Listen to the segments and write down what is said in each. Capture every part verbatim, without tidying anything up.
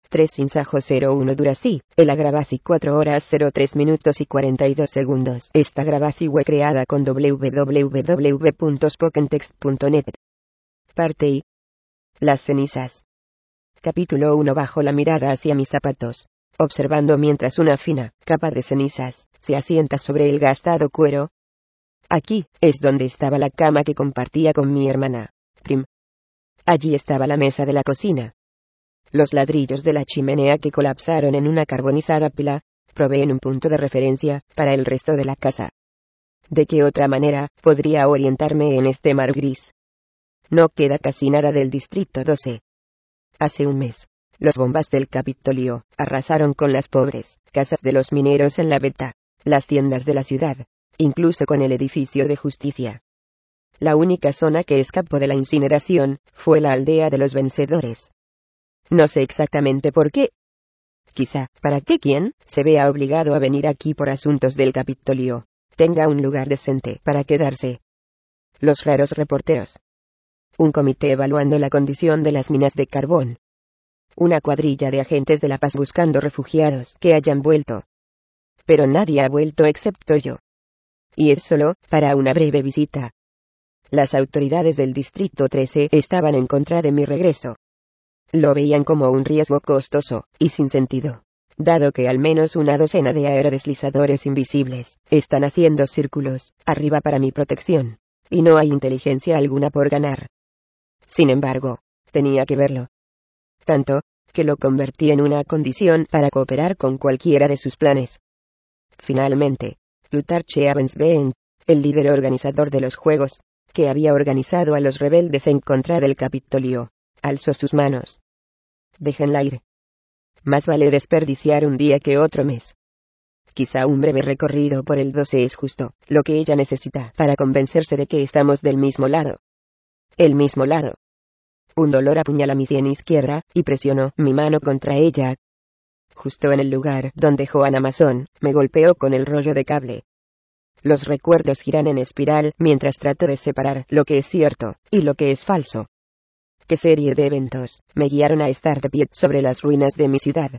tres Sinsajo cero uno Durací, el Agravaci cuatro horas cero tres minutos y cuarenta y dos segundos. Esta Agravaci fue creada con w w w punto spokentext punto net. Parte I. Las cenizas. Capítulo uno. Bajo la mirada hacia mis zapatos, observando mientras una fina capa de cenizas se asienta sobre el gastado cuero. Aquí es donde estaba la cama que compartía con mi hermana, Prim. Allí estaba la mesa de la cocina. Los ladrillos de la chimenea que colapsaron en una carbonizada pila proveen un punto de referencia para el resto de la casa. ¿De qué otra manera podría orientarme en este mar gris? No queda casi nada del Distrito doce. Hace un mes, los bombas del Capitolio arrasaron con las pobres casas de los mineros en la Beta, las tiendas de la ciudad, incluso con el edificio de justicia. La única zona que escapó de la incineración fue la aldea de los vencedores. No sé exactamente por qué. Quizá, para que quien se vea obligado a venir aquí por asuntos del Capitolio tenga un lugar decente para quedarse. Los raros reporteros. Un comité evaluando la condición de las minas de carbón. Una cuadrilla de agentes de la paz buscando refugiados que hayan vuelto. Pero nadie ha vuelto excepto yo. Y es solo para una breve visita. Las autoridades del Distrito trece estaban en contra de mi regreso. Lo veían como un riesgo costoso y sin sentido, dado que al menos una docena de aerodeslizadores invisibles están haciendo círculos arriba para mi protección, y no hay inteligencia alguna por ganar. Sin embargo, tenía que verlo. Tanto, que lo convertí en una condición para cooperar con cualquiera de sus planes. Finalmente, Plutarch Evans-Bent, el líder organizador de los juegos, que había organizado a los rebeldes en contra del Capitolio, alzó sus manos. Déjenla ir. Más vale desperdiciar un día que otro mes. Quizá un breve recorrido por el doce es justo lo que ella necesita para convencerse de que estamos del mismo lado. El mismo lado. Un dolor apuñala mi sien izquierda, y presionó mi mano contra ella. Justo en el lugar donde Joanna Mason me golpeó con el rollo de cable. Los recuerdos giran en espiral mientras trato de separar lo que es cierto y lo que es falso. ¿Qué serie de eventos me guiaron a estar de pie sobre las ruinas de mi ciudad?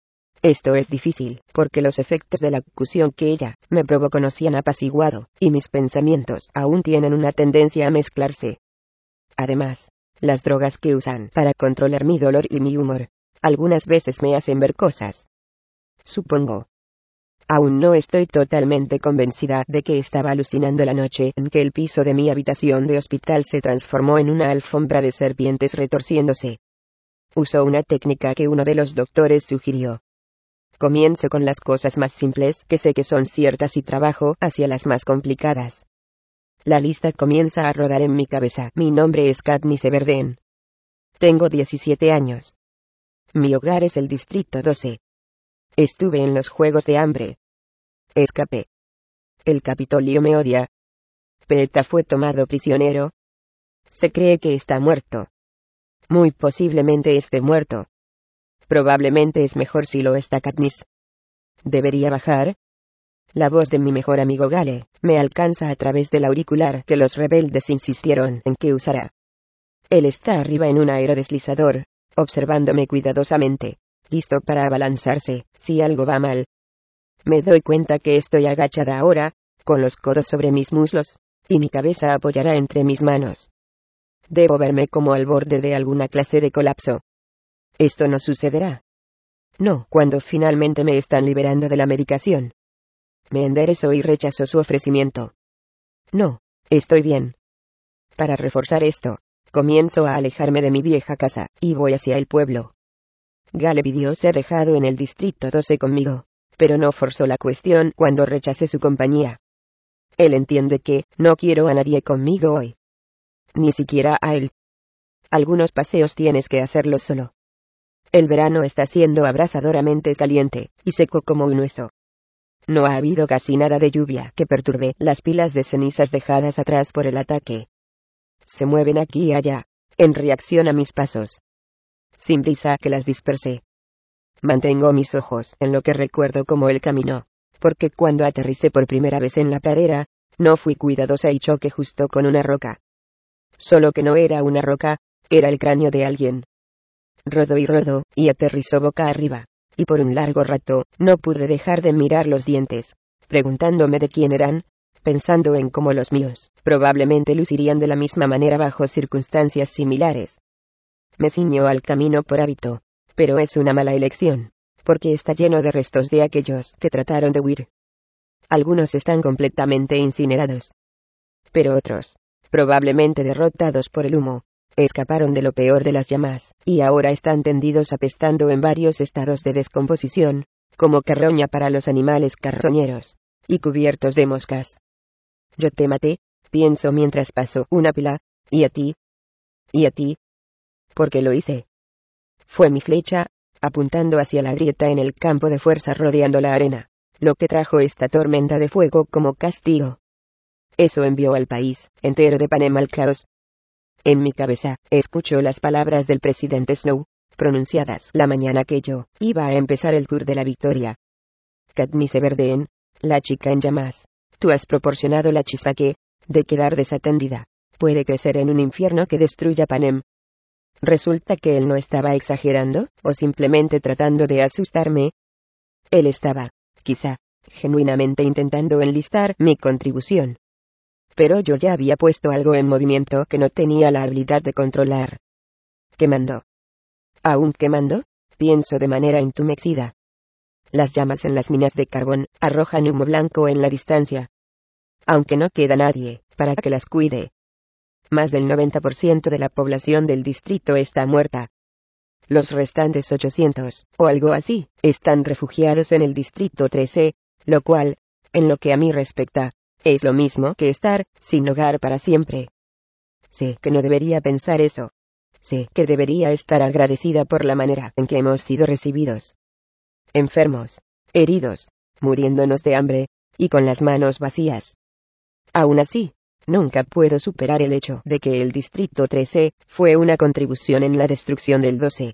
Esto es difícil, porque los efectos de la concusión que ella me provocó no se han apaciguado, y mis pensamientos aún tienen una tendencia a mezclarse. Además, las drogas que usan para controlar mi dolor y mi humor, algunas veces me hacen ver cosas. Supongo. Aún no estoy totalmente convencida de que estaba alucinando la noche en que el piso de mi habitación de hospital se transformó en una alfombra de serpientes retorciéndose. Usó una técnica que uno de los doctores sugirió. Comienzo con las cosas más simples que sé que son ciertas y trabajo hacia las más complicadas. La lista comienza a rodar en mi cabeza. Mi nombre es Katniss Everdeen. Tengo diecisiete años. Mi hogar es el Distrito doce. Estuve en los Juegos de Hambre. Escapé. El Capitolio me odia. Peta fue tomado prisionero. Se cree que está muerto. Muy posiblemente esté muerto. Probablemente es mejor si lo está Katniss. ¿Debería bajar? La voz de mi mejor amigo Gale me alcanza a través del auricular que los rebeldes insistieron en que usara. Él está arriba en un aerodeslizador, observándome cuidadosamente, listo para abalanzarse si algo va mal. Me doy cuenta que estoy agachada ahora, con los codos sobre mis muslos, y mi cabeza apoyará entre mis manos. Debo verme como al borde de alguna clase de colapso. Esto no sucederá. No, cuando finalmente me están liberando de la medicación. Me enderezo y rechazo su ofrecimiento. No, estoy bien. Para reforzar esto, comienzo a alejarme de mi vieja casa, y voy hacia el pueblo. Gale pidió ser dejado en el Distrito doce conmigo, pero no forzó la cuestión cuando rechacé su compañía. Él entiende que no quiero a nadie conmigo hoy. Ni siquiera a él. Algunos paseos tienes que hacerlo solo. El verano está siendo abrasadoramente caliente, y seco como un hueso. No ha habido casi nada de lluvia que perturbe las pilas de cenizas dejadas atrás por el ataque. Se mueven aquí y allá, en reacción a mis pasos. Sin prisa que las dispersé. Mantengo mis ojos en lo que recuerdo como el camino, porque cuando aterricé por primera vez en la pradera, no fui cuidadosa y choqué justo con una roca. Solo que no era una roca, era el cráneo de alguien. Rodó y rodó, y aterrizó boca arriba. Y por un largo rato, no pude dejar de mirar los dientes, preguntándome de quién eran, pensando en cómo los míos, probablemente lucirían de la misma manera bajo circunstancias similares. Me ciño al camino por hábito, pero es una mala elección, porque está lleno de restos de aquellos que trataron de huir. Algunos están completamente incinerados. Pero otros, probablemente derrotados por el humo, escaparon de lo peor de las llamas, y ahora están tendidos apestando en varios estados de descomposición, como carroña para los animales carroñeros, y cubiertos de moscas. Yo te maté, pienso mientras paso una pila, y a ti, y a ti, porque lo hice. Fue mi flecha, apuntando hacia la grieta en el campo de fuerza rodeando la arena, lo que trajo esta tormenta de fuego como castigo. Eso envió al país entero de Panem al caos. En mi cabeza, escucho las palabras del presidente Snow, pronunciadas la mañana que yo iba a empezar el tour de la victoria. Katniss Everdeen, la chica en llamas, tú has proporcionado la chispa que, de quedar desatendida, puede crecer en un infierno que destruya Panem. Resulta que él no estaba exagerando, o simplemente tratando de asustarme. Él estaba, quizá, genuinamente intentando enlistar mi contribución. Pero yo ya había puesto algo en movimiento que no tenía la habilidad de controlar. ¿Quemando? ¿Aún quemando? Pienso de manera entumecida. Las llamas en las minas de carbón arrojan humo blanco en la distancia. Aunque no queda nadie para que las cuide. Más del noventa por ciento de la población del distrito está muerta. Los restantes ochocientos, o algo así, están refugiados en el distrito trece, lo cual, en lo que a mí respecta, es lo mismo que estar sin hogar para siempre. Sé que no debería pensar eso. Sé que debería estar agradecida por la manera en que hemos sido recibidos. Enfermos, heridos, muriéndonos de hambre, y con las manos vacías. Aún así, nunca puedo superar el hecho de que el Distrito trece fue una contribución en la destrucción del doce.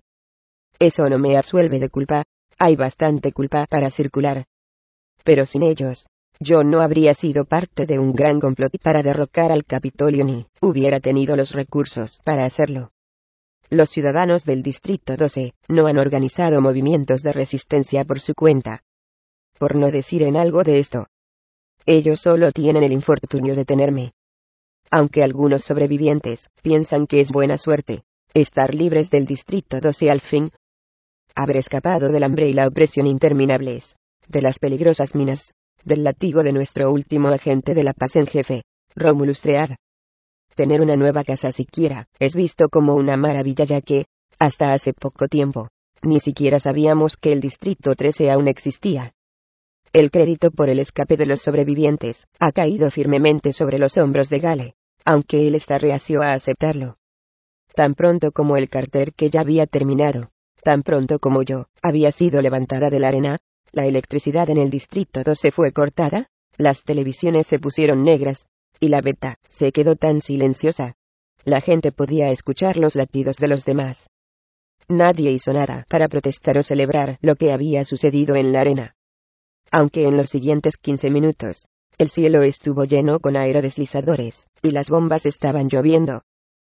Eso no me absuelve de culpa, hay bastante culpa para circular. Pero sin ellos, yo no habría sido parte de un gran complot para derrocar al Capitolio ni hubiera tenido los recursos para hacerlo. Los ciudadanos del Distrito doce no han organizado movimientos de resistencia por su cuenta. Por no decir en algo de esto. Ellos solo tienen el infortunio de tenerme. Aunque algunos sobrevivientes piensan que es buena suerte estar libres del Distrito doce al fin. Haber escapado del hambre y la opresión interminables, de las peligrosas minas, del látigo de nuestro último agente de la paz en jefe, Romulus Tread. Tener una nueva casa siquiera es visto como una maravilla ya que, hasta hace poco tiempo, ni siquiera sabíamos que el Distrito trece aún existía. El crédito por el escape de los sobrevivientes ha caído firmemente sobre los hombros de Gale, aunque él está reacio a aceptarlo. Tan pronto como el carter que ya había terminado, tan pronto como yo había sido levantada de la arena, la electricidad en el Distrito doce fue cortada, las televisiones se pusieron negras, y la beta se quedó tan silenciosa. La gente podía escuchar los latidos de los demás. Nadie hizo nada para protestar o celebrar lo que había sucedido en la arena. Aunque en los siguientes quince minutos, el cielo estuvo lleno con aerodeslizadores, y las bombas estaban lloviendo.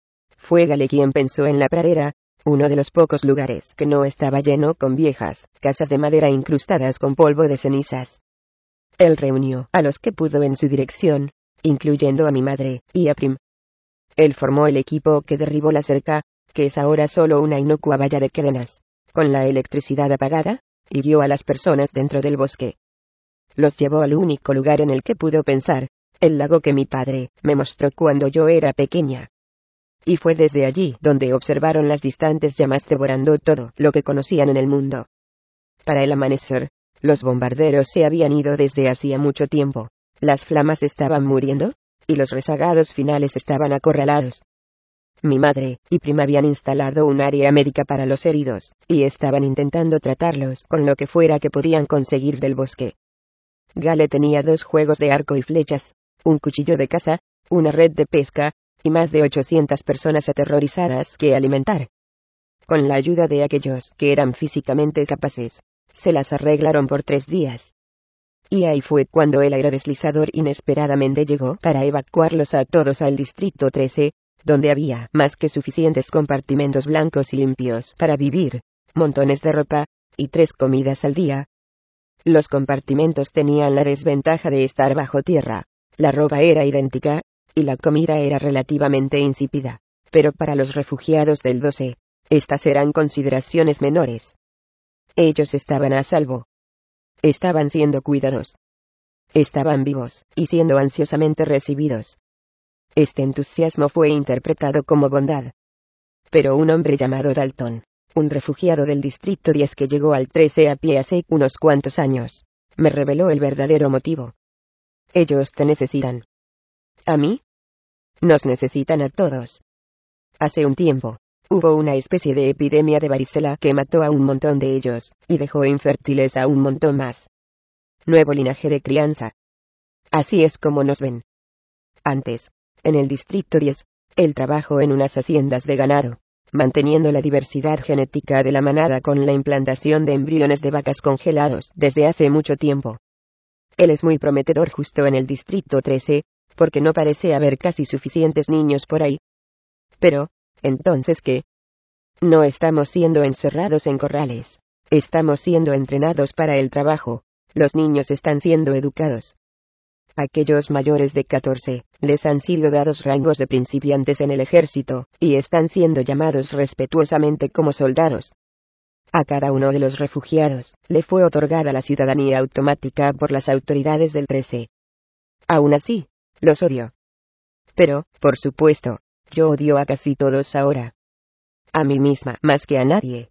Fue Gale quien pensó en la pradera, uno de los pocos lugares que no estaba lleno con viejas casas de madera incrustadas con polvo de cenizas. Él reunió a los que pudo en su dirección, incluyendo a mi madre y a Prim. Él formó el equipo que derribó la cerca, que es ahora solo una inocua valla de cadenas, con la electricidad apagada, y guió a las personas dentro del bosque. Los llevó al único lugar en el que pudo pensar, el lago que mi padre me mostró cuando yo era pequeña. Y fue desde allí donde observaron las distantes llamas devorando todo lo que conocían en el mundo. Para el amanecer, los bombarderos se habían ido desde hacía mucho tiempo, las flamas estaban muriendo, y los rezagados finales estaban acorralados. Mi madre y prima habían instalado un área médica para los heridos, y estaban intentando tratarlos con lo que fuera que podían conseguir del bosque. Gale tenía dos juegos de arco y flechas, un cuchillo de caza, una red de pesca, y más de ochocientas personas aterrorizadas que alimentar. Con la ayuda de aquellos que eran físicamente capaces, se las arreglaron por tres días. Y ahí fue cuando el aerodeslizador inesperadamente llegó para evacuarlos a todos al Distrito trece, donde había más que suficientes compartimentos blancos y limpios para vivir, montones de ropa, y tres comidas al día. Los compartimentos tenían la desventaja de estar bajo tierra, la ropa era idéntica, y la comida era relativamente insípida, pero para los refugiados del doce, estas eran consideraciones menores. Ellos estaban a salvo. Estaban siendo cuidados. Estaban vivos, y siendo ansiosamente recibidos. Este entusiasmo fue interpretado como bondad. Pero un hombre llamado Dalton, un refugiado del distrito diez que llegó al trece a pie hace unos cuantos años, me reveló el verdadero motivo. Ellos te necesitan. ¿A mí? Nos necesitan a todos. Hace un tiempo, hubo una especie de epidemia de varicela que mató a un montón de ellos, y dejó infértiles a un montón más. Nuevo linaje de crianza. Así es como nos ven. Antes, en el distrito diez, el trabajo en unas haciendas de ganado, manteniendo la diversidad genética de la manada con la implantación de embriones de vacas congelados desde hace mucho tiempo. Él es muy prometedor justo en el distrito trece, porque no parece haber casi suficientes niños por ahí. Pero, ¿entonces qué? No estamos siendo encerrados en corrales. Estamos siendo entrenados para el trabajo. Los niños están siendo educados. Aquellos mayores de catorce, les han sido dados rangos de principiantes en el ejército, y están siendo llamados respetuosamente como soldados. A cada uno de los refugiados, le fue otorgada la ciudadanía automática por las autoridades del trece. Aún así, los odio. Pero, por supuesto, yo odio a casi todos ahora. A mí misma más que a nadie.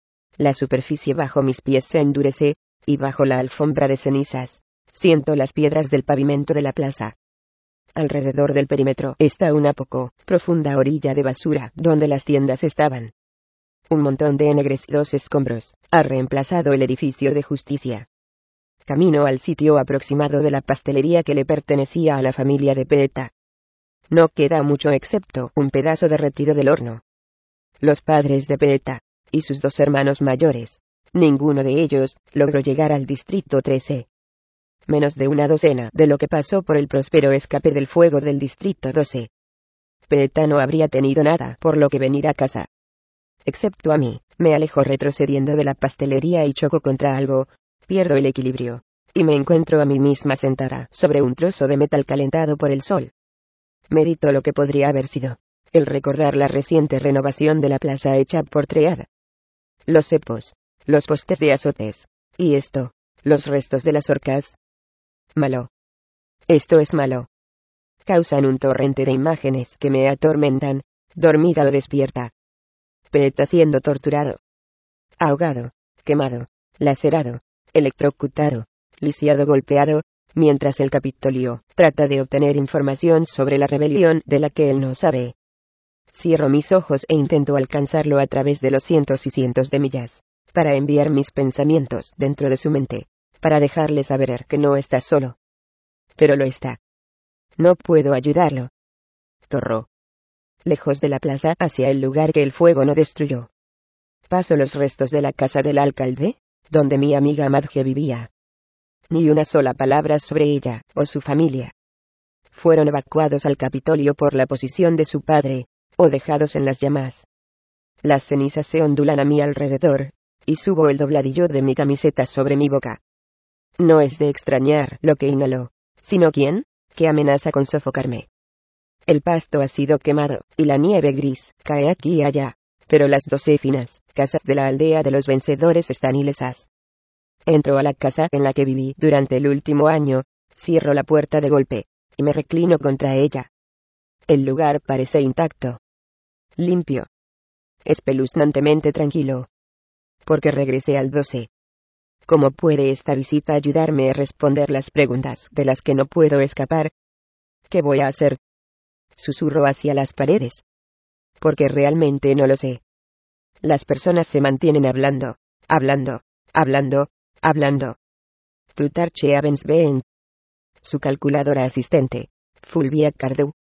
La superficie bajo mis pies se endurece, y bajo la alfombra de cenizas, siento las piedras del pavimento de la plaza. Alrededor del perímetro está una poco profunda orilla de basura donde las tiendas estaban. Un montón de ennegrecidos escombros ha reemplazado el edificio de justicia. Camino al sitio aproximado de la pastelería que le pertenecía a la familia de Peeta. No queda mucho excepto un pedazo derretido del horno. Los padres de Peeta, y sus dos hermanos mayores, ninguno de ellos logró llegar al distrito trece. Menos de una docena de lo que pasó por el próspero escape del fuego del distrito doce. Peeta no habría tenido nada por lo que venir a casa. Excepto a mí, me alejo retrocediendo de la pastelería y choco contra algo, pierdo el equilibrio, y me encuentro a mí misma sentada sobre un trozo de metal calentado por el sol. Medito lo que podría haber sido, el recordar la reciente renovación de la plaza hecha por Tread. Los cepos, los postes de azotes, y esto, los restos de las orcas. Malo. Esto es malo. Causan un torrente de imágenes que me atormentan, dormida o despierta. Peeta siendo torturado. Ahogado, quemado, lacerado, electrocutado, lisiado, golpeado, mientras el Capitolio trata de obtener información sobre la rebelión de la que él no sabe. Cierro mis ojos e intento alcanzarlo a través de los cientos y cientos de millas, para enviar mis pensamientos dentro de su mente, para dejarle saber que no está solo. Pero lo está. No puedo ayudarlo. Corro. Lejos de la plaza hacia el lugar que el fuego no destruyó. Paso los restos de la casa del alcalde, donde mi amiga Madge vivía. Ni una sola palabra sobre ella o su familia. Fueron evacuados al Capitolio por la posición de su padre, o dejados en las llamas. Las cenizas se ondulan a mi alrededor, y subo el dobladillo de mi camiseta sobre mi boca. No es de extrañar lo que inhaló, sino quién, que amenaza con sofocarme. El pasto ha sido quemado, y la nieve gris cae aquí y allá, pero las doce finas casas de la aldea de los vencedores están ilesas. Entro a la casa en la que viví durante el último año, cierro la puerta de golpe, y me reclino contra ella. El lugar parece intacto. Limpio. Espeluznantemente tranquilo. Porque regresé al doce. ¿Cómo puede esta visita ayudarme a responder las preguntas de las que no puedo escapar? ¿Qué voy a hacer? Susurro hacia las paredes. Porque realmente no lo sé. Las personas se mantienen hablando, hablando, hablando, hablando. Plutarche Avensbeen. Su calculadora asistente, Fulvia Cardew.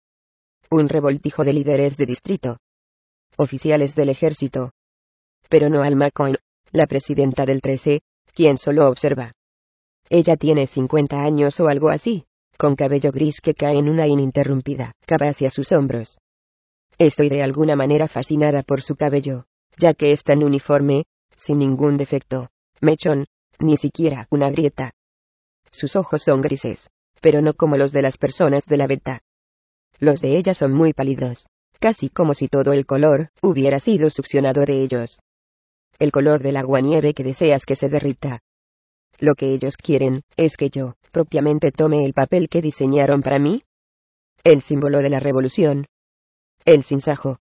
Un revoltijo de líderes de distrito. Oficiales del ejército. Pero no Alma Coyne, la presidenta del trece, quien solo observa. Ella tiene cincuenta años o algo así, con cabello gris que cae en una ininterrumpida capa hacia sus hombros. Estoy de alguna manera fascinada por su cabello, ya que es tan uniforme, sin ningún defecto, mechón, ni siquiera una grieta. Sus ojos son grises, pero no como los de las personas de la beta. Los de ella son muy pálidos, casi como si todo el color hubiera sido succionado de ellos. El color del aguanieve que deseas que se derrita. Lo que ellos quieren es que yo, propiamente, tome el papel que diseñaron para mí. El símbolo de la revolución. El sinsajo.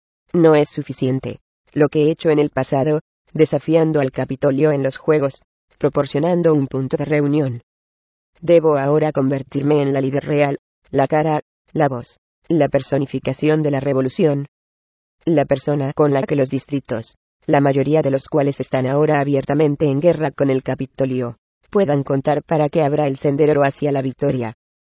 No es suficiente lo que he hecho en el pasado, desafiando al Capitolio en los Juegos, proporcionando un punto de reunión. Debo ahora convertirme en la líder real, la cara, la voz, la personificación de la revolución. La persona con la que los distritos, la mayoría de los cuales están ahora abiertamente en guerra con el Capitolio, puedan contar para que abra el sendero hacia la victoria.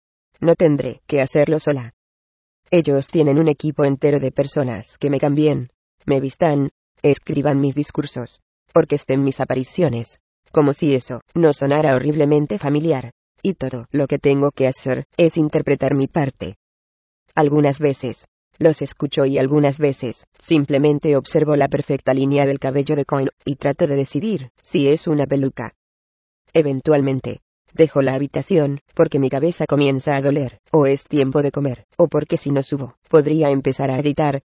No tendré que hacerlo sola. Ellos tienen un equipo entero de personas que me cambien, me vistan, escriban mis discursos, orquesten mis apariciones, como si eso no sonara horriblemente familiar, y todo lo que tengo que hacer es interpretar mi parte. Algunas veces los escucho y algunas veces simplemente observo la perfecta línea del cabello de Coin y trato de decidir si es una peluca. Eventualmente dejo la habitación porque mi cabeza comienza a doler, o es tiempo de comer, o porque si no subo podría empezar a gritar.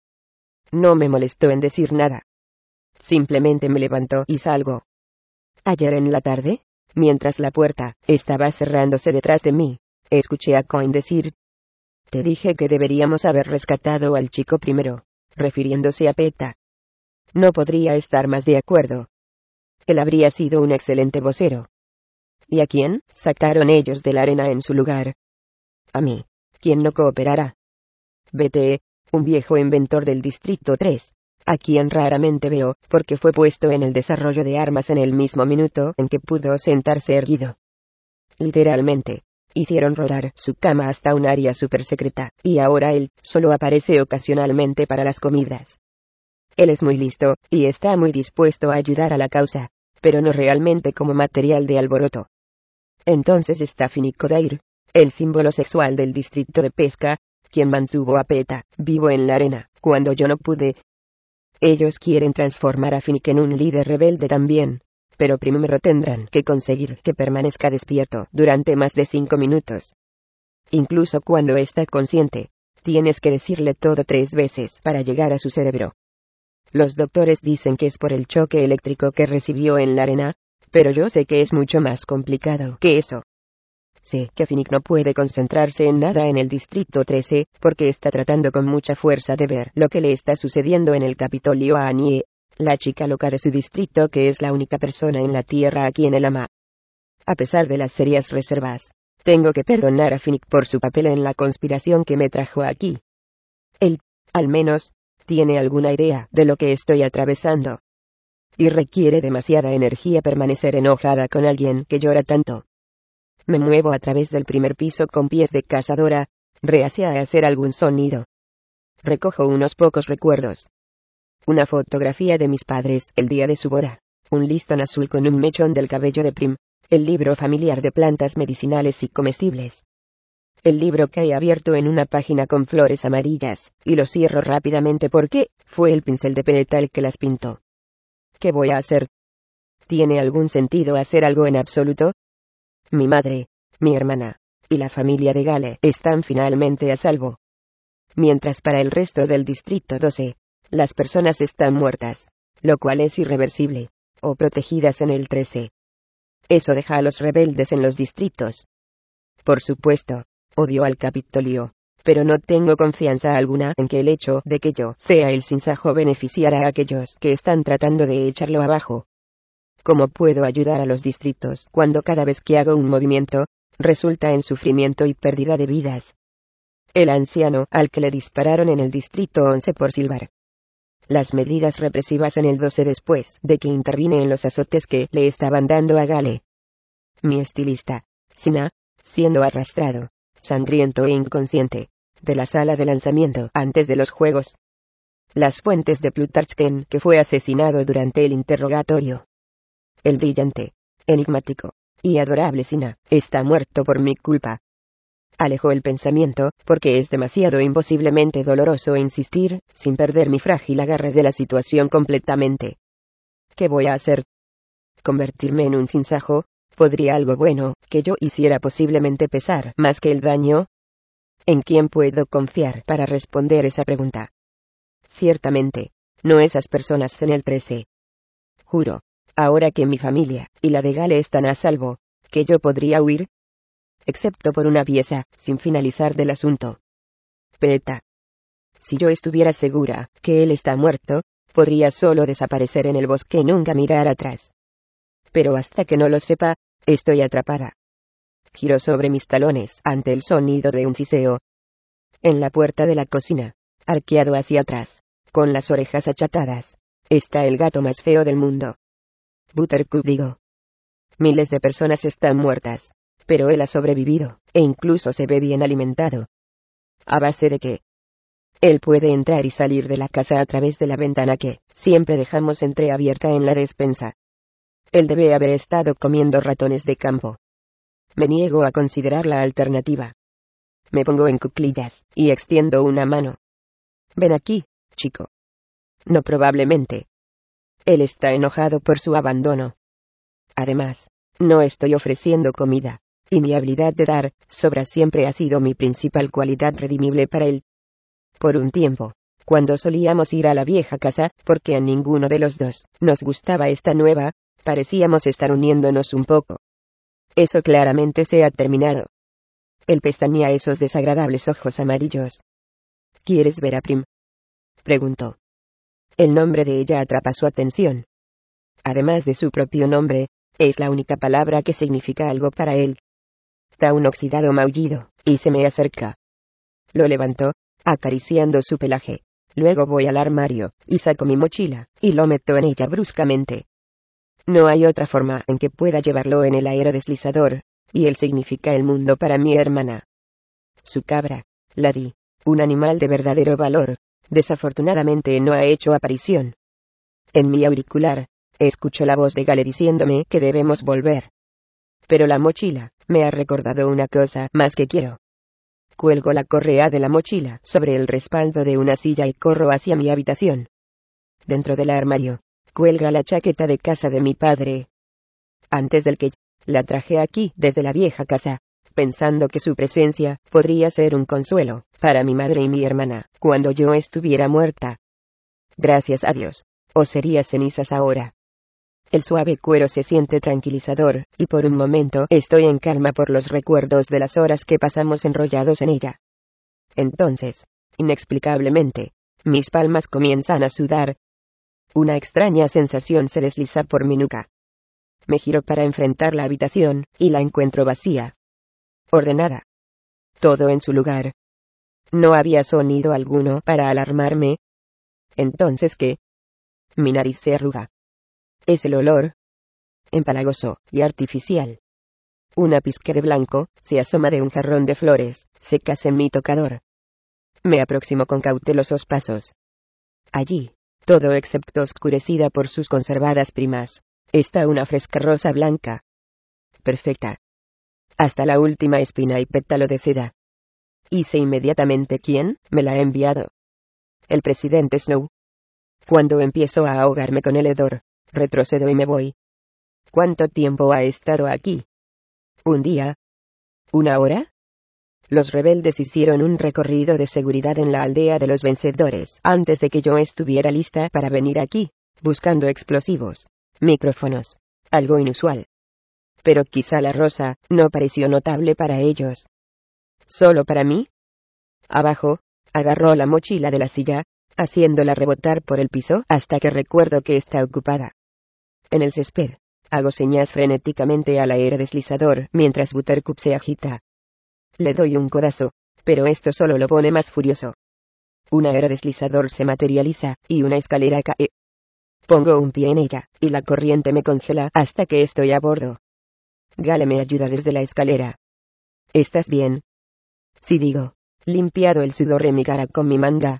No me molestó en decir nada. Simplemente me levanto y salgo. Ayer en la tarde, mientras la puerta estaba cerrándose detrás de mí, escuché a Coin decir: «Te dije que deberíamos haber rescatado al chico primero», refiriéndose a Peta. No podría estar más de acuerdo. Él habría sido un excelente vocero. ¿Y a quién sacaron ellos de la arena en su lugar? A mí. ¿Quién no cooperará? B T, un viejo inventor del Distrito tres, a quien raramente veo, porque fue puesto en el desarrollo de armas en el mismo minuto en que pudo sentarse erguido. Literalmente, hicieron rodar su cama hasta un área supersecreta, y ahora él solo aparece ocasionalmente para las comidas. Él es muy listo, y está muy dispuesto a ayudar a la causa, pero no realmente como material de alboroto. Entonces está Finicodair, el símbolo sexual del distrito de pesca, quien mantuvo a Peta vivo en la arena, cuando yo no pude. Ellos quieren transformar a Finnick en un líder rebelde también, pero primero tendrán que conseguir que permanezca despierto durante más de cinco minutos. Incluso cuando está consciente, tienes que decirle todo tres veces para llegar a su cerebro. Los doctores dicen que es por el choque eléctrico que recibió en la arena, pero yo sé que es mucho más complicado que eso. Sé que Finnick no puede concentrarse en nada en el Distrito trece, porque está tratando con mucha fuerza de ver lo que le está sucediendo en el Capitolio a Annie, la chica loca de su distrito, que es la única persona en la Tierra a quien él ama. A pesar de las serias reservas, tengo que perdonar a Finnick por su papel en la conspiración que me trajo aquí. Él, al menos, tiene alguna idea de lo que estoy atravesando. Y requiere demasiada energía permanecer enojada con alguien que llora tanto. Me muevo a través del primer piso con pies de cazadora, reacia a hacer algún sonido. Recojo unos pocos recuerdos. Una fotografía de mis padres el día de su boda, un listón azul con un mechón del cabello de Prim, el libro familiar de plantas medicinales y comestibles. El libro cae abierto en una página con flores amarillas, y lo cierro rápidamente porque fue el pincel de Peta el que las pintó. ¿Qué voy a hacer? ¿Tiene algún sentido hacer algo en absoluto? Mi madre, mi hermana, y la familia de Gale están finalmente a salvo. Mientras para el resto del Distrito doce, las personas están muertas, lo cual es irreversible, o protegidas en el trece. Eso deja a los rebeldes en los distritos. Por supuesto, odio al Capitolio, pero no tengo confianza alguna en que el hecho de que yo sea el sinsajo beneficiará a aquellos que están tratando de echarlo abajo. ¿Cómo puedo ayudar a los distritos cuando cada vez que hago un movimiento, resulta en sufrimiento y pérdida de vidas? El anciano al que le dispararon en el Distrito once por silbar. Las medidas represivas en el doce después de que intervine en los azotes que le estaban dando a Gale. Mi estilista, Sina, siendo arrastrado, sangriento e inconsciente, de la sala de lanzamiento antes de los juegos. Las fuentes de Plutarchken, que fue asesinado durante el interrogatorio. El brillante, enigmático y adorable Sina está muerto por mi culpa. Alejó el pensamiento, porque es demasiado imposiblemente doloroso insistir, sin perder mi frágil agarre de la situación completamente. ¿Qué voy a hacer? ¿Convertirme en un sinsajo? ¿Podría algo bueno que yo hiciera posiblemente pesar más que el daño? ¿En quién puedo confiar para responder esa pregunta? Ciertamente, no esas personas en el trece. Juro, ahora que mi familia y la de Gale están a salvo, que yo podría huir, excepto por una pieza, sin finalizar del asunto. Peta. Si yo estuviera segura que él está muerto, podría solo desaparecer en el bosque y nunca mirar atrás. Pero hasta que no lo sepa, estoy atrapada. Giro sobre mis talones ante el sonido de un siseo. En la puerta de la cocina, arqueado hacia atrás, con las orejas achatadas, está el gato más feo del mundo. Buttercup, digo. Miles de personas están muertas, pero él ha sobrevivido, e incluso se ve bien alimentado. ¿A base de qué? Él puede entrar y salir de la casa a través de la ventana que siempre dejamos entreabierta en la despensa. Él debe haber estado comiendo ratones de campo. Me niego a considerar la alternativa. Me pongo en cuclillas y extiendo una mano. Ven aquí, chico. No, probablemente. Él está enojado por su abandono. Además, no estoy ofreciendo comida, y mi habilidad de dar sobra siempre ha sido mi principal cualidad redimible para él. Por un tiempo, cuando solíamos ir a la vieja casa, porque a ninguno de los dos nos gustaba esta nueva, parecíamos estar uniéndonos un poco. Eso claramente se ha terminado. Él pestañea esos desagradables ojos amarillos. ¿Quieres ver a Prim?, preguntó. El nombre de ella atrapa su atención. Además de su propio nombre, es la única palabra que significa algo para él. Da un oxidado maullido, y se me acerca. Lo levantó, acariciando su pelaje. Luego voy al armario, y saco mi mochila, y lo meto en ella bruscamente. No hay otra forma en que pueda llevarlo en el aerodeslizador, y él significa el mundo para mi hermana. Su cabra, Laddie, un animal de verdadero valor, desafortunadamente no ha hecho aparición. En mi auricular, escucho la voz de Gale diciéndome que debemos volver. Pero la mochila me ha recordado una cosa más que quiero. Cuelgo la correa de la mochila sobre el respaldo de una silla y corro hacia mi habitación. Dentro del armario, cuelga la chaqueta de casa de mi padre. Antes del que la traje aquí desde la vieja casa, pensando que su presencia podría ser un consuelo para mi madre y mi hermana cuando yo estuviera muerta. Gracias a Dios, o sería cenizas ahora. El suave cuero se siente tranquilizador, y por un momento estoy en calma por los recuerdos de las horas que pasamos enrollados en ella. Entonces, inexplicablemente, mis palmas comienzan a sudar. Una extraña sensación se desliza por mi nuca. Me giro para enfrentar la habitación, y la encuentro vacía. Ordenada. Todo en su lugar. No había sonido alguno para alarmarme. ¿Entonces qué? Mi nariz se arruga. Es el olor. Empalagoso y artificial. Una pizca de blanco se asoma de un jarrón de flores secas en mi tocador. Me aproximo con cautelosos pasos. Allí, todo excepto oscurecida por sus conservadas primas, está una fresca rosa blanca. Perfecta. Hasta la última espina y pétalo de seda. Y sé inmediatamente quién me la ha enviado. El presidente Snow. Cuando empiezo a ahogarme con el hedor, retrocedo y me voy. ¿Cuánto tiempo ha estado aquí? ¿Un día? ¿Una hora? Los rebeldes hicieron un recorrido de seguridad en la aldea de los vencedores antes de que yo estuviera lista para venir aquí, buscando explosivos, micrófonos, algo inusual. Pero quizá la rosa no pareció notable para ellos. ¿Solo para mí? Abajo, agarró la mochila de la silla, haciéndola rebotar por el piso hasta que recuerdo que está ocupada. En el césped, hago señas frenéticamente al aerodeslizador mientras Buttercup se agita. Le doy un codazo, pero esto solo lo pone más furioso. Un aerodeslizador se materializa, y una escalera cae. Pongo un pie en ella, y la corriente me congela hasta que estoy a bordo. Gale me ayuda desde la escalera. ¿Estás bien? Sí, digo, limpiado el sudor de mi cara con mi manga.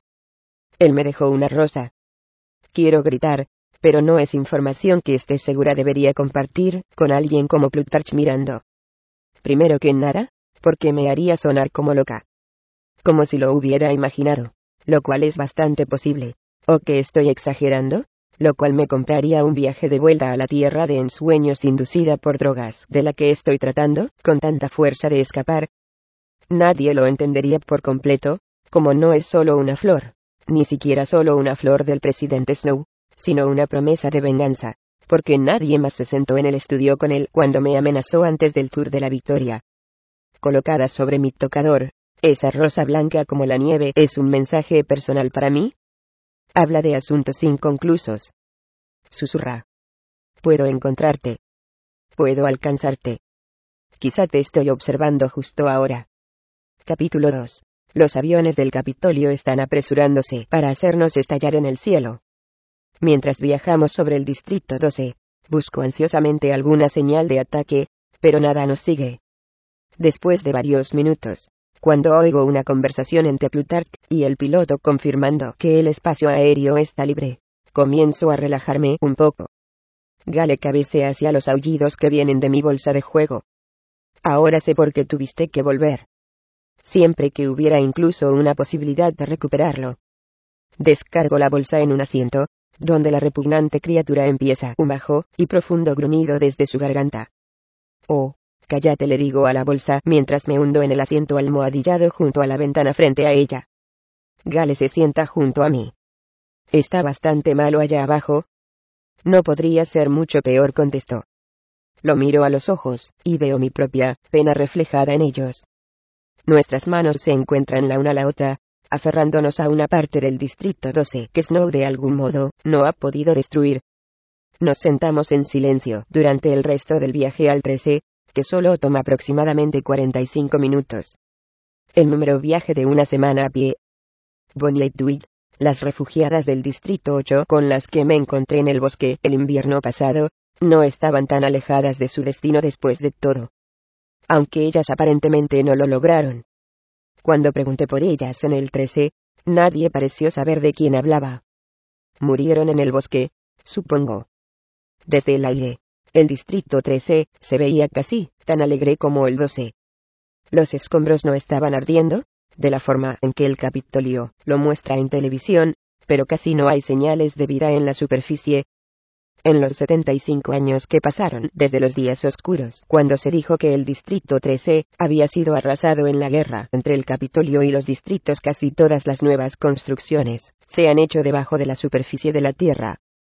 Él me dejó una rosa. Quiero gritar, pero no es información que esté segura debería compartir con alguien como Plutarch mirando. Primero que nada, porque me haría sonar como loca. Como si lo hubiera imaginado, lo cual es bastante posible. O que estoy exagerando, lo cual me compraría un viaje de vuelta a la tierra de ensueños inducida por drogas, de la que estoy tratando, con tanta fuerza de escapar. Nadie lo entendería por completo, como no es solo una flor, ni siquiera solo una flor del presidente Snow, sino una promesa de venganza, porque nadie más se sentó en el estudio con él cuando me amenazó antes del Tour de la Victoria. Colocada sobre mi tocador, esa rosa blanca como la nieve es un mensaje personal para mí. Habla de asuntos inconclusos. Susurra. Puedo encontrarte. Puedo alcanzarte. Quizá te estoy observando justo ahora. Capítulo dos. Los aviones del Capitolio están apresurándose para hacernos estallar en el cielo. Mientras viajamos sobre el Distrito doce, busco ansiosamente alguna señal de ataque, pero nada nos sigue. Después de varios minutos, cuando oigo una conversación entre Plutarch y el piloto confirmando que el espacio aéreo está libre, comienzo a relajarme un poco. Gale cabecea hacia los aullidos que vienen de mi bolsa de juego. Ahora sé por qué tuviste que volver. Siempre que hubiera incluso una posibilidad de recuperarlo. Descargo la bolsa en un asiento, donde la repugnante criatura empieza un bajo y profundo gruñido desde su garganta. Oh, cállate, le digo a la bolsa mientras me hundo en el asiento almohadillado junto a la ventana frente a ella. Gale se sienta junto a mí. Está bastante malo allá abajo. No podría ser mucho peor, contestó. Lo miro a los ojos, y veo mi propia pena reflejada en ellos. Nuestras manos se encuentran la una a la otra, aferrándonos a una parte del Distrito doce que Snow de algún modo no ha podido destruir. Nos sentamos en silencio durante el resto del viaje al trece, que solo toma aproximadamente cuarenta y cinco minutos. El número viaje de una semana a pie. Bonnie y Tweed, las refugiadas del Distrito ocho con las que me encontré en el bosque el invierno pasado, no estaban tan alejadas de su destino después de todo. Aunque ellas aparentemente no lo lograron. Cuando pregunté por ellas en el trece, nadie pareció saber de quién hablaba. Murieron en el bosque, supongo. Desde el aire, el Distrito trece se veía casi tan alegre como el doce. Los escombros no estaban ardiendo, de la forma en que el Capitolio lo muestra en televisión, pero casi no hay señales de vida en la superficie. En los setenta y cinco años que pasaron desde los días oscuros, cuando se dijo que el Distrito trece había sido arrasado en la guerra entre el Capitolio y los distritos, casi todas las nuevas construcciones se han hecho debajo de la superficie de la Tierra.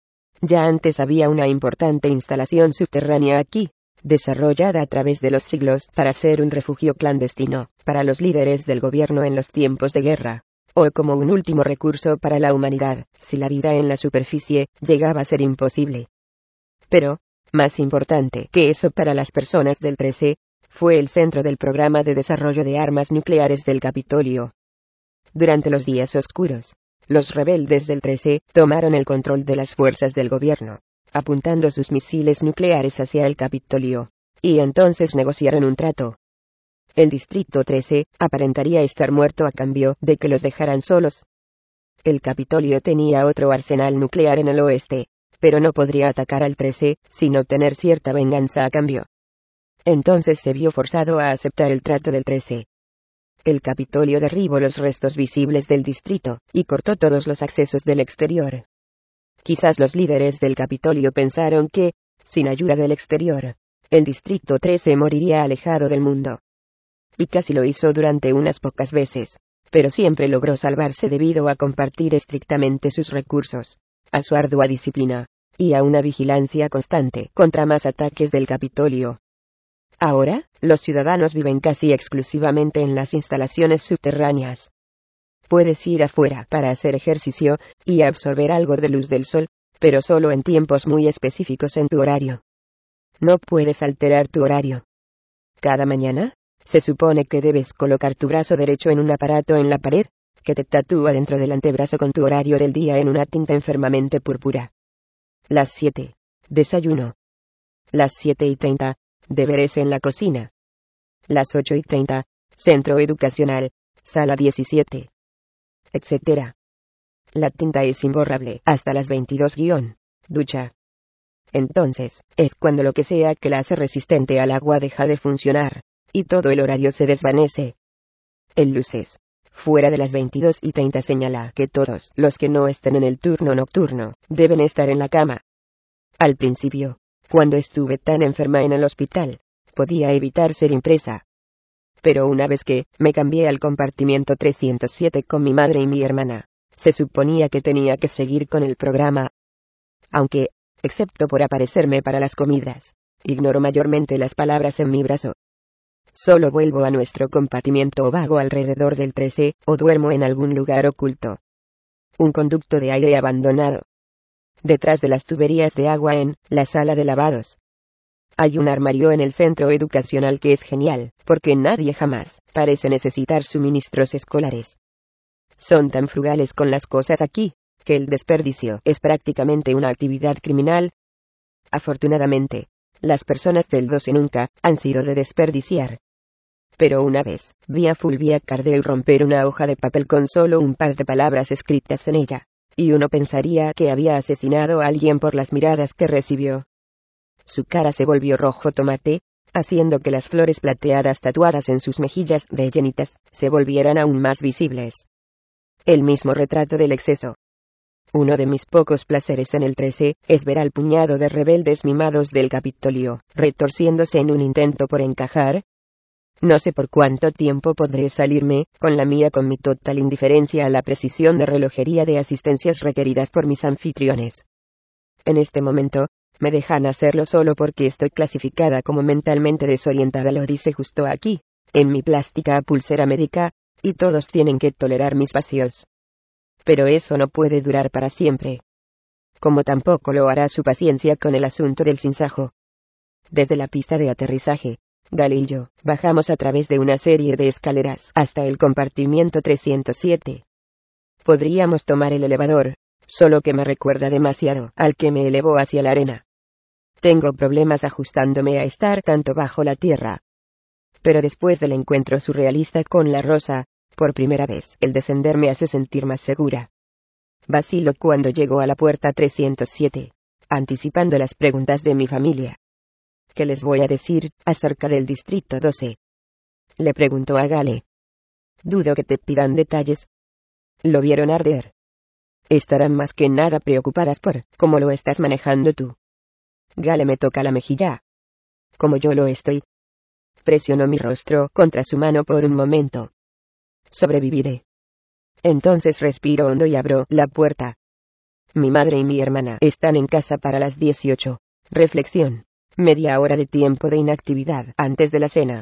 Ya antes había una importante instalación subterránea aquí, desarrollada a través de los siglos para ser un refugio clandestino para los líderes del gobierno en los tiempos de guerra, o como un último recurso para la humanidad, si la vida en la superficie llegaba a ser imposible. Pero, más importante que eso para las personas del trece, fue el centro del programa de desarrollo de armas nucleares del Capitolio. Durante los días oscuros, los rebeldes del trece tomaron el control de las fuerzas del gobierno, apuntando sus misiles nucleares hacia el Capitolio, y entonces negociaron un trato. El Distrito trece aparentaría estar muerto a cambio de que los dejaran solos. El Capitolio tenía otro arsenal nuclear en el oeste, pero no podría atacar al trece sin obtener cierta venganza a cambio. Entonces se vio forzado a aceptar el trato del trece. El Capitolio derribó los restos visibles del distrito y cortó todos los accesos del exterior. Quizás los líderes del Capitolio pensaron que, sin ayuda del exterior, el Distrito trece moriría alejado del mundo. Y casi lo hizo durante unas pocas veces, pero siempre logró salvarse debido a compartir estrictamente sus recursos, a su ardua disciplina, y a una vigilancia constante contra más ataques del Capitolio. Ahora, los ciudadanos viven casi exclusivamente en las instalaciones subterráneas. Puedes ir afuera para hacer ejercicio y absorber algo de luz del sol, pero solo en tiempos muy específicos en tu horario. No puedes alterar tu horario. Cada mañana, se supone que debes colocar tu brazo derecho en un aparato en la pared, que te tatúa dentro del antebrazo con tu horario del día en una tinta enfermamente púrpura. Las siete. Desayuno. Las siete y treinta. Deberes en la cocina. Las ocho y treinta. Centro educacional. Sala diecisiete. Etcétera. La tinta es imborrable hasta las veintidós. Ducha. Entonces, es cuando lo que sea que la hace resistente al agua deja de funcionar, y todo el horario se desvanece. El luces, fuera de las veintidós y treinta, señala que todos los que no estén en el turno nocturno deben estar en la cama. Al principio, cuando estuve tan enferma en el hospital, podía evitar ser impresa. Pero una vez que me cambié al compartimiento trescientos siete con mi madre y mi hermana, se suponía que tenía que seguir con el programa. Aunque, excepto por aparecerme para las comidas, ignoro mayormente las palabras en mi brazo. Solo vuelvo a nuestro compartimiento o vago alrededor del trece, o duermo en algún lugar oculto. Un conducto de aire abandonado. Detrás de las tuberías de agua en la sala de lavados. Hay un armario en el centro educacional que es genial, porque nadie jamás parece necesitar suministros escolares. Son tan frugales con las cosas aquí, que el desperdicio es prácticamente una actividad criminal. Afortunadamente, las personas del doce nunca han sido de desperdiciar. Pero una vez, vi a Fulvia Cardeu romper una hoja de papel con solo un par de palabras escritas en ella, y uno pensaría que había asesinado a alguien por las miradas que recibió. Su cara se volvió rojo tomate, haciendo que las flores plateadas tatuadas en sus mejillas rellenitas se volvieran aún más visibles. El mismo retrato del exceso. Uno de mis pocos placeres en el trece es ver al puñado de rebeldes mimados del Capitolio, retorciéndose en un intento por encajar. No sé por cuánto tiempo podré salirme, con la mía con mi total indiferencia a la precisión de relojería de asistencias requeridas por mis anfitriones. En este momento, me dejan hacerlo solo porque estoy clasificada como mentalmente desorientada, lo dice justo aquí, en mi plástica pulsera médica, y todos tienen que tolerar mis vacíos. Pero eso no puede durar para siempre. Como tampoco lo hará su paciencia con el asunto del sinsajo. Desde la pista de aterrizaje, Gale y yo bajamos a través de una serie de escaleras hasta el compartimiento trescientos siete. Podríamos tomar el elevador, solo que me recuerda demasiado al que me elevó hacia la arena. Tengo problemas ajustándome a estar tanto bajo la tierra. Pero después del encuentro surrealista con la rosa, por primera vez el descender me hace sentir más segura. Vacilo cuando llego a la puerta trescientos siete, anticipando las preguntas de mi familia. ¿Qué les voy a decir acerca del distrito doce? Le preguntó a Gale. Dudo que te pidan detalles. Lo vieron arder. Estarán más que nada preocupadas por cómo lo estás manejando tú. Gale me toca la mejilla. Como yo lo estoy. Presionó mi rostro contra su mano por un momento. Sobreviviré. Entonces respiro hondo y abro la puerta. Mi madre y mi hermana están en casa para las dieciocho. Reflexión. Media hora de tiempo de inactividad antes de la cena.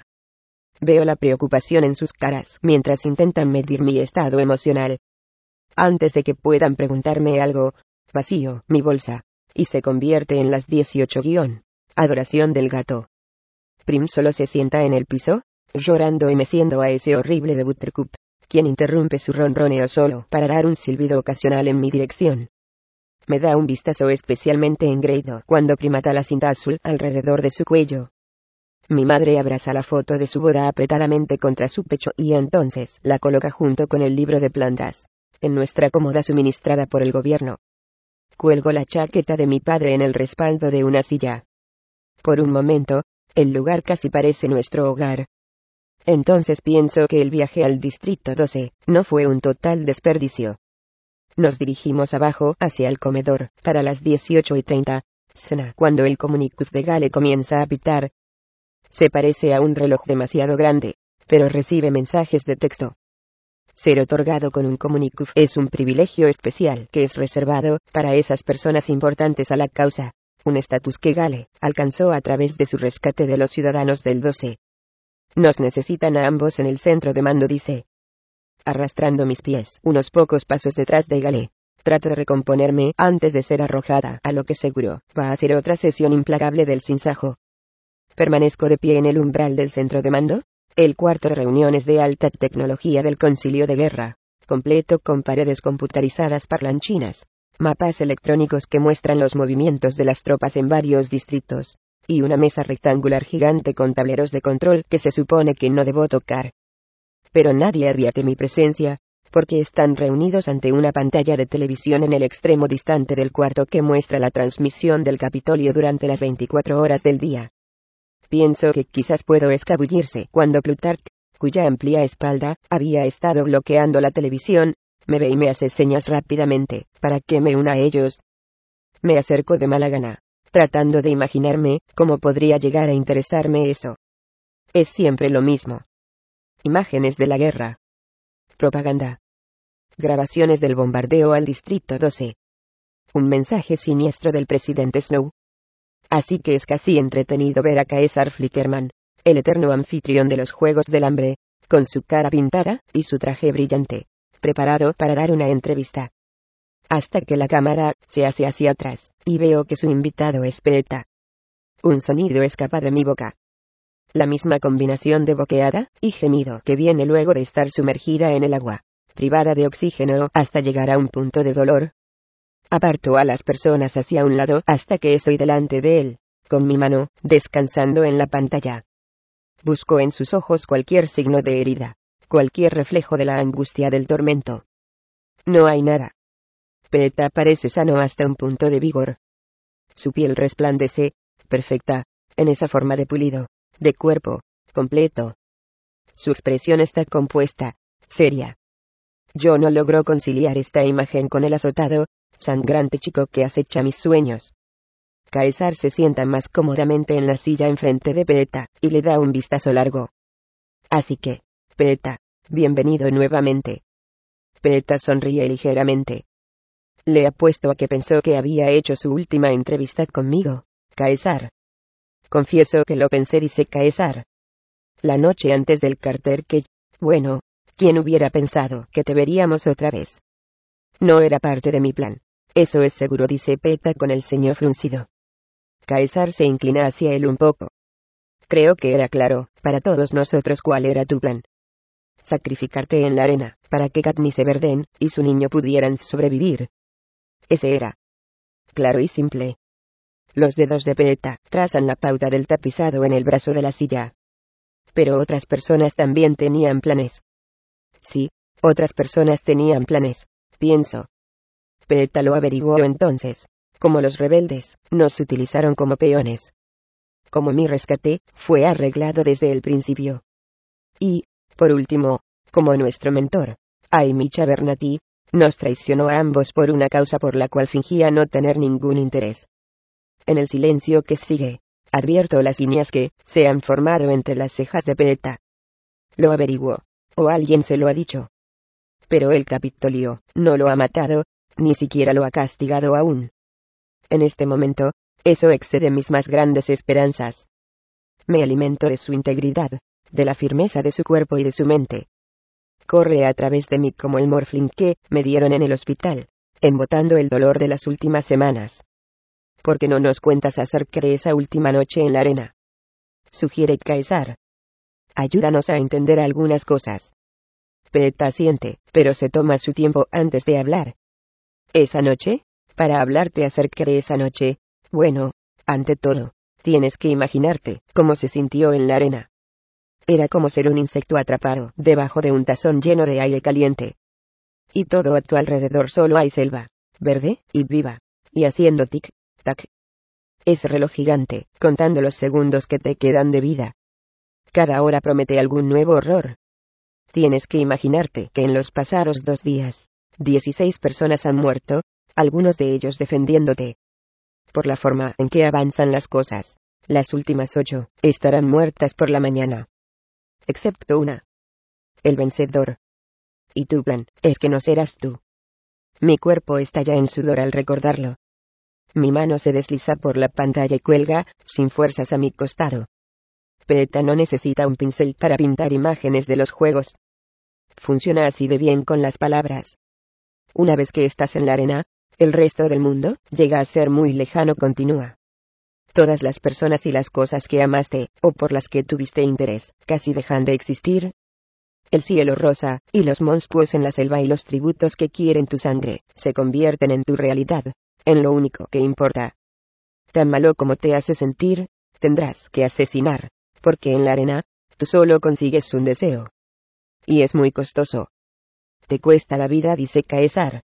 Veo la preocupación en sus caras mientras intentan medir mi estado emocional. Antes de que puedan preguntarme algo, vacío mi bolsa, y se convierte en las dieciocho. Adoración del gato. Prim solo se sienta en el piso, llorando y meciendo a ese horrible de Buttercup, quien interrumpe su ronroneo solo para dar un silbido ocasional en mi dirección. Me da un vistazo especialmente engreído cuando Prim ata la cinta azul alrededor de su cuello. Mi madre abraza la foto de su boda apretadamente contra su pecho y entonces la coloca junto con el libro de plantas, en nuestra cómoda suministrada por el gobierno. Cuelgo la chaqueta de mi padre en el respaldo de una silla. Por un momento, el lugar casi parece nuestro hogar. Entonces pienso que el viaje al distrito doce no fue un total desperdicio. Nos dirigimos abajo hacia el comedor para las dieciocho y treinta, cena, cuando el comunicuf de Gale comienza a pitar. Se parece a un reloj demasiado grande, pero recibe mensajes de texto. Ser otorgado con un comunicuf es un privilegio especial que es reservado para esas personas importantes a la causa, un estatus que Gale alcanzó a través de su rescate de los ciudadanos del doce. Nos necesitan a ambos en el centro de mando, dice. Arrastrando mis pies unos pocos pasos detrás de Gale, trato de recomponerme antes de ser arrojada a lo que seguro va a ser otra sesión implacable del sinsajo. Permanezco de pie en el umbral del centro de mando, el cuarto de reuniones de alta tecnología del Concilio de Guerra, completo con paredes computarizadas parlanchinas, mapas electrónicos que muestran los movimientos de las tropas en varios distritos, y una mesa rectangular gigante con tableros de control que se supone que no debo tocar. Pero nadie advierte mi presencia, porque están reunidos ante una pantalla de televisión en el extremo distante del cuarto que muestra la transmisión del Capitolio durante las veinticuatro horas del día. Pienso que quizás puedo escabullirse cuando Plutarch, cuya amplia espalda había estado bloqueando la televisión, me ve y me hace señas rápidamente para que me una a ellos. Me acerco de mala gana, tratando de imaginarme cómo podría llegar a interesarme eso. Es siempre lo mismo. Imágenes de la guerra. Propaganda. Grabaciones del bombardeo al Distrito doce. Un mensaje siniestro del presidente Snow. Así que es casi entretenido ver a Caesar Flickerman, el eterno anfitrión de los Juegos del Hambre, con su cara pintada y su traje brillante, preparado para dar una entrevista. Hasta que la cámara se hace hacia atrás, y veo que su invitado es Peeta. Un sonido escapa de mi boca. La misma combinación de boqueada y gemido que viene luego de estar sumergida en el agua, privada de oxígeno hasta llegar a un punto de dolor. Aparto a las personas hacia un lado hasta que estoy delante de él, con mi mano descansando en la pantalla. Busco en sus ojos cualquier signo de herida, cualquier reflejo de la angustia del tormento. No hay nada. Peeta parece sano hasta un punto de vigor. Su piel resplandece, perfecta, en esa forma de pulido, de cuerpo completo. Su expresión está compuesta, seria. Yo no logro conciliar esta imagen con el azotado, sangrante chico que acecha mis sueños. Caesar se sienta más cómodamente en la silla enfrente de Peeta, y le da un vistazo largo. Así que, Peeta, bienvenido nuevamente. Peeta sonríe ligeramente. Le apuesto a que pensó que había hecho su última entrevista conmigo, Caesar. Confieso que lo pensé, dice Caesar. La noche antes del carter que... Bueno, ¿quién hubiera pensado que te veríamos otra vez? No era parte de mi plan. Eso es seguro, dice Peeta con el ceño fruncido. Caesar se inclina hacia él un poco. Creo que era claro, para todos nosotros, cuál era tu plan. Sacrificarte en la arena, para que Katniss Everdeen y su niño pudieran sobrevivir. Ese era. Claro y simple. Los dedos de Peeta trazan la pauta del tapizado en el brazo de la silla. Pero otras personas también tenían planes. Sí, otras personas tenían planes, pienso. Peeta lo averiguó entonces. Como los rebeldes nos utilizaron como peones. Como mi rescate fue arreglado desde el principio. Y, por último, como nuestro mentor, Haymitch Abernathy, nos traicionó a ambos por una causa por la cual fingía no tener ningún interés. En el silencio que sigue, advierto las líneas que se han formado entre las cejas de Peeta. Lo averiguó, o alguien se lo ha dicho. Pero el Capitolio no lo ha matado, ni siquiera lo ha castigado aún. En este momento, eso excede mis más grandes esperanzas. Me alimento de su integridad, de la firmeza de su cuerpo y de su mente. Corre a través de mí como el morfín que me dieron en el hospital, embotando el dolor de las últimas semanas. ¿Por qué no nos cuentas acerca de esa última noche en la arena? Sugiere Caesar. Ayúdanos a entender algunas cosas. Peeta asiente, pero se toma su tiempo antes de hablar. ¿Esa noche? Para hablarte acerca de esa noche, bueno, ante todo, tienes que imaginarte cómo se sintió en la arena. Era como ser un insecto atrapado debajo de un tazón lleno de aire caliente. Y todo a tu alrededor solo hay selva, verde y viva, y haciendo tic, tac. Ese reloj gigante, contando los segundos que te quedan de vida. Cada hora promete algún nuevo horror. Tienes que imaginarte que en los pasados dos días, dieciséis personas han muerto, algunos de ellos defendiéndote. Por la forma en que avanzan las cosas, las últimas ocho estarán muertas por la mañana. Excepto una. El vencedor. Y tu plan es que no serás tú. Mi cuerpo estalla en sudor al recordarlo. Mi mano se desliza por la pantalla y cuelga, sin fuerzas, a mi costado. Peeta no necesita un pincel para pintar imágenes de los juegos. Funciona así de bien con las palabras. Una vez que estás en la arena, el resto del mundo llega a ser muy lejano, continúa. Todas las personas y las cosas que amaste, o por las que tuviste interés, casi dejan de existir. El cielo rosa, y los monstruos en la selva y los tributos que quieren tu sangre, se convierten en tu realidad, en lo único que importa. Tan malo como te hace sentir, tendrás que asesinar, porque en la arena, tú solo consigues un deseo. Y es muy costoso. Te cuesta la vida, dice Caesar.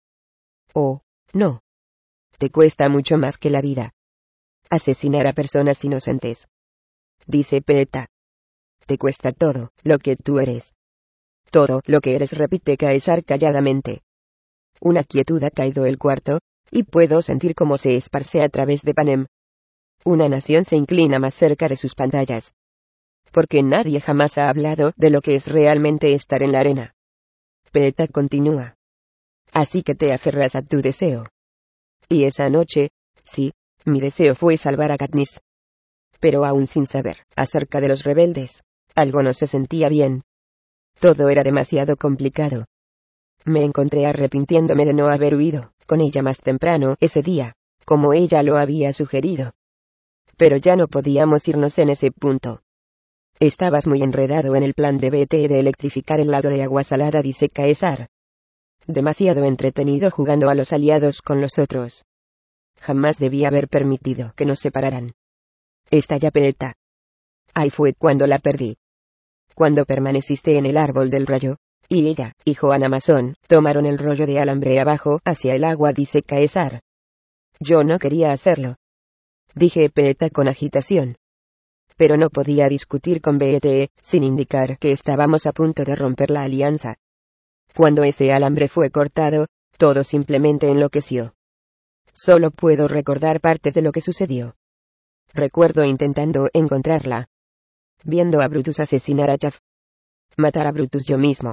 Oh, no. Te cuesta mucho más que la vida. Asesinar a personas inocentes. dice Peeta. Te cuesta todo lo que tú eres. Todo lo que eres, repite Caesar calladamente. Una quietud ha caído el cuarto, y puedo sentir cómo se esparce a través de Panem. Una nación se inclina más cerca de sus pantallas. Porque nadie jamás ha hablado de lo que es realmente estar en la arena. Peeta continúa. Así que te aferras a tu deseo. Y esa noche, sí, mi deseo fue salvar a Katniss. Pero aún sin saber acerca de los rebeldes, algo no se sentía bien. Todo era demasiado complicado. Me encontré arrepintiéndome de no haber huido con ella más temprano ese día, como ella lo había sugerido. Pero ya no podíamos irnos en ese punto. Estabas muy enredado en el plan de B T E de electrificar el lago de agua salada, dice Caesar. Demasiado entretenido jugando a los aliados con los otros. Jamás debí haber permitido que nos separaran. Estalla Peeta. Ahí fue cuando la perdí. Cuando permaneciste en el árbol del rayo, y ella y Johanna Mason tomaron el rollo de alambre abajo hacia el agua, dice Caesar. Yo no quería hacerlo. Dije Peeta con agitación. Pero no podía discutir con B T E sin indicar que estábamos a punto de romper la alianza. Cuando ese alambre fue cortado, todo simplemente enloqueció. Solo puedo recordar partes de lo que sucedió. Recuerdo intentando encontrarla. Viendo a Brutus asesinar a Jaff. Matar a Brutus yo mismo.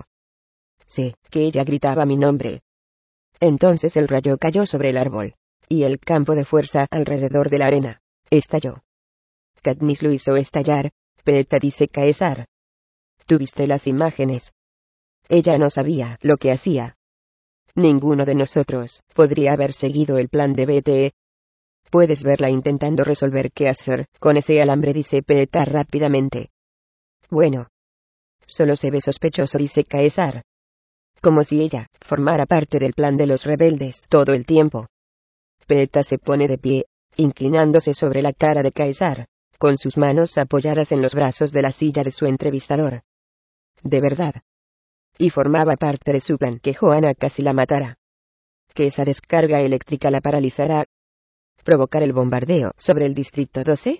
Sé que ella gritaba mi nombre. Entonces el rayo cayó sobre el árbol, y el campo de fuerza alrededor de la arena estalló. Katniss lo hizo estallar, Peeta, dice Caesar. ¿Tuviste las imágenes? Ella no sabía lo que hacía. Ninguno de nosotros podría haber seguido el plan de B T E. Puedes verla intentando resolver qué hacer con ese alambre, dice Peeta rápidamente. Bueno. Solo se ve sospechoso, dice Caesar. Como si ella formara parte del plan de los rebeldes todo el tiempo. Peeta se pone de pie, inclinándose sobre la cara de Caesar, con sus manos apoyadas en los brazos de la silla de su entrevistador. De verdad. Y formaba parte de su plan que Johanna casi la matara. Que esa descarga eléctrica la paralizara. Provocar el bombardeo sobre el Distrito doce.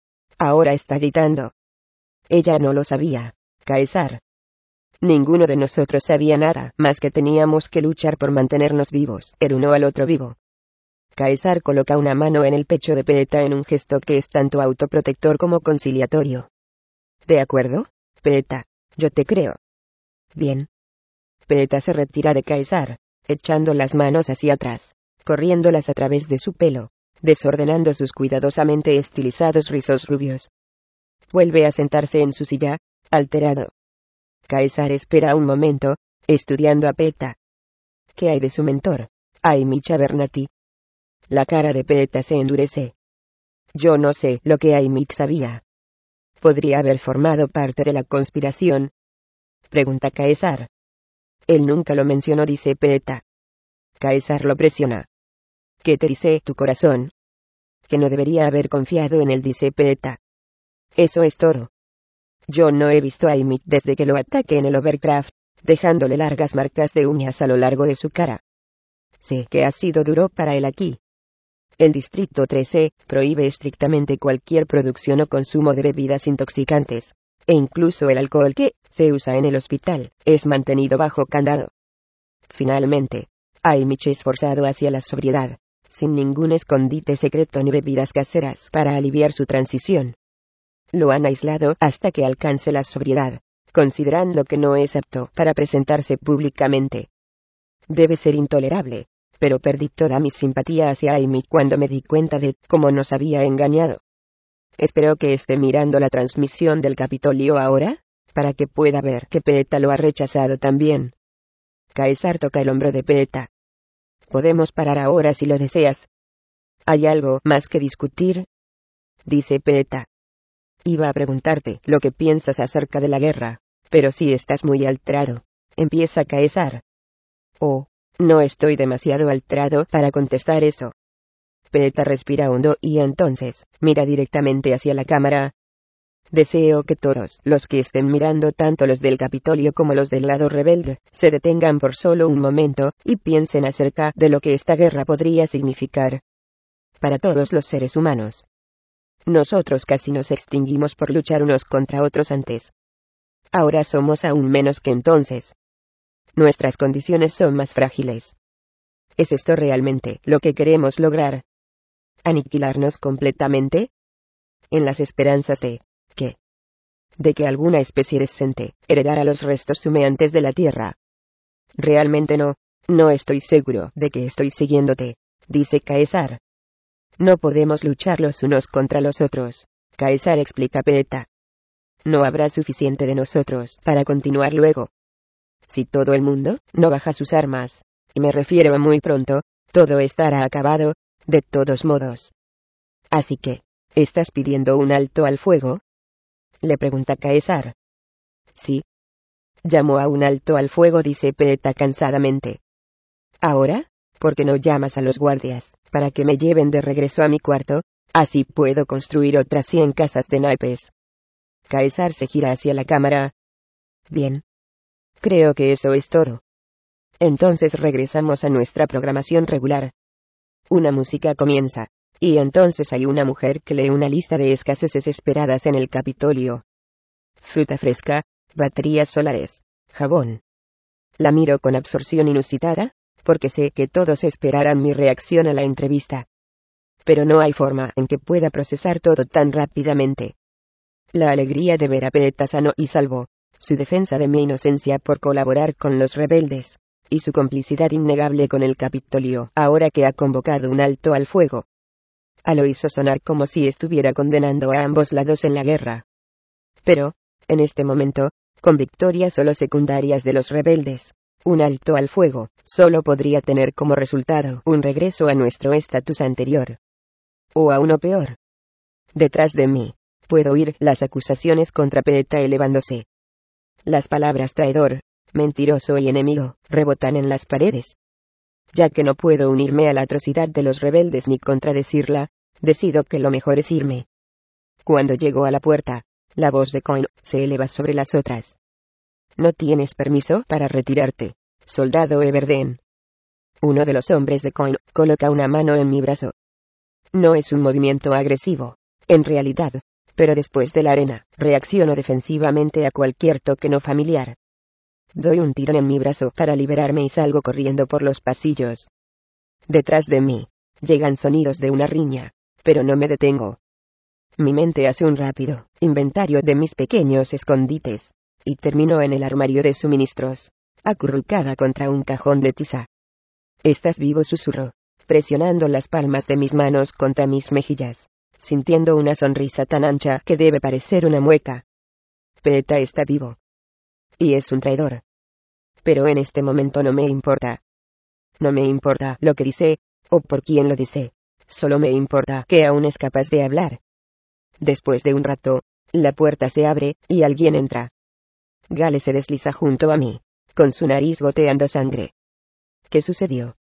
Ahora está gritando. Ella no lo sabía, Caesar. Ninguno de nosotros sabía nada más que teníamos que luchar por mantenernos vivos, el uno al otro vivo. Caesar coloca una mano en el pecho de Peeta en un gesto que es tanto autoprotector como conciliatorio. ¿De acuerdo, Peeta? Yo te creo. Bien. Peeta se retira de Caesar, echando las manos hacia atrás, corriéndolas a través de su pelo, desordenando sus cuidadosamente estilizados rizos rubios. Vuelve a sentarse en su silla, alterado. Caesar espera un momento, estudiando a Peeta. ¿Qué hay de su mentor, Haymitch Abernathy? La cara de Peeta se endurece. Yo no sé lo que Haymitch sabía. ¿Podría haber formado parte de la conspiración? Pregunta Caesar. Él nunca lo mencionó, dice Peeta. Caesar lo presiona. ¿Qué te dice tu corazón? Que no debería haber confiado en él, dice Peeta. Eso es todo. Yo no he visto a Haymitch desde que lo ataqué en el Overcraft, dejándole largas marcas de uñas a lo largo de su cara. Sé que ha sido duro para él aquí. El Distrito trece prohíbe estrictamente cualquier producción o consumo de bebidas intoxicantes, e incluso el alcohol que se usa en el hospital es mantenido bajo candado. Finalmente, Haymitch es forzado hacia la sobriedad, sin ningún escondite secreto ni bebidas caseras para aliviar su transición. Lo han aislado hasta que alcance la sobriedad, considerando que no es apto para presentarse públicamente. Debe ser intolerable, pero perdí toda mi simpatía hacia Haymitch cuando me di cuenta de cómo nos había engañado. Espero que esté mirando la transmisión del Capitolio ahora, para que pueda ver que Peeta lo ha rechazado también. Caesar toca el hombro de Peeta. Podemos parar ahora si lo deseas. ¿Hay algo más que discutir? Dice Peeta. Iba a preguntarte lo que piensas acerca de la guerra, pero si estás muy alterado. Empieza Caesar. Oh, no estoy demasiado alterado para contestar eso. Peeta respira hondo y entonces mira directamente hacia la cámara. Deseo que todos los que estén mirando, tanto los del Capitolio como los del lado rebelde, se detengan por solo un momento y piensen acerca de lo que esta guerra podría significar para todos los seres humanos. Nosotros casi nos extinguimos por luchar unos contra otros antes. Ahora somos aún menos que entonces. Nuestras condiciones son más frágiles. ¿Es esto realmente lo que queremos lograr? ¿Aniquilarnos completamente? En las esperanzas de, ¿qué? De que alguna especie decente heredara los restos humeantes de la Tierra. Realmente no, no estoy seguro de que estoy siguiéndote, dice Caesar. No podemos luchar los unos contra los otros, Caesar explica Peeta. No habrá suficiente de nosotros para continuar luego. Si todo el mundo no baja sus armas, y me refiero a muy pronto, todo estará acabado, de todos modos. Así que, ¿estás pidiendo un alto al fuego? Le pregunta Caesar. Sí. Llamó a un alto al fuego, dice Peeta cansadamente. Ahora, ¿por qué no llamas a los guardias, para que me lleven de regreso a mi cuarto? Así puedo construir otras cien casas de naipes. Caesar se gira hacia la cámara. Bien. Creo que eso es todo. Entonces regresamos a nuestra programación regular. Una música comienza, y entonces hay una mujer que lee una lista de escaseces esperadas en el Capitolio. Fruta fresca, baterías solares, jabón. La miro con absorción inusitada, porque sé que todos esperarán mi reacción a la entrevista. Pero no hay forma en que pueda procesar todo tan rápidamente. La alegría de ver a Peeta sano y salvo, su defensa de mi inocencia por colaborar con los rebeldes, y su complicidad innegable con el Capitolio ahora que ha convocado un alto al fuego. A lo hizo sonar como si estuviera condenando a ambos lados en la guerra. Pero, en este momento, con victorias solo secundarias de los rebeldes, un alto al fuego solo podría tener como resultado un regreso a nuestro estatus anterior. O a uno peor. Detrás de mí, puedo oír las acusaciones contra Peeta elevándose. Las palabras traidor, mentiroso y enemigo rebotan en las paredes. Ya que no puedo unirme a la atrocidad de los rebeldes ni contradecirla, decido que lo mejor es irme. Cuando llego a la puerta, la voz de Coin se eleva sobre las otras. No tienes permiso para retirarte, soldado Everden. Uno de los hombres de Coin coloca una mano en mi brazo. No es un movimiento agresivo, en realidad, pero después de la arena, reacciono defensivamente a cualquier toque no familiar. Doy un tirón en mi brazo para liberarme y salgo corriendo por los pasillos. Detrás de mí, llegan sonidos de una riña, pero no me detengo. Mi mente hace un rápido inventario de mis pequeños escondites, y termino en el armario de suministros, acurrucada contra un cajón de tiza. ¿Estás vivo?, susurro, presionando las palmas de mis manos contra mis mejillas, sintiendo una sonrisa tan ancha que debe parecer una mueca. Peeta está vivo. Y es un traidor. Pero en este momento no me importa. No me importa lo que dice, o por quién lo dice, solo me importa que aún es capaz de hablar. Después de un rato, la puerta se abre, y alguien entra. Gale se desliza junto a mí, con su nariz goteando sangre. ¿Qué sucedió?,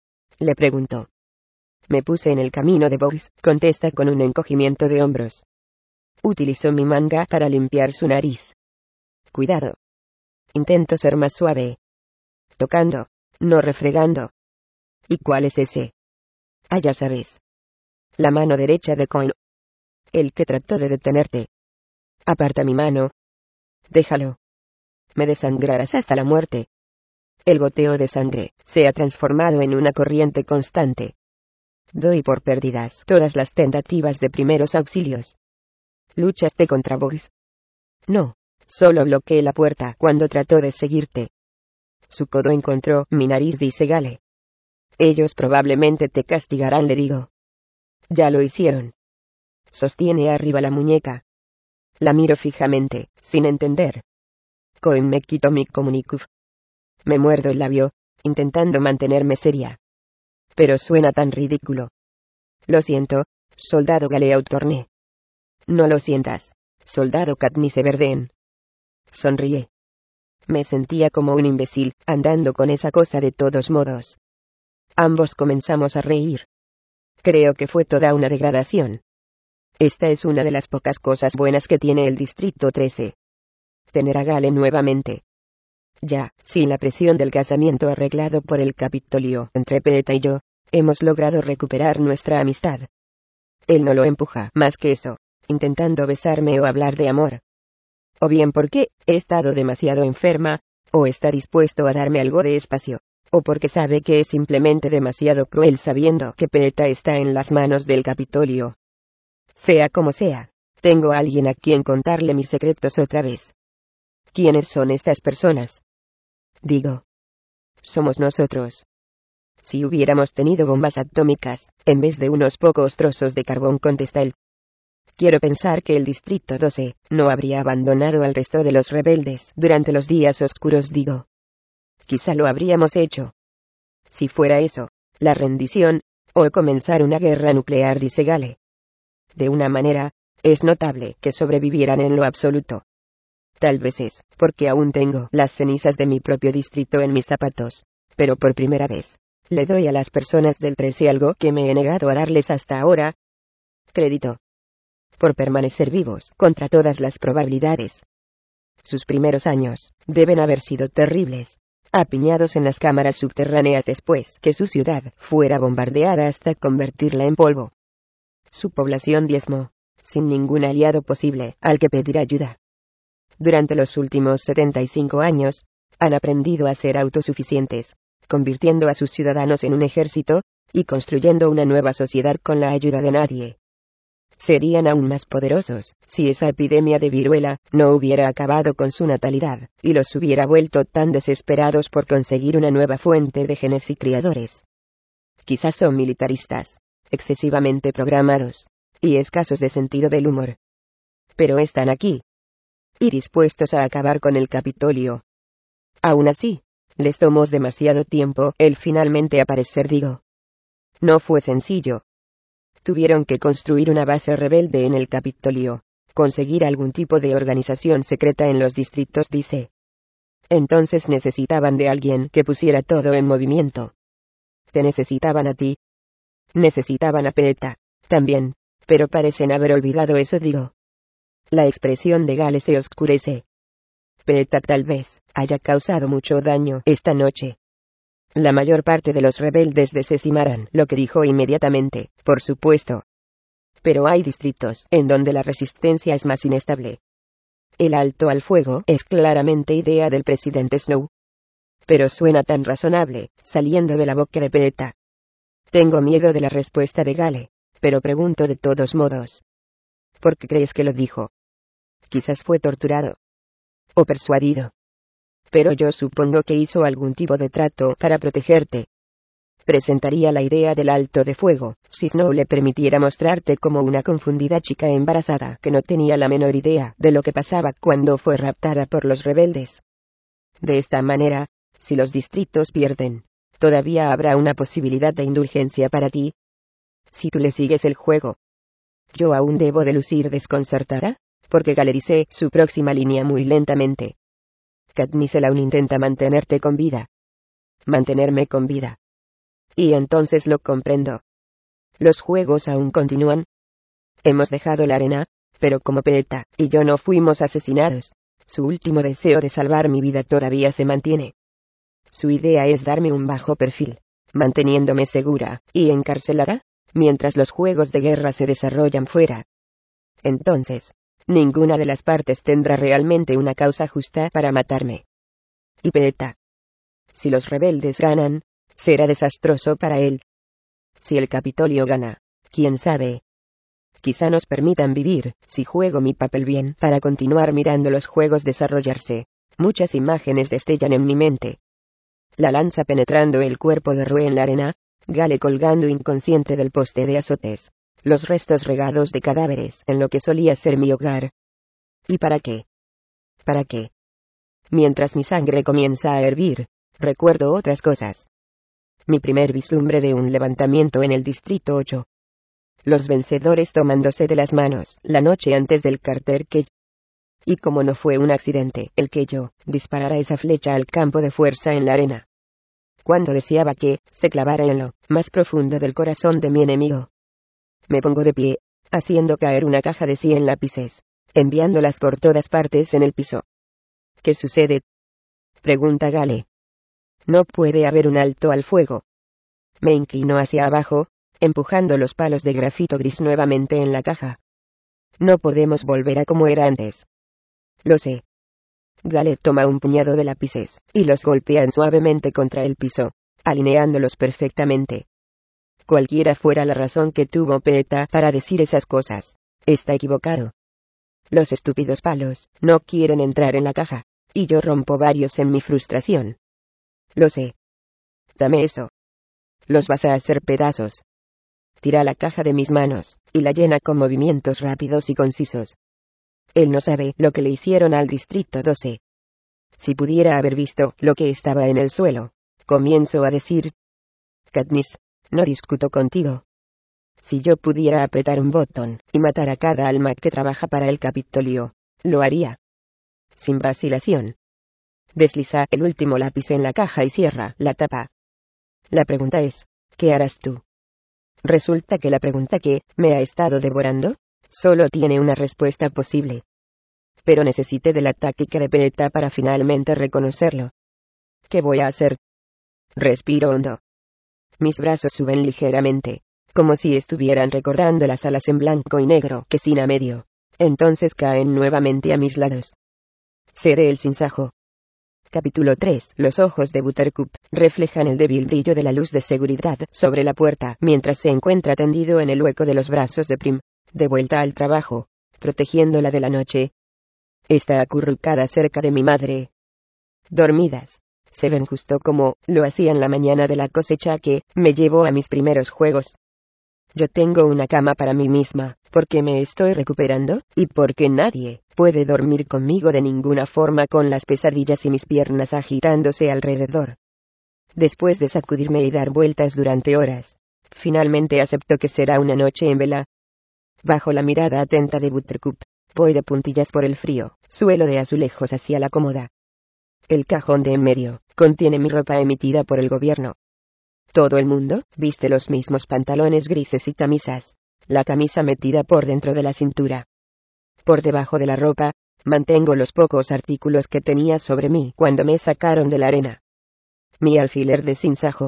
le preguntó. Me puse en el camino de Boggs, contesta con un encogimiento de hombros. Utilizó mi manga para limpiar su nariz. Cuidado. Intento ser más suave. Tocando, no refregando. ¿Y cuál es ese? Ah, ya sabes. La mano derecha de Coin. El que trató de detenerte. Aparta mi mano. Déjalo. Me desangrarás hasta la muerte. El goteo de sangre se ha transformado en una corriente constante. Doy por perdidas todas las tentativas de primeros auxilios. ¿Luchaste contra Boggs? No, solo bloqueé la puerta cuando trató de seguirte. Su codo encontró mi nariz, dice Gale. Ellos probablemente te castigarán, le digo. Ya lo hicieron. Sostiene arriba la muñeca. La miro fijamente, sin entender. Coin me quitó mi comunicuf. Me muerdo el labio, intentando mantenerme seria. Pero suena tan ridículo. Lo siento, soldado Galeau Torné. No lo sientas, soldado Katniss Everdeen. Sonríe. Me sentía como un imbécil, andando con esa cosa de todos modos. Ambos comenzamos a reír. Creo que fue toda una degradación. Esta es una de las pocas cosas buenas que tiene el Distrito trece. Tener a Gale nuevamente. Ya, sin la presión del casamiento arreglado por el Capitolio entre Peeta y yo, hemos logrado recuperar nuestra amistad. Él no lo empuja más que eso, intentando besarme o hablar de amor. O bien porque he estado demasiado enferma, o está dispuesto a darme algo de espacio, o porque sabe que es simplemente demasiado cruel sabiendo que Peneta está en las manos del Capitolio. Sea como sea, tengo a alguien a quien contarle mis secretos otra vez. ¿Quiénes son estas personas? Digo. Somos nosotros. Si hubiéramos tenido bombas atómicas, en vez de unos pocos trozos de carbón, contesta él. Quiero pensar que el Distrito doce no habría abandonado al resto de los rebeldes durante los días oscuros, digo. Quizá lo habríamos hecho. Si fuera eso, la rendición, o comenzar una guerra nuclear, dice Gale. De una manera, es notable que sobrevivieran en lo absoluto. Tal vez es porque aún tengo las cenizas de mi propio distrito en mis zapatos, pero por primera vez, le doy a las personas del trece algo que me he negado a darles hasta ahora. Crédito. Por permanecer vivos contra todas las probabilidades. Sus primeros años deben haber sido terribles, apiñados en las cámaras subterráneas después que su ciudad fuera bombardeada hasta convertirla en polvo. Su población diezmó, sin ningún aliado posible al que pedir ayuda. Durante los últimos setenta y cinco años, han aprendido a ser autosuficientes, convirtiendo a sus ciudadanos en un ejército, y construyendo una nueva sociedad con la ayuda de nadie. Serían aún más poderosos si esa epidemia de viruela no hubiera acabado con su natalidad, y los hubiera vuelto tan desesperados por conseguir una nueva fuente de genes y criadores. Quizás son militaristas, excesivamente programados, y escasos de sentido del humor. Pero están aquí. Y dispuestos a acabar con el Capitolio. Aún así, les tomó demasiado tiempo el finalmente aparecer, digo. No fue sencillo. Tuvieron que construir una base rebelde en el Capitolio, conseguir algún tipo de organización secreta en los distritos, dice. Entonces necesitaban de alguien que pusiera todo en movimiento. Te necesitaban a ti. Necesitaban a Peneta, también, pero parecen haber olvidado eso, digo. La expresión de Gale se oscurece. Peneta tal vez haya causado mucho daño esta noche. La mayor parte de los rebeldes desestimarán lo que dijo inmediatamente, por supuesto. Pero hay distritos en donde la resistencia es más inestable. El alto al fuego es claramente idea del presidente Snow. Pero suena tan razonable, saliendo de la boca de Peneta. Tengo miedo de la respuesta de Gale, pero pregunto de todos modos. ¿Por qué crees que lo dijo? Quizás fue torturado. O persuadido. Pero yo supongo que hizo algún tipo de trato para protegerte. Presentaría la idea del alto de fuego, si Snow le permitiera mostrarte como una confundida chica embarazada que no tenía la menor idea de lo que pasaba cuando fue raptada por los rebeldes. De esta manera, si los distritos pierden, todavía habrá una posibilidad de indulgencia para ti. Si tú le sigues el juego. Yo aún debo de lucir desconcertada, porque Gale dice su próxima línea muy lentamente. Katniss aún intenta mantenerte con vida. Mantenerme con vida. Y entonces lo comprendo. Los juegos aún continúan. Hemos dejado la arena, pero como Peneta y yo no fuimos asesinados, su último deseo de salvar mi vida todavía se mantiene. Su idea es darme un bajo perfil, manteniéndome segura y encarcelada, mientras los juegos de guerra se desarrollan fuera. Entonces, ninguna de las partes tendrá realmente una causa justa para matarme. Y Peneta. Si los rebeldes ganan, será desastroso para él. Si el Capitolio gana, quién sabe. Quizá nos permitan vivir, si juego mi papel bien, para continuar mirando los juegos desarrollarse. Muchas imágenes destellan en mi mente. La lanza penetrando el cuerpo de Rue en la arena, Gale colgando inconsciente del poste de azotes, los restos regados de cadáveres en lo que solía ser mi hogar. ¿Y para qué? ¿Para qué? Mientras mi sangre comienza a hervir, recuerdo otras cosas. Mi primer vislumbre de un levantamiento en el Distrito ocho. Los vencedores tomándose de las manos la noche antes del carter que... Y como no fue un accidente el que yo disparara esa flecha al campo de fuerza en la arena. Cuando deseaba que se clavara en lo más profundo del corazón de mi enemigo. Me pongo de pie, haciendo caer una caja de cien lápices, enviándolas por todas partes en el piso. ¿Qué sucede? Pregunta Gale. No puede haber un alto al fuego. Me inclino hacia abajo, empujando los palos de grafito gris nuevamente en la caja. No podemos volver a como era antes. Lo sé. Gallet toma un puñado de lápices, y los golpean suavemente contra el piso, alineándolos perfectamente. Cualquiera fuera la razón que tuvo Peeta para decir esas cosas, está equivocado. Los estúpidos palos no quieren entrar en la caja, y yo rompo varios en mi frustración. Lo sé. Dame eso. Los vas a hacer pedazos. Tira la caja de mis manos, y la llena con movimientos rápidos y concisos. Él no sabe lo que le hicieron al Distrito doce. Si pudiera haber visto lo que estaba en el suelo, comienzo a decir: Katniss, no discuto contigo. Si yo pudiera apretar un botón y matar a cada alma que trabaja para el Capitolio, lo haría. Sin vacilación. Desliza el último lápiz en la caja y cierra la tapa. La pregunta es, ¿qué harás tú? Resulta que la pregunta que me ha estado devorando solo tiene una respuesta posible. Pero necesité de la táctica de Peeta para finalmente reconocerlo. ¿Qué voy a hacer? Respiro hondo. Mis brazos suben ligeramente, como si estuvieran recordando las alas en blanco y negro que sin a medio. Entonces caen nuevamente a mis lados. Seré el sinsajo. Capítulo tres. Los ojos de Buttercup reflejan el débil brillo de la luz de seguridad sobre la puerta mientras se encuentra tendido en el hueco de los brazos de Prim, de vuelta al trabajo, protegiéndola de la noche. Está acurrucada cerca de mi madre. Dormidas. Se ven justo como lo hacían la mañana de la cosecha que me llevó a mis primeros juegos. Yo tengo una cama para mí misma, porque me estoy recuperando, y porque nadie puede dormir conmigo de ninguna forma con las pesadillas y mis piernas agitándose alrededor. Después de sacudirme y dar vueltas durante horas, finalmente acepto que será una noche en vela. Bajo la mirada atenta de Buttercup, voy de puntillas por el frío suelo de azulejos hacia la cómoda. El cajón de en medio contiene mi ropa emitida por el gobierno. Todo el mundo viste los mismos pantalones grises y camisas, la camisa metida por dentro de la cintura. Por debajo de la ropa, mantengo los pocos artículos que tenía sobre mí cuando me sacaron de la arena. Mi alfiler de sinsajo.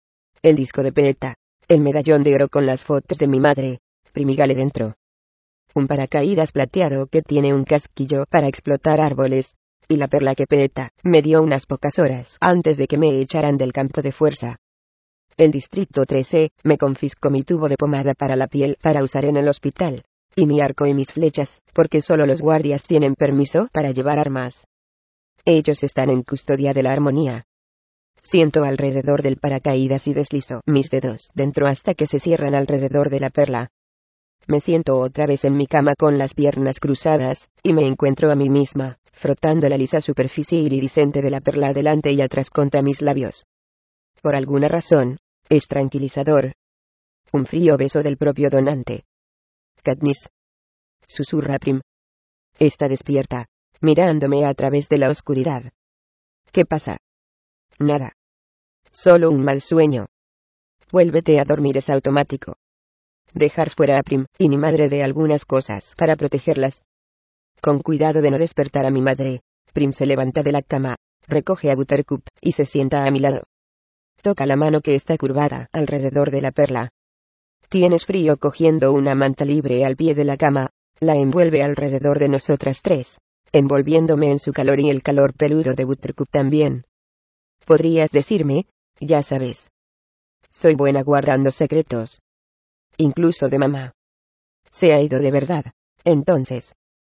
El disco de Peeta, el medallón de oro con las fotos de mi madre, Primigale dentro. Un paracaídas plateado que tiene un casquillo para explotar árboles, y la perla que Peeta me dio unas pocas horas antes de que me echaran del campo de fuerza. El Distrito trece me confiscó mi tubo de pomada para la piel para usar en el hospital, y mi arco y mis flechas, porque solo los guardias tienen permiso para llevar armas. Ellos están en custodia de la armonía. Siento alrededor del paracaídas y deslizo mis dedos dentro hasta que se cierran alrededor de la perla. Me siento otra vez en mi cama con las piernas cruzadas, y me encuentro a mí misma, frotando la lisa superficie iridiscente de la perla adelante y atrás contra mis labios. Por alguna razón, es tranquilizador. Un frío beso del propio donante. Katniss. Susurra Prim. Está despierta, mirándome a través de la oscuridad. ¿Qué pasa? Nada. Solo un mal sueño. Vuélvete a dormir, es automático. Dejar fuera a Prim y mi madre de algunas cosas para protegerlas. Con cuidado de no despertar a mi madre, Prim se levanta de la cama, recoge a Buttercup y se sienta a mi lado. Toca la mano que está curvada alrededor de la perla. Tienes frío. Cogiendo una manta libre al pie de la cama, la envuelve alrededor de nosotras tres, envolviéndome en su calor y el calor peludo de Buttercup también. Podrías decirme, ya sabes. Soy buena guardando secretos. Incluso de mamá. Se ha ido de verdad, entonces.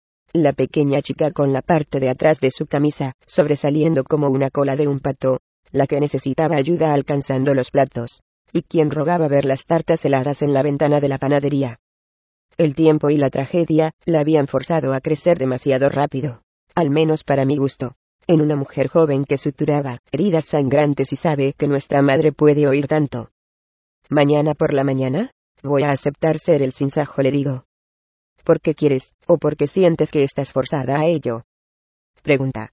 La pequeña chica con la parte de atrás de su camisa, sobresaliendo como una cola de un pato, la que necesitaba ayuda alcanzando los platos, y quien rogaba ver las tartas heladas en la ventana de la panadería. El tiempo y la tragedia la habían forzado a crecer demasiado rápido, al menos para mi gusto, en una mujer joven que suturaba heridas sangrantes y sabe que nuestra madre puede oír tanto. Mañana por la mañana, voy a aceptar ser el sinsajo, le digo. ¿Por qué quieres, o porque sientes que estás forzada a ello? Pregunta.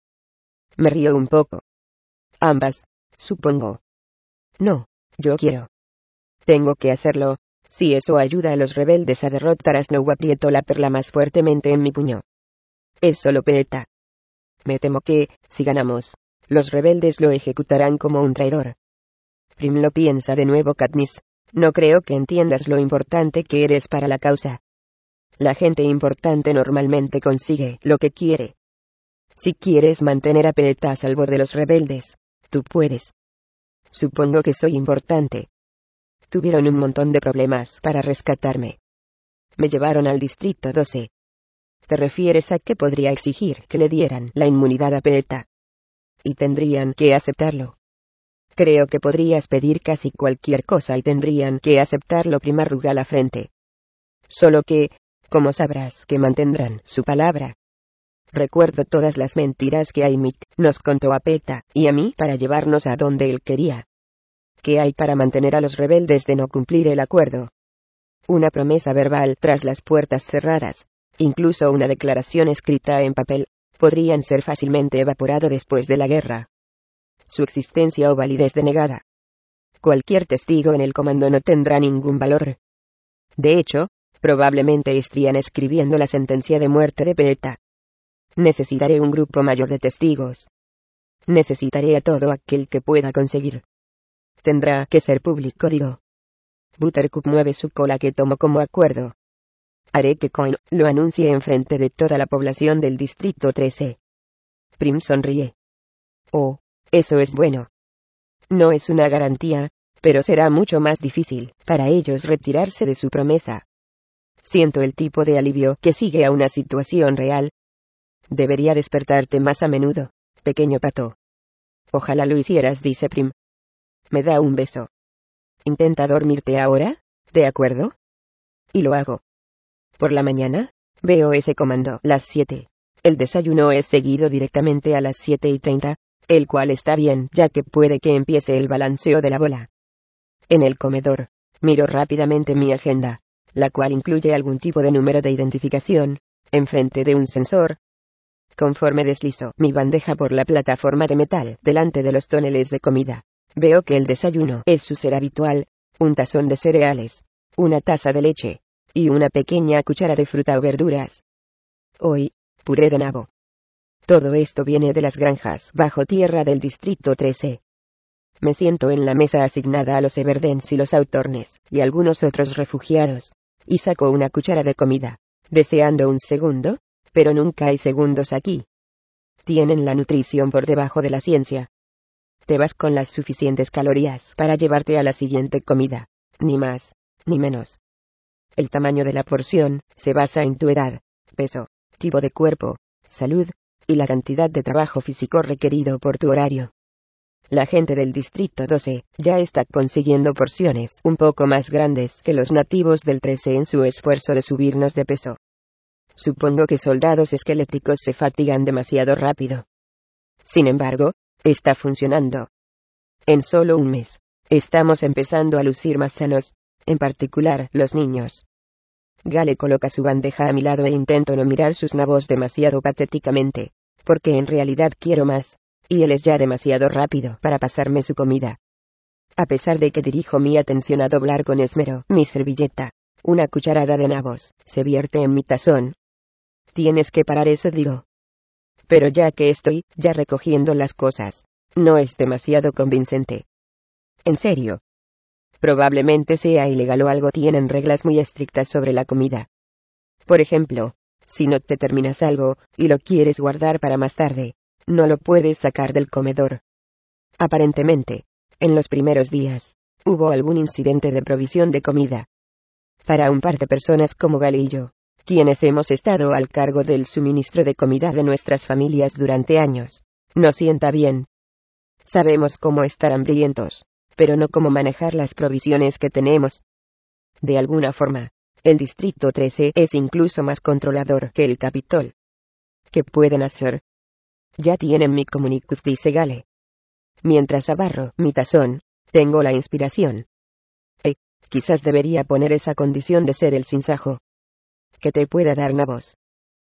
Me río un poco. Ambas, supongo. No, yo quiero. Tengo que hacerlo, si eso ayuda a los rebeldes a derrotar a Snow. Aprieto la perla más fuertemente en mi puño. Es solo Peeta. Me temo que, si ganamos, los rebeldes lo ejecutarán como un traidor. Prim lo piensa de nuevo. Katniss, No creo que entiendas lo importante que eres para la causa. La gente importante normalmente consigue lo que quiere. Si quieres mantener a Peleta a salvo de los rebeldes, tú puedes. Supongo que soy importante. Tuvieron un montón de problemas para rescatarme. Me llevaron al distrito doce. ¿Te refieres a que podría exigir que le dieran la inmunidad a Peleta? Y tendrían que aceptarlo. Creo que podrías pedir casi cualquier cosa y tendrían que aceptarlo. Prim arruga la frente. Solo que, ¿cómo sabrás que mantendrán su palabra? Recuerdo todas las mentiras que Aimik nos contó a Peleta y a mí para llevarnos a donde él quería. ¿Qué hay para mantener a los rebeldes de no cumplir el acuerdo? Una promesa verbal tras las puertas cerradas, incluso una declaración escrita en papel, podrían ser fácilmente evaporado después de la guerra. Su existencia o validez denegada. Cualquier testigo en el comando no tendrá ningún valor. De hecho, probablemente estarían escribiendo la sentencia de muerte de Peleta. Necesitaré un grupo mayor de testigos. Necesitaré a todo aquel que pueda conseguir. Tendrá que ser público, digo. Buttercup mueve su cola que tomó como acuerdo. Haré que Coin lo anuncie enfrente de toda la población del distrito trece. Prim sonríe. Oh, eso es bueno. No es una garantía, pero será mucho más difícil para ellos retirarse de su promesa. Siento el tipo de alivio que sigue a una situación real. Debería despertarte más a menudo, pequeño pato. Ojalá lo hicieras, dice Prim. Me da un beso. Intenta dormirte ahora, ¿de acuerdo? Y lo hago. Por la mañana, veo ese comando. Las siete. El desayuno es seguido directamente a las siete y treinta, el cual está bien, ya que puede que empiece el balanceo de la bola. En el comedor, miro rápidamente mi agenda, la cual incluye algún tipo de número de identificación, enfrente de un sensor. Conforme deslizo mi bandeja por la plataforma de metal delante de los toneles de comida, veo que el desayuno es su ser habitual, un tazón de cereales, una taza de leche, y una pequeña cuchara de fruta o verduras. Hoy, puré de nabo. Todo esto viene de las granjas bajo tierra del distrito trece. Me siento en la mesa asignada a los Everdens y los Autornes, y algunos otros refugiados, y saco una cuchara de comida, deseando un segundo, pero nunca hay segundos aquí. Tienen la nutrición por debajo de la ciencia. Te vas con las suficientes calorías para llevarte a la siguiente comida, ni más, ni menos. El tamaño de la porción se basa en tu edad, peso, tipo de cuerpo, salud, y la cantidad de trabajo físico requerido por tu horario. La gente del distrito doce ya está consiguiendo porciones un poco más grandes que los nativos del trece en su esfuerzo de subirnos de peso. Supongo que soldados esqueléticos se fatigan demasiado rápido. Sin embargo, está funcionando. En solo un mes, estamos empezando a lucir más sanos, en particular los niños. Gale coloca su bandeja a mi lado e intento no mirar sus nabos demasiado patéticamente, porque en realidad quiero más, y él es ya demasiado rápido para pasarme su comida. A pesar de que dirijo mi atención a doblar con esmero mi servilleta, una cucharada de nabos se vierte en mi tazón. Tienes que parar eso, digo. Pero ya que estoy ya recogiendo las cosas, no es demasiado convincente. En serio. Probablemente sea ilegal o algo. Tienen reglas muy estrictas sobre la comida. Por ejemplo, si no te terminas algo, y lo quieres guardar para más tarde, no lo puedes sacar del comedor. Aparentemente, en los primeros días, hubo algún incidente de provisión de comida. Para un par de personas como Gale y yo, quienes hemos estado al cargo del suministro de comida de nuestras familias durante años, no sienta bien. Sabemos cómo estar hambrientos, pero no cómo manejar las provisiones que tenemos. De alguna forma, el distrito trece es incluso más controlador que el Capitol. ¿Qué pueden hacer? Ya tienen mi comunicuf, dice Gale. Mientras abarro mi tazón, tengo la inspiración. Eh, quizás debería poner esa condición de ser el sinsajo. Que te pueda dar nabos.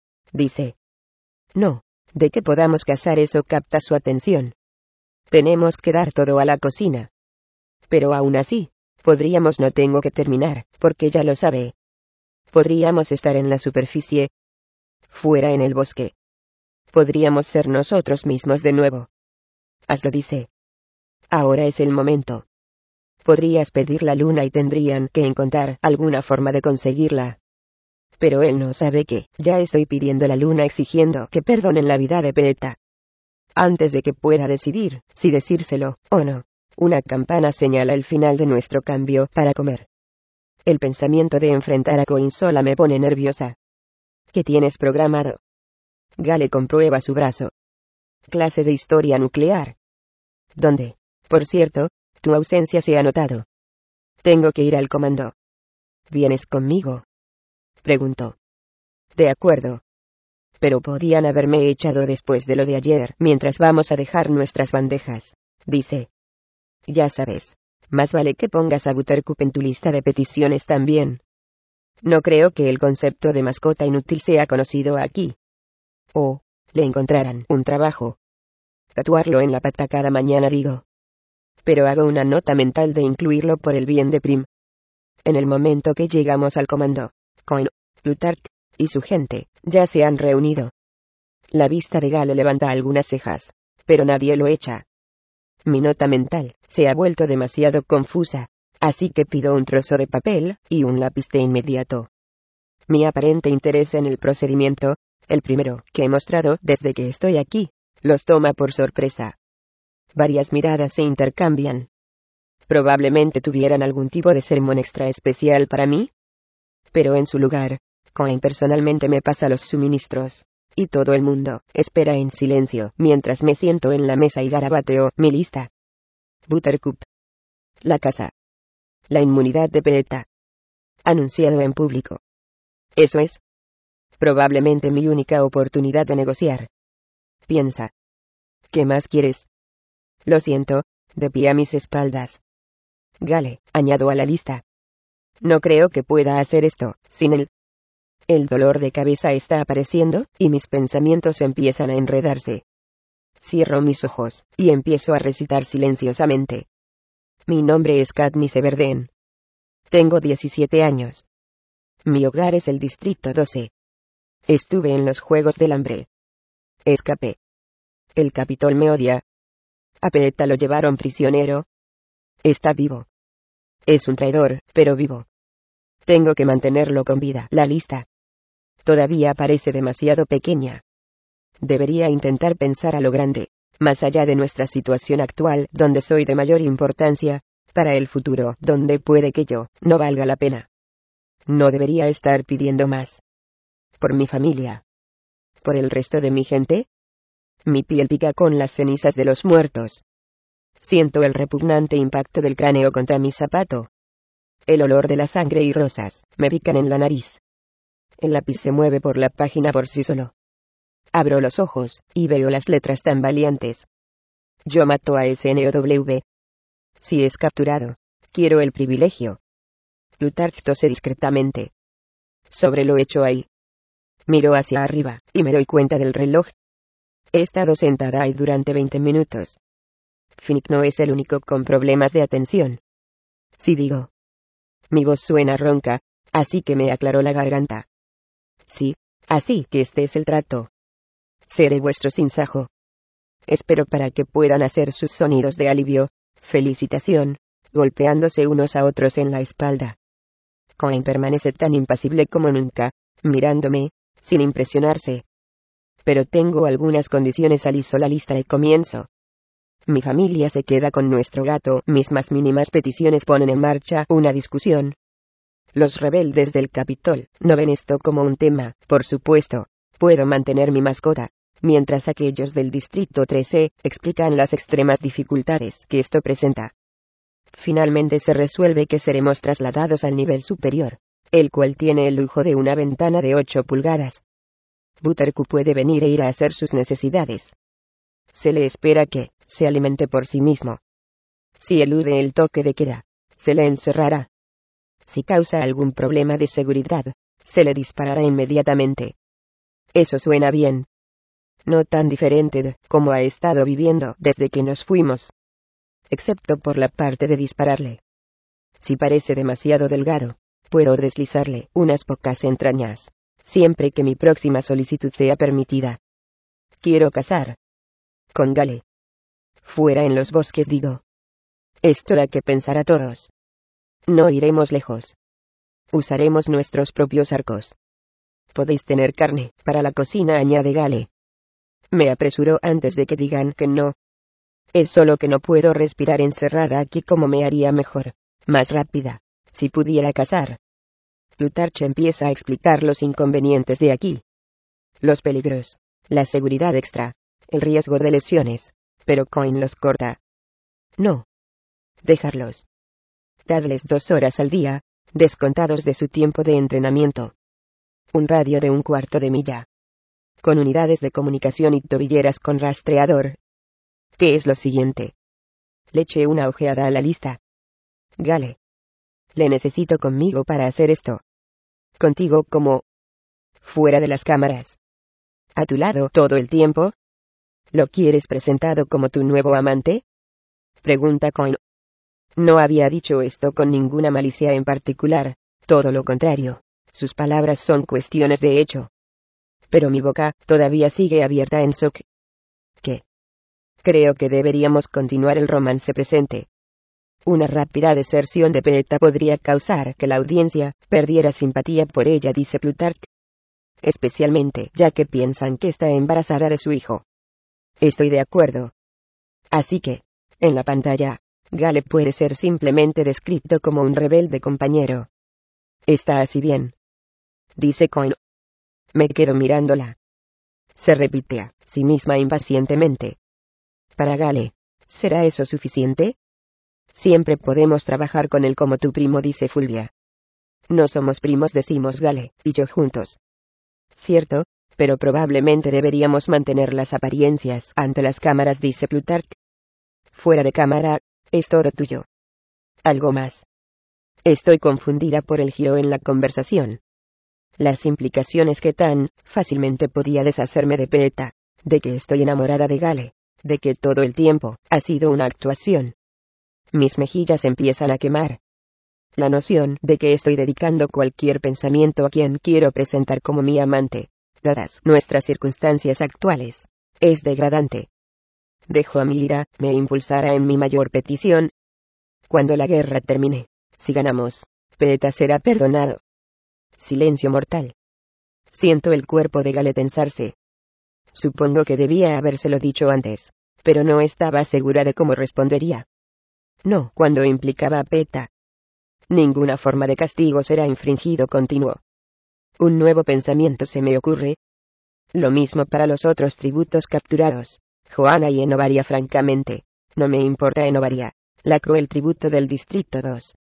Dice. No, de que podamos cazar eso capta su atención. Tenemos que dar todo a la cocina. Pero aún así, podríamos no tengo que terminar, porque ya lo sabe. Podríamos estar en la superficie. Fuera en el bosque. Podríamos ser nosotros mismos de nuevo. Hazlo, dice. Ahora es el momento. Podrías pedir la luna y tendrían que encontrar alguna forma de conseguirla. Pero él no sabe que ya estoy pidiendo la luna exigiendo que perdonen la vida de Peeta. Antes de que pueda decidir si decírselo o no, una campana señala el final de nuestro cambio para comer. El pensamiento de enfrentar a Coinsola me pone nerviosa. ¿Qué tienes programado? Gale comprueba su brazo. Clase de historia nuclear. ¿Dónde? Por cierto, tu ausencia se ha notado. Tengo que ir al comando. ¿Vienes conmigo? Preguntó. De acuerdo. Pero podían haberme echado después de lo de ayer, mientras vamos a dejar nuestras bandejas, dice. Ya sabes, más vale que pongas a Buttercup en tu lista de peticiones también. No creo que el concepto de mascota inútil sea conocido aquí. O, le encontrarán un trabajo. Tatuarlo en la pata cada mañana digo. Pero hago una nota mental de incluirlo por el bien de Prim. En el momento que llegamos al comando, Coin, Plutarch y su gente ya se han reunido. La vista de Gale levanta algunas cejas, pero nadie lo echa. Mi nota mental se ha vuelto demasiado confusa, así que pido un trozo de papel y un lápiz de inmediato. Mi aparente interés en el procedimiento, el primero que he mostrado desde que estoy aquí, los toma por sorpresa. Varias miradas se intercambian. Probablemente tuvieran algún tipo de sermón extra especial para mí. Pero en su lugar, Coin personalmente me pasa los suministros. Y todo el mundo espera en silencio mientras me siento en la mesa y garabateo mi lista. Buttercup. La casa. La inmunidad de Peeta. Anunciado en público. Eso es. Probablemente mi única oportunidad de negociar. Piensa. ¿Qué más quieres? Lo siento, de pie a mis espaldas. Gale, añado a la lista. No creo que pueda hacer esto sin él. El dolor de cabeza está apareciendo, y mis pensamientos empiezan a enredarse. Cierro mis ojos, y empiezo a recitar silenciosamente. Mi nombre es Katniss Everdeen. Tengo diecisiete años. Mi hogar es el Distrito doce. Estuve en los Juegos del Hambre. Escapé. El Capitol me odia. A Peeta lo llevaron prisionero. Está vivo. Es un traidor, pero vivo. Tengo que mantenerlo con vida. La lista todavía parece demasiado pequeña. Debería intentar pensar a lo grande, más allá de nuestra situación actual, donde soy de mayor importancia, para el futuro, donde puede que yo no valga la pena. No debería estar pidiendo más. Por mi familia. Por el resto de mi gente. Mi piel pica con las cenizas de los muertos. Siento el repugnante impacto del cráneo contra mi zapato. El olor de la sangre y rosas me pican en la nariz. El lápiz se mueve por la página por sí solo. Abro los ojos, y veo las letras tambaleantes. Yo mato a S N O W. Si es capturado, quiero el privilegio. Plutarch tose discretamente. Sobre lo hecho ahí. Miro hacia arriba, y me doy cuenta del reloj. He estado sentada ahí durante veinte minutos. Finnick no es el único con problemas de atención. Si digo. Mi voz suena ronca, así que me aclaró la garganta. Sí, así que este es el trato. Seré vuestro sinsajo. Espero para que puedan hacer sus sonidos de alivio, felicitación, golpeándose unos a otros en la espalda. Coin permanece tan impasible como nunca, mirándome, sin impresionarse. Pero tengo algunas condiciones. Aliso la lista y comienzo. Mi familia se queda con nuestro gato. Mis más mínimas peticiones ponen en marcha una discusión. Los rebeldes del Capitol no ven esto como un tema, por supuesto. Puedo mantener mi mascota, mientras aquellos del Distrito trece explican las extremas dificultades que esto presenta. Finalmente se resuelve que seremos trasladados al nivel superior, el cual tiene el lujo de una ventana de ocho pulgadas. Buttercup puede venir e ir a hacer sus necesidades. Se le espera que se alimente por sí mismo. Si elude el toque de queda, se le encerrará. Si causa algún problema de seguridad, se le disparará inmediatamente. Eso suena bien. No tan diferente de cómo ha estado viviendo desde que nos fuimos. Excepto por la parte de dispararle. Si parece demasiado delgado, puedo deslizarle unas pocas entrañas, siempre que mi próxima solicitud sea permitida. Quiero cazar. Con Gale. Fuera en los bosques digo. Esto da que pensar a todos. No iremos lejos. Usaremos nuestros propios arcos. Podéis tener carne para la cocina, añade Gale. Me apresuro antes de que digan que no. Es solo que no puedo respirar encerrada aquí como me haría mejor, más rápida, si pudiera cazar. Plutarch empieza a explicar los inconvenientes de aquí. Los peligros, la seguridad extra, el riesgo de lesiones, pero Coin los corta. No. Dejarlos. Dadles dos horas al día, descontados de su tiempo de entrenamiento. Un radio de un cuarto de milla. Con unidades de comunicación y tobilleras con rastreador. ¿Qué es lo siguiente? Le eché una ojeada a la lista. Gale. Le necesito conmigo para hacer esto. Contigo como... fuera de las cámaras. ¿A tu lado todo el tiempo? ¿Lo quieres presentado como tu nuevo amante? Pregunta Coin. No había dicho esto con ninguna malicia en particular, todo lo contrario. Sus palabras son cuestiones de hecho. Pero mi boca todavía sigue abierta en shock. ¿Qué? Creo que deberíamos continuar el romance presente. Una rápida deserción de Peeta podría causar que la audiencia perdiera simpatía por ella, dice Plutarch. Especialmente ya que piensan que está embarazada de su hijo. Estoy de acuerdo. Así que, en la pantalla, Gale puede ser simplemente descrito como un rebelde compañero. Está así bien. Dice Coin. Me quedo mirándola. Se repite a sí misma impacientemente. Para Gale, ¿será eso suficiente? Siempre podemos trabajar con él como tu primo, dice Fulvia. No somos primos, decimos Gale y yo juntos. Cierto, pero probablemente deberíamos mantener las apariencias ante las cámaras, dice Plutarch. Fuera de cámara, es todo tuyo. ¿Algo más? Estoy confundida por el giro en la conversación. Las implicaciones que tan fácilmente podía deshacerme de Peeta, de que estoy enamorada de Gale, de que todo el tiempo ha sido una actuación. Mis mejillas empiezan a quemar. La noción de que estoy dedicando cualquier pensamiento a quien quiero presentar como mi amante, dadas nuestras circunstancias actuales, es degradante. Dejo a mi ira me impulsara en mi mayor petición. Cuando la guerra termine, si ganamos, Peeta será perdonado. Silencio mortal. Siento el cuerpo de Gale tensarse. Supongo que debía habérselo dicho antes, pero no estaba segura de cómo respondería. No, cuando implicaba a Peeta. Ninguna forma de castigo será infringido, continuó. Un nuevo pensamiento se me ocurre. Lo mismo para los otros tributos capturados, Johanna y Enovaria. Francamente, no me importa Enovaria, la cruel tributo del Distrito dos.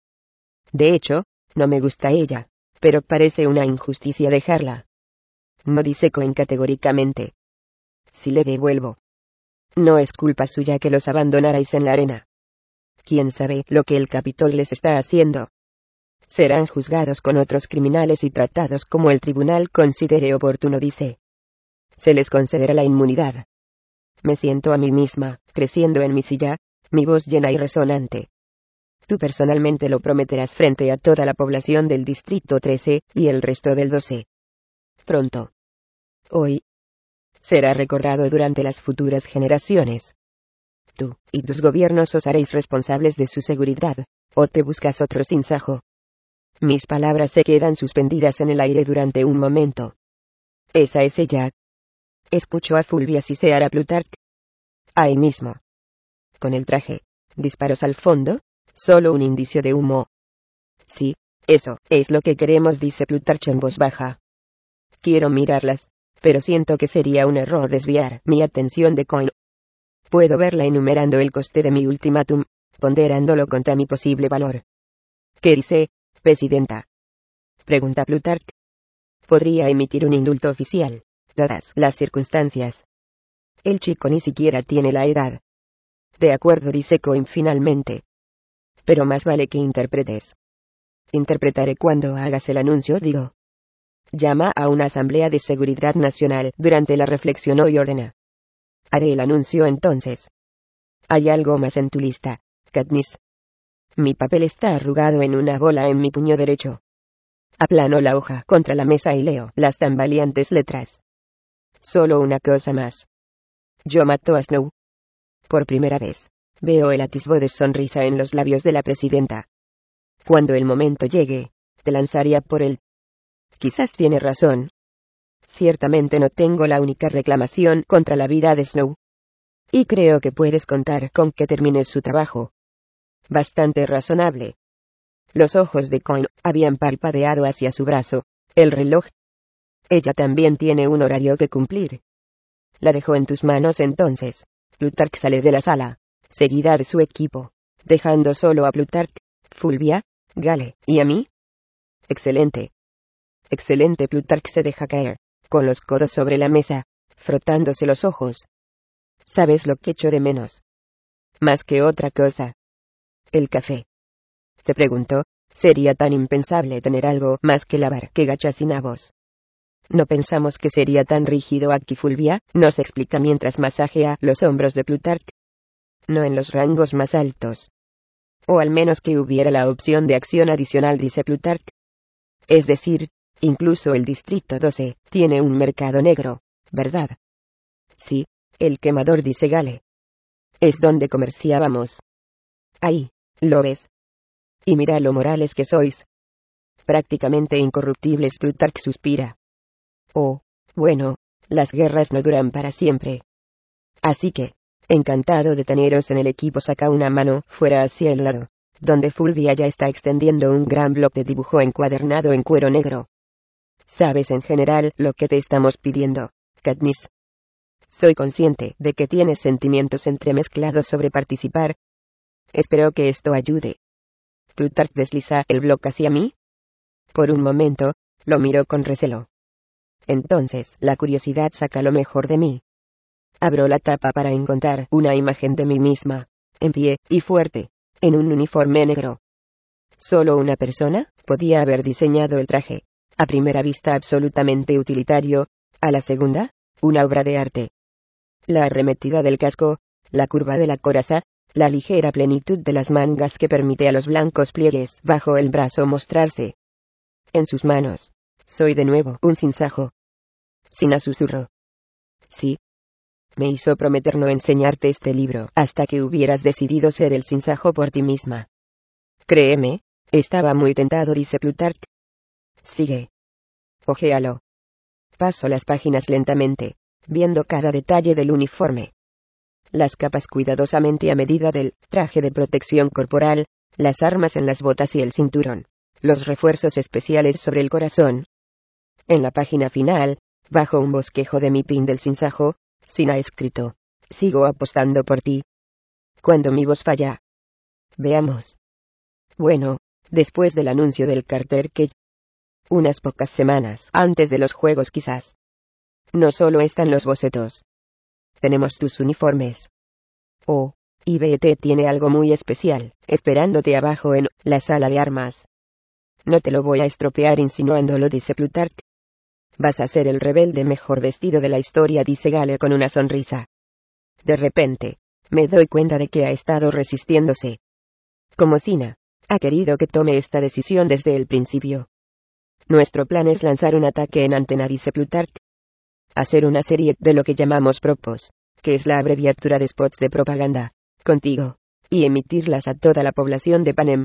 De hecho, no me gusta ella, pero parece una injusticia dejarla. No, dice Cohen categóricamente. Si le devuelvo. No es culpa suya que los abandonarais en la arena. ¿Quién sabe lo que el Capitol les está haciendo? Serán juzgados con otros criminales y tratados como el tribunal considere oportuno, dice. Se les concederá la inmunidad. Me siento a mí misma, creciendo en mi silla, mi voz llena y resonante. Tú personalmente lo prometerás frente a toda la población del Distrito trece, y el resto del doce. Pronto. Hoy. Será recordado durante las futuras generaciones. Tú y tus gobiernos os haréis responsables de su seguridad, o te buscas otro sinsajo. Mis palabras se quedan suspendidas en el aire durante un momento. Esa es ella. Escucho a Fulvia sisear a Plutarch. Ahí mismo. Con el traje. Disparos al fondo. Solo un indicio de humo. Sí, eso es lo que queremos, dice Plutarch en voz baja. Quiero mirarlas, pero siento que sería un error desviar mi atención de Coin. Puedo verla enumerando el coste de mi ultimátum, ponderándolo contra mi posible valor. ¿Qué dice, presidenta? Pregunta Plutarch. Podría emitir un indulto oficial, dadas las circunstancias. El chico ni siquiera tiene la edad. De acuerdo, dice Coin finalmente. Pero más vale que interpretes. Interpretaré cuando hagas el anuncio, digo. Llama a una asamblea de seguridad nacional durante la reflexión hoy, ordena. Haré el anuncio entonces. Hay algo más en tu lista, Katniss. Mi papel está arrugado en una bola en mi puño derecho. Aplano la hoja contra la mesa y leo las tambaleantes letras. Solo una cosa más. Yo mato a Snow. Por primera vez, Veo el atisbo de sonrisa en los labios de la presidenta. Cuando el momento llegue, te lanzaría por él. Quizás tiene razón. Ciertamente no tengo la única reclamación contra la vida de Snow. Y creo que puedes contar con que termine su trabajo. Bastante razonable. Los ojos de Coin habían parpadeado hacia su brazo. El reloj. Ella también tiene un horario que cumplir. La dejo en tus manos entonces. Plutarch sale de la sala, seguida de su equipo, dejando solo a Plutarch, Fulvia, Gale, ¿y a mí? Excelente. Excelente. Plutarch se deja caer, con los codos sobre la mesa, frotándose los ojos. ¿Sabes lo que echo de menos? Más que otra cosa. El café. Te pregunto, ¿sería tan impensable tener algo más que lavar que gachas y nabos? No pensamos que sería tan rígido aquí. Fulvia nos explica mientras masajea los hombros de Plutarch. No en los rangos más altos. O al menos que hubiera la opción de acción adicional, dice Plutarch. Es decir, incluso el Distrito doce tiene un mercado negro, ¿verdad? Sí, el quemador, dice Gale. Es donde comerciábamos. Ahí, ¿lo ves? Y mira lo morales que sois. Prácticamente incorruptibles. Plutarch suspira. Oh, bueno, las guerras no duran para siempre. Así que, encantado de teneros en el equipo. Saca una mano fuera hacia el lado, donde Fulvia ya está extendiendo un gran bloque de dibujo encuadernado en cuero negro. Sabes en general lo que te estamos pidiendo, Katniss. Soy consciente de que tienes sentimientos entremezclados sobre participar. Espero que esto ayude. Plutarch desliza el bloque hacia mí. Por un momento, lo miró con recelo. Entonces la curiosidad saca lo mejor de mí. Abro la tapa para encontrar una imagen de mí misma, en pie y fuerte, en un uniforme negro. Solo una persona podía haber diseñado el traje, a primera vista absolutamente utilitario, a la segunda, una obra de arte. La arremetida del casco, la curva de la coraza, la ligera plenitud de las mangas que permite a los blancos pliegues bajo el brazo mostrarse. En sus manos, soy de nuevo un sinsajo. Sina susurró. Sí. Me hizo prometer no enseñarte este libro hasta que hubieras decidido ser el sinsajo por ti misma. Créeme, estaba muy tentado, dice Plutarch. Sigue. Ojéalo. Paso las páginas lentamente, viendo cada detalle del uniforme. Las capas cuidadosamente a medida del traje de protección corporal, las armas en las botas y el cinturón, los refuerzos especiales sobre el corazón. En la página final, bajo un bosquejo de mi pin del sinsajo, Sina ha escrito: sigo apostando por ti. Cuando mi voz falla. Veamos. Bueno, después del anuncio del cartel que... Unas pocas semanas antes de los juegos quizás. No solo están los bocetos. Tenemos tus uniformes. Oh, y B T tiene algo muy especial, esperándote abajo en la sala de armas. No te lo voy a estropear insinuándolo, dice Plutarch. Vas a ser el rebelde mejor vestido de la historia, dice Gale con una sonrisa. De repente, me doy cuenta de que ha estado resistiéndose. Como Sina ha querido que tome esta decisión desde el principio. Nuestro plan es lanzar un ataque en antena, dice Plutarch. Hacer una serie de lo que llamamos propos, que es la abreviatura de spots de propaganda, contigo, y emitirlas a toda la población de Panem.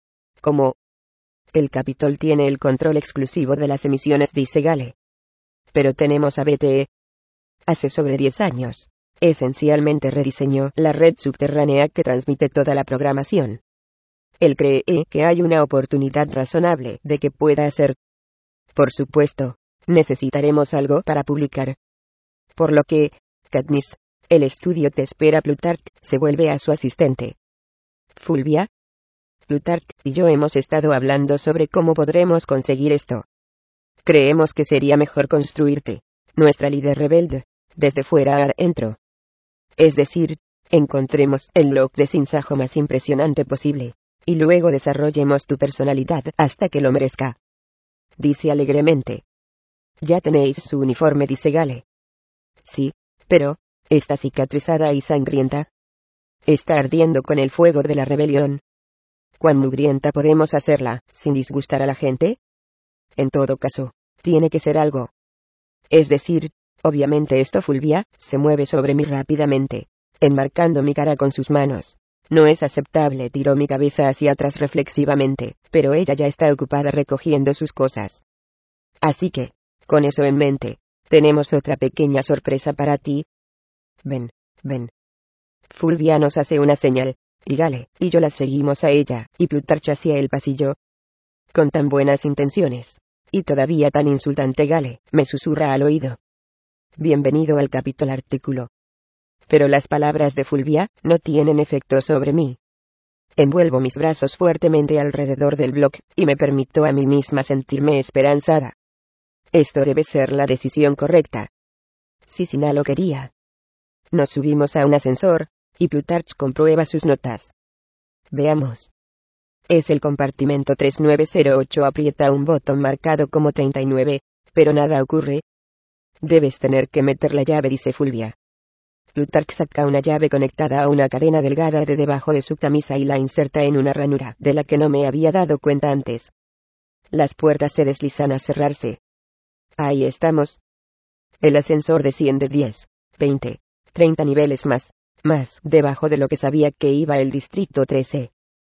Como el Capitol tiene el control exclusivo de las emisiones, dice Gale. Pero tenemos a B T E. Hace sobre diez años, esencialmente rediseñó la red subterránea que transmite toda la programación. Él cree que hay una oportunidad razonable de que pueda hacer. Por supuesto, necesitaremos algo para publicar. Por lo que, Katniss, el estudio te espera. Plutarch se vuelve a su asistente. Fulvia. Plutarch y yo hemos estado hablando sobre cómo podremos conseguir esto. Creemos que sería mejor construirte, nuestra líder rebelde, desde fuera adentro. Es decir, encontremos el log de sinsajo más impresionante posible, y luego desarrollemos tu personalidad hasta que lo merezca. Dice alegremente. Ya tenéis su uniforme, dice Gale. Sí, pero, ¿está cicatrizada y sangrienta? Está ardiendo con el fuego de la rebelión. ¿Cuán mugrienta podemos hacerla, sin disgustar a la gente? En todo caso, tiene que ser algo. Es decir, obviamente esto. Fulvia se mueve sobre mí rápidamente, enmarcando mi cara con sus manos, No es aceptable. Tiró mi cabeza hacia atrás reflexivamente, pero ella ya está ocupada recogiendo sus cosas. Así que, con eso en mente, tenemos otra pequeña sorpresa para ti. Ven, ven. Fulvia nos hace una señal, y Gale y yo la seguimos a ella, y Plutarch hacia el pasillo. Con tan buenas intenciones, y todavía tan insultante, Gale me susurra al oído. Bienvenido al capítulo artículo. Pero las palabras de Fulvia no tienen efecto sobre mí. Envuelvo mis brazos fuertemente alrededor del bloque, y me permito a mí misma sentirme esperanzada. Esto debe ser la decisión correcta. Si Sina lo quería. Nos subimos a un ascensor, y Plutarch comprueba sus notas. Veamos. Es el compartimento tres nueve cero ocho. Aprieta un botón marcado como treinta y nueve, pero nada ocurre. Debes tener que meter la llave, dice Fulvia. Plutarch saca una llave conectada a una cadena delgada de debajo de su camisa y la inserta en una ranura de la que no me había dado cuenta antes. Las puertas se deslizan a cerrarse. Ahí estamos. El ascensor desciende diez, veinte, treinta niveles más, más debajo de lo que sabía que iba el distrito trece.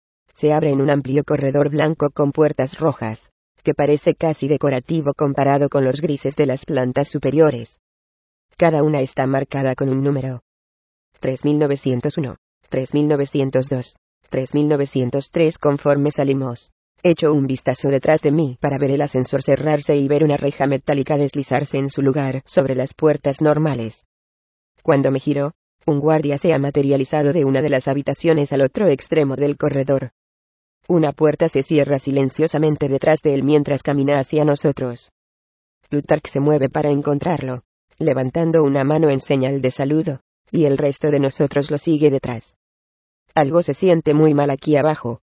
Se abre en un amplio corredor blanco con puertas rojas, que parece casi decorativo comparado con los grises de las plantas superiores. Cada una está marcada con un número. tres mil novecientos uno, tres mil novecientos dos, tres mil novecientos tres. Conforme salimos, echo un vistazo detrás de mí para ver el ascensor cerrarse y ver una reja metálica deslizarse en su lugar sobre las puertas normales. Cuando me giro, un guardia se ha materializado de una de las habitaciones al otro extremo del corredor. Una puerta se cierra silenciosamente detrás de él mientras camina hacia nosotros. Plutarch se mueve para encontrarlo, levantando una mano en señal de saludo, y el resto de nosotros lo sigue detrás. Algo se siente muy mal aquí abajo.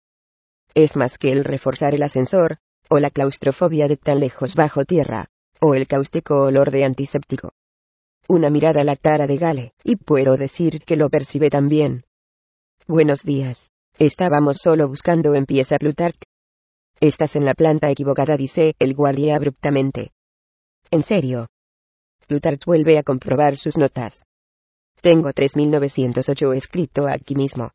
Es más que el reforzar el ascensor, o la claustrofobia de tan lejos bajo tierra, o el cáustico olor de antiséptico. Una mirada a la cara de Gale, y puedo decir que lo percibe también. Buenos días. Estábamos solo buscando, empieza Plutarch. Estás en la planta equivocada, dice el guardia abruptamente. ¿En serio? Plutarch vuelve a comprobar sus notas. Tengo tres mil novecientos ocho escrito aquí mismo.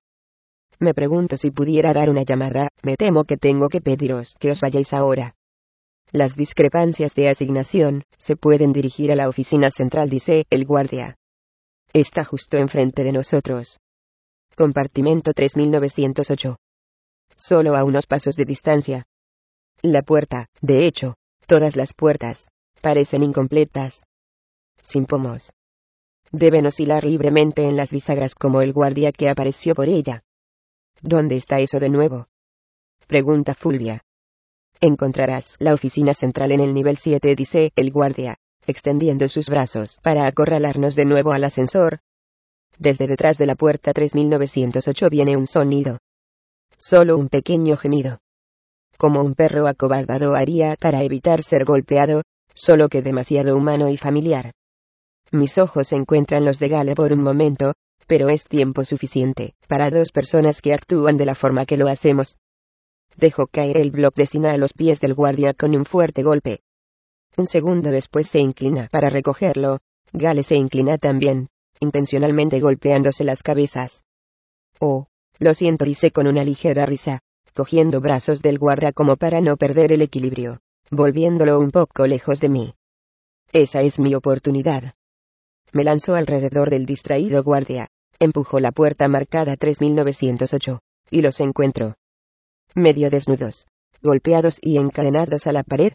Me pregunto si pudiera dar una llamada. Me temo que tengo que pediros que os vayáis ahora. Las discrepancias de asignación se pueden dirigir a la oficina central, dice el guardia. Está justo enfrente de nosotros. Compartimento tres mil novecientos ocho. Solo a unos pasos de distancia. La puerta, de hecho, todas las puertas, parecen incompletas. Sin pomos. Deben oscilar libremente en las bisagras como el guardia que apareció por ella. ¿Dónde está eso de nuevo? Pregunta Fulvia. Encontrarás la oficina central en el nivel siete, dice el guardia, extendiendo sus brazos para acorralarnos de nuevo al ascensor. Desde detrás de la puerta tres mil novecientos ocho viene un sonido. Solo un pequeño gemido. Como un perro acobardado haría para evitar ser golpeado, solo que demasiado humano y familiar. Mis ojos encuentran los de Gale por un momento, pero es tiempo suficiente para dos personas que actúan de la forma que lo hacemos. Dejo caer el bloque de Sina a los pies del guardia con un fuerte golpe. Un segundo después se inclina para recogerlo. Gale se inclina también, intencionalmente golpeándose las cabezas. Oh, lo siento, dice con una ligera risa, cogiendo brazos del guardia como para no perder el equilibrio, volviéndolo un poco lejos de mí. Esa es mi oportunidad. Me lanzó alrededor del distraído guardia, empujo la puerta marcada tres mil novecientos ocho, y los encuentro. Medio desnudos, golpeados y encadenados a la pared.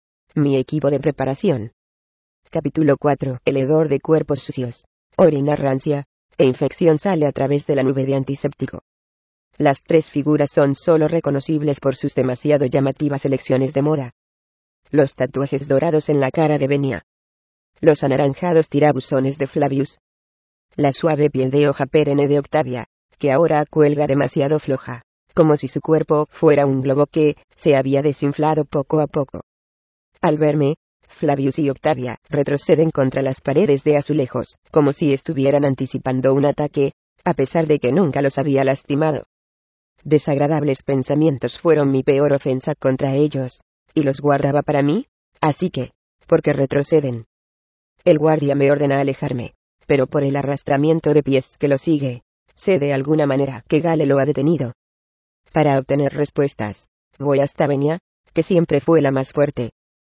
Mi equipo de preparación. Capítulo cuatro. El hedor de cuerpos sucios, orina rancia, e infección sale a través de la nube de antiséptico. Las tres figuras son solo reconocibles por sus demasiado llamativas elecciones de moda. Los tatuajes dorados en la cara de Venia. Los anaranjados tirabuzones de Flavius. La suave piel de hoja perenne de Octavia, que ahora cuelga demasiado floja, como si su cuerpo fuera un globo que se había desinflado poco a poco. Al verme, Flavius y Octavia retroceden contra las paredes de azulejos, como si estuvieran anticipando un ataque, a pesar de que nunca los había lastimado. Desagradables pensamientos fueron mi peor ofensa contra ellos, y los guardaba para mí, así que, ¿por qué retroceden? El guardia me ordena alejarme, pero por el arrastramiento de pies que lo sigue, Sé de alguna manera que Gale lo ha detenido. Para obtener respuestas, voy hasta Venia, que siempre fue la más fuerte.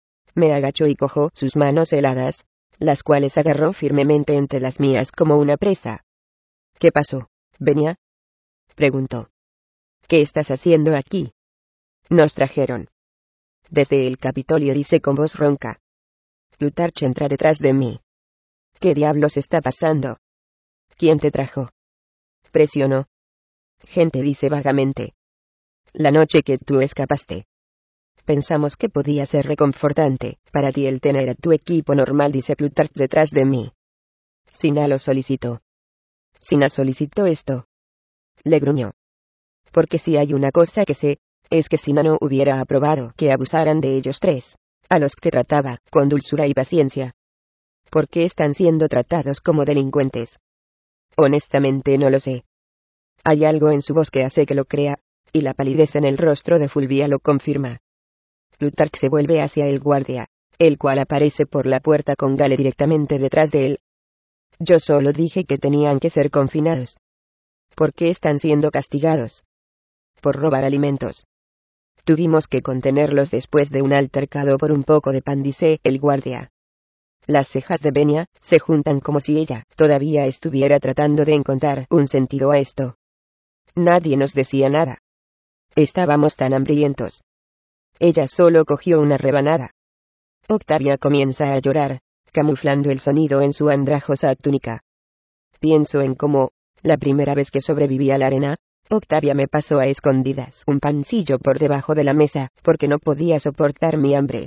Me agachó y cojo sus manos heladas, las cuales agarró firmemente entre las mías como una presa. ¿Qué pasó, Venia?, preguntó. ¿Qué estás haciendo aquí? Nos trajeron desde el Capitolio, dice con voz ronca. Plutarch entra detrás de mí. ¿Qué diablos está pasando? ¿Quién te trajo? Presionó. Gente, dice vagamente. La noche que tú escapaste. Pensamos que podía ser reconfortante para ti el tener a tu equipo normal, dice Plutarch detrás de mí. Sina lo solicitó. Sina solicitó esto. Le gruñó. Porque si hay una cosa que sé, es que Sina no hubiera aprobado que abusaran de ellos tres, a los que trataba con dulzura y paciencia. ¿Por qué están siendo tratados como delincuentes? Honestamente no lo sé. Hay algo en su voz que hace que lo crea, y la palidez en el rostro de Fulvia lo confirma. Plutarch se vuelve hacia el guardia, el cual aparece por la puerta con Gale directamente detrás de él. Yo solo dije que tenían que ser confinados. ¿Por qué están siendo castigados? Por robar alimentos. Tuvimos que contenerlos después de un altercado por un poco de pan, dice el guardia. Las cejas de Venia se juntan como si ella todavía estuviera tratando de encontrar un sentido a esto. Nadie nos decía nada. Estábamos tan hambrientos. Ella solo cogió una rebanada. Octavia comienza a llorar, camuflando el sonido en su andrajosa túnica. Pienso en cómo, la primera vez que sobreviví a la arena, Octavia me pasó a escondidas un pancillo por debajo de la mesa, porque no podía soportar mi hambre.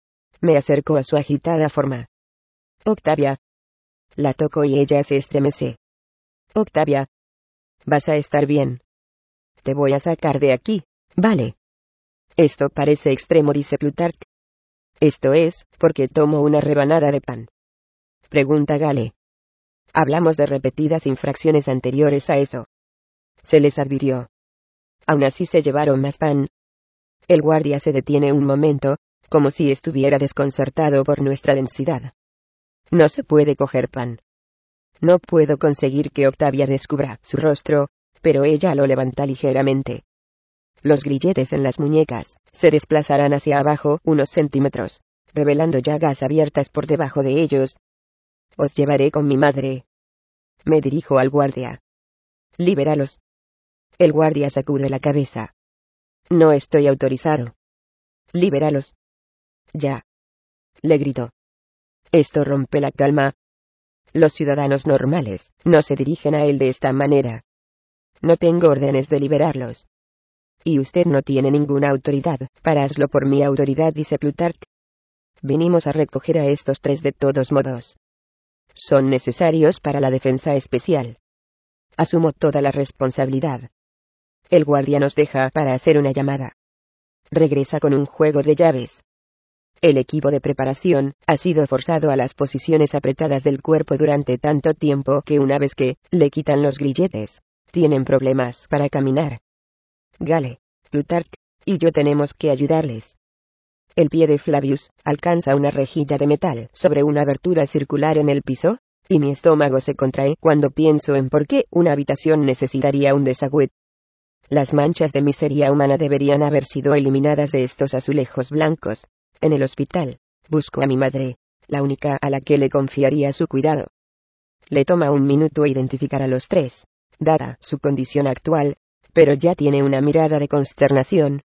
Me acercó a su agitada forma. Octavia. La toco y ella se estremece. Octavia. Vas a estar bien. Te voy a sacar de aquí, ¿vale? Esto parece extremo, dice Plutarch. Esto es, porque tomo una rebanada de pan. Pregunta Gale. Hablamos de repetidas infracciones anteriores a eso. Se les advirtió. Aún así se llevaron más pan. El guardia se detiene un momento, como si estuviera desconcertado por nuestra densidad. No se puede coger pan. No puedo conseguir que Octavia descubra su rostro, pero ella lo levanta ligeramente. Los grilletes en las muñecas se desplazarán hacia abajo unos centímetros, revelando llagas abiertas por debajo de ellos. Os llevaré con mi madre. Me dirijo al guardia. Libéralos. El guardia sacude la cabeza. No estoy autorizado. Libéralos. Ya. Le gritó. Esto rompe la calma. Los ciudadanos normales no se dirigen a él de esta manera. No tengo órdenes de liberarlos. Y usted no tiene ninguna autoridad para hacerlo por mi autoridad, dice Plutarch. Vinimos a recoger a estos tres de todos modos. Son necesarios para la defensa especial. Asumo toda la responsabilidad. El guardia nos deja para hacer una llamada. Regresa con un juego de llaves. El equipo de preparación ha sido forzado a las posiciones apretadas del cuerpo durante tanto tiempo que una vez que le quitan los grilletes, tienen problemas para caminar. Gale, Plutarch y yo tenemos que ayudarles. El pie de Flavius alcanza una rejilla de metal sobre una abertura circular en el piso, y mi estómago se contrae cuando pienso en por qué una habitación necesitaría un desagüe. Las manchas de miseria humana deberían haber sido eliminadas de estos azulejos blancos. En el hospital, busco a mi madre, la única a la que le confiaría su cuidado. Le toma un minuto identificar a los tres, dada su condición actual, pero ya tiene una mirada de consternación.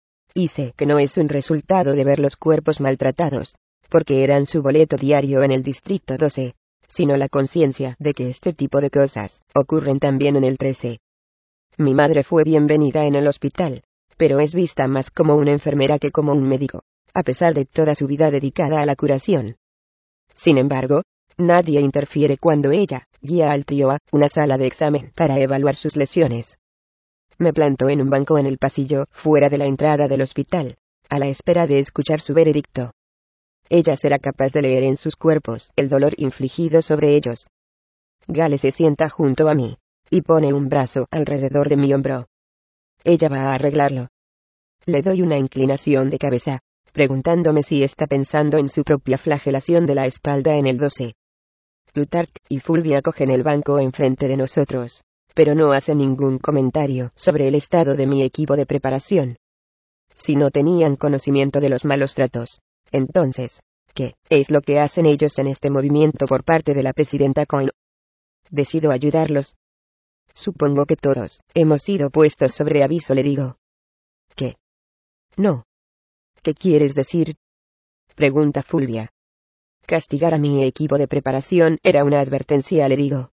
Y sé que no es un resultado de ver los cuerpos maltratados, porque eran su boleto diario en el distrito doce, sino la conciencia de que este tipo de cosas ocurren también en el trece. Mi madre fue bienvenida en el hospital, pero es vista más como una enfermera que como un médico, a pesar de toda su vida dedicada a la curación. Sin embargo, nadie interfiere cuando ella guía al trío a una sala de examen para evaluar sus lesiones. Me planto en un banco en el pasillo, fuera de la entrada del hospital, a la espera de escuchar su veredicto. Ella será capaz de leer en sus cuerpos el dolor infligido sobre ellos. Gale se sienta junto a mí, y pone un brazo alrededor de mi hombro. Ella va a arreglarlo. Le doy una inclinación de cabeza, preguntándome si está pensando en su propia flagelación de la espalda en el doce. Plutarch y Fulvia cogen el banco enfrente de nosotros, pero no hace ningún comentario sobre el estado de mi equipo de preparación. Si no tenían conocimiento de los malos tratos, entonces, ¿qué es lo que hacen ellos en este movimiento por parte de la presidenta Cohen? Decido ayudarlos. Supongo que todos hemos sido puestos sobre aviso, le digo. ¿Qué? No. ¿Qué quieres decir? Pregunta Fulvia. Castigar a mi equipo de preparación era una advertencia, le digo.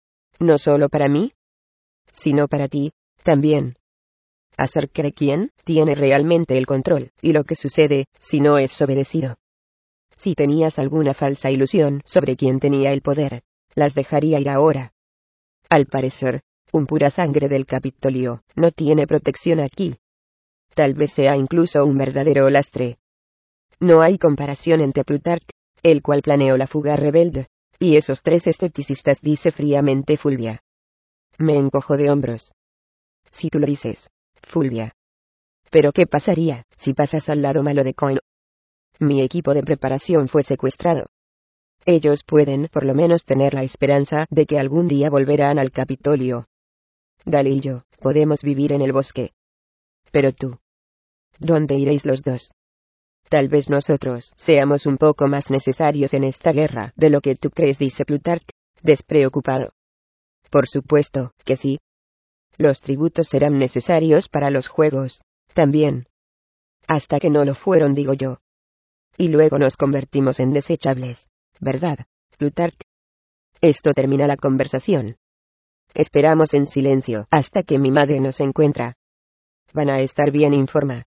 No solo para mí, sino para ti, también. Acerca de quién tiene realmente el control, y lo que sucede si no es obedecido. Si tenías alguna falsa ilusión sobre quién tenía el poder, las dejaría ir ahora. Al parecer, un pura sangre del Capitolio no tiene protección aquí. Tal vez sea incluso un verdadero lastre. No hay comparación entre Plutarch, el cual planeó la fuga rebelde, y esos tres esteticistas, dice fríamente Fulvia. Me encojo de hombros. Si tú lo dices, Fulvia. Pero ¿qué pasaría si pasas al lado malo de Cohen? Mi equipo de preparación fue secuestrado. Ellos pueden por lo menos tener la esperanza de que algún día volverán al Capitolio. Gale y yo podemos vivir en el bosque. Pero tú. ¿Dónde iréis los dos? Tal vez nosotros seamos un poco más necesarios en esta guerra de lo que tú crees, dice Plutarch, despreocupado. Por supuesto que sí. Los tributos serán necesarios para los juegos, también. Hasta que no lo fueron, digo yo. Y luego nos convertimos en desechables, ¿verdad, Plutarch? Esto termina la conversación. Esperamos en silencio hasta que mi madre nos encuentra. Van a estar bien, informa.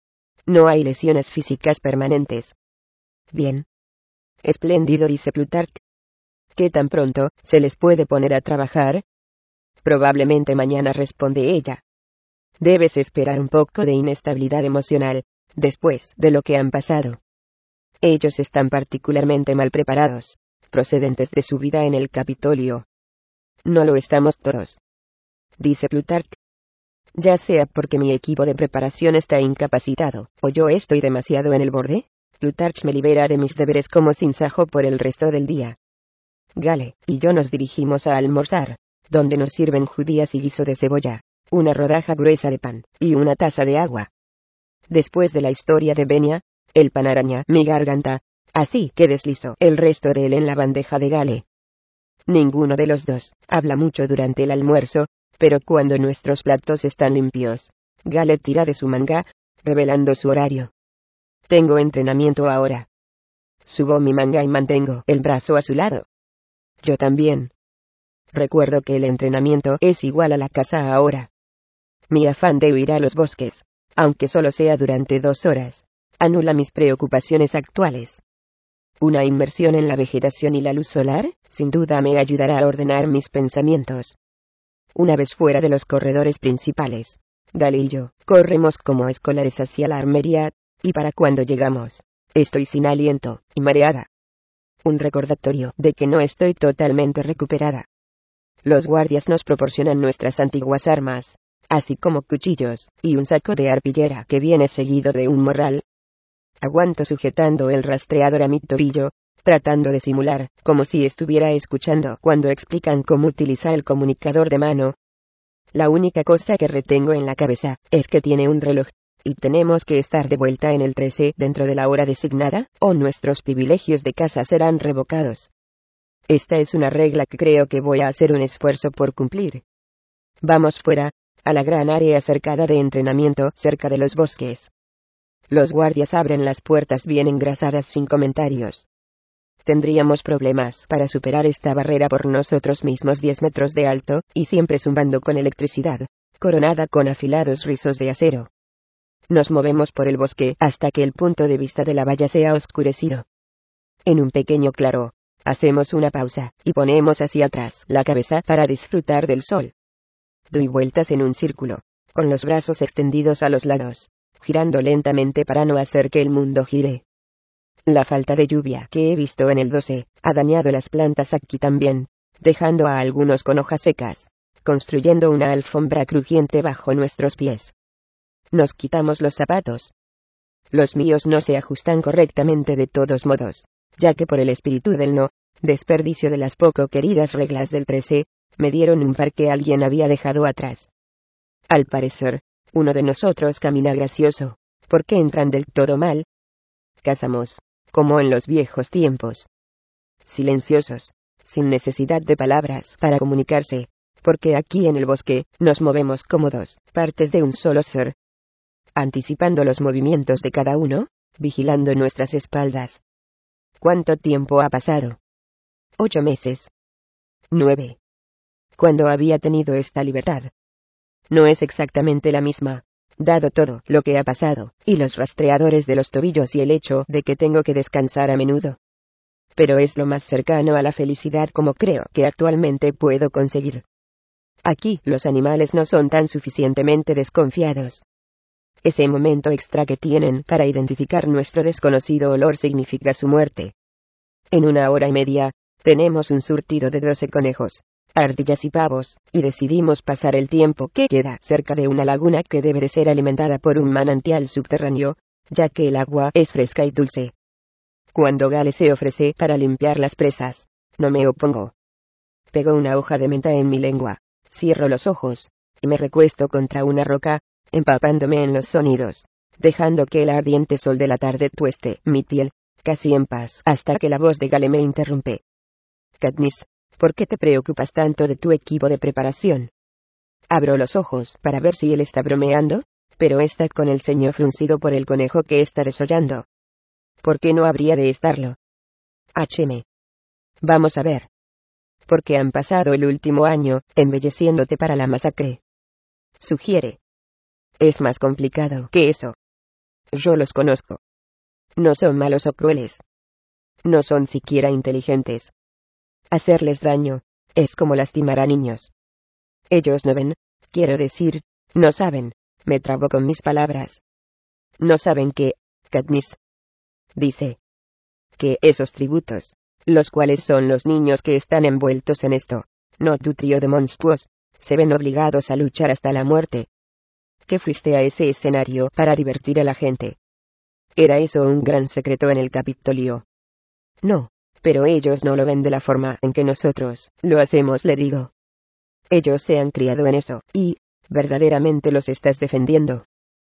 No hay lesiones físicas permanentes. Bien. Espléndido, dice Plutarch. ¿Qué tan pronto se les puede poner a trabajar? Probablemente mañana, responde ella. Debes esperar un poco de inestabilidad emocional, después de lo que han pasado. Ellos están particularmente mal preparados, procedentes de su vida en el Capitolio. No lo estamos todos, dice Plutarch. Ya sea porque mi equipo de preparación está incapacitado, o yo estoy demasiado en el borde, Plutarch me libera de mis deberes como sinsajo por el resto del día. Gale y yo nos dirigimos a almorzar, donde nos sirven judías y guiso de cebolla, una rodaja gruesa de pan, y una taza de agua. Después de la historia de Benia, el pan araña mi garganta, así que deslizo el resto de él en la bandeja de Gale. Ninguno de los dos habla mucho durante el almuerzo, pero cuando nuestros platos están limpios, Gale tira de su manga, revelando su horario. Tengo entrenamiento ahora. Subo mi manga y mantengo el brazo a su lado. Yo también. Recuerdo que el entrenamiento es igual a la casa ahora. Mi afán de huir a los bosques, aunque solo sea durante dos horas, anula mis preocupaciones actuales. Una inmersión en la vegetación y la luz solar, sin duda me ayudará a ordenar mis pensamientos. Una vez fuera de los corredores principales, Gale y yo corremos como escolares hacia la armería, y para cuando llegamos, estoy sin aliento y mareada. Un recordatorio de que no estoy totalmente recuperada. Los guardias nos proporcionan nuestras antiguas armas, así como cuchillos, y un saco de arpillera que viene seguido de un morral. Aguanto sujetando el rastreador a mi tobillo, tratando de simular, como si estuviera escuchando cuando explican cómo utilizar el comunicador de mano. La única cosa que retengo en la cabeza es que tiene un reloj, y tenemos que estar de vuelta en el trece dentro de la hora designada, o nuestros privilegios de casa serán revocados. Esta es una regla que creo que voy a hacer un esfuerzo por cumplir. Vamos fuera, a la gran área cercada de entrenamiento cerca de los bosques. Los guardias abren las puertas bien engrasadas sin comentarios. Tendríamos problemas para superar esta barrera por nosotros mismos, diez metros de alto, y siempre zumbando con electricidad, coronada con afilados rizos de acero. Nos movemos por el bosque hasta que el punto de vista de la valla sea oscurecido. En un pequeño claro, hacemos una pausa, y ponemos hacia atrás la cabeza para disfrutar del sol. Doy vueltas en un círculo, con los brazos extendidos a los lados, girando lentamente para no hacer que el mundo gire. La falta de lluvia que he visto en el doce ha dañado las plantas aquí también, dejando a algunos con hojas secas, construyendo una alfombra crujiente bajo nuestros pies. Nos quitamos los zapatos. Los míos no se ajustan correctamente de todos modos, ya que por el espíritu del no desperdicio de las poco queridas reglas del trece, Me dieron un par que alguien había dejado atrás. Al parecer, uno de nosotros camina gracioso. ¿Por qué entran del todo mal? Cazamos, como en los viejos tiempos. Silenciosos, sin necesidad de palabras para comunicarse, porque aquí en el bosque, nos movemos como dos partes de un solo ser. Anticipando los movimientos de cada uno, vigilando nuestras espaldas. ¿Cuánto tiempo ha pasado? Ocho meses. Nueve. ¿Cuándo había tenido esta libertad? No es exactamente la misma, dado todo lo que ha pasado, y los rastreadores de los tobillos y el hecho de que tengo que descansar a menudo. Pero es lo más cercano a la felicidad como creo que actualmente puedo conseguir. Aquí los animales no son tan suficientemente desconfiados. Ese momento extra que tienen para identificar nuestro desconocido olor significa su muerte. En una hora y media, tenemos un surtido de doce conejos, ardillas y pavos, y decidimos pasar el tiempo que queda cerca de una laguna que debe de ser alimentada por un manantial subterráneo, ya que el agua es fresca y dulce. Cuando Gale se ofrece para limpiar las presas, no me opongo. Pego una hoja de menta en mi lengua, cierro los ojos, y me recuesto contra una roca, empapándome en los sonidos, dejando que el ardiente sol de la tarde tueste mi piel, casi en paz, hasta que la voz de Gale me interrumpe. Katniss, ¿por qué te preocupas tanto de tu equipo de preparación? Abro los ojos para ver si él está bromeando, pero está con el ceño fruncido por el conejo que está desollando. ¿Por qué no habría de estarlo? H M. Vamos a ver. Porque han pasado el último año, embelleciéndote para la masacre. Sugiere. Es más complicado que eso. Yo los conozco. No son malos o crueles. No son siquiera inteligentes. Hacerles daño, es como lastimar a niños. Ellos no ven, quiero decir, no saben, me trabo con mis palabras. No saben que, Katniss, dice, que esos tributos, los cuales son los niños que están envueltos en esto, no tu trío de monstruos, se ven obligados a luchar hasta la muerte. Que fuiste a ese escenario para divertir a la gente. ¿Era eso un gran secreto en el Capitolio? No, pero ellos no lo ven de la forma en que nosotros lo hacemos, le digo. Ellos se han criado en eso, y, verdaderamente los estás defendiendo.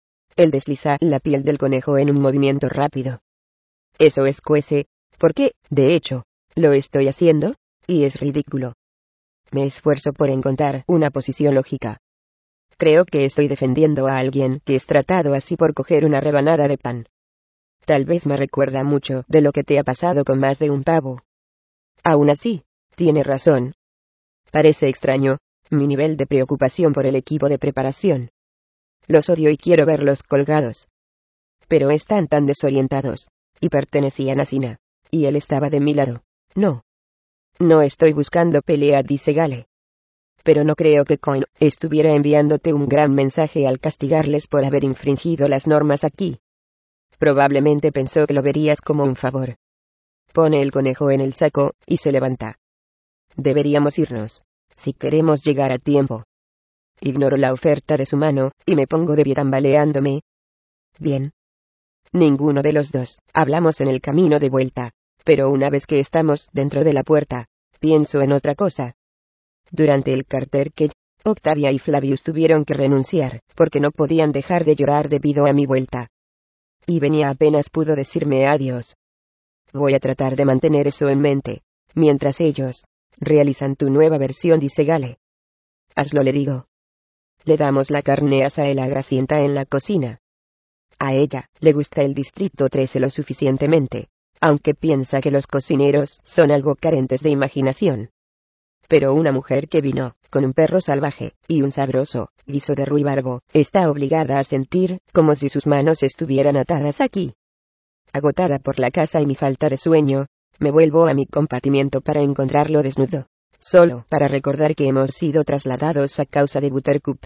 Él desliza la piel del conejo en un movimiento rápido. Eso es cuece, porque, de hecho, lo estoy haciendo, y es ridículo. Me esfuerzo por encontrar una posición lógica. Creo que estoy defendiendo a alguien que es tratado así por coger una rebanada de pan. Tal vez me recuerda mucho de lo que te ha pasado con más de un pavo. Aún así, tiene razón. Parece extraño, mi nivel de preocupación por el equipo de preparación. Los odio y quiero verlos colgados. Pero están tan desorientados, y pertenecían a Sina, y él estaba de mi lado. No. No estoy buscando pelea, dice Gale. Pero no creo que Coin estuviera enviándote un gran mensaje al castigarles por haber infringido las normas aquí. Probablemente pensó que lo verías como un favor. Pone el conejo en el saco, y se levanta. Deberíamos irnos, si queremos llegar a tiempo. Ignoro la oferta de su mano, y me pongo de pie tambaleándome. Bien. Ninguno de los dos hablamos en el camino de vuelta, pero una vez que estamos dentro de la puerta, pienso en otra cosa. Durante el Carter Cage, Octavia y Flavius tuvieron que renunciar, porque no podían dejar de llorar debido a mi vuelta. Y Venia apenas pudo decirme adiós. Voy a tratar de mantener eso en mente, mientras ellos realizan tu nueva versión, dice Gale. Hazlo, le digo. Le damos la carne a Saela Gracienta en la cocina. A ella le gusta el Distrito trece lo suficientemente, aunque piensa que los cocineros son algo carentes de imaginación. Pero una mujer que vino con un perro salvaje y un sabroso guiso de ruibarbo está obligada a sentir como si sus manos estuvieran atadas aquí. Agotada por la caza y mi falta de sueño, me vuelvo a mi compartimiento para encontrarlo desnudo, solo para recordar que hemos sido trasladados a causa de Buttercup.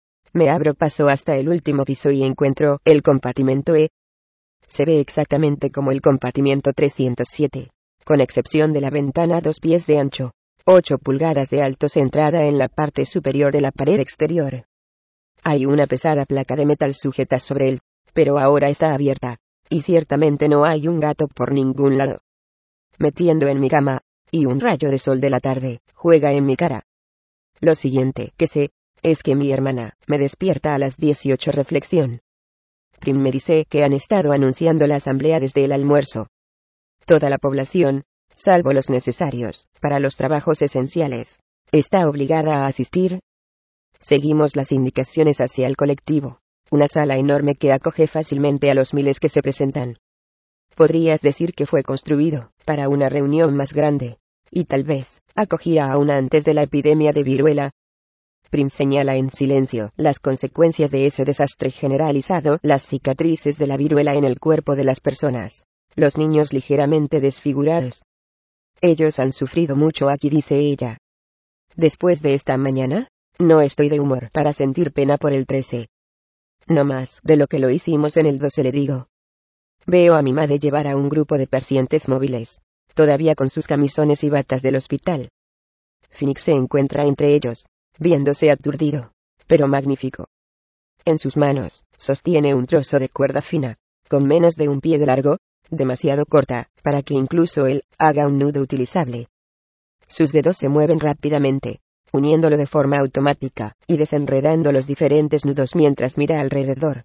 Me abro paso hasta el último piso y encuentro el compartimento E. Se ve exactamente como el compartimiento trescientos siete, con excepción de la ventana dos pies de ancho, ocho pulgadas de alto centrada en la parte superior de la pared exterior. Hay una pesada placa de metal sujeta sobre él, pero ahora está abierta, y ciertamente no hay un gato por ningún lado. Me tiendo en mi cama, y un rayo de sol de la tarde juega en mi cara. Lo siguiente que sé, es que mi hermana me despierta a las dieciocho. Reflexión. Prim me dice que han estado anunciando la asamblea desde el almuerzo. Toda la población, salvo los necesarios para los trabajos esenciales, está obligada a asistir. Seguimos las indicaciones hacia el colectivo, una sala enorme que acoge fácilmente a los miles que se presentan. Podrías decir que fue construido para una reunión más grande, y tal vez acogía aún antes de la epidemia de viruela. Prim señala en silencio las consecuencias de ese desastre generalizado, las cicatrices de la viruela en el cuerpo de las personas, los niños ligeramente desfigurados. Ellos han sufrido mucho aquí, dice ella. Después de esta mañana, no estoy de humor para sentir pena por el trece. No más de lo que lo hicimos en el doce, le digo. Veo a mi madre llevar a un grupo de pacientes móviles, todavía con sus camisones y batas del hospital. Phoenix se encuentra entre ellos, viéndose aturdido, pero magnífico. En sus manos, sostiene un trozo de cuerda fina, con menos de un pie de largo, demasiado corta, para que incluso él haga un nudo utilizable. Sus dedos se mueven rápidamente, uniéndolo de forma automática, y desenredando los diferentes nudos mientras mira alrededor.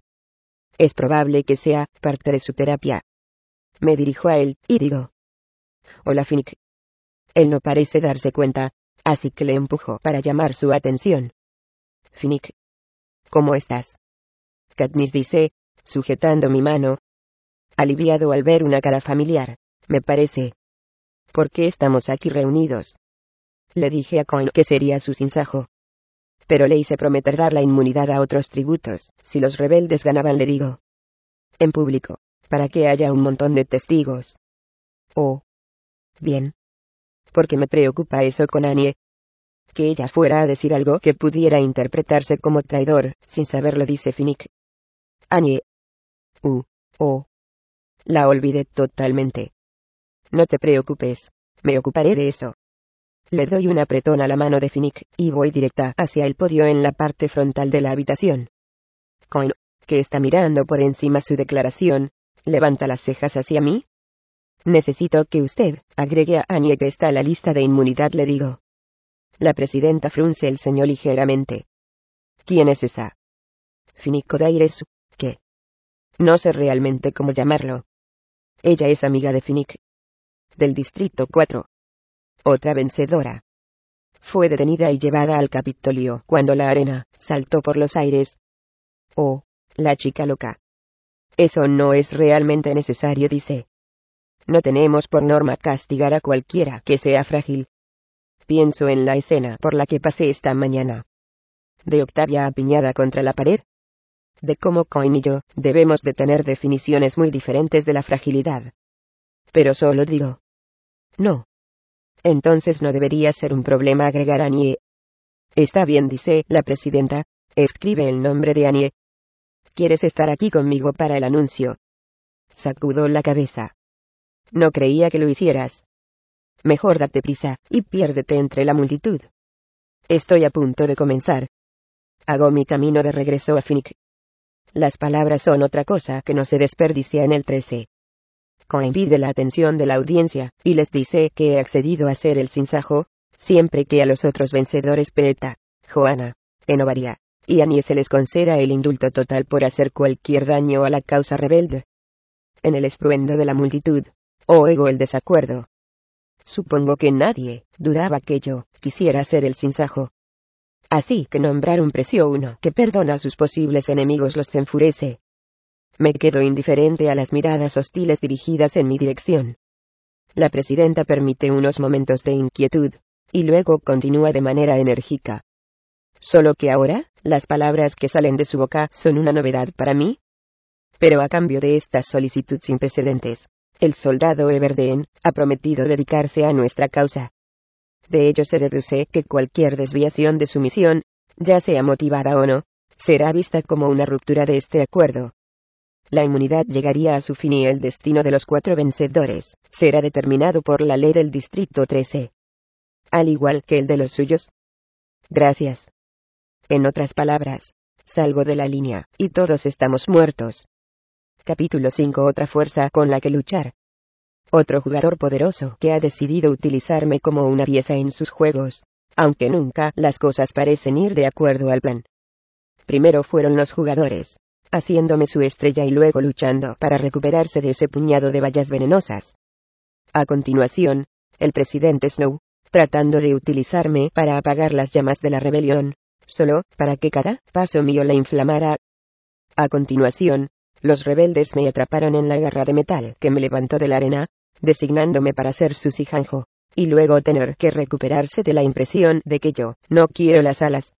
Es probable que sea parte de su terapia. Me dirijo a él, y digo: Hola, Phoenix. Él no parece darse cuenta, así que le empujo para llamar su atención. Phoenix. ¿Cómo estás? Katniss dice, sujetando mi mano. Aliviado al ver una cara familiar, me parece. ¿Por qué estamos aquí reunidos? Le dije a Coin que sería su sinsajo. Pero le hice prometer dar la inmunidad a otros tributos, si los rebeldes ganaban, le digo. En público, para que haya un montón de testigos. Oh. Bien. Porque me preocupa eso con Annie. Que ella fuera a decir algo que pudiera interpretarse como traidor, sin saberlo, dice Finnick. Annie. Uh, oh. La olvidé totalmente. No te preocupes, me ocuparé de eso. Le doy un apretón a la mano de Finnick, y voy directa hacia el podio en la parte frontal de la habitación. Coin, que está mirando por encima su declaración, levanta las cejas hacia mí. Necesito que usted agregue a Annie que está a la lista de inmunidad, le digo. La presidenta frunce el ceño ligeramente. ¿Quién es esa? Finnick Odair's, ¿qué? No sé realmente cómo llamarlo. Ella es amiga de Finnick. Del Distrito cuatro. Otra vencedora. Fue detenida y llevada al Capitolio cuando la arena saltó por los aires. Oh, la chica loca. Eso no es realmente necesario, dice. No tenemos por norma castigar a cualquiera que sea frágil. Pienso en la escena por la que pasé esta mañana. De Octavia apiñada contra la pared. De cómo Coin y yo debemos de tener definiciones muy diferentes de la fragilidad. Pero solo digo. No. Entonces no debería ser un problema agregar a Annie. Está bien, dice la presidenta. Escribe el nombre de Annie. ¿Quieres estar aquí conmigo para el anuncio? Sacudó la cabeza. No creía que lo hicieras. Mejor date prisa, y piérdete entre la multitud. Estoy a punto de comenzar. Hago mi camino de regreso a Finnick. Las palabras son otra cosa que no se desperdicia en el trece. Coin pide la atención de la audiencia, y les dice que he accedido a ser el sinsajo, siempre que a los otros vencedores Peeta, Joanna, Enobaria y Annie se les conceda el indulto total por hacer cualquier daño a la causa rebelde. En el estruendo de la multitud, oigo el desacuerdo. Supongo que nadie dudaba que yo quisiera ser el sinsajo. Así que nombrar un precio uno que perdona a sus posibles enemigos los enfurece. Me quedo indiferente a las miradas hostiles dirigidas en mi dirección. La presidenta permite unos momentos de inquietud, y luego continúa de manera enérgica. Solo que ahora, las palabras que salen de su boca son una novedad para mí. Pero a cambio de esta solicitud sin precedentes, el soldado Everdeen ha prometido dedicarse a nuestra causa. De ello se deduce que cualquier desviación de su misión, ya sea motivada o no, será vista como una ruptura de este acuerdo. La inmunidad llegaría a su fin y el destino de los cuatro vencedores será determinado por la ley del Distrito trece. Al igual que el de los suyos. Gracias. En otras palabras, salgo de la línea, y todos estamos muertos. Capítulo cinco. Otra fuerza con la que luchar. Otro jugador poderoso que ha decidido utilizarme como una pieza en sus juegos. aunque nunca las cosas parecen ir de acuerdo al plan. Primero fueron los jugadores, haciéndome su estrella y luego luchando para recuperarse de ese puñado de bayas venenosas. A continuación, el presidente Snow, tratando de utilizarme para apagar las llamas de la rebelión, solo para que cada paso mío la inflamara. A continuación, los rebeldes me atraparon en la garra de metal que me levantó de la arena, designándome para ser su Zijanjo, y luego tener que recuperarse de la impresión de que yo no quiero las alas.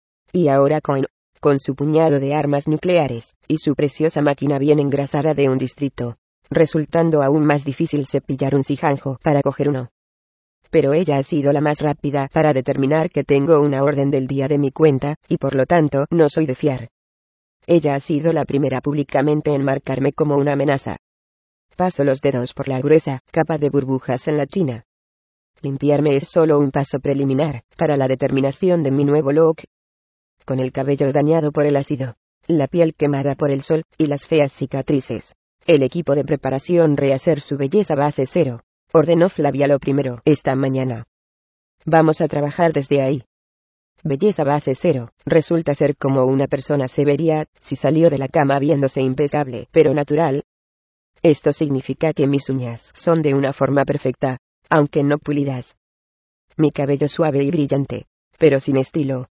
Y ahora Coin, con su puñado de armas nucleares, y su preciosa máquina bien engrasada de un distrito, resultando aún más difícil cepillar un Zijanjo para coger uno. Pero ella ha sido la más rápida para determinar que tengo una orden del día de mi cuenta, y por lo tanto no soy de fiar. Ella ha sido la primera públicamente en marcarme como una amenaza. Paso los dedos por la gruesa capa de burbujas en la tina. Limpiarme es solo un paso preliminar para la determinación de mi nuevo look. Con el cabello dañado por el ácido, la piel quemada por el sol y las feas cicatrices, el equipo de preparación rehacer su belleza base cero, ordenó Flavia lo primero esta mañana. Vamos a trabajar desde ahí. Belleza base cero, resulta ser como una persona se vería si salió de la cama viéndose impecable pero natural. Esto significa que mis uñas son de una forma perfecta, aunque no pulidas. Mi cabello suave y brillante, pero sin estilo.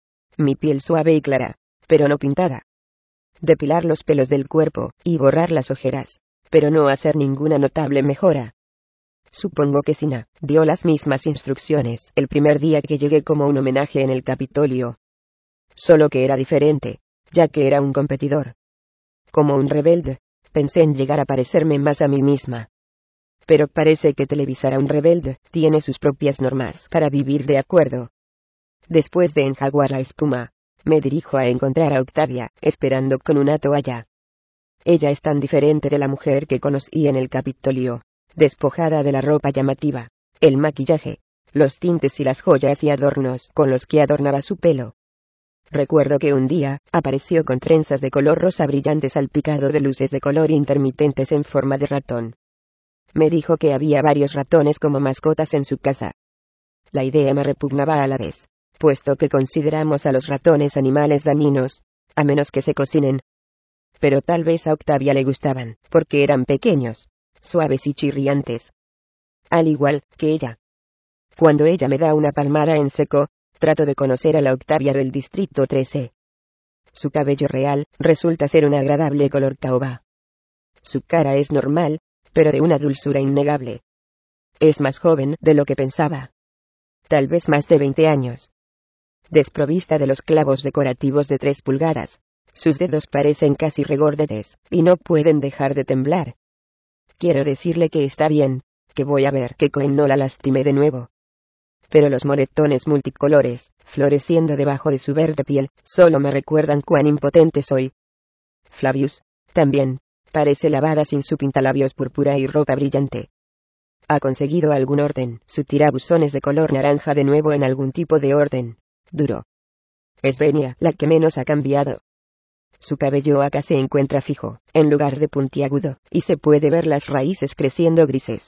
Mi piel suave y clara, pero no pintada. Depilar los pelos del cuerpo y borrar las ojeras, pero no hacer ninguna notable mejora. Supongo que Sina dio las mismas instrucciones el primer día que llegué como un homenaje en el Capitolio. Solo que era diferente, ya que era un competidor. Como un rebelde, pensé en llegar a parecerme más a mí misma. Pero parece que televisar a un rebelde tiene sus propias normas para vivir de acuerdo. Después de enjaguar la espuma, me dirijo a encontrar a Octavia, esperando con una toalla. Ella es tan diferente de la mujer que conocí en el Capitolio, despojada de la ropa llamativa, el maquillaje, los tintes y las joyas y adornos con los que adornaba su pelo. Recuerdo que un día, apareció con trenzas de color rosa brillante salpicado de luces de color intermitentes en forma de ratón. Me dijo que había varios ratones como mascotas en su casa. La idea me repugnaba a la vez, puesto que consideramos a los ratones animales dañinos, a menos que se cocinen. Pero tal vez a Octavia le gustaban, porque eran pequeños, suaves y chirriantes. Al igual que ella. Cuando ella me da una palmada en seco, trato de conocer a la Octavia del Distrito trece. Su cabello real resulta ser un agradable color caoba. Su cara es normal, pero de una dulzura innegable. Es más joven de lo que pensaba. Tal vez más de veinte años. Desprovista de los clavos decorativos de tres pulgadas, sus dedos parecen casi regordetes, y no pueden dejar de temblar. Quiero decirle que está bien, que voy a ver que Cohen no la lastime de nuevo. Pero los moretones multicolores, floreciendo debajo de su verde piel, solo me recuerdan cuán impotente soy. Flavius, también, parece lavada sin su pintalabios púrpura y ropa brillante. Ha conseguido algún orden, su tirabuzón es de color naranja de nuevo en algún tipo de orden, duro. Es Venia la que menos ha cambiado. Su cabello acá se encuentra fijo, en lugar de puntiagudo, y se puede ver las raíces creciendo grises.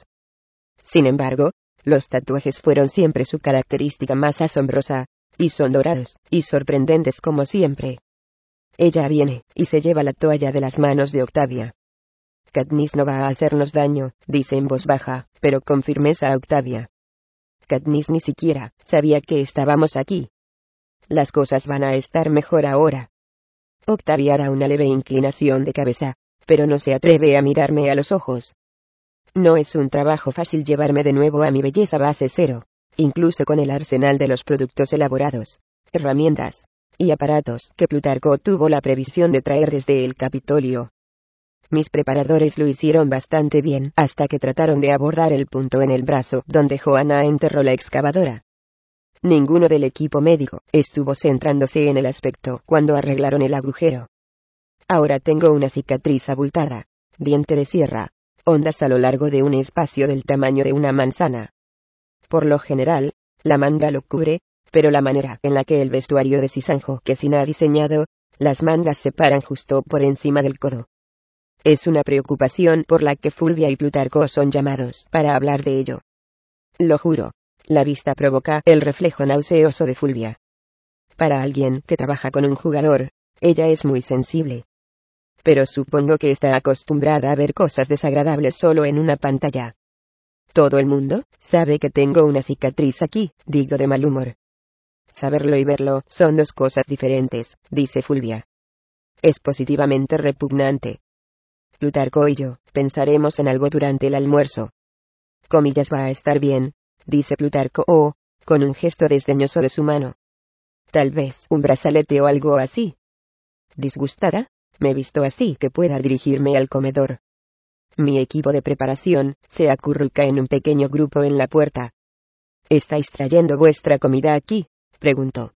Sin embargo, los tatuajes fueron siempre su característica más asombrosa, y son dorados, y sorprendentes como siempre. Ella viene, y se lleva la toalla de las manos de Octavia. Katniss no va a hacernos daño, dice en voz baja, pero con firmeza a Octavia. Katniss ni siquiera sabía que estábamos aquí. Las cosas van a estar mejor ahora. Octavia da una leve inclinación de cabeza, pero no se atreve a mirarme a los ojos. No es un trabajo fácil llevarme de nuevo a mi belleza base cero, incluso con el arsenal de los productos elaborados, herramientas y aparatos que Plutarco tuvo la previsión de traer desde el Capitolio. Mis preparadores lo hicieron bastante bien hasta que trataron de abordar el punto en el brazo donde Joanna enterró la excavadora. Ninguno del equipo médico estuvo centrándose en el aspecto cuando arreglaron el agujero. Ahora tengo una cicatriz abultada, diente de sierra, ondas a lo largo de un espacio del tamaño de una manzana. Por lo general, la manga lo cubre, pero la manera en la que el vestuario de Zijanjo que Sina ha diseñado, las mangas se paran justo por encima del codo. Es una preocupación por la que Fulvia y Plutarco son llamados para hablar de ello. Lo juro, La vista provoca el reflejo nauseoso de Fulvia. Para alguien que trabaja con un jugador, ella es muy sensible. Pero supongo que está acostumbrada a ver cosas desagradables solo en una pantalla. Todo el mundo sabe que tengo una cicatriz aquí, digo de mal humor. Saberlo y verlo son dos cosas diferentes, dice Fulvia. Es positivamente repugnante. Plutarco y yo pensaremos en algo durante el almuerzo. Comillas, va a estar bien, dice Plutarco o, con un gesto desdeñoso de su mano. Tal vez un brazalete o algo así. Disgustada, me he visto así que pueda dirigirme al comedor. Mi equipo de preparación se acurruca en un pequeño grupo en la puerta. ¿Estáis trayendo vuestra comida aquí?, preguntó.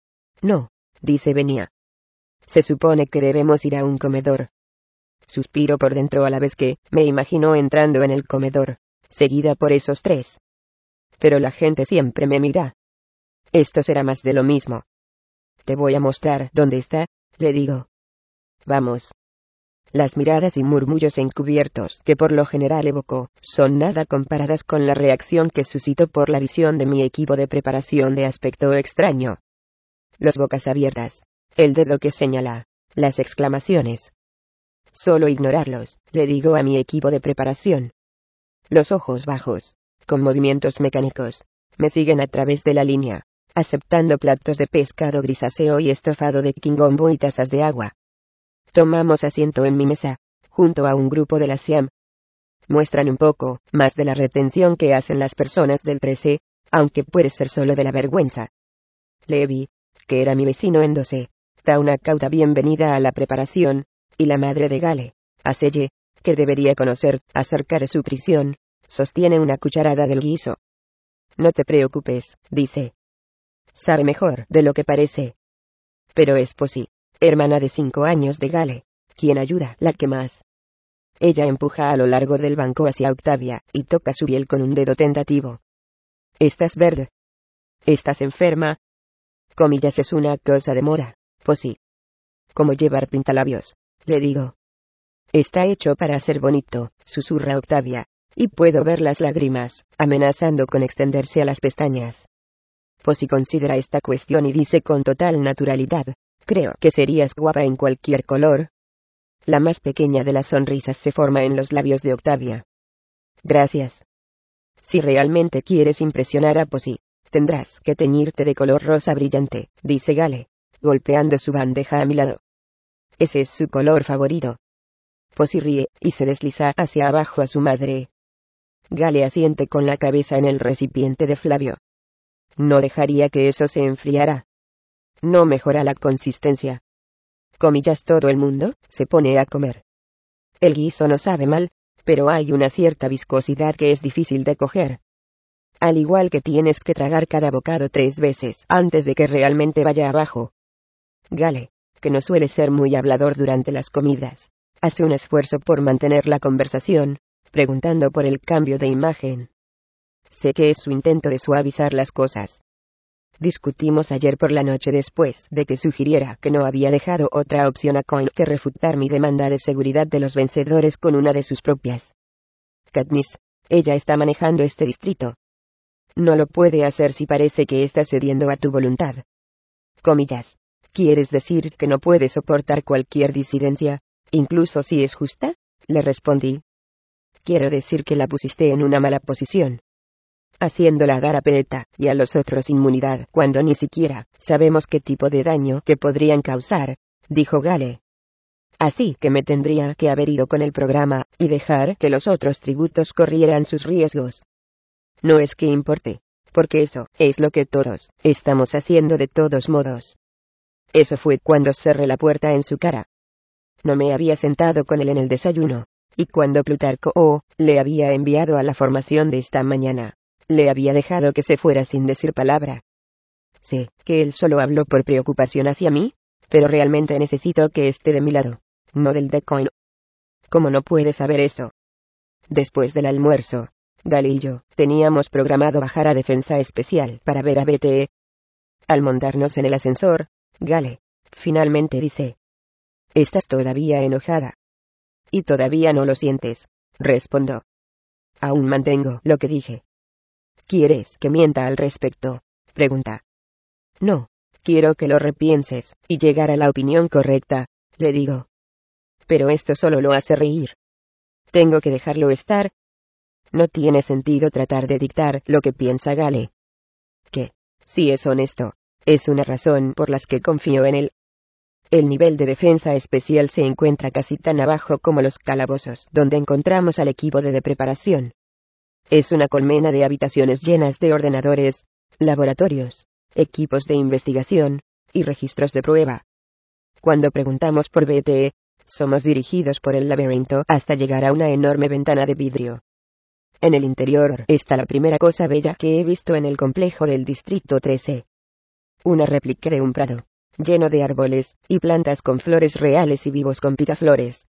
No, dice Venia. Se supone que debemos ir a un comedor. Suspiro por dentro a la vez que me imagino entrando en el comedor, seguida por esos tres. Pero la gente siempre me mira. Esto será más de lo mismo. Te voy a mostrar dónde está, le digo. Vamos. Las miradas y murmullos encubiertos que por lo general evoco son nada comparadas con la reacción que suscitó por la visión de mi equipo de preparación de aspecto extraño. Las bocas abiertas, el dedo que señala, las exclamaciones. Solo ignorarlos, le digo a mi equipo de preparación. Los ojos bajos, con movimientos mecánicos, me siguen a través de la línea, aceptando platos de pescado grisáceo y estofado de quingombo y tazas de agua. Tomamos asiento en mi mesa, junto a un grupo de la Siam. Muestran un poco más de la retención que hacen las personas del trece, aunque puede ser solo de la vergüenza. Levi, que era mi vecino en doce, da una cauta bienvenida a la preparación, y la madre de Gale, Aselle, que debería conocer acerca de su prisión, sostiene una cucharada del guiso. No te preocupes, dice. Sabe mejor de lo que parece. Pero es Posy, hermana de cinco años de Gale, quien ayuda la que más. Ella empuja a lo largo del banco hacia Octavia, y toca su piel con un dedo tentativo. ¿Estás verde? ¿Estás enferma? Comillas, es una cosa de moda, Posy. Como llevar pintalabios, le digo. Está hecho para ser bonito, susurra Octavia, y puedo ver las lágrimas, amenazando con extenderse a las pestañas. Posy considera esta cuestión y dice con total naturalidad, creo que serías guapa en cualquier color. La más pequeña de las sonrisas se forma en los labios de Octavia. Gracias. Si realmente quieres impresionar a Posy, tendrás que teñirte de color rosa brillante, dice Gale, golpeando su bandeja a mi lado. Ese es su color favorito. Posy ríe, y se desliza hacia abajo a su madre. Gale asiente con la cabeza en el recipiente de Flavio. No dejaría que eso se enfriara. No mejora la consistencia. Comillas, todo el mundo se pone a comer. El guiso no sabe mal, pero hay una cierta viscosidad que es difícil de coger. Al igual que tienes que tragar cada bocado tres veces antes de que realmente vaya abajo. Gale, que no suele ser muy hablador durante las comidas, hace un esfuerzo por mantener la conversación, preguntando por el cambio de imagen. Sé que es su intento de suavizar las cosas. Discutimos ayer por la noche después de que sugiriera que no había dejado otra opción a Coin que refutar mi demanda de seguridad de los vencedores con una de sus propias. Katniss, ella está manejando este distrito. No lo puede hacer si parece que está cediendo a tu voluntad. Comillas. ¿Quieres decir que no puede soportar cualquier disidencia, incluso si es justa? Le respondí. Quiero decir que la pusiste en una mala posición. Haciéndola dar a Peneta y a los otros inmunidad cuando ni siquiera sabemos qué tipo de daño que podrían causar, dijo Gale. Así que me tendría que haber ido con el programa y dejar que los otros tributos corrieran sus riesgos. No es que importe, porque eso es lo que todos estamos haciendo de todos modos. Eso fue cuando cerré la puerta en su cara. No me había sentado con él en el desayuno, y cuando Plutarco O le había enviado a la formación de esta mañana, le había dejado que se fuera sin decir palabra. Sé que él solo habló por preocupación hacia mí, pero realmente necesito que esté de mi lado, no del de Coin. ¿Cómo no puede saber eso? Después del almuerzo, Gale y yo teníamos programado bajar a Defensa Especial para ver a B T E. Al montarnos en el ascensor, Gale finalmente dice: ¿Estás todavía enojada? Y todavía no lo sientes, respondo. Aún mantengo lo que dije. ¿Quieres que mienta al respecto? Pregunta. No, quiero que lo repienses, y llegar a la opinión correcta, le digo. Pero esto solo lo hace reír. Tengo que dejarlo estar. No tiene sentido tratar de dictar lo que piensa Gale. Que, si es honesto, es una razón por las que confío en él. El nivel de defensa especial se encuentra casi tan abajo como los calabozos donde encontramos al equipo de preparación. Es una colmena de habitaciones llenas de ordenadores, laboratorios, equipos de investigación, y registros de prueba. Cuando preguntamos por B T E, somos dirigidos por el laberinto hasta llegar a una enorme ventana de vidrio. En el interior está la primera cosa bella que he visto en el complejo del Distrito trece. Una réplica de un prado, lleno de árboles y plantas con flores reales y vivos con picaflores.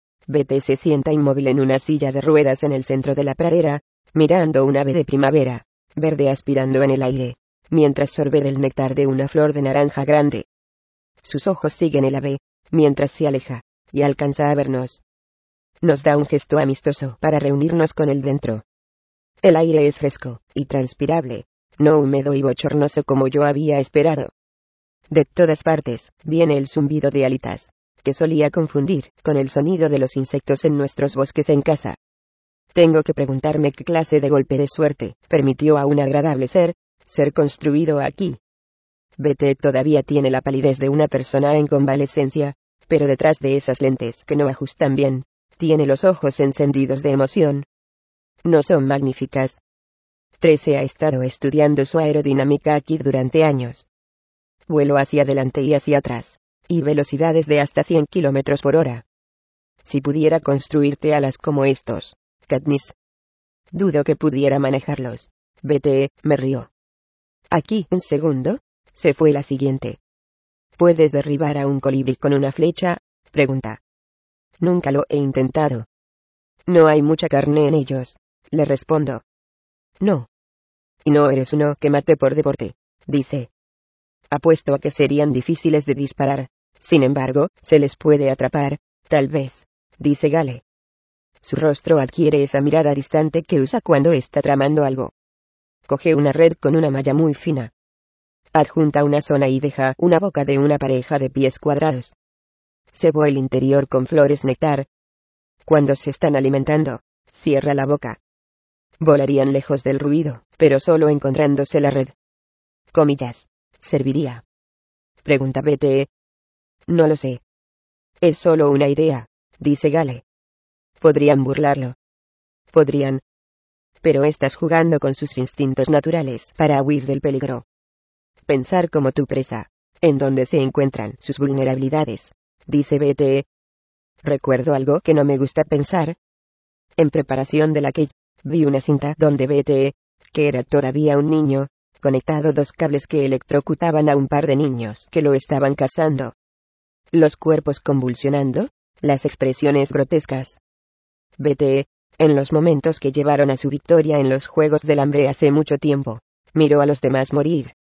B T se sienta inmóvil en una silla de ruedas en el centro de la pradera, mirando un ave de primavera, verde aspirando en el aire, mientras sorbe del néctar de una flor de naranja grande. Sus ojos siguen el ave, mientras se aleja, y alcanza a vernos. Nos da un gesto amistoso para reunirnos con él dentro. El aire es fresco y transpirable, no húmedo y bochornoso como yo había esperado. De todas partes, viene el zumbido de alitas, que solía confundir con el sonido de los insectos en nuestros bosques en casa. Tengo que preguntarme qué clase de golpe de suerte permitió a un agradable ser, ser construido aquí. B T todavía tiene la palidez de una persona en convalescencia, pero detrás de esas lentes que no ajustan bien, tiene los ojos encendidos de emoción. No son magníficas. trece ha estado estudiando su aerodinámica aquí durante años. Vuelo hacia adelante y hacia atrás, y velocidades de hasta cien kilómetros por hora. Si pudiera construirte alas como estos, Katniss. Dudo que pudiera manejarlos. B T, me río. Aquí, un segundo. Se fue la siguiente. ¿Puedes derribar a un colibrí con una flecha? Pregunta. Nunca lo he intentado. No hay mucha carne en ellos, le respondo. No. Y no eres uno que mate por deporte, dice. Apuesto a que serían difíciles de disparar. Sin embargo, se les puede atrapar, tal vez, dice Gale. Su rostro adquiere esa mirada distante que usa cuando está tramando algo. Coge una red con una malla muy fina. Adjunta una zona y deja una boca de una pareja de pies cuadrados. Cebó el interior con flores néctar. Cuando se están alimentando, cierra la boca. Volarían lejos del ruido, pero solo encontrándose la red. Comillas. ¿Serviría? Pregunta B T. No lo sé. Es solo una idea, dice Gale. Podrían burlarlo. Podrían. Pero estás jugando con sus instintos naturales para huir del peligro. Pensar como tu presa, en donde se encuentran sus vulnerabilidades, dice B T. Recuerdo algo que no me gusta pensar. En preparación de la que vi una cinta donde B T, que era todavía un niño, conectado dos cables que electrocutaban a un par de niños que lo estaban cazando. Los cuerpos convulsionando, las expresiones grotescas. B T, en los momentos que llevaron a su victoria en los Juegos del Hambre hace mucho tiempo, miró a los demás morir.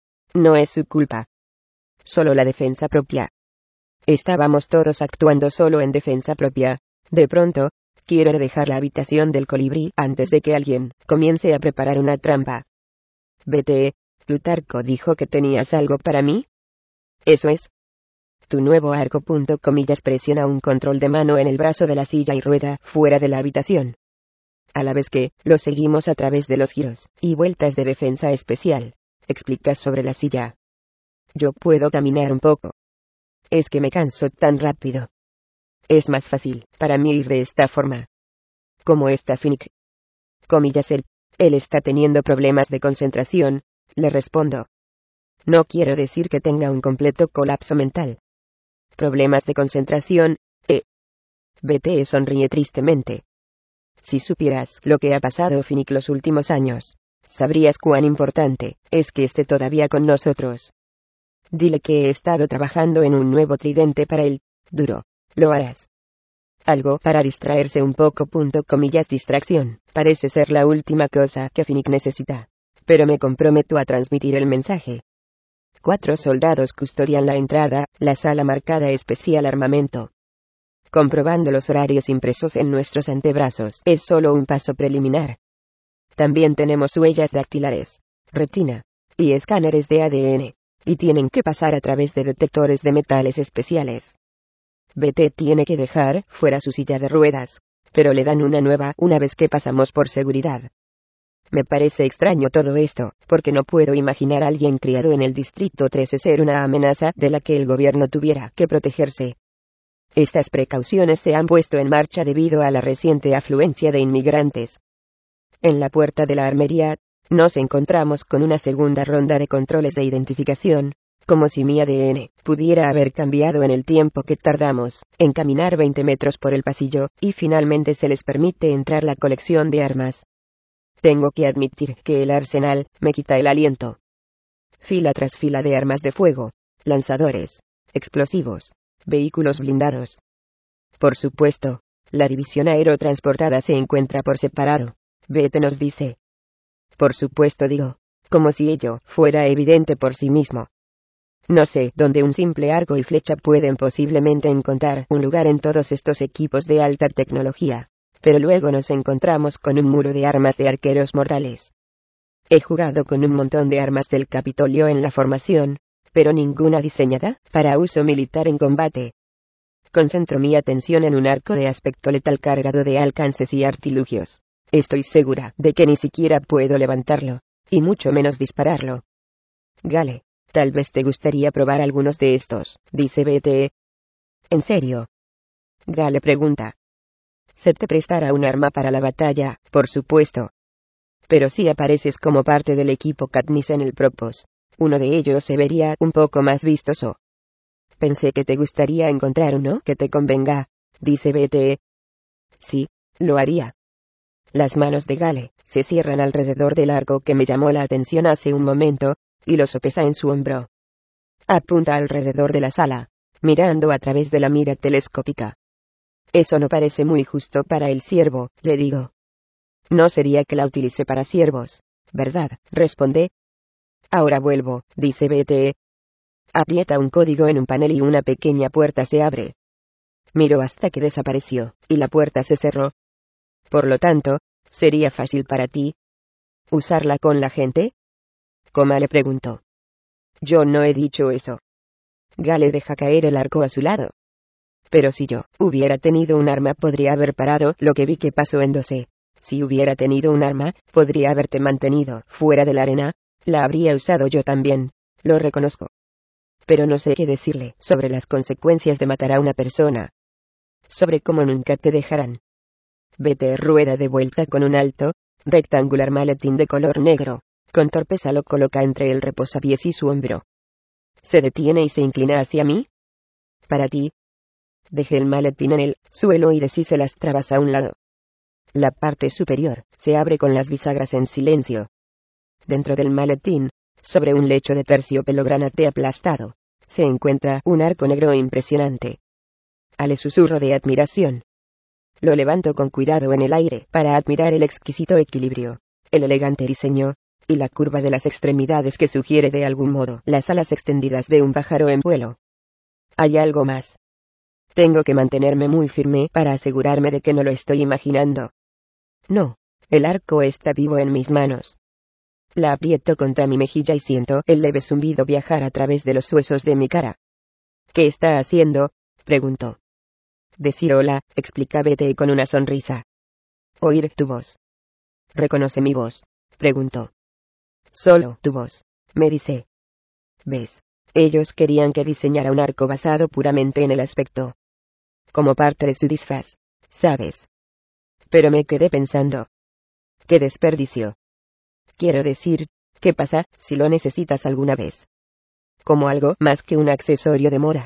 No es su culpa. Solo la defensa propia. Estábamos todos actuando solo en defensa propia. De pronto, quiero dejar la habitación del colibrí antes de que alguien comience a preparar una trampa. B T, Plutarco dijo que tenías algo para mí. Eso es. Tu nuevo arco. Punto comillas presiona un control de mano en el brazo de la silla y rueda fuera de la habitación. A la vez que lo seguimos a través de los giros y vueltas de defensa especial. Explicas sobre la silla. Yo puedo caminar un poco. Es que me canso tan rápido. Es más fácil para mí ir de esta forma. ¿Cómo está Finnick? Comillas él. Él está teniendo problemas de concentración, le respondo. No quiero decir que tenga un completo colapso mental. Problemas de concentración, eh. B T sonríe tristemente. Si supieras lo que ha pasado Finnick los últimos años, sabrías cuán importante es que esté todavía con nosotros. Dile que he estado trabajando en un nuevo tridente para él, duro. Lo harás. Algo para distraerse un poco. Punto comillas distracción. Parece ser la última cosa que Finnick necesita. Pero me comprometo a transmitir el mensaje. Cuatro soldados custodian la entrada, la sala marcada especial armamento. Comprobando los horarios impresos en nuestros antebrazos es solo un paso preliminar. También tenemos huellas dactilares, retina y escáneres de A D N, y tienen que pasar a través de detectores de metales especiales. B T tiene que dejar fuera su silla de ruedas, pero le dan una nueva una vez que pasamos por seguridad. Me parece extraño todo esto, porque no puedo imaginar a alguien criado en el Distrito trece ser una amenaza de la que el gobierno tuviera que protegerse. Estas precauciones se han puesto en marcha debido a la reciente afluencia de inmigrantes. En la puerta de la armería, nos encontramos con una segunda ronda de controles de identificación, como si mi A D N pudiera haber cambiado en el tiempo que tardamos en caminar veinte metros por el pasillo, y finalmente se les permite entrar la colección de armas. Tengo que admitir que el arsenal me quita el aliento. Fila tras fila de armas de fuego, lanzadores, explosivos, vehículos blindados. Por supuesto, la división aerotransportada se encuentra por separado. B T nos dice. Por supuesto digo, como si ello fuera evidente por sí mismo. No sé dónde un simple arco y flecha pueden posiblemente encontrar un lugar en todos estos equipos de alta tecnología, pero luego nos encontramos con un muro de armas de arqueros mortales. He jugado con un montón de armas del Capitolio en la formación, pero ninguna diseñada para uso militar en combate. Concentro mi atención en un arco de aspecto letal cargado de alcances y artilugios. Estoy segura de que ni siquiera puedo levantarlo, y mucho menos dispararlo. Gale, tal vez te gustaría probar algunos de estos, dice B T. ¿En serio? Gale pregunta. Se te prestará un arma para la batalla, por supuesto. Pero si apareces como parte del equipo Katniss en el Propos, uno de ellos se vería un poco más vistoso. Pensé que te gustaría encontrar uno que te convenga, dice B T. Sí, lo haría. Las manos de Gale se cierran alrededor del arco que me llamó la atención hace un momento, y lo sopesa en su hombro. Apunta alrededor de la sala, mirando a través de la mira telescópica. Eso no parece muy justo para el ciervo, le digo. No sería que la utilice para ciervos, ¿verdad? Responde. Ahora vuelvo, dice B T. Aprieta un código en un panel y una pequeña puerta se abre. Miró hasta que desapareció, y la puerta se cerró. Por lo tanto, ¿sería fácil para ti usarla con la gente? Coma le preguntó. Yo no he dicho eso. Gale deja caer el arco a su lado. Pero si yo hubiera tenido un arma podría haber parado lo que vi que pasó en doce. Si hubiera tenido un arma, podría haberte mantenido fuera de la arena, la habría usado yo también, lo reconozco. Pero no sé qué decirle sobre las consecuencias de matar a una persona. Sobre cómo nunca te dejarán. B T rueda de vuelta con un alto, rectangular maletín de color negro, con torpeza lo coloca entre el reposapiés y su hombro. Se detiene y se inclina hacia mí. Para ti. Dejé el maletín en el suelo y deshice las trabas a un lado. La parte superior se abre con las bisagras en silencio. Dentro del maletín, sobre un lecho de terciopelo granate aplastado, se encuentra un arco negro impresionante. Ale susurro de admiración. Lo levanto con cuidado en el aire para admirar el exquisito equilibrio, el elegante diseño, y la curva de las extremidades que sugiere de algún modo las alas extendidas de un pájaro en vuelo. Hay algo más. Tengo que mantenerme muy firme para asegurarme de que no lo estoy imaginando. No, el arco está vivo en mis manos. La aprieto contra mi mejilla y siento el leve zumbido viajar a través de los huesos de mi cara. ¿Qué está haciendo?, preguntó. Decir hola, explica B T con una sonrisa. Oír tu voz. ¿Reconoce mi voz?, preguntó. Solo tu voz, me dice. ¿Ves? Ellos querían que diseñara un arco basado puramente en el aspecto. Como parte de su disfraz, ¿sabes? Pero me quedé pensando. ¡Qué desperdicio! Quiero decir, ¿qué pasa si lo necesitas alguna vez? Como algo más que un accesorio de moda.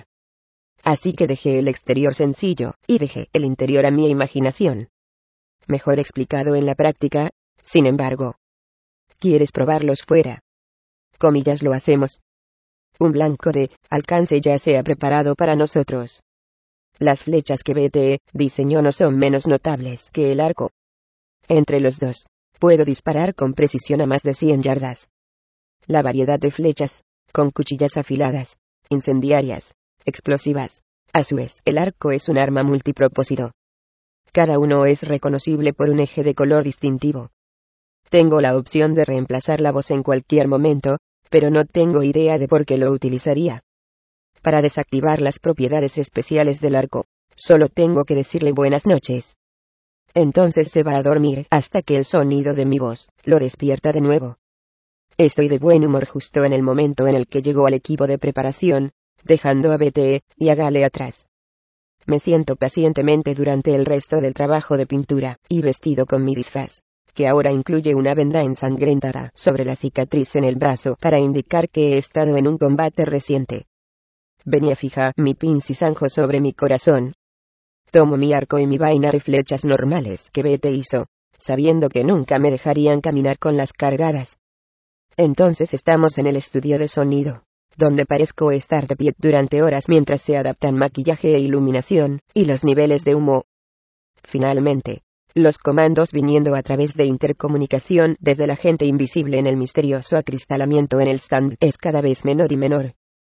Así que dejé el exterior sencillo, y dejé el interior a mi imaginación. Mejor explicado en la práctica, sin embargo. ¿Quieres probarlos fuera? Comillas lo hacemos. Un blanco de alcance ya se ha preparado para nosotros. Las flechas que B T diseñó no son menos notables que el arco. Entre los dos, puedo disparar con precisión a más de cien yardas. La variedad de flechas, con cuchillas afiladas, incendiarias, explosivas. A su vez, el arco es un arma multipropósito. Cada uno es reconocible por un eje de color distintivo. Tengo la opción de reemplazar la voz en cualquier momento, pero no tengo idea de por qué lo utilizaría. Para desactivar las propiedades especiales del arco, solo tengo que decirle buenas noches. Entonces se va a dormir hasta que el sonido de mi voz lo despierta de nuevo. Estoy de buen humor justo en el momento en el que llegó al equipo de preparación, dejando a B T E y a Gale atrás. Me siento pacientemente durante el resto del trabajo de pintura, y vestido con mi disfraz, que ahora incluye una venda ensangrentada sobre la cicatriz en el brazo para indicar que he estado en un combate reciente. Venía fija mi pinza y zanjo sobre mi corazón. Tomo mi arco y mi vaina de flechas normales que B T hizo, sabiendo que nunca me dejarían caminar con las cargadas. Entonces estamos en el estudio de sonido, donde parezco estar de pie durante horas mientras se adaptan maquillaje e iluminación, y los niveles de humo. Finalmente, los comandos viniendo a través de intercomunicación desde la gente invisible en el misterioso acristalamiento en el stand es cada vez menor y menor.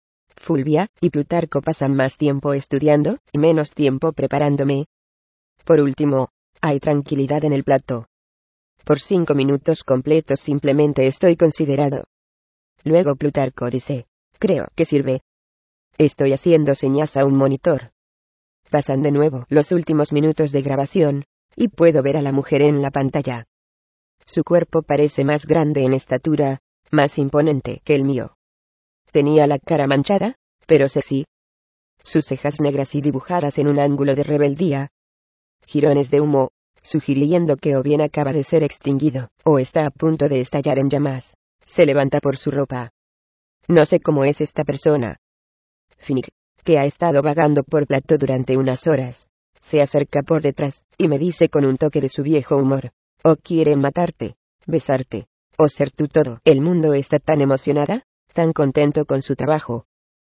Fulvia y Plutarco pasan más tiempo estudiando, y menos tiempo preparándome. Por último, hay tranquilidad en el plato. Por cinco minutos completos simplemente estoy considerado. Luego Plutarco dice, creo que sirve. Estoy haciendo señas a un monitor. Pasan de nuevo los últimos minutos de grabación, y puedo ver a la mujer en la pantalla. Su cuerpo parece más grande en estatura, más imponente que el mío. Tenía la cara manchada, pero sexy. Sus cejas negras y dibujadas en un ángulo de rebeldía. Jirones de humo, sugiriendo que o bien acaba de ser extinguido, o está a punto de estallar en llamas. Se levanta por su ropa. No sé cómo es esta persona. Finnick, que ha estado vagando por plato durante unas horas, se acerca por detrás, y me dice con un toque de su viejo humor, o quieren matarte, besarte, o ser tú todo. El mundo está tan emocionada, tan contento con su trabajo.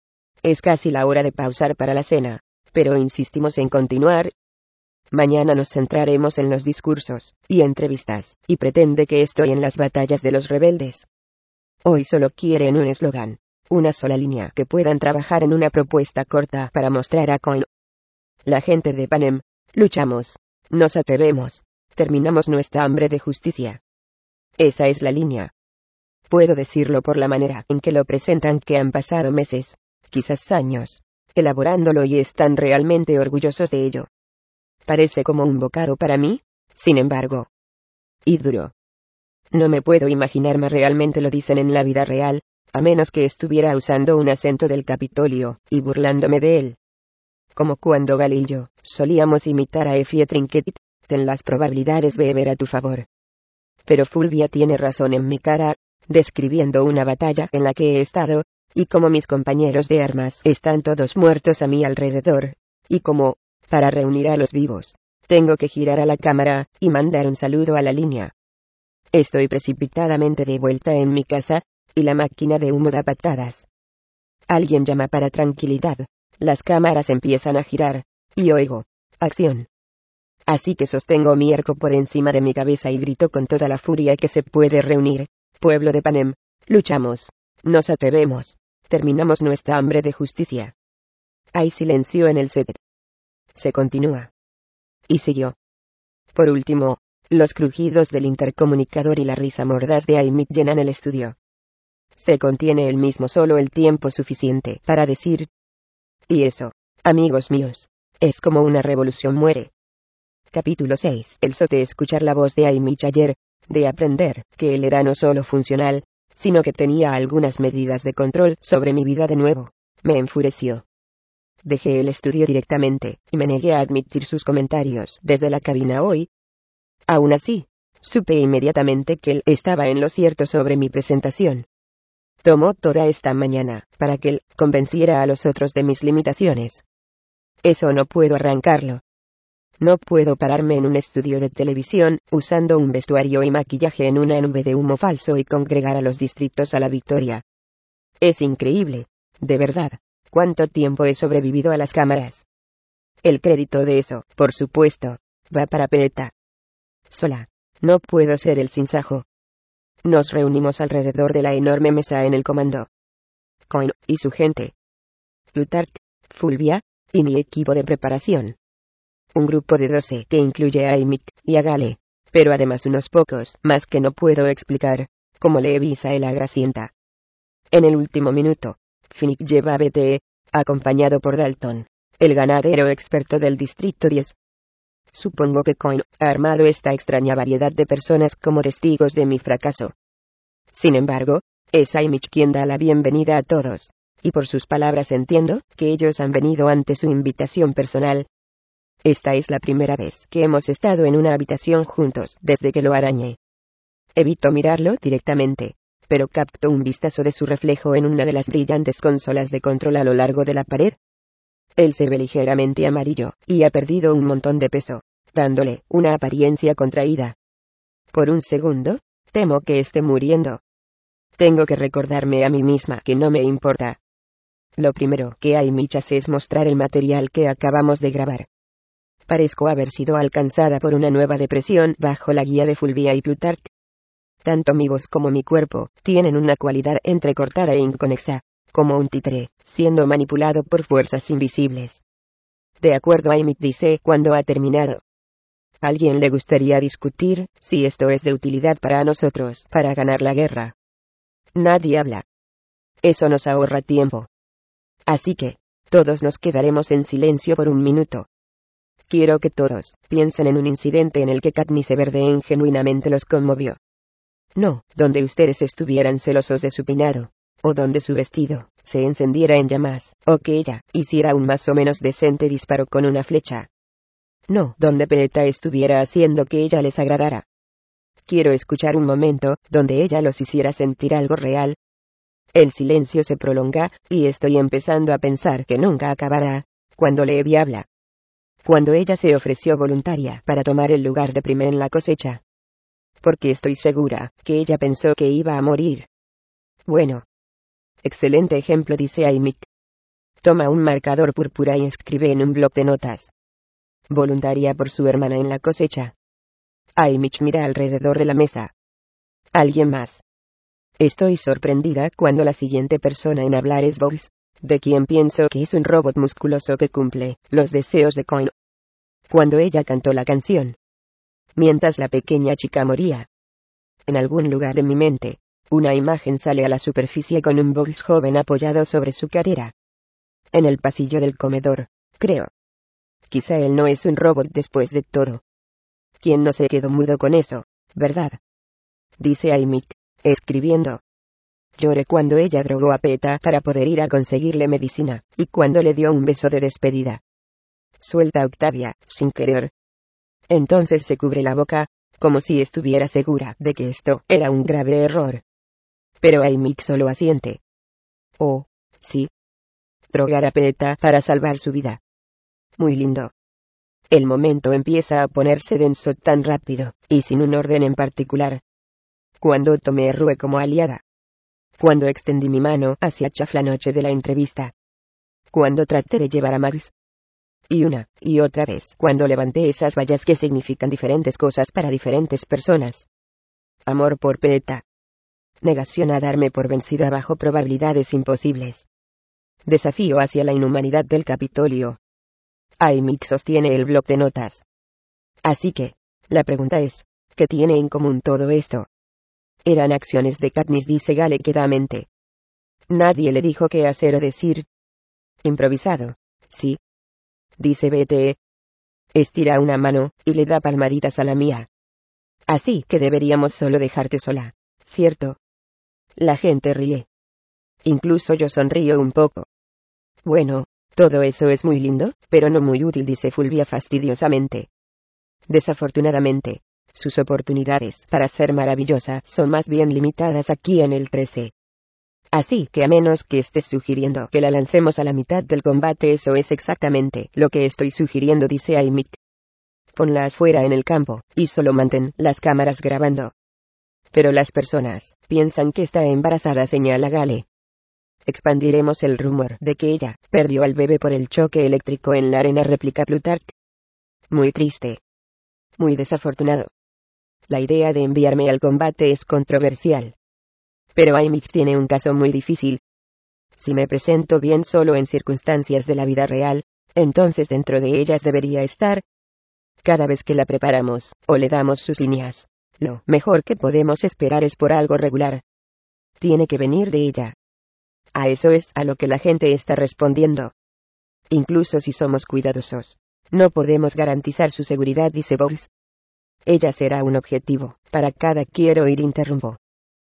Es casi la hora de pausar para la cena, pero insistimos en continuar. Mañana nos centraremos en los discursos y entrevistas, y pretende que estoy en las batallas de los rebeldes. Hoy solo quieren un eslogan, una sola línea que puedan trabajar en una propuesta corta para mostrar a Coin. La gente de Panem, luchamos, nos atrevemos, terminamos nuestra hambre de justicia. Esa es la línea. Puedo decirlo por la manera en que lo presentan, que han pasado meses, quizás años, elaborándolo y están realmente orgullosos de ello. Parece como un bocado para mí, sin embargo. Y duro. No me puedo imaginar más realmente lo dicen en la vida real, a menos que estuviera usando un acento del Capitolio, y burlándome de él. Como cuando Gale y yo solíamos imitar a Effie Trinket, ten las probabilidades beber a tu favor. Pero Fulvia tiene razón en mi cara, describiendo una batalla en la que he estado, y como mis compañeros de armas están todos muertos a mi alrededor, y como, para reunir a los vivos, tengo que girar a la cámara y mandar un saludo a la línea. Estoy precipitadamente de vuelta en mi casa, y la máquina de humo da patadas. Alguien llama para tranquilidad, las cámaras empiezan a girar, y oigo, acción. Así que sostengo mi arco por encima de mi cabeza y grito con toda la furia que se puede reunir, pueblo de Panem, luchamos, nos atrevemos, terminamos nuestra hambre de justicia. Hay silencio en el set. Se continúa. Y siguió. Por último, los crujidos del intercomunicador y la risa mordaz de Aimik llenan el estudio. Se contiene él mismo solo el tiempo suficiente para decir. Y eso, amigos míos, es como una revolución muere. Capítulo seis. El sote escuchar la voz de Aimik ayer, de aprender que él era no solo funcional, sino que tenía algunas medidas de control sobre mi vida de nuevo, me enfureció. Dejé el estudio directamente, y me negué a admitir sus comentarios desde la cabina hoy. Aún así, supe inmediatamente que él estaba en lo cierto sobre mi presentación. Tomó toda esta mañana para que él convenciera a los otros de mis limitaciones. Eso no puedo arrancarlo. No puedo pararme en un estudio de televisión, usando un vestuario y maquillaje en una nube de humo falso y congregar a los distritos a la victoria. Es increíble, de verdad, cuánto tiempo he sobrevivido a las cámaras. El crédito de eso, por supuesto, va para Peta. Sola, no puedo ser el sinsajo. Nos reunimos alrededor de la enorme mesa en el comando. Coin y su gente. Plutarch, Fulvia, y mi equipo de preparación. Un grupo de doce que incluye a Aimik y a Gale, pero además unos pocos más que no puedo explicar, como le avisa el agracienta. En el último minuto, Finnick lleva a B T E, acompañado por Dalton, el ganadero experto del Distrito diez. Supongo que Coin ha armado esta extraña variedad de personas como testigos de mi fracaso. Sin embargo, es Haymitch quien da la bienvenida a todos, y por sus palabras entiendo que ellos han venido ante su invitación personal. Esta es la primera vez que hemos estado en una habitación juntos desde que lo arañé. Evito mirarlo directamente, pero capto un vistazo de su reflejo en una de las brillantes consolas de control a lo largo de la pared. Él se ve ligeramente amarillo, y ha perdido un montón de peso, dándole una apariencia contraída. Por un segundo, temo que esté muriendo. Tengo que recordarme a mí misma que no me importa. Lo primero que Haymitch hace es mostrar el material que acabamos de grabar. Parezco haber sido alcanzada por una nueva depresión bajo la guía de Fulvia y Plutarch. Tanto mi voz como mi cuerpo tienen una cualidad entrecortada e inconexa, como un títere, siendo manipulado por fuerzas invisibles. De acuerdo, Haymitch dice cuando ha terminado. ¿Alguien le gustaría discutir si esto es de utilidad para nosotros para ganar la guerra? Nadie habla. Eso nos ahorra tiempo. Así que, todos nos quedaremos en silencio por un minuto. Quiero que todos piensen en un incidente en el que Katniss Everdeen genuinamente los conmovió. No, donde ustedes estuvieran celosos de su peinado, o donde su vestido se encendiera en llamas, o que ella hiciera un más o menos decente disparo con una flecha. No, donde Peeta estuviera haciendo que ella les agradara. Quiero escuchar un momento donde ella los hiciera sentir algo real. El silencio se prolonga, y estoy empezando a pensar que nunca acabará, cuando Levi habla. Cuando ella se ofreció voluntaria para tomar el lugar de Prime en la cosecha. Porque estoy segura que ella pensó que iba a morir. Bueno. Excelente ejemplo, dice Haymitch. Toma un marcador púrpura y escribe en un bloc de notas. Voluntaria por su hermana en la cosecha. Haymitch mira alrededor de la mesa. ¿Alguien más? Estoy sorprendida cuando la siguiente persona en hablar es Bowles, de quien pienso que es un robot musculoso que cumple los deseos de Coin. Cuando ella cantó la canción. Mientras la pequeña chica moría. En algún lugar de mi mente, una imagen sale a la superficie con un Bowles joven apoyado sobre su cadera. En el pasillo del comedor, creo. Quizá él no es un robot después de todo. ¿Quién no se quedó mudo con eso, verdad? Dice Haymitch, escribiendo. Lloré cuando ella drogó a Peeta para poder ir a conseguirle medicina, y cuando le dio un beso de despedida. Suelta Octavia, sin querer. Entonces se cubre la boca, como si estuviera segura de que esto era un grave error. Pero Haymitch solo asiente. Oh, sí. Drogar a Peeta para salvar su vida. Muy lindo. El momento empieza a ponerse denso tan rápido, y sin un orden en particular. Cuando tomé a Rue como aliada. Cuando extendí mi mano hacia Chaff la noche de la entrevista. Cuando traté de llevar a Max. Y una y otra vez cuando levanté esas vallas que significan diferentes cosas para diferentes personas. Amor por Peeta. Negación a darme por vencida bajo probabilidades imposibles. Desafío hacia la inhumanidad del Capitolio. Haymitch sostiene el bloc de notas. Así que, la pregunta es, ¿qué tiene en común todo esto? Eran acciones de Katniss, dice Gale quedamente. Nadie le dijo qué hacer o decir. Improvisado, sí. Dice B T E. Estira una mano, y le da palmaditas a la mía. Así que deberíamos solo dejarte sola, ¿cierto? La gente ríe. Incluso yo sonrío un poco. Bueno, todo eso es muy lindo, pero no muy útil, dice Fulvia fastidiosamente. Desafortunadamente, sus oportunidades para ser maravillosa son más bien limitadas aquí en el trece. Así que a menos que estés sugiriendo que la lancemos a la mitad del combate, eso es exactamente lo que estoy sugiriendo, dice Haymitch. Ponlas fuera en el campo, y solo mantén las cámaras grabando. Pero las personas piensan que está embarazada, señala Gale. Expandiremos el rumor de que ella perdió al bebé por el choque eléctrico en la arena, replica Plutarch. Muy triste. Muy desafortunado. La idea de enviarme al combate es controversial. Pero Haymitch tiene un caso muy difícil. Si me presento bien solo en circunstancias de la vida real, entonces dentro de ellas debería estar. Cada vez que la preparamos, o le damos sus líneas, lo mejor que podemos esperar es por algo regular. Tiene que venir de ella. A eso es a lo que la gente está respondiendo. Incluso si somos cuidadosos, no podemos garantizar su seguridad, dice Bowles. Ella será un objetivo para cada quiero ir, interrumpo.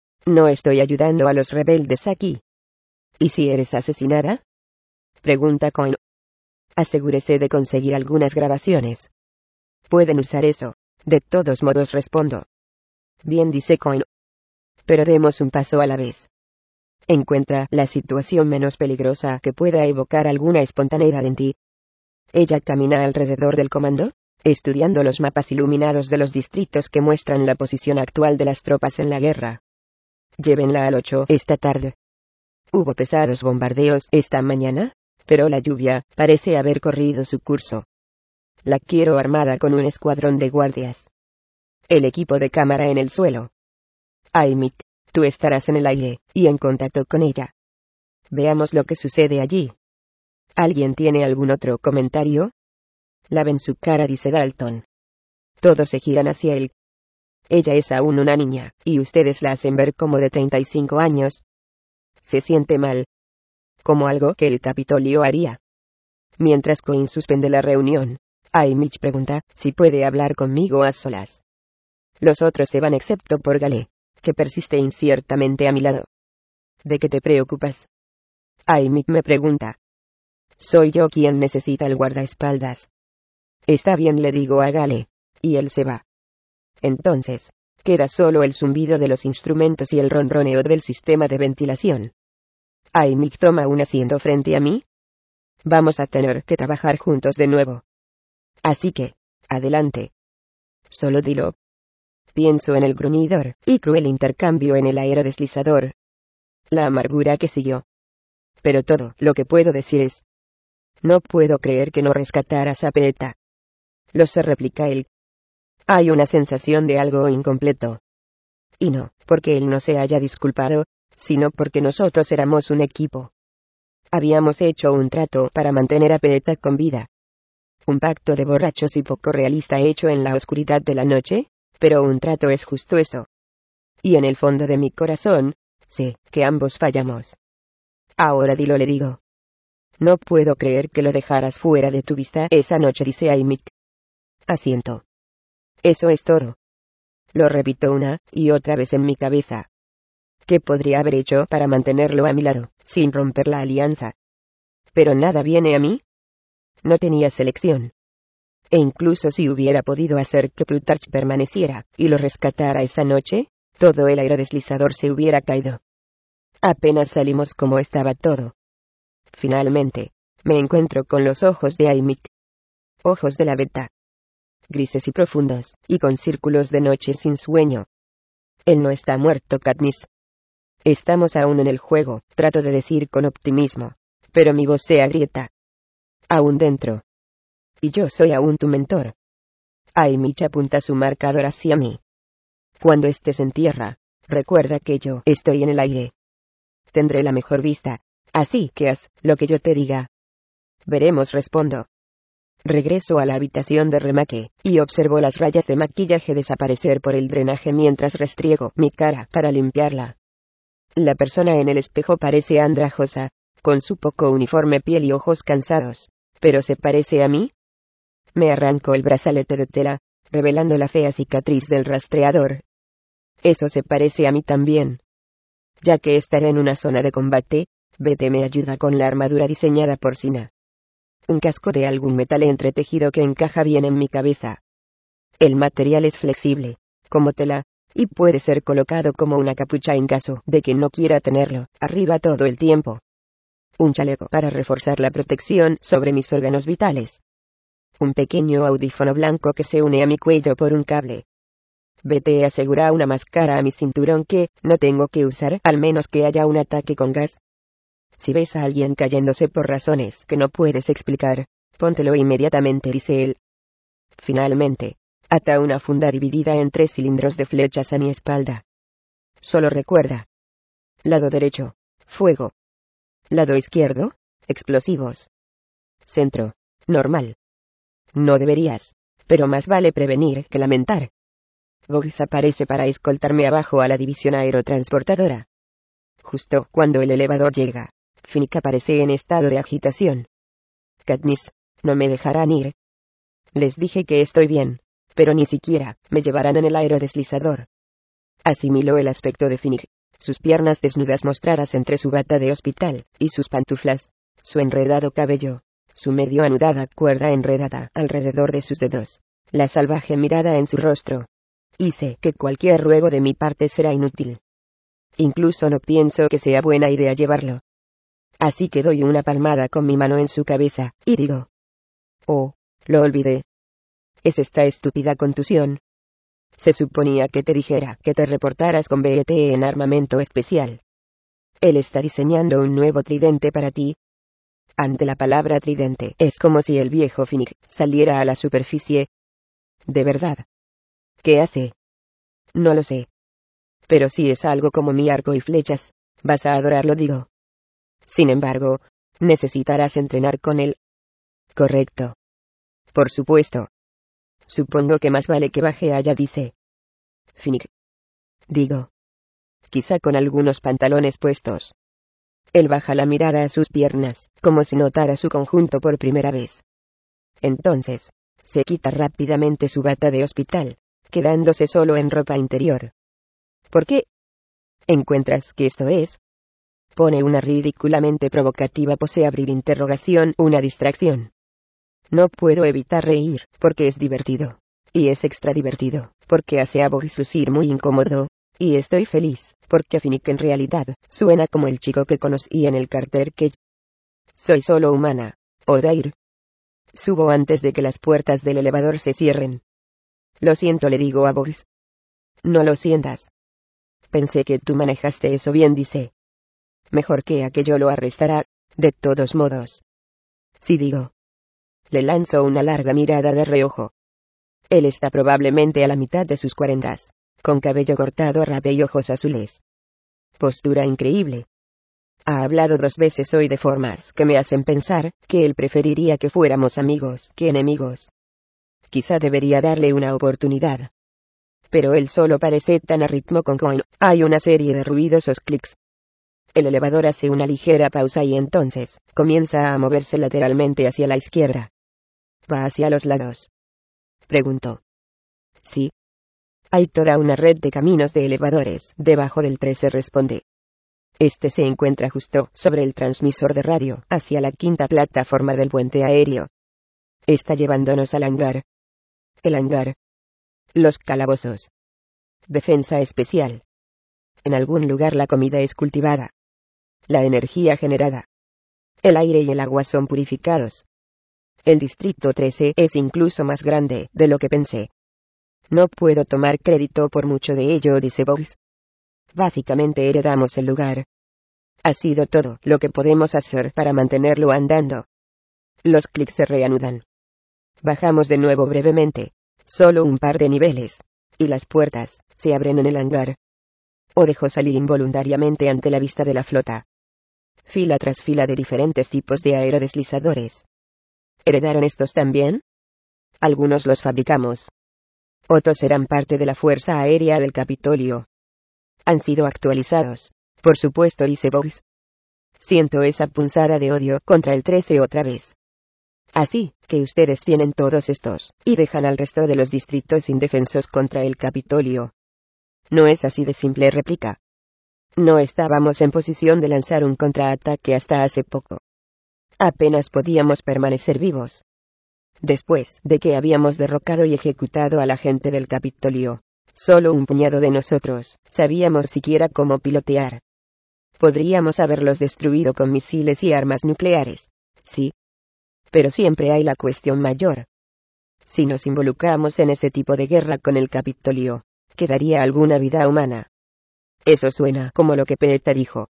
No estoy ayudando a los rebeldes aquí. ¿Y si eres asesinada? Pregunta Coyne. Asegúrese de conseguir algunas grabaciones. Pueden usar eso. De todos modos, respondo. Bien, dice Coyne. Pero demos un paso a la vez. Encuentra la situación menos peligrosa que pueda evocar alguna espontaneidad en ti. Ella camina alrededor del comando, estudiando los mapas iluminados de los distritos que muestran la posición actual de las tropas en la guerra. Llévenla al ocho esta tarde. Hubo pesados bombardeos esta mañana, pero la lluvia parece haber corrido su curso. La quiero armada con un escuadrón de guardias. El equipo de cámara en el suelo. Ay, Mick, tú estarás en el aire, y en contacto con ella. Veamos lo que sucede allí. ¿Alguien tiene algún otro comentario? Laven su cara, dice Dalton. Todos se giran hacia él. Ella es aún una niña, y ustedes la hacen ver como de treinta y cinco años. Se siente mal. Como algo que el Capitolio haría. Mientras Coyne suspende la reunión, Ay Mitch pregunta si puede hablar conmigo a solas. Los otros se van excepto por Gale, que persiste inciertamente a mi lado. ¿De qué te preocupas? Ay Mitch me pregunta. Soy yo quien necesita el guardaespaldas. Está bien, le digo a Gale, y él se va. Entonces, queda solo el zumbido de los instrumentos y el ronroneo del sistema de ventilación. Ay Mick toma un asiento frente a mí. Vamos a tener que trabajar juntos de nuevo. Así que, adelante. Solo dilo. Pienso en el gruñidor y cruel intercambio en el aerodeslizador. La amargura que siguió. Pero todo lo que puedo decir es: no puedo creer que no rescataras a Peeta. Lo sé, replica él. Hay una sensación de algo incompleto. Y no porque él no se haya disculpado, sino porque nosotros éramos un equipo. Habíamos hecho un trato para mantener a Peeta con vida. Un pacto de borrachos y poco realista hecho en la oscuridad de la noche, pero un trato es justo eso. Y en el fondo de mi corazón, sé que ambos fallamos. Ahora dilo, le digo. No puedo creer que lo dejaras fuera de tu vista esa noche, dice Ay Mick. Asiento. Eso es todo. Lo repito una y otra vez en mi cabeza. ¿Qué podría haber hecho para mantenerlo a mi lado, sin romper la alianza? Pero nada viene a mí. No tenía selección. E incluso si hubiera podido hacer que Plutarch permaneciera y lo rescatara esa noche, todo el aerodeslizador se hubiera caído. Apenas salimos como estaba todo. Finalmente, me encuentro con los ojos de Ay Mick. Ojos de la beta. Grises y profundos, y con círculos de noche sin sueño. Él no está muerto, Katniss. Estamos aún en el juego, trato de decir con optimismo, pero mi voz se agrieta. Aún dentro. Y yo soy aún tu mentor. Ay Mitch apunta su marcador hacia mí. Cuando estés en tierra, recuerda que yo estoy en el aire. Tendré la mejor vista, así que haz lo que yo te diga. Veremos, respondo. Regreso a la habitación de Remake, y observo las rayas de maquillaje desaparecer por el drenaje mientras restriego mi cara para limpiarla. La persona en el espejo parece andrajosa, con su poco uniforme piel y ojos cansados, pero ¿se parece a mí? Me arranco el brazalete de tela, revelando la fea cicatriz del rastreador. Eso se parece a mí también. Ya que estaré en una zona de combate, Vete me ayuda con la armadura diseñada por Sina. Un casco de algún metal entretejido que encaja bien en mi cabeza. El material es flexible, como tela, y puede ser colocado como una capucha en caso de que no quiera tenerlo arriba todo el tiempo. Un chaleco para reforzar la protección sobre mis órganos vitales. Un pequeño audífono blanco que se une a mi cuello por un cable. Vete asegura una máscara a mi cinturón que no tengo que usar al menos que haya un ataque con gas. Si ves a alguien cayéndose por razones que no puedes explicar, póntelo inmediatamente, dice él. Finalmente, ata una funda dividida en tres cilindros de flechas a mi espalda. Solo recuerda. Lado derecho, fuego. Lado izquierdo, explosivos. Centro, normal. No deberías pero más vale prevenir que lamentar. Boggs aparece para escoltarme abajo a la división aerotransportadora. Justo cuando el elevador llega, Finnick aparece en estado de agitación. Katniss, no me dejarán ir. Les dije que estoy bien, pero ni siquiera me llevarán en el aerodeslizador. Asimiló el aspecto de Finnick, sus piernas desnudas mostradas entre su bata de hospital y sus pantuflas, su enredado cabello, su medio anudada cuerda enredada alrededor de sus dedos, la salvaje mirada en su rostro. Y sé que cualquier ruego de mi parte será inútil. Incluso no pienso que sea buena idea llevarlo. Así que doy una palmada con mi mano en su cabeza, y digo: oh, lo olvidé. Es esta estúpida contusión. Se suponía que te dijera que te reportaras con B T en armamento especial. Él está diseñando un nuevo tridente para ti. Ante la palabra tridente, es como si el viejo Finnick saliera a la superficie. ¿De verdad? ¿Qué hace? No lo sé. Pero si es algo como mi arco y flechas, vas a adorarlo, digo. Sin embargo, necesitarás entrenar con él. Correcto. Por supuesto. Supongo que más vale que baje allá, dice Finnick. Digo. Quizá con algunos pantalones puestos. Él baja la mirada a sus piernas, como si notara su conjunto por primera vez. Entonces, se quita rápidamente su bata de hospital, quedándose solo en ropa interior. ¿Por qué? ¿Encuentras que esto es? Pone una ridículamente provocativa pose a abrir interrogación, una distracción. No puedo evitar reír, porque es divertido. Y es extra divertido, porque hace a Boggs lucir muy incómodo. Y estoy feliz, porque Finnick en realidad suena como el chico que conocí en el Carter que... Soy solo humana, Odair. Subo antes de que las puertas del elevador se cierren. Lo siento, le digo a Boggs. No lo sientas. Pensé que tú manejaste eso bien, dice. Mejor que aquello lo arrestará, de todos modos. Sí, digo. Le lanzo una larga mirada de reojo. Él está probablemente a la mitad de sus cuarentas, con cabello cortado a rape y ojos azules. Postura increíble. Ha hablado dos veces hoy de formas que me hacen pensar que él preferiría que fuéramos amigos que enemigos. Quizá debería darle una oportunidad. Pero él solo parece tan a ritmo con Coin. Hay una serie de ruidosos clics. El elevador hace una ligera pausa y entonces comienza a moverse lateralmente hacia la izquierda. ¿Va hacia los lados? Preguntó. Sí. Hay toda una red de caminos de elevadores debajo del trece, responde. Este se encuentra justo sobre el transmisor de radio, hacia la quinta plataforma del puente aéreo. Está llevándonos al hangar. El hangar. Los calabozos. Defensa especial. En algún lugar la comida es cultivada. La energía generada. El aire y el agua son purificados. El distrito trece es incluso más grande de lo que pensé. No puedo tomar crédito por mucho de ello, dice Boggs. Básicamente heredamos el lugar. Ha sido todo lo que podemos hacer para mantenerlo andando. Los clics se reanudan. Bajamos de nuevo brevemente, solo un par de niveles, y las puertas se abren en el hangar. O dejó salir involuntariamente ante la vista de la flota. Fila tras fila de diferentes tipos de aerodeslizadores. ¿Heredaron estos también? Algunos los fabricamos. Otros eran parte de la Fuerza Aérea del Capitolio. Han sido actualizados, por supuesto, dice Boggs. Siento esa punzada de odio contra el trece otra vez. Así que ustedes tienen todos estos, y dejan al resto de los distritos indefensos contra el Capitolio. No es así de simple, réplica. No estábamos en posición de lanzar un contraataque hasta hace poco. Apenas podíamos permanecer vivos. Después de que habíamos derrocado y ejecutado a la gente del Capitolio, solo un puñado de nosotros sabíamos siquiera cómo pilotear. Podríamos haberlos destruido con misiles y armas nucleares, sí. Pero siempre hay la cuestión mayor. Si nos involucramos en ese tipo de guerra con el Capitolio, ¿quedaría alguna vida humana? Eso suena como lo que Peeta dijo.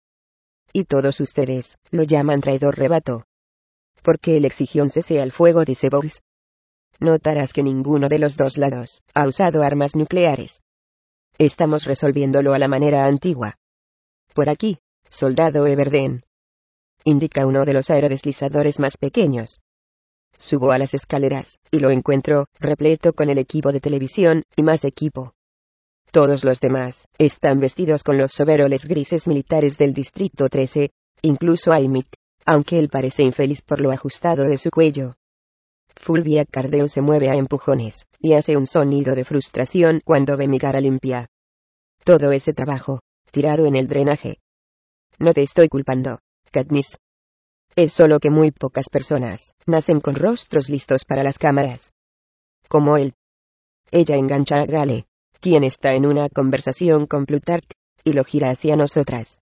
Y todos ustedes lo llaman traidor, rebató. Porque él exigió un cese al fuego, dice Boggs. Notarás que ninguno de los dos lados ha usado armas nucleares. Estamos resolviéndolo a la manera antigua. Por aquí, soldado Everden. Indica uno de los aerodeslizadores más pequeños. Subo a las escaleras, y lo encuentro, repleto con el equipo de televisión, y más equipo. Todos los demás, están vestidos con los overoles grises militares del Distrito trece, incluso Aimik, aunque él parece infeliz por lo ajustado de su cuello. Fulvia Cardeo se mueve a empujones, y hace un sonido de frustración cuando ve mi cara limpia. Todo ese trabajo, tirado en el drenaje. No te estoy culpando, Katniss. Es solo que muy pocas personas nacen con rostros listos para las cámaras. Como él. Ella engancha a Gale, quien está en una conversación con Plutarch, y lo gira hacia nosotras.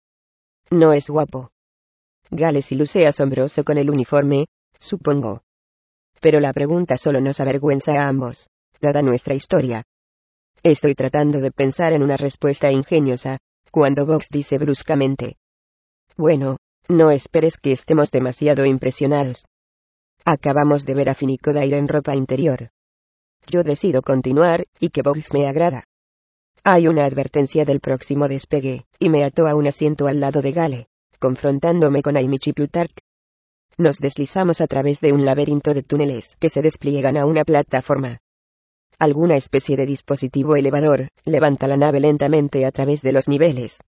No es guapo. Gale sí luce asombroso con el uniforme, supongo. Pero la pregunta solo nos avergüenza a ambos, dada nuestra historia. Estoy tratando de pensar en una respuesta ingeniosa, cuando Vox dice bruscamente. Bueno, no esperes que estemos demasiado impresionados. Acabamos de ver a Finicodaire en ropa interior. Yo decido continuar, y que Vox me agrada. Hay una advertencia del próximo despegue, y me ato a un asiento al lado de Gale, confrontándome con Aimich y Plutarch. Nos deslizamos a través de un laberinto de túneles que se despliegan a una plataforma. Alguna especie de dispositivo elevador levanta la nave lentamente a través de los niveles.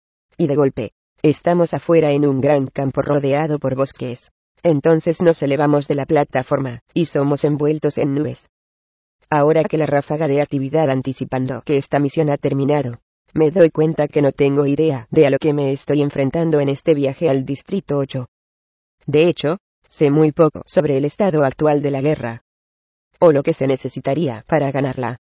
Y de golpe, estamos afuera en un gran campo rodeado por bosques. Entonces nos elevamos de la plataforma, y somos envueltos en nubes. Ahora que la ráfaga de actividad anticipando que esta misión ha terminado, me doy cuenta que no tengo idea de a lo que me estoy enfrentando en este viaje al Distrito ocho. De hecho, sé muy poco sobre el estado actual de la guerra. O lo que se necesitaría para ganarla.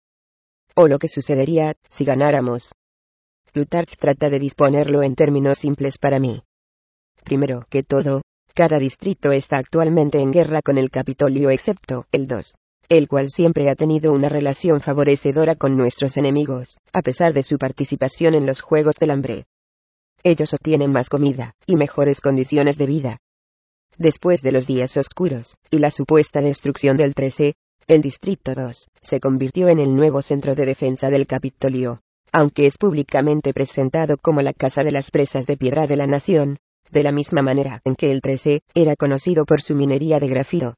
O lo que sucedería si ganáramos. Plutarch trata de disponerlo en términos simples para mí. Primero que todo, cada distrito está actualmente en guerra con el Capitolio excepto el dos, el cual siempre ha tenido una relación favorecedora con nuestros enemigos, a pesar de su participación en los Juegos del Hambre. Ellos obtienen más comida, y mejores condiciones de vida. Después de los días oscuros, y la supuesta destrucción del trece, el Distrito dos se convirtió en el nuevo centro de defensa del Capitolio, aunque es públicamente presentado como la casa de las presas de piedra de la nación, de la misma manera en que el trece era conocido por su minería de grafito.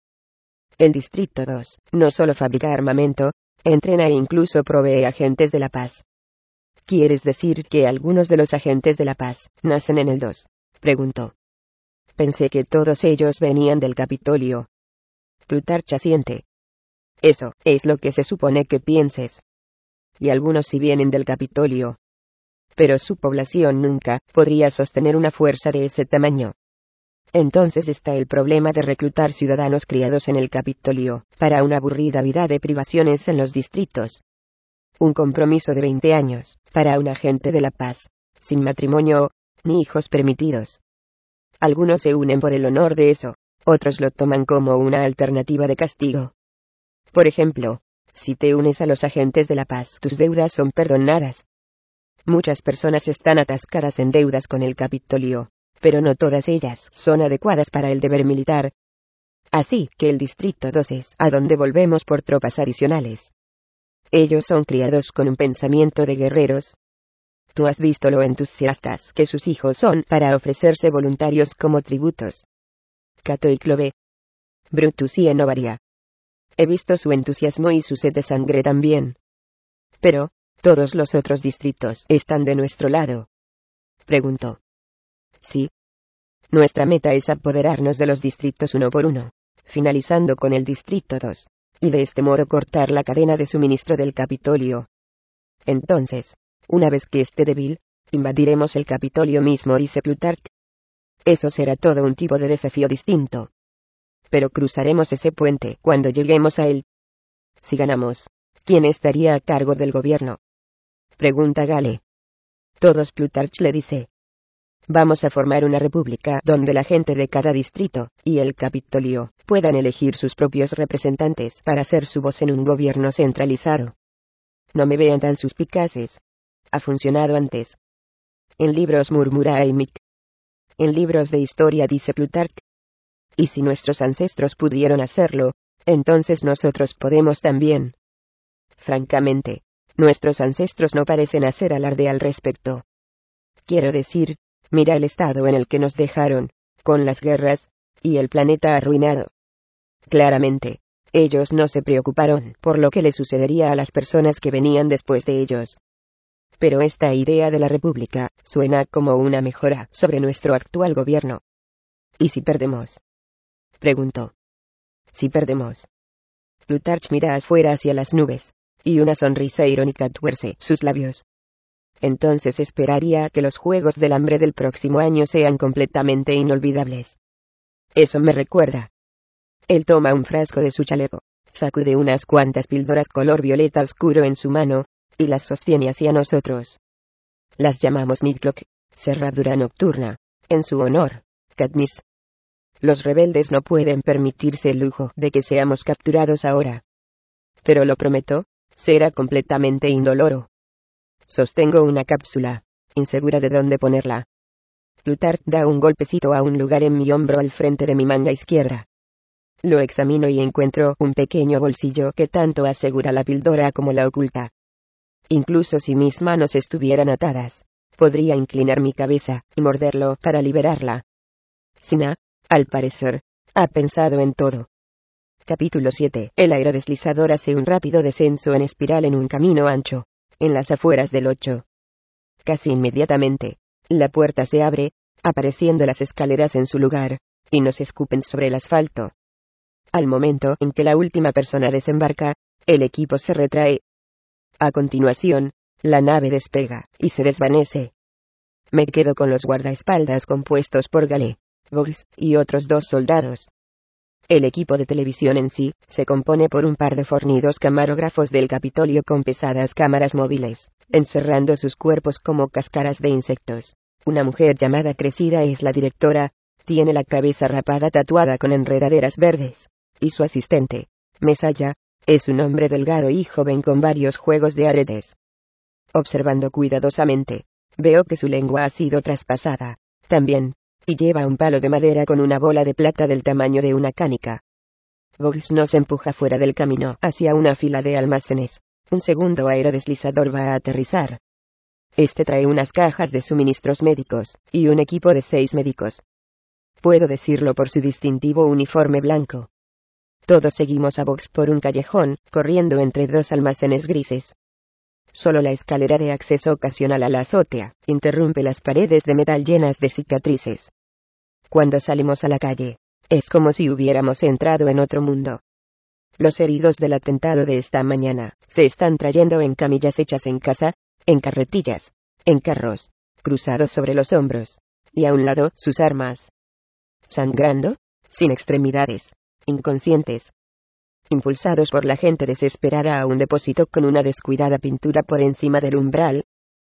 El Distrito dos no solo fabrica armamento, entrena e incluso provee agentes de la paz. ¿Quieres decir que algunos de los agentes de la paz nacen en el dos? Preguntó. Pensé que todos ellos venían del Capitolio. Plutarch asiente. Eso es lo que se supone que pienses. Y algunos sí vienen del Capitolio. Pero su población nunca podría sostener una fuerza de ese tamaño. Entonces está el problema de reclutar ciudadanos criados en el Capitolio, para una aburrida vida de privaciones en los distritos. Un compromiso de veinte años, para un agente de la paz, sin matrimonio, ni hijos permitidos. Algunos se unen por el honor de eso, otros lo toman como una alternativa de castigo. Por ejemplo, si te unes a los agentes de la paz, tus deudas son perdonadas. Muchas personas están atascadas en deudas con el Capitolio, pero no todas ellas son adecuadas para el deber militar. Así que el Distrito dos es a donde volvemos por tropas adicionales. Ellos son criados con un pensamiento de guerreros. Tú has visto lo entusiastas que sus hijos son para ofrecerse voluntarios como tributos. Cato y Clove. Brutus y Enobaria. He visto su entusiasmo y su sed de sangre también. Pero, ¿todos los otros distritos están de nuestro lado? Preguntó. Sí. Nuestra meta es apoderarnos de los distritos uno por uno, finalizando con el Distrito dos, y de este modo cortar la cadena de suministro del Capitolio. Entonces, una vez que esté débil, invadiremos el Capitolio mismo, dice Plutarch. Eso será todo un tipo de desafío distinto. Pero cruzaremos ese puente cuando lleguemos a él. Si ganamos, ¿quién estaría a cargo del gobierno? Pregunta Gale. Todos, Plutarch le dice. Vamos a formar una república donde la gente de cada distrito, y el Capitolio, puedan elegir sus propios representantes para hacer su voz en un gobierno centralizado. No me vean tan suspicaces. Ha funcionado antes. En libros, murmura Aimik. En libros de historia, dice Plutarch. Y si nuestros ancestros pudieron hacerlo, entonces nosotros podemos también. Francamente, nuestros ancestros no parecen hacer alarde al respecto. Quiero decir, mira el estado en el que nos dejaron, con las guerras, y el planeta arruinado. Claramente, ellos no se preocuparon por lo que le sucedería a las personas que venían después de ellos. Pero esta idea de la República suena como una mejora sobre nuestro actual gobierno. ¿Y si perdemos?, preguntó. Si perdemos. Plutarch mira afuera hacia las nubes, y una sonrisa irónica tuerce sus labios. Entonces esperaría que los Juegos del Hambre del próximo año sean completamente inolvidables. Eso me recuerda. Él toma un frasco de su chaleco, sacude unas cuantas píldoras color violeta oscuro en su mano, y las sostiene hacia nosotros. Las llamamos Nightlock, cerradura nocturna, en su honor, Katniss. Los rebeldes no pueden permitirse el lujo de que seamos capturados ahora. Pero lo prometo, será completamente indoloro. Sostengo una cápsula, insegura de dónde ponerla. Plutarch da un golpecito a un lugar en mi hombro al frente de mi manga izquierda. Lo examino y encuentro un pequeño bolsillo que tanto asegura la píldora como la oculta. Incluso si mis manos estuvieran atadas, podría inclinar mi cabeza y morderlo para liberarla. Sina, al parecer, ha pensado en todo. Capítulo siete. El aerodeslizador hace un rápido descenso en espiral en un camino ancho, en las afueras del ocho. Casi inmediatamente, la puerta se abre, apareciendo las escaleras en su lugar, y nos escupen sobre el asfalto. Al momento en que la última persona desembarca, el equipo se retrae. A continuación, la nave despega, y se desvanece. Me quedo con los guardaespaldas compuestos por Gale, Boggs y otros dos soldados. El equipo de televisión en sí se compone por un par de fornidos camarógrafos del Capitolio con pesadas cámaras móviles, encerrando sus cuerpos como cáscaras de insectos. Una mujer llamada Crecida es la directora, tiene la cabeza rapada tatuada con enredaderas verdes, y su asistente, Mesaya, es un hombre delgado y joven con varios juegos de aretes. Observando cuidadosamente, veo que su lengua ha sido traspasada, también, y lleva un palo de madera con una bola de plata del tamaño de una canica. Boggs nos empuja fuera del camino hacia una fila de almacenes. Un segundo aerodeslizador va a aterrizar. Este trae unas cajas de suministros médicos, y un equipo de seis médicos. Puedo decirlo por su distintivo uniforme blanco. Todos seguimos a Boggs por un callejón, corriendo entre dos almacenes grises. Solo la escalera de acceso ocasional a la azotea interrumpe las paredes de metal llenas de cicatrices. Cuando salimos a la calle, es como si hubiéramos entrado en otro mundo. Los heridos del atentado de esta mañana se están trayendo en camillas hechas en casa, en carretillas, en carros, cruzados sobre los hombros, y a un lado sus armas. Sangrando, sin extremidades, inconscientes. Impulsados por la gente desesperada a un depósito con una descuidada pintura por encima del umbral.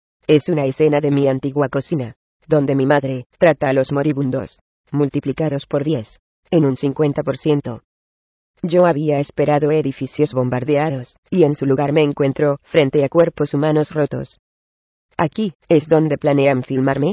Es una escena de mi antigua cocina, donde mi madre trata a los moribundos, multiplicados por diez, en un cincuenta por ciento. Yo había esperado edificios bombardeados, y en su lugar me encuentro frente a cuerpos humanos rotos. ¿Aquí es donde planean filmarme?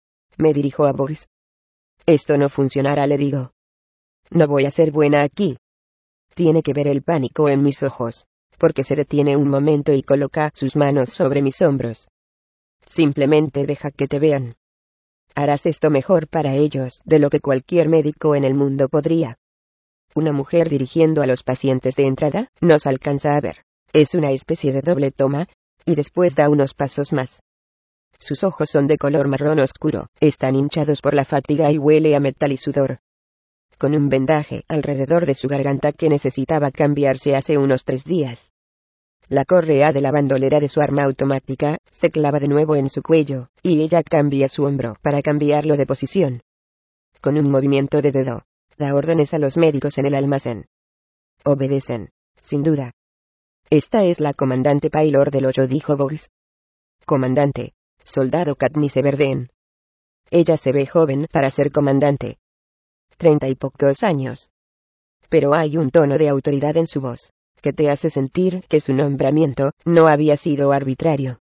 Me dirijo a Boggs. Esto no funcionará, le digo. No voy a ser buena aquí. Tiene que ver el pánico en mis ojos, porque se detiene un momento y coloca sus manos sobre mis hombros. Simplemente deja que te vean. Harás esto mejor para ellos de lo que cualquier médico en el mundo podría. Una mujer dirigiendo a los pacientes de entrada nos alcanza a ver. Es una especie de doble toma, y después da unos pasos más. Sus ojos son de color marrón oscuro, están hinchados por la fatiga y huele a metal y sudor. Con un vendaje alrededor de su garganta que necesitaba cambiarse hace unos tres días. La correa de la bandolera de su arma automática se clava de nuevo en su cuello, y ella cambia su hombro para cambiarlo de posición. Con un movimiento de dedo, da órdenes a los médicos en el almacén. Obedecen, sin duda. Esta es la comandante Paylor del ocho, dijo Boggs. Comandante, soldado Katniss Everdeen. Ella se ve joven para ser comandante. Treinta y pocos años. Pero hay un tono de autoridad en su voz, que te hace sentir que su nombramiento no había sido arbitrario.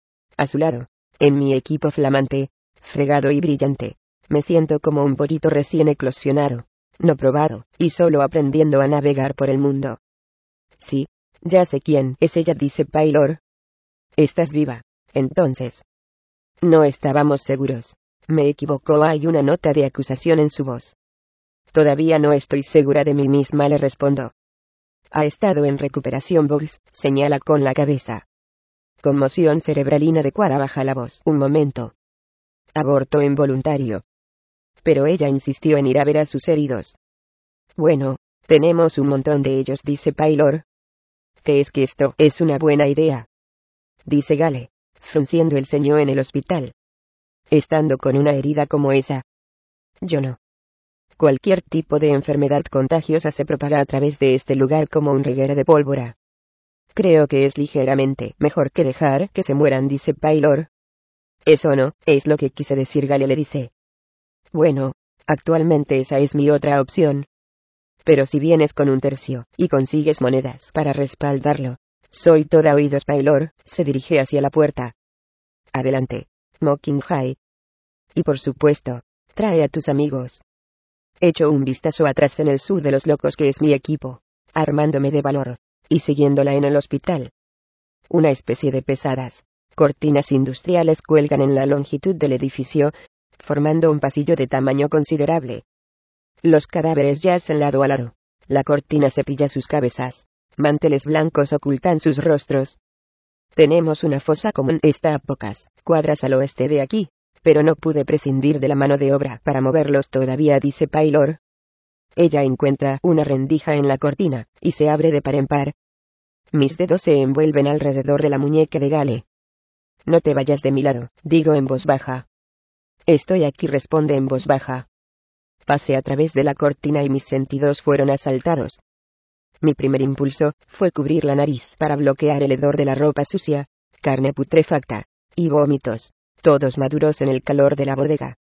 A su lado, en mi equipo flamante, fregado y brillante, me siento como un pollito recién eclosionado, no probado, y solo aprendiendo a navegar por el mundo. Sí, ya sé quién es ella, dice Paylor. Estás viva, entonces. No estábamos seguros. Me equivocó, hay una nota de acusación en su voz. Todavía no estoy segura de mí misma, le respondo. Ha estado en recuperación, Boggs, señala con la cabeza. Conmoción cerebral inadecuada, baja la voz. Un momento. Aborto involuntario. Pero ella insistió en ir a ver a sus heridos. Bueno, tenemos un montón de ellos, dice Paylor. ¿Crees que esto es una buena idea?, dice Gale, frunciendo el ceño. En el hospital. Estando con una herida como esa. Yo no. Cualquier tipo de enfermedad contagiosa se propaga a través de este lugar como un reguero de pólvora. Creo que es ligeramente mejor que dejar que se mueran, dice Paylor. Eso no es lo que quise decir, Gale le dice. Bueno, actualmente esa es mi otra opción. Pero si vienes con un tercio y consigues monedas para respaldarlo, soy toda oídos. Paylor se dirige hacia la puerta. Adelante, Mockingjay. Y por supuesto, trae a tus amigos. Echo un vistazo atrás en el sud de los locos que es mi equipo, armándome de valor, y siguiéndola en el hospital. Una especie de pesadas cortinas industriales cuelgan en la longitud del edificio, formando un pasillo de tamaño considerable. Los cadáveres yacen lado a lado. La cortina cepilla sus cabezas. Manteles blancos ocultan sus rostros. Tenemos una fosa común. Está a pocas cuadras al oeste de aquí, pero no pude prescindir de la mano de obra para moverlos todavía, dice Paylor. Ella encuentra una rendija en la cortina, y se abre de par en par. Mis dedos se envuelven alrededor de la muñeca de Gale. No te vayas de mi lado, digo en voz baja. Estoy aquí, responde en voz baja. Pasé a través de la cortina y mis sentidos fueron asaltados. Mi primer impulso fue cubrir la nariz para bloquear el hedor de la ropa sucia, carne putrefacta, y vómitos, todos maduros en el calor de la bodega.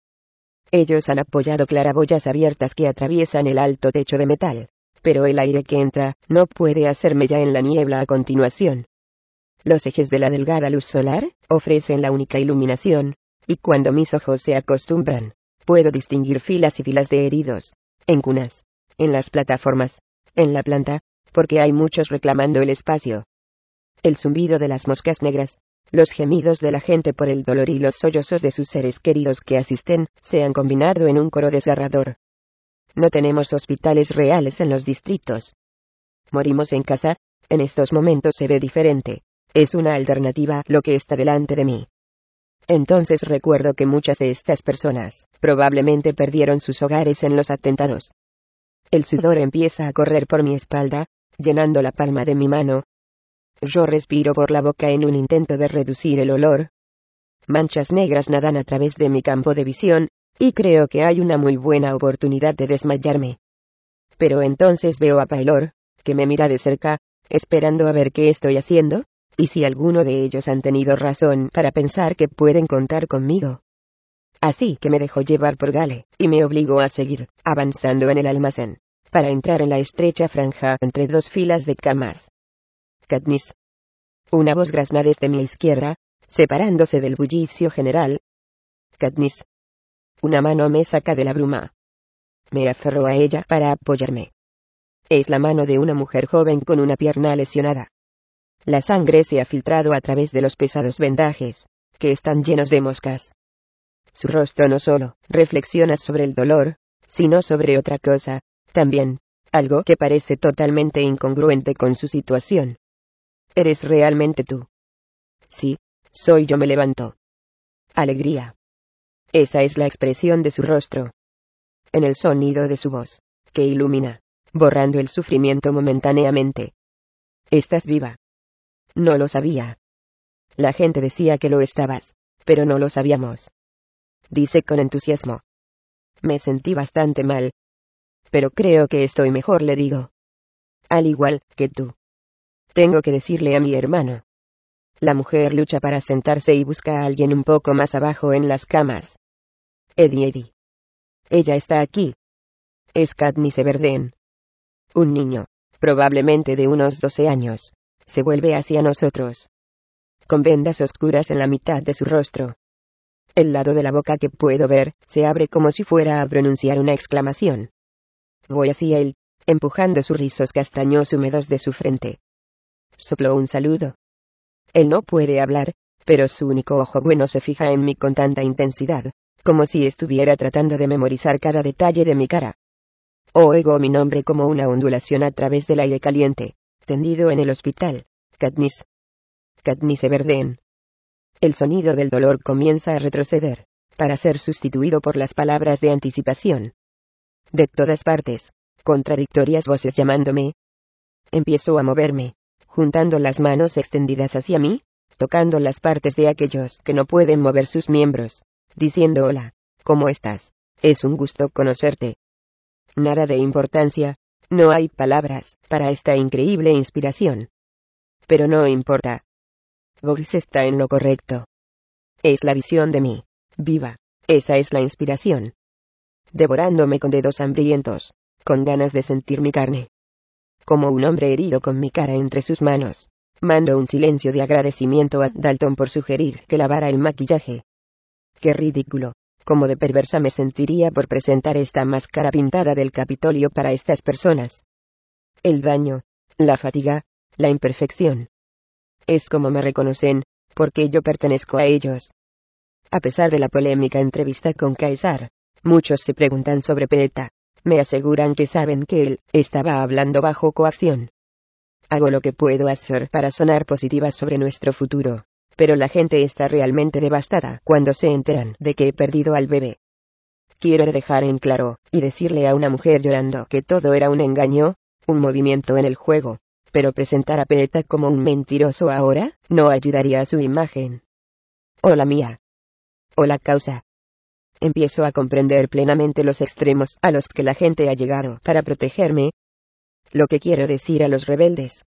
Ellos han apoyado claraboyas abiertas que atraviesan el alto techo de metal, pero el aire que entra no puede hacerme ya en la niebla a continuación. Los ejes de la delgada luz solar ofrecen la única iluminación, y cuando mis ojos se acostumbran, puedo distinguir filas y filas de heridos, en cunas, en las plataformas, en la planta, porque hay muchos reclamando el espacio. El zumbido de las moscas negras, los gemidos de la gente por el dolor y los sollozos de sus seres queridos que asisten, se han combinado en un coro desgarrador. No tenemos hospitales reales en los distritos. Morimos en casa. En estos momentos se ve diferente. Es una alternativa lo que está delante de mí. Entonces recuerdo que muchas de estas personas probablemente perdieron sus hogares en los atentados. El sudor empieza a correr por mi espalda, llenando la palma de mi mano. Yo respiro por la boca en un intento de reducir el olor. Manchas negras nadan a través de mi campo de visión, y creo que hay una muy buena oportunidad de desmayarme. Pero entonces veo a Paylor, que me mira de cerca, esperando a ver qué estoy haciendo, y si alguno de ellos han tenido razón para pensar que pueden contar conmigo. Así que me dejó llevar por Gale, y me obligó a seguir avanzando en el almacén, para entrar en la estrecha franja entre dos filas de camas. Katniss. Una voz grazna desde mi izquierda, separándose del bullicio general. Katniss. Una mano me saca de la bruma. Me aferro a ella para apoyarme. Es la mano de una mujer joven con una pierna lesionada. La sangre se ha filtrado a través de los pesados vendajes, que están llenos de moscas. Su rostro no solo reflexiona sobre el dolor, sino sobre otra cosa, también, algo que parece totalmente incongruente con su situación. ¿Eres realmente tú? Sí, soy yo, me levanto. Alegría. Esa es la expresión de su rostro. En el sonido de su voz, que ilumina, borrando el sufrimiento momentáneamente. ¿Estás viva? No lo sabía. La gente decía que lo estabas, pero no lo sabíamos. Dice con entusiasmo. Me sentí bastante mal. Pero creo que estoy mejor, le digo. Al igual que tú. Tengo que decirle a mi hermano. La mujer lucha para sentarse y busca a alguien un poco más abajo en las camas. Eddie, Eddie. Ella está aquí. Es Katniss Everdeen. Un niño, probablemente de unos doce años, se vuelve hacia nosotros. Con vendas oscuras en la mitad de su rostro. El lado de la boca que puedo ver, se abre como si fuera a pronunciar una exclamación. Voy hacia él, empujando sus rizos castaños húmedos de su frente. Sopló un saludo. Él no puede hablar, pero su único ojo bueno se fija en mí con tanta intensidad, como si estuviera tratando de memorizar cada detalle de mi cara. Oigo mi nombre como una ondulación a través del aire caliente, tendido en el hospital. Katniss. Katniss Everdeen. El sonido del dolor comienza a retroceder, para ser sustituido por las palabras de anticipación. De todas partes, contradictorias voces llamándome. Empiezo a moverme, juntando las manos extendidas hacia mí, tocando las partes de aquellos que no pueden mover sus miembros, diciendo hola, ¿cómo estás? Es un gusto conocerte. Nada de importancia, no hay palabras para esta increíble inspiración. Pero no importa. Boggles está en lo correcto. Es la visión de mí, viva, esa es la inspiración. Devorándome con dedos hambrientos, con ganas de sentir mi carne. Como un hombre herido con mi cara entre sus manos, mando un silencio de agradecimiento a Dalton por sugerir que lavara el maquillaje. Qué ridículo, como de perversa me sentiría por presentar esta máscara pintada del Capitolio para estas personas. El daño, la fatiga, la imperfección. Es como me reconocen, porque yo pertenezco a ellos. A pesar de la polémica entrevista con Caesar, muchos se preguntan sobre Peeta. Me aseguran que saben que él estaba hablando bajo coacción. Hago lo que puedo hacer para sonar positiva sobre nuestro futuro, pero la gente está realmente devastada cuando se enteran de que he perdido al bebé. Quiero dejar en claro, y decirle a una mujer llorando que todo era un engaño, un movimiento en el juego, pero presentar a Peeta como un mentiroso ahora, no ayudaría a su imagen. O la mía. O la causa. Empiezo a comprender plenamente los extremos a los que la gente ha llegado para protegerme. Lo que quiero decir a los rebeldes.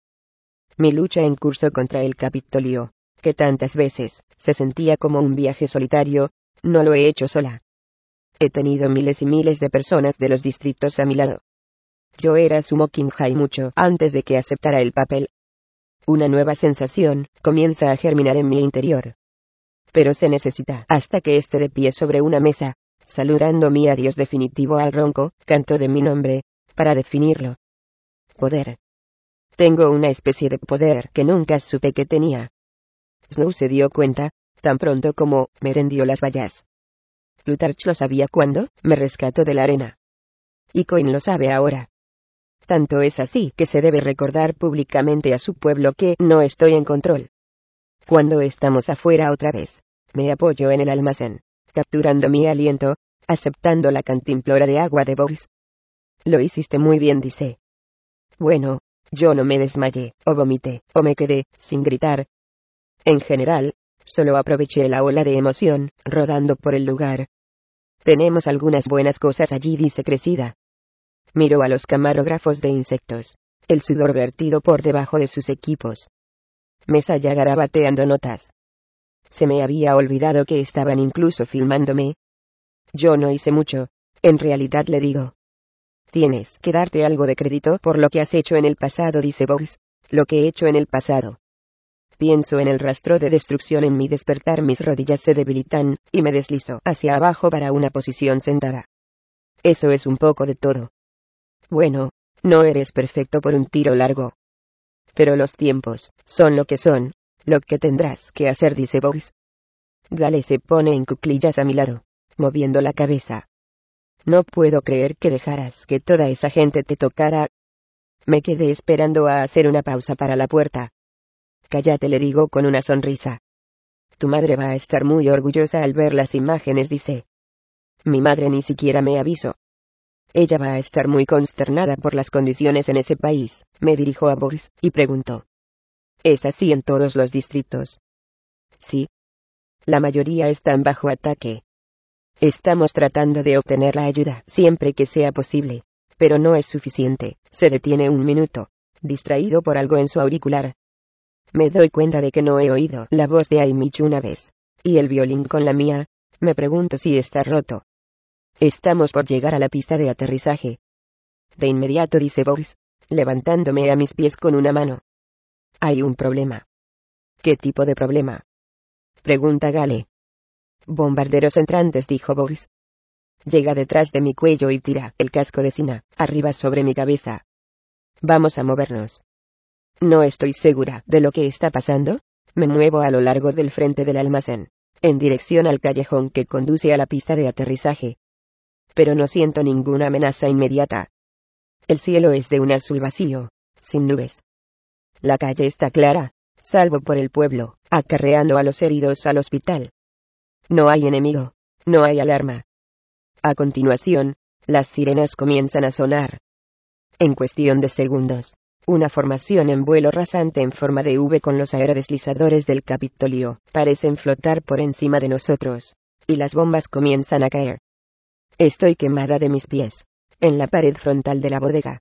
Mi lucha en curso contra el Capitolio, que tantas veces se sentía como un viaje solitario, no lo he hecho sola. He tenido miles y miles de personas de los distritos a mi lado. Yo era su Mockingjay mucho antes de que aceptara el papel. Una nueva sensación comienza a germinar en mi interior. Pero se necesita hasta que esté de pie sobre una mesa, saludando mi adiós definitivo al ronco canto de mi nombre, para definirlo. Poder. Tengo una especie de poder que nunca supe que tenía. Snow se dio cuenta, tan pronto como me tendió las vallas. Plutarch lo sabía cuando me rescató de la arena. Y Coin lo sabe ahora. Tanto es así que se debe recordar públicamente a su pueblo que no estoy en control. Cuando estamos afuera otra vez, me apoyo en el almacén, capturando mi aliento, aceptando la cantimplora de agua de Boggles. Lo hiciste muy bien, dice. Bueno, yo no me desmayé, o vomité, o me quedé, sin gritar. En general, solo aproveché la ola de emoción, rodando por el lugar. Tenemos algunas buenas cosas allí, dice Crecida. Miró a los camarógrafos de insectos, el sudor vertido por debajo de sus equipos. Mesaya garabateando notas. Se me había olvidado que estaban incluso filmándome. Yo no hice mucho, en realidad le digo. Tienes que darte algo de crédito por lo que has hecho en el pasado, dice Boggles. Lo que he hecho en el pasado. Pienso en el rastro de destrucción en mi despertar, mis rodillas se debilitan, y me deslizo hacia abajo para una posición sentada. Eso es un poco de todo. Bueno, no eres perfecto por un tiro largo. Pero los tiempos son lo que son, lo que tendrás que hacer, dice Boggles. Gale se pone en cuclillas a mi lado, moviendo la cabeza. No puedo creer que dejaras que toda esa gente te tocara. Me quedé esperando a hacer una pausa para la puerta. Cállate, le digo con una sonrisa. Tu madre va a estar muy orgullosa al ver las imágenes, dice. Mi madre ni siquiera me avisó. Ella va a estar muy consternada por las condiciones en ese país. Me dirijo a Boggles, y preguntó. ¿Es así en todos los distritos? Sí. La mayoría están bajo ataque. Estamos tratando de obtener la ayuda siempre que sea posible, pero no es suficiente. Se detiene un minuto, distraído por algo en su auricular. Me doy cuenta de que no he oído la voz de Aimich una vez, y el violín con la mía. Me pregunto si está roto. Estamos por llegar a la pista de aterrizaje. De inmediato, dice Boggles, levantándome a mis pies con una mano. Hay un problema. ¿Qué tipo de problema? Pregunta Gale. Bombarderos entrantes, dijo Boggles. Llega detrás de mi cuello y tira el casco de Sina arriba sobre mi cabeza. Vamos a movernos. No estoy segura de lo que está pasando. Me muevo a lo largo del frente del almacén, en dirección al callejón que conduce a la pista de aterrizaje. Pero no siento ninguna amenaza inmediata. El cielo es de un azul vacío, sin nubes. La calle está clara, salvo por el pueblo, acarreando a los heridos al hospital. No hay enemigo, no hay alarma. A continuación, las sirenas comienzan a sonar. En cuestión de segundos, una formación en vuelo rasante en forma de V con los aerodeslizadores del Capitolio parecen flotar por encima de nosotros, y las bombas comienzan a caer. Estoy quemada de mis pies, en la pared frontal de la bodega.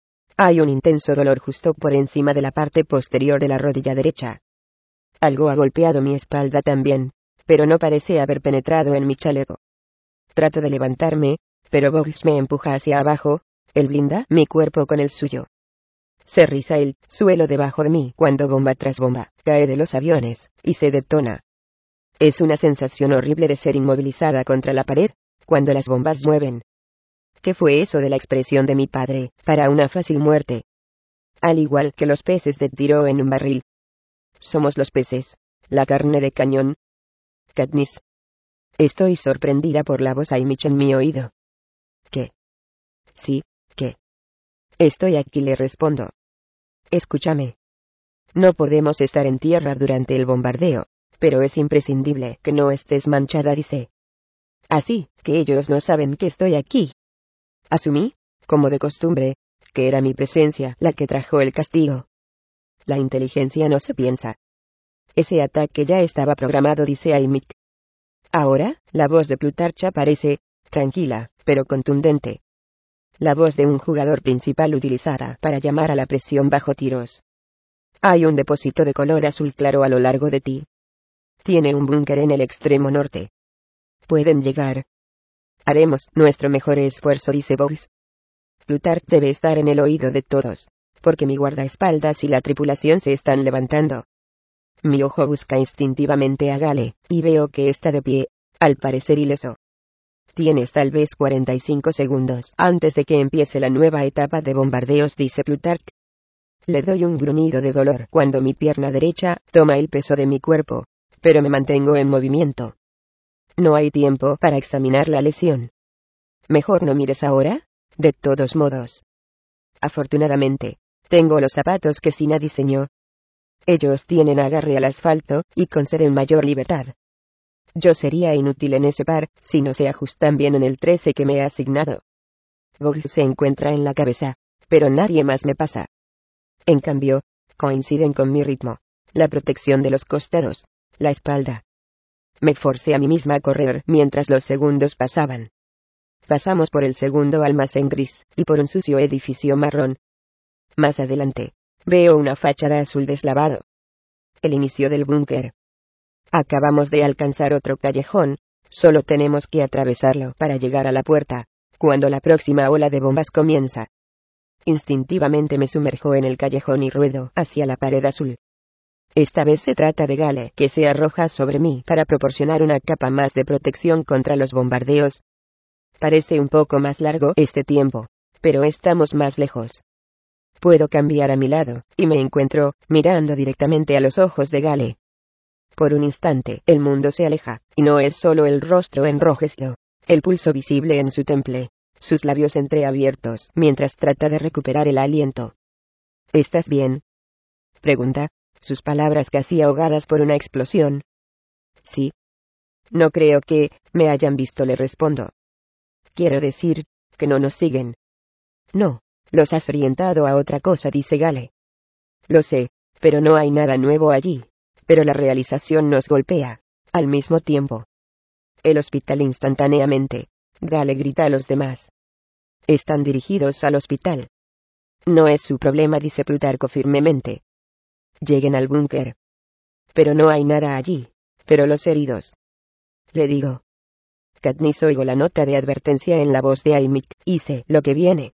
Hay un intenso dolor justo por encima de la parte posterior de la rodilla derecha. Algo ha golpeado mi espalda también, pero no parece haber penetrado en mi chaleco. Trato de levantarme, pero Boggs me empuja hacia abajo, él blinda mi cuerpo con el suyo. Se riza el suelo debajo de mí cuando bomba tras bomba cae de los aviones, y se detona. Es una sensación horrible de ser inmovilizada contra la pared, cuando las bombas mueven. ¿Qué fue eso de la expresión de mi padre, para una fácil muerte? Al igual que los peces de tiro en un barril. Somos los peces, la carne de cañón. Katniss. Estoy sorprendida por la voz Haymitch en mi oído. ¿Qué? Sí, ¿qué? Estoy aquí, le respondo. Escúchame. No podemos estar en tierra durante el bombardeo, pero es imprescindible que no estés manchada, dice. Así que ellos no saben que estoy aquí. Asumí, como de costumbre, que era mi presencia la que trajo el castigo. La inteligencia no se piensa. Ese ataque ya estaba programado, dice Haymitch. Ahora, la voz de Plutarcha parece tranquila, pero contundente. La voz de un jugador principal utilizada para llamar a la presión bajo tiros. Hay un depósito de color azul claro a lo largo de ti. Tiene un búnker en el extremo norte. Pueden llegar. Haremos nuestro mejor esfuerzo, dice Boggs. Plutarch debe estar en el oído de todos, porque mi guardaespaldas y la tripulación se están levantando. Mi ojo busca instintivamente a Gale, y veo que está de pie, al parecer ileso. Tienes tal vez cuarenta y cinco segundos antes de que empiece la nueva etapa de bombardeos, dice Plutarch. Le doy un gruñido de dolor cuando mi pierna derecha toma el peso de mi cuerpo, pero me mantengo en movimiento. No hay tiempo para examinar la lesión. Mejor no mires ahora, de todos modos. Afortunadamente, tengo los zapatos que Sina diseñó. Ellos tienen agarre al asfalto y conceden mayor libertad. Yo sería inútil en ese par si no se ajustan bien en el trece que me he asignado. Boggs se encuentra en la cabeza, pero nadie más me pasa. En cambio, coinciden con mi ritmo, la protección de los costados, la espalda. Me forcé a mí misma a correr mientras los segundos pasaban. Pasamos por el segundo almacén gris, y por un sucio edificio marrón. Más adelante, veo una fachada azul deslavado. El inicio del búnker. Acabamos de alcanzar otro callejón, solo tenemos que atravesarlo para llegar a la puerta, cuando la próxima ola de bombas comienza. Instintivamente me sumerjo en el callejón y ruedo hacia la pared azul. Esta vez se trata de Gale, que se arroja sobre mí para proporcionar una capa más de protección contra los bombardeos. Parece un poco más largo este tiempo, pero estamos más lejos. Puedo cambiar a mi lado, y me encuentro mirando directamente a los ojos de Gale. Por un instante, el mundo se aleja, y no es solo el rostro enrojecido, el pulso visible en su temple, sus labios entreabiertos, mientras trata de recuperar el aliento. ¿Estás bien?, pregunta, sus palabras casi ahogadas por una explosión. Sí. No creo que me hayan visto, le respondo. Quiero decir, que no nos siguen. No, los has orientado a otra cosa, dice Gale. Lo sé, pero no hay nada nuevo allí. Pero la realización nos golpea, al mismo tiempo. El hospital instantáneamente. Gale grita a los demás. Están dirigidos al hospital. No es su problema, dice Plutarco firmemente. Lleguen al búnker. Pero no hay nada allí. Pero los heridos. Le digo. Katniss, oigo la nota de advertencia en la voz de Haymitch, y sé lo que viene.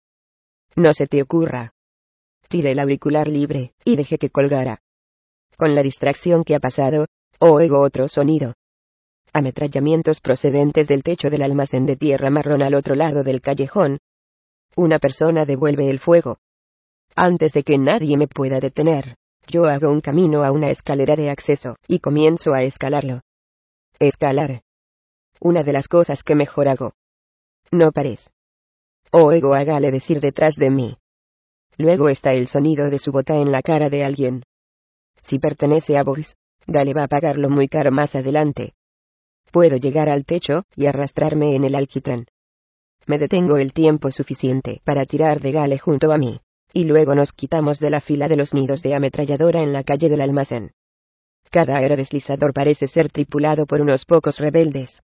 No se te ocurra. Tiré el auricular libre, y dejé que colgara. Con la distracción que ha pasado, oigo otro sonido. Ametrallamientos procedentes del techo del almacén de tierra marrón al otro lado del callejón. Una persona devuelve el fuego. Antes de que nadie me pueda detener, yo hago un camino a una escalera de acceso, y comienzo a escalarlo. Escalar. Una de las cosas que mejor hago. No pares. Oigo a Gale decir detrás de mí. Luego está el sonido de su bota en la cara de alguien. Si pertenece a Boris, Gale va a pagarlo muy caro más adelante. Puedo llegar al techo y arrastrarme en el alquitrán. Me detengo el tiempo suficiente para tirar de Gale junto a mí, y luego nos quitamos de la fila de los nidos de ametralladora en la calle del almacén. Cada aerodeslizador parece ser tripulado por unos pocos rebeldes.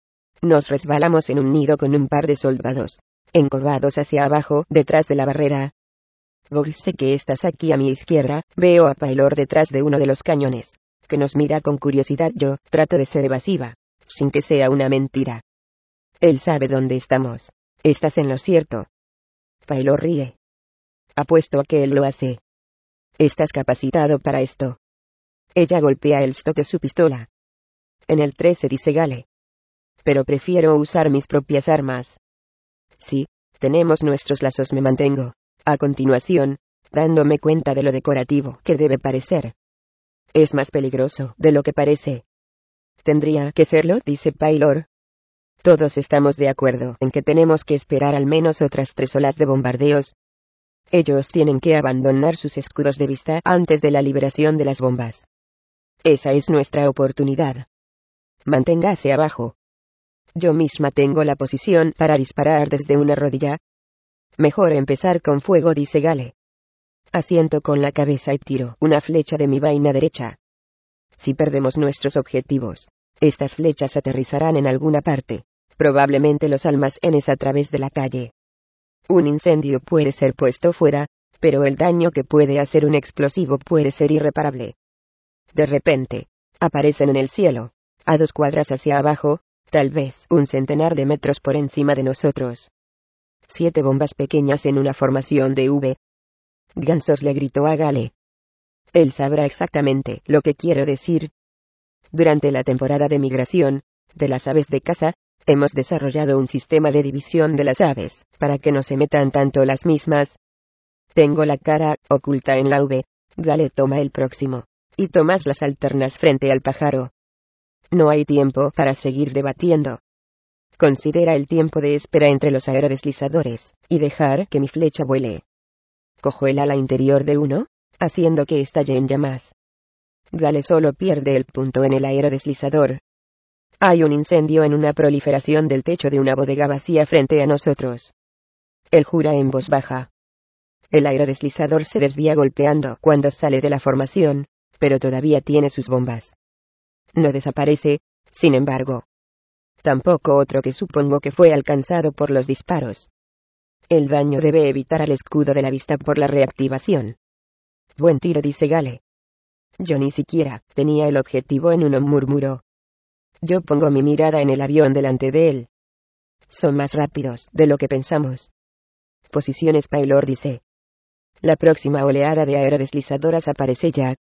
Nos resbalamos en un nido con un par de soldados, encorvados hacia abajo, detrás de la barrera. Boris, sé que estás aquí a mi izquierda. Veo a Paylor detrás de uno de los cañones, que nos mira con curiosidad. Yo trato de ser evasiva, sin que sea una mentira. Él sabe dónde estamos. Estás en lo cierto. Paylor ríe. Apuesto a que él lo hace. Estás capacitado para esto. Ella golpea el stock de su pistola. En el trece, dice Gale. Pero prefiero usar mis propias armas. Sí, tenemos nuestros lazos. Me mantengo, a continuación, dándome cuenta de lo decorativo que debe parecer. Es más peligroso de lo que parece. Tendría que serlo, dice Paylor. Todos estamos de acuerdo en que tenemos que esperar al menos otras tres olas de bombardeos. Ellos tienen que abandonar sus escudos de vista antes de la liberación de las bombas. Esa es nuestra oportunidad. Manténgase abajo. Yo misma tengo la posición para disparar desde una rodilla. Mejor empezar con fuego, dice Gale. Asiento con la cabeza y tiro una flecha de mi vaina derecha. Si perdemos nuestros objetivos, estas flechas aterrizarán en alguna parte, probablemente los almacenes a través de la calle. Un incendio puede ser puesto fuera, pero el daño que puede hacer un explosivo puede ser irreparable. De repente, aparecen en el cielo, a dos cuadras hacia abajo, tal vez un centenar de metros por encima de nosotros. Siete bombas pequeñas en una formación de V. Gansos, le gritó a Gale. Él sabrá exactamente lo que quiero decir. Durante la temporada de migración de las aves de caza, hemos desarrollado un sistema de división de las aves, para que no se metan tanto las mismas. Tengo la cara oculta en la V. Gale toma el próximo, y tomas las alternas frente al pájaro. No hay tiempo para seguir debatiendo. Considera el tiempo de espera entre los aerodeslizadores, y dejar que mi flecha vuele. Cojo el ala interior de uno, haciendo que estalle en llamas. Gale solo pierde el punto en el aerodeslizador. Hay un incendio en una proliferación del techo de una bodega vacía frente a nosotros. Él jura en voz baja. El aerodeslizador se desvía golpeando cuando sale de la formación, pero todavía tiene sus bombas. No desaparece, sin embargo. Tampoco otro que supongo que fue alcanzado por los disparos. El daño debe evitar al escudo de la vista por la reactivación. Buen tiro, dice Gale. Yo ni siquiera tenía el objetivo en uno, murmuró. Yo pongo mi mirada en el avión delante de él. Son más rápidos de lo que pensamos. Posiciones, Paylor dice. La próxima oleada de aerodeslizadoras aparece ya.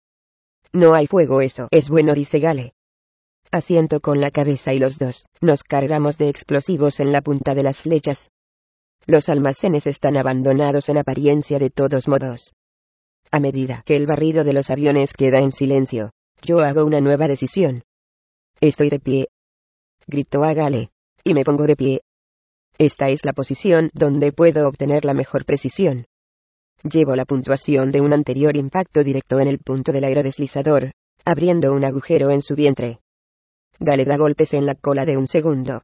No hay fuego, eso es bueno, dice Gale. Asiento con la cabeza y los dos nos cargamos de explosivos en la punta de las flechas. Los almacenes están abandonados en apariencia de todos modos. A medida que el barrido de los aviones queda en silencio, yo hago una nueva decisión. Estoy de pie. Grito a Gale, y me pongo de pie. Esta es la posición donde puedo obtener la mejor precisión. Llevo la puntuación de un anterior impacto directo en el punto del aerodeslizador, abriendo un agujero en su vientre. Gale da golpes en la cola de un segundo.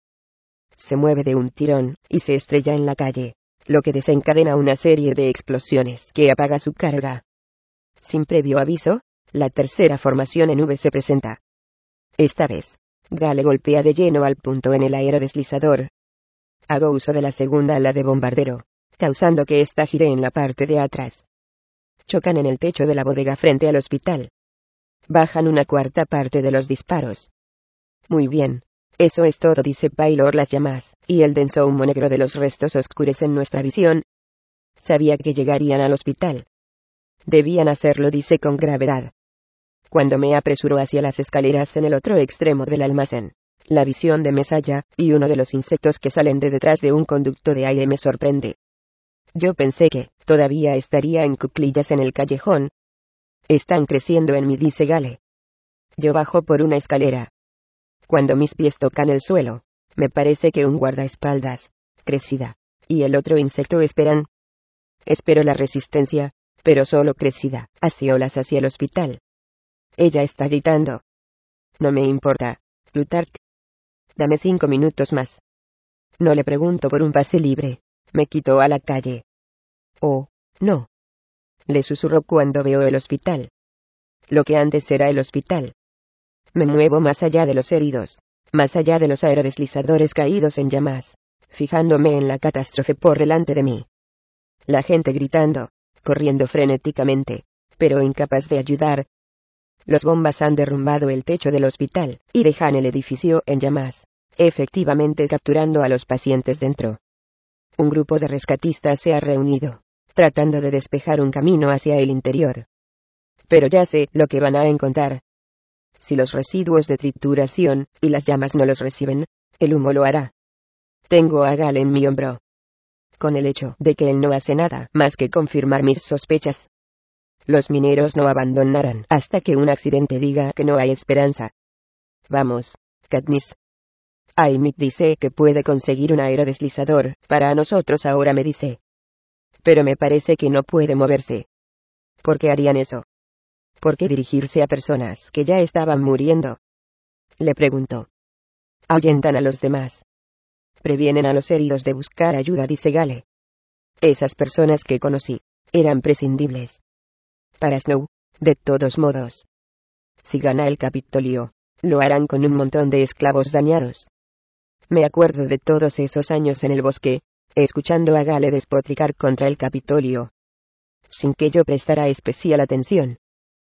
Se mueve de un tirón, y se estrella en la calle, lo que desencadena una serie de explosiones que apaga su carga. Sin previo aviso, la tercera formación en V se presenta. Esta vez, Gale golpea de lleno al punto en el aerodeslizador. Hago uso de la segunda ala de bombardero, causando que ésta gire en la parte de atrás. Chocan en el techo de la bodega frente al hospital. Bajan una cuarta parte de los disparos. Muy bien. Eso es todo, dice Paylor. Las llamas y el denso humo negro de los restos oscurecen nuestra visión. Sabía que llegarían al hospital. Debían hacerlo, dice con gravedad. Cuando me apresuro hacia las escaleras en el otro extremo del almacén, la visión de Mesaya y uno de los insectos que salen de detrás de un conducto de aire me sorprende. Yo pensé que todavía estaría en cuclillas en el callejón. Están creciendo en mí, dice Gale. Yo bajo por una escalera. Cuando mis pies tocan el suelo, me parece que un guardaespaldas, crecida, y el otro insecto esperan. Espero la resistencia, pero solo crecida, hacia olas hacia el hospital. Ella está gritando. No me importa, Plutarch. Dame cinco minutos más. No le pregunto por un pase libre. Me quito a la calle. Oh, no. Le susurro cuando veo el hospital. Lo que antes era el hospital. Me muevo más allá de los heridos, más allá de los aerodeslizadores caídos en llamas, fijándome en la catástrofe por delante de mí. La gente gritando, corriendo frenéticamente, pero incapaz de ayudar. Las bombas han derrumbado el techo del hospital, y dejan el edificio en llamas, efectivamente capturando a los pacientes dentro. Un grupo de rescatistas se ha reunido, tratando de despejar un camino hacia el interior. Pero ya sé lo que van a encontrar. Si los residuos de trituración y las llamas no los reciben, el humo lo hará. Tengo a Gale en mi hombro. Con el hecho de que él no hace nada más que confirmar mis sospechas. Los mineros no abandonarán hasta que un accidente diga que no hay esperanza. Vamos, Katniss. Aimik dice que puede conseguir un aerodeslizador, para nosotros ahora me dice. Pero me parece que no puede moverse. ¿Por qué harían eso? ¿Por qué dirigirse a personas que ya estaban muriendo? Le preguntó. Ahuyentan a los demás. Previenen a los heridos de buscar ayuda, dice Gale. Esas personas que conocí eran prescindibles. Para Snow, de todos modos. Si gana el Capitolio, lo harán con un montón de esclavos dañados. Me acuerdo de todos esos años en el bosque, escuchando a Gale despotricar contra el Capitolio. Sin que yo prestara especial atención.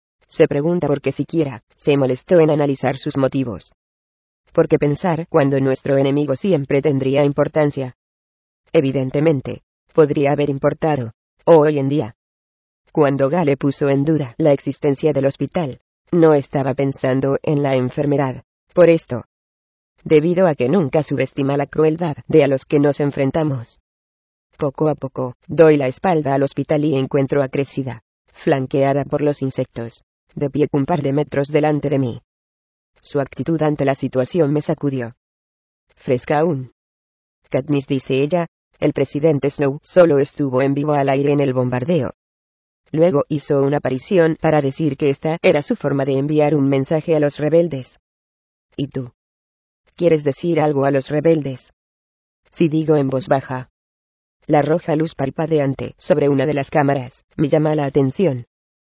Se pregunta por qué siquiera se molestó en analizar sus motivos. ¿Por qué pensar cuando nuestro enemigo siempre tendría importancia? Evidentemente, podría haber importado, hoy en día. Cuando Gale puso en duda la existencia del hospital, no estaba pensando en la enfermedad, por esto. Debido a que nunca subestima la crueldad de a los que nos enfrentamos. Poco a poco, doy la espalda al hospital y encuentro a Cressida, flanqueada por los insectos, de pie un par de metros delante de mí. Su actitud ante la situación me sacudió. Fresca aún. Katniss, dice ella, el presidente Snow solo estuvo en vivo al aire en el bombardeo. Luego hizo una aparición para decir que esta era su forma de enviar un mensaje a los rebeldes. ¿Y tú? ¿Quieres decir algo a los rebeldes? Si digo en voz baja. La roja luz parpadeante sobre una de las cámaras me llama la atención.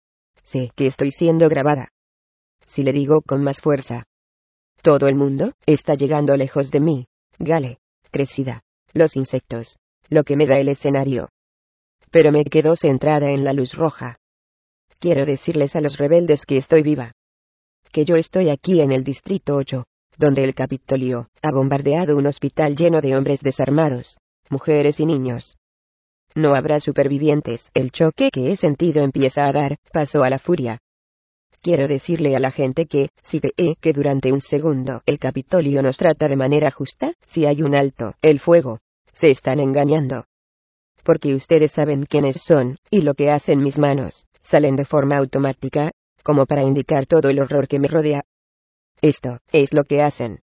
Sé que estoy siendo grabada. Si le digo con más fuerza. Todo el mundo está llegando lejos de mí, Gale, Cressida, los insectos, lo que me da el escenario. Pero me quedo centrada en la luz roja. Quiero decirles a los rebeldes que estoy viva. Que yo estoy aquí en el Distrito ocho, donde el Capitolio ha bombardeado un hospital lleno de hombres desarmados, mujeres y niños. No habrá supervivientes. El choque que he sentido empieza a dar paso a la furia. Quiero decirle a la gente que, si cree que durante un segundo el Capitolio nos trata de manera justa, si hay un alto el fuego, se están engañando. Porque ustedes saben quiénes son, y lo que hacen mis manos, salen de forma automática, como para indicar todo el horror que me rodea. Esto es lo que hacen.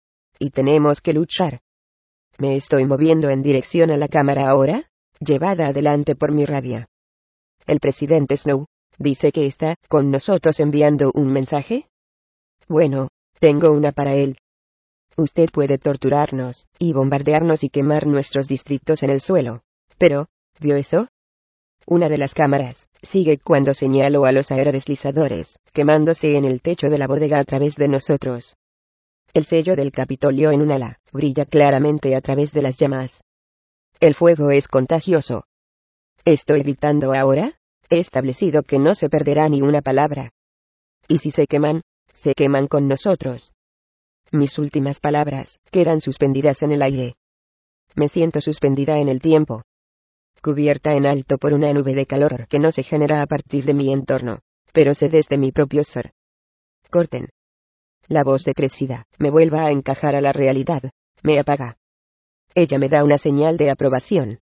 Y tenemos que luchar. ¿Me estoy moviendo en dirección a la cámara ahora? Llevada adelante por mi rabia. El presidente Snow dice que está con nosotros enviando un mensaje. Bueno, tengo una para él. Usted puede torturarnos, y bombardearnos y quemar nuestros distritos en el suelo. Pero, ¿vio eso? Una de las cámaras sigue cuando señalo a los aerodeslizadores, quemándose en el techo de la bodega a través de nosotros. El sello del Capitolio en un ala brilla claramente a través de las llamas. El fuego es contagioso. ¿Estoy gritando ahora? He establecido que no se perderá ni una palabra. Y si se queman, se queman con nosotros. Mis últimas palabras quedan suspendidas en el aire. Me siento suspendida en el tiempo. Cubierta en alto por una nube de calor que no se genera a partir de mi entorno, pero sé desde mi propio ser. Corten. La voz de Cressida me vuelve a encajar a la realidad, me apaga. Ella me da una señal de aprobación.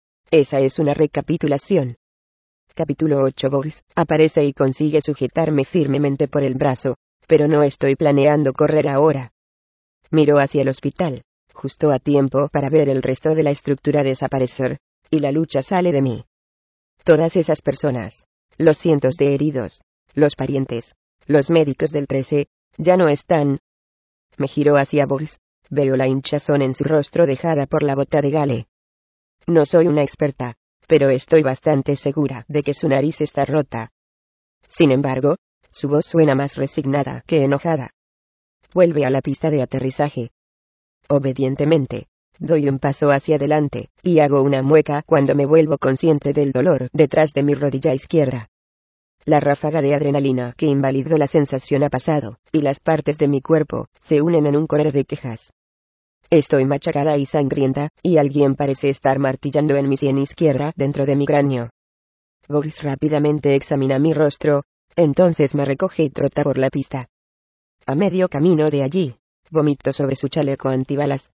Esa es una recapitulación. Capítulo ocho. Boggs aparece y consigue sujetarme firmemente por el brazo, pero no estoy planeando correr ahora. Miro hacia el hospital, justo a tiempo para ver el resto de la estructura desaparecer, y la lucha sale de mí. Todas esas personas, los cientos de heridos, los parientes, los médicos del trece, ya no están. Me giro hacia Boggs, veo la hinchazón en su rostro dejada por la bota de Gale. No soy una experta, pero estoy bastante segura de que su nariz está rota. Sin embargo, su voz suena más resignada que enojada. Vuelve a la pista de aterrizaje. Obedientemente, doy un paso hacia adelante, y hago una mueca cuando me vuelvo consciente del dolor detrás de mi rodilla izquierda. La ráfaga de adrenalina que invalidó la sensación ha pasado, y las partes de mi cuerpo se unen en un coro de quejas. Estoy machacada y sangrienta, y alguien parece estar martillando en mi sien izquierda dentro de mi cráneo. Boggs rápidamente examina mi rostro, entonces me recoge y trota por la pista. A medio camino de allí, vomito sobre su chaleco antibalas.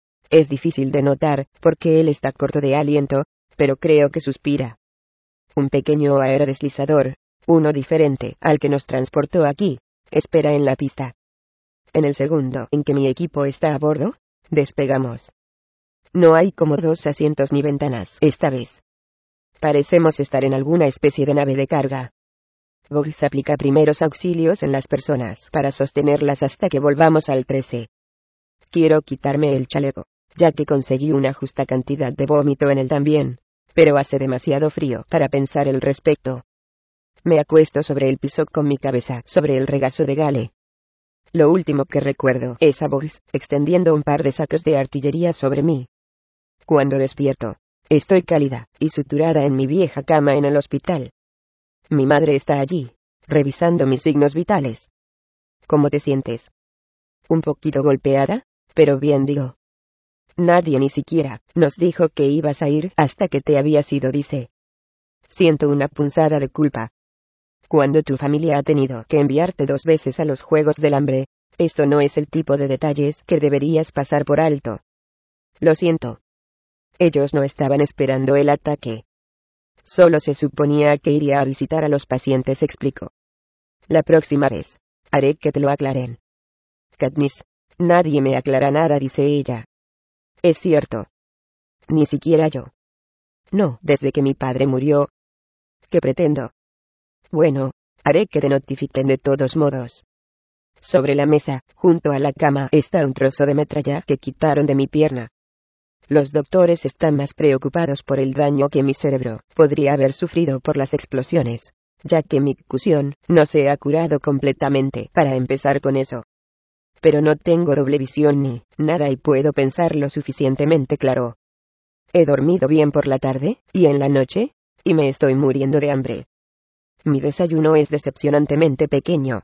Es difícil de notar, porque él está corto de aliento, pero creo que suspira. Un pequeño aerodeslizador, uno diferente al que nos transportó aquí, espera en la pista. En el segundo en que mi equipo está a bordo, despegamos. No hay cómodos asientos ni ventanas esta vez. Parecemos estar en alguna especie de nave de carga. Boggs aplica primeros auxilios en las personas para sostenerlas hasta que volvamos al trece. Quiero quitarme el chaleco, ya que conseguí una justa cantidad de vómito en él también, pero hace demasiado frío para pensar al respecto. Me acuesto sobre el piso con mi cabeza sobre el regazo de Gale. Lo último que recuerdo es a Boggs extendiendo un par de sacos de artillería sobre mí. Cuando despierto, estoy cálida y suturada en mi vieja cama en el hospital. Mi madre está allí, revisando mis signos vitales. ¿Cómo te sientes? Un poquito golpeada, pero bien digo. Nadie ni siquiera nos dijo que ibas a ir hasta que te habías ido, dice. Siento una punzada de culpa. Cuando tu familia ha tenido que enviarte dos veces a los Juegos del Hambre, esto no es el tipo de detalles que deberías pasar por alto. Lo siento. Ellos no estaban esperando el ataque. Solo se suponía que iría a visitar a los pacientes, explicó. La próxima vez, haré que te lo aclaren. Katniss, nadie me aclara nada, dice ella. Es cierto. Ni siquiera yo. No, desde que mi padre murió. ¿Qué pretendo? Bueno, haré que te notifiquen de todos modos. Sobre la mesa, junto a la cama, está un trozo de metralla que quitaron de mi pierna. Los doctores están más preocupados por el daño que mi cerebro podría haber sufrido por las explosiones, ya que mi concusión no se ha curado completamente, para empezar con eso. Pero no tengo doble visión ni nada y puedo pensar lo suficientemente claro. He dormido bien por la tarde, y en la noche, y me estoy muriendo de hambre. Mi desayuno es decepcionantemente pequeño.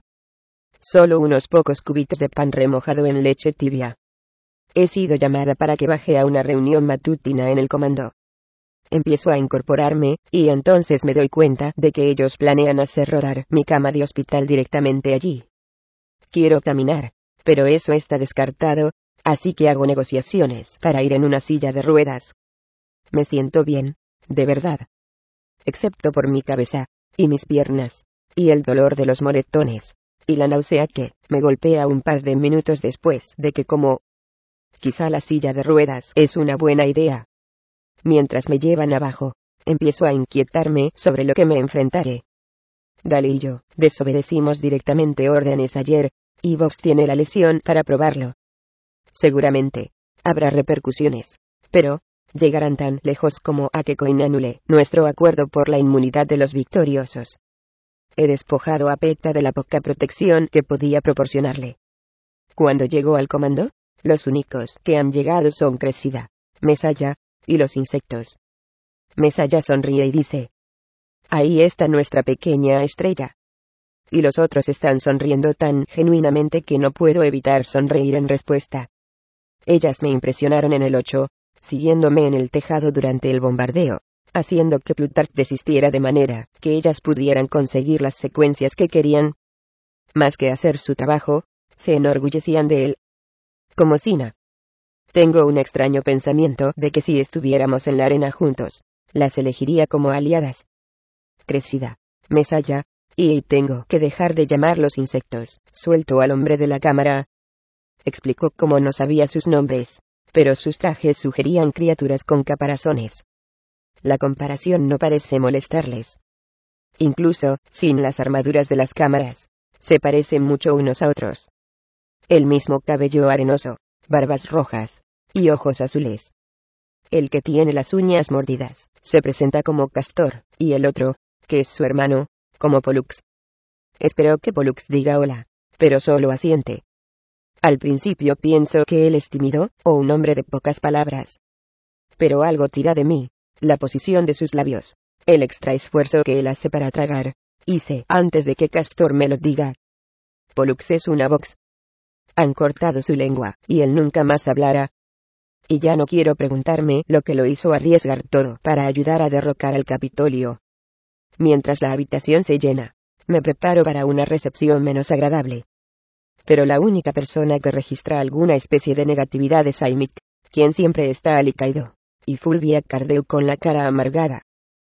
Solo unos pocos cubitos de pan remojado en leche tibia. He sido llamada para que baje a una reunión matutina en el comando. Empiezo a incorporarme, y entonces me doy cuenta de que ellos planean hacer rodar mi cama de hospital directamente allí. Quiero caminar, pero eso está descartado, así que hago negociaciones para ir en una silla de ruedas. Me siento bien, de verdad. Excepto por mi cabeza, y mis piernas, y el dolor de los moretones, y la náusea que me golpea un par de minutos después de que como. Quizá la silla de ruedas es una buena idea. Mientras me llevan abajo, empiezo a inquietarme sobre lo que me enfrentaré. Gale y yo desobedecimos directamente órdenes ayer, y Boggs tiene la lesión para probarlo. Seguramente habrá repercusiones, pero llegarán tan lejos como a que Coin anule nuestro acuerdo por la inmunidad de los victoriosos. He despojado a Peeta de la poca protección que podía proporcionarle. Cuando llegó al comando, los únicos que han llegado son Cressida, Mesaya, y los insectos. Mesaya sonríe y dice: ahí está nuestra pequeña estrella. Y los otros están sonriendo tan genuinamente que no puedo evitar sonreír en respuesta. Ellas me impresionaron en el ocho, siguiéndome en el tejado durante el bombardeo, haciendo que Plutarch desistiera de manera que ellas pudieran conseguir las secuencias que querían. Más que hacer su trabajo, se enorgullecían de él. Como Sina. Tengo un extraño pensamiento de que si estuviéramos en la arena juntos, las elegiría como aliadas. Cressida, Mesaya, y tengo que dejar de llamarlos insectos. Suelto al hombre de la cámara. Explicó cómo no sabía sus nombres. pero sus trajes sugerían criaturas con caparazones. La comparación no parece molestarles. Incluso, sin las armaduras de las cámaras, se parecen mucho unos a otros. El mismo cabello arenoso, barbas rojas, y ojos azules. El que tiene las uñas mordidas, se presenta como Castor, y el otro, que es su hermano, como Pollux. Espero que Pollux diga hola, pero solo asiente. Al principio pienso que él es tímido, o un hombre de pocas palabras. Pero algo tira de mí, la posición de sus labios, el extra esfuerzo que él hace para tragar, y sé, antes de que Castor me lo diga. Pollux es una vox. Han cortado su lengua, y él nunca más hablará. Y ya no quiero preguntarme lo que lo hizo arriesgar todo para ayudar a derrocar al Capitolio. Mientras la habitación se llena, me preparo para una recepción menos agradable. Pero la única persona que registra alguna especie de negatividad es Aimik, quien siempre está alicaído, y Fulvia Cardeu con la cara amargada.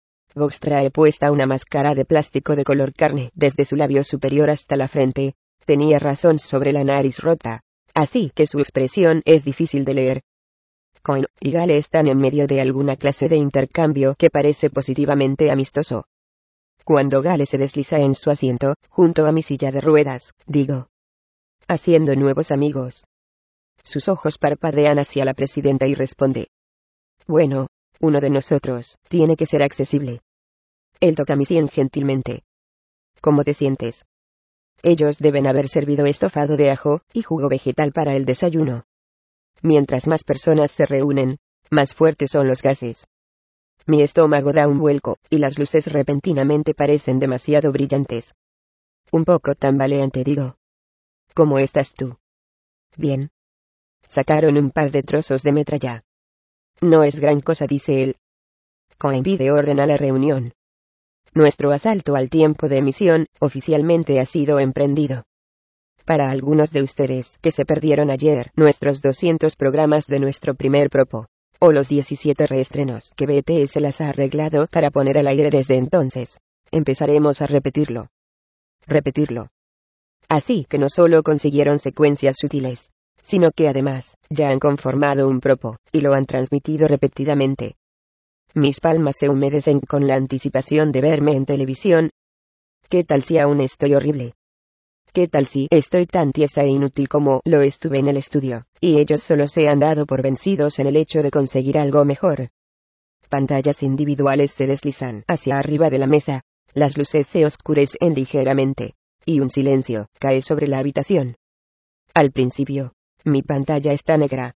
Vox trae puesta una máscara de plástico de color carne desde su labio superior hasta la frente. Tenía razón sobre la nariz rota, así que su expresión es difícil de leer. Coin y Gale están en medio de alguna clase de intercambio que parece positivamente amistoso. Cuando Gale se desliza en su asiento, junto a mi silla de ruedas, digo: haciendo nuevos amigos. Sus ojos parpadean hacia la presidenta y responde: bueno, uno de nosotros tiene que ser accesible. Él toca mi sien gentilmente. ¿Cómo te sientes? Ellos deben haber servido estofado de ajo y jugo vegetal para el desayuno. Mientras más personas se reúnen, más fuertes son los gases. Mi estómago da un vuelco, y las luces repentinamente parecen demasiado brillantes. Un poco tambaleante, digo. ¿Cómo estás tú? Bien. Sacaron un par de trozos de metralla. No es gran cosa, dice él. Cohen pide orden a la reunión. Nuestro asalto al tiempo de emisión, oficialmente ha sido emprendido. Para algunos de ustedes que se perdieron ayer nuestros doscientos programas de nuestro primer propo, o los diecisiete reestrenos que B T S las ha arreglado para poner al aire desde entonces, empezaremos a repetirlo. Repetirlo. Así que no solo consiguieron secuencias sutiles, sino que además, ya han conformado un propo, y lo han transmitido repetidamente. Mis palmas se humedecen con la anticipación de verme en televisión. ¿Qué tal si aún estoy horrible? ¿Qué tal si estoy tan tiesa e inútil como lo estuve en el estudio, y ellos solo se han dado por vencidos en el hecho de conseguir algo mejor? Pantallas individuales se deslizan hacia arriba de la mesa, las luces se oscurecen ligeramente, y un silencio cae sobre la habitación. Al principio, mi pantalla está negra.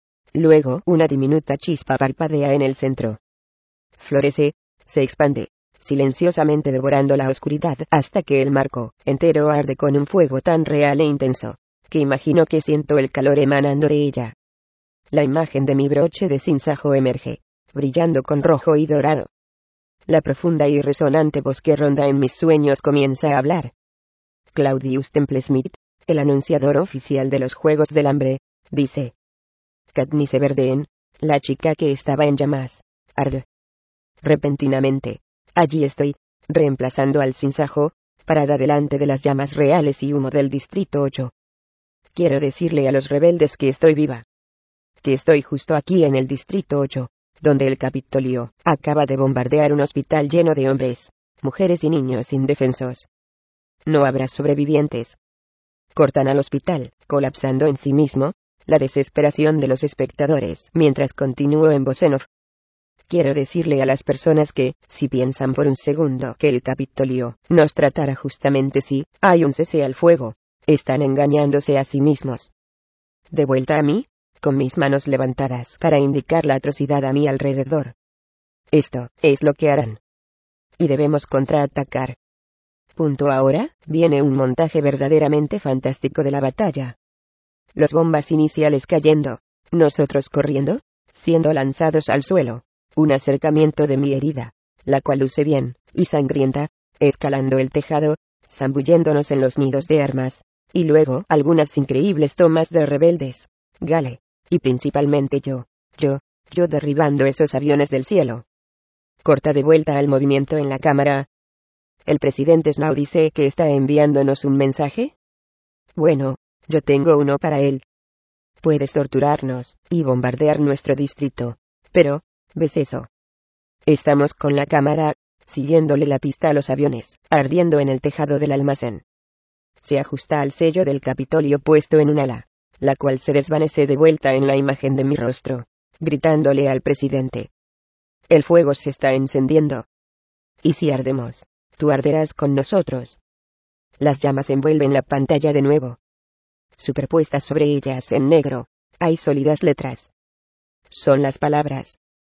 Luego, una diminuta chispa parpadea en el centro. Florece, se expande, silenciosamente devorando la oscuridad hasta que el marco entero arde con un fuego tan real e intenso, que imagino que siento el calor emanando de ella. La imagen de mi broche de sinsajo emerge, brillando con rojo y dorado. La profunda y resonante voz que ronda en mis sueños comienza a hablar. Claudius Temple-Smith, el anunciador oficial de los Juegos del Hambre, dice: Katniss Everdeen, la chica que estaba en llamas, arde. Repentinamente, allí estoy, reemplazando al sinsajo, parada delante de las llamas reales y humo del Distrito ocho. Quiero decirle a los rebeldes que estoy viva. Que estoy justo aquí en el Distrito ocho, donde el Capitolio acaba de bombardear un hospital lleno de hombres, mujeres y niños indefensos. No habrá sobrevivientes. Cortan al hospital, colapsando en sí mismo, la desesperación de los espectadores mientras continúo en voz en off. Quiero decirle a las personas que, si piensan por un segundo que el Capitolio nos tratará justamente si hay un cese al fuego, están engañándose a sí mismos. De vuelta a mí, con mis manos levantadas para indicar la atrocidad a mi alrededor. Esto es lo que harán. Y debemos contraatacar. Punto. Ahora, viene un montaje verdaderamente fantástico de la batalla. Los bombas iniciales cayendo, nosotros corriendo, siendo lanzados al suelo. Un acercamiento de mi herida, la cual luce bien, y sangrienta, escalando el tejado, zambulléndonos en los nidos de armas, y luego algunas increíbles tomas de rebeldes, Gale, y principalmente yo, yo, yo derribando esos aviones del cielo. Corta de vuelta al movimiento en la cámara. ¿El presidente Snow dice que está enviándonos un mensaje? Bueno, yo tengo uno para él. Puedes torturarnos y bombardear nuestro distrito. Pero, ¿ves eso? Estamos con la cámara, siguiéndole la pista a los aviones, ardiendo en el tejado del almacén. Se ajusta al sello del Capitolio puesto en un ala, la cual se desvanece de vuelta en la imagen de mi rostro, gritándole al presidente. El fuego se está encendiendo. ¿Y si ardemos? Tú arderás con nosotros. Las llamas envuelven la pantalla de nuevo. Superpuestas sobre ellas en negro, hay sólidas letras. Son las palabras.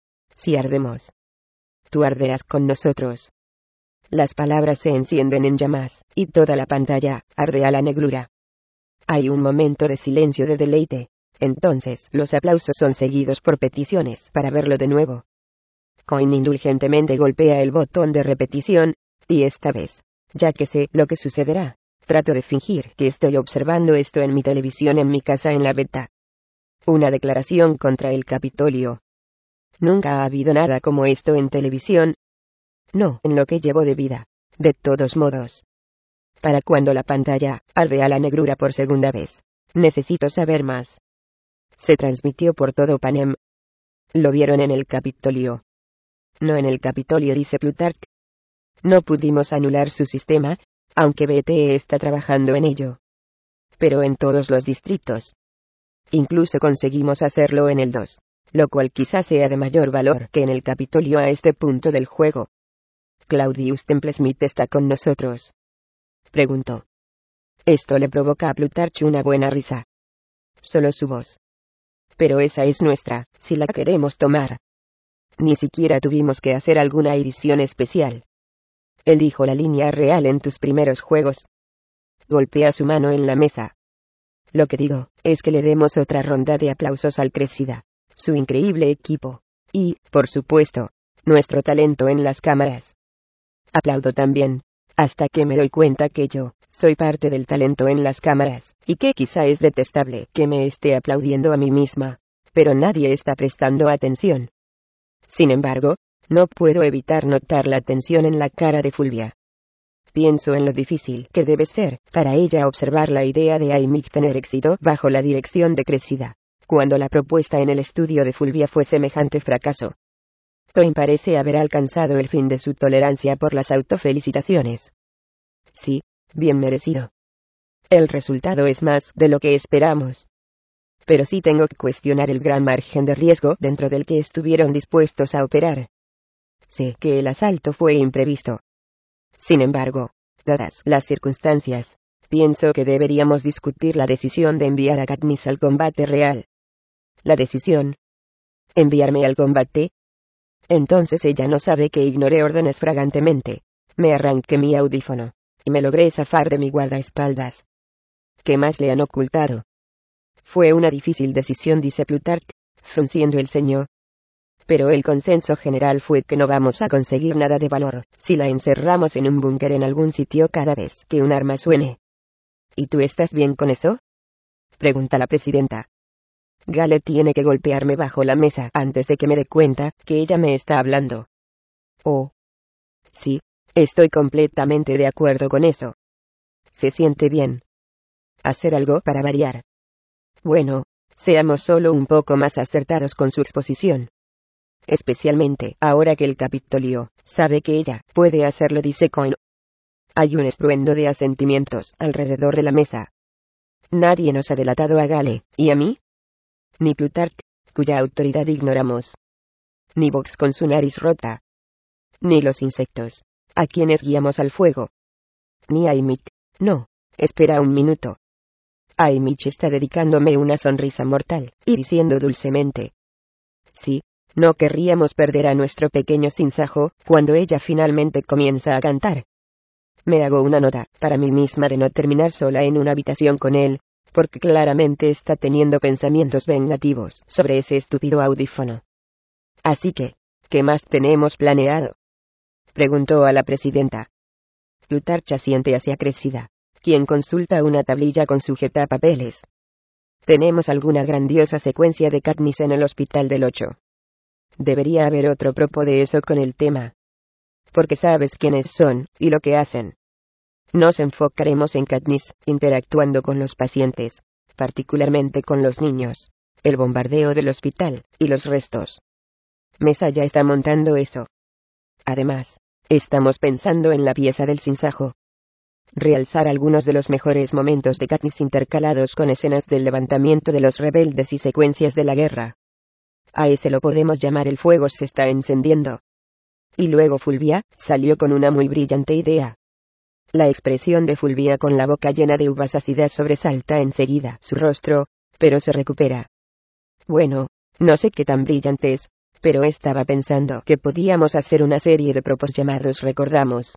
Si ardemos. Tú arderás con nosotros. Las palabras se encienden en llamas, y toda la pantalla arde a la negrura. Hay un momento de silencio de deleite. Entonces los aplausos son seguidos por peticiones para verlo de nuevo. Coin indulgentemente golpea el botón de repetición, y esta vez, ya que sé lo que sucederá, trato de fingir que estoy observando esto en mi televisión en mi casa en la beta. Una declaración contra el Capitolio. Nunca ha habido nada como esto en televisión. No, en lo que llevo de vida. De todos modos. Para cuando la pantalla arde a la negrura por segunda vez, necesito saber más. Se transmitió por todo Panem. Lo vieron en el Capitolio. No en el Capitolio, dice Plutarch. No pudimos anular su sistema, aunque B T E está trabajando en ello. Pero en todos los distritos. Incluso conseguimos hacerlo en el dos, lo cual quizás sea de mayor valor que en el Capitolio a este punto del juego. ¿Claudius Templesmith está con nosotros?, preguntó. Esto le provoca a Plutarch una buena risa. Solo su voz. Pero esa es nuestra, si la queremos tomar. Ni siquiera tuvimos que hacer alguna edición especial. Él dijo la línea real en tus primeros juegos. Golpea su mano en la mesa. Lo que digo, es que le demos otra ronda de aplausos al Cressida, su increíble equipo, y, por supuesto, nuestro talento en las cámaras. Aplaudo también, hasta que me doy cuenta que yo, soy parte del talento en las cámaras, y que quizá es detestable que me esté aplaudiendo a mí misma, pero nadie está prestando atención. Sin embargo, no puedo evitar notar la tensión en la cara de Fulvia. Pienso en lo difícil que debe ser para ella observar la idea de Aimik tener éxito bajo la dirección de Cressida, cuando la propuesta en el estudio de Fulvia fue semejante fracaso. Coin parece haber alcanzado el fin de su tolerancia por las autofelicitaciones. Sí, bien merecido. El resultado es más de lo que esperamos. Pero sí tengo que cuestionar el gran margen de riesgo dentro del que estuvieron dispuestos a operar. Sé que el asalto fue imprevisto. Sin embargo, dadas las circunstancias, pienso que deberíamos discutir la decisión de enviar a Katniss al combate real. ¿La decisión? ¿Enviarme al combate? Entonces ella no sabe que ignoré órdenes fragantemente. Me arranqué mi audífono, y me logré zafar de mi guardaespaldas. ¿Qué más le han ocultado? Fue una difícil decisión, dice Plutarch, frunciendo el ceño. Pero el consenso general fue que no vamos a conseguir nada de valor si la encerramos en un búnker en algún sitio cada vez que un arma suene. ¿Y tú estás bien con eso?, pregunta la presidenta. Gale tiene que golpearme bajo la mesa antes de que me dé cuenta que ella me está hablando. Oh. Sí, estoy completamente de acuerdo con eso. Se siente bien. Hacer algo para variar. Bueno, seamos solo un poco más acertados con su exposición. Especialmente ahora que el Capitolio sabe que ella puede hacerlo, dice Coin. Hay un estruendo de asentimientos alrededor de la mesa. Nadie nos ha delatado a Gale, ¿y a mí? Ni Plutarch, cuya autoridad ignoramos. Ni Vox con su nariz rota. Ni los insectos, a quienes guiamos al fuego. Ni Aimik. No, espera un minuto. Aimik está dedicándome una sonrisa mortal, y diciendo dulcemente. Sí, no querríamos perder a nuestro pequeño sinsajo, cuando ella finalmente comienza a cantar. Me hago una nota, para mí misma, de no terminar sola en una habitación con él, porque claramente está teniendo pensamientos vengativos sobre ese estúpido audífono. Así que, ¿qué más tenemos planeado?, preguntó a la presidenta. Plutarch asiente hacia Cressida, quien consulta una tablilla con sujetapapeles. Tenemos alguna grandiosa secuencia de Katniss en el hospital del ocho. Debería haber otro propo de eso con el tema. Porque sabes quiénes son, y lo que hacen. Nos enfocaremos en Katniss, interactuando con los pacientes, particularmente con los niños, el bombardeo del hospital, y los restos. Mesa ya está montando eso. Además, estamos pensando en la pieza del sinsajo. Realzar algunos de los mejores momentos de Katniss intercalados con escenas del levantamiento de los rebeldes y secuencias de la guerra. A ese lo podemos llamar el fuego se está encendiendo. Y luego Fulvia salió con una muy brillante idea. La expresión de Fulvia con la boca llena de uvasacidad sobresalta enseguida su rostro, pero se recupera. Bueno, no sé qué tan brillante es, pero estaba pensando que podíamos hacer una serie de propos llamados Recordamos.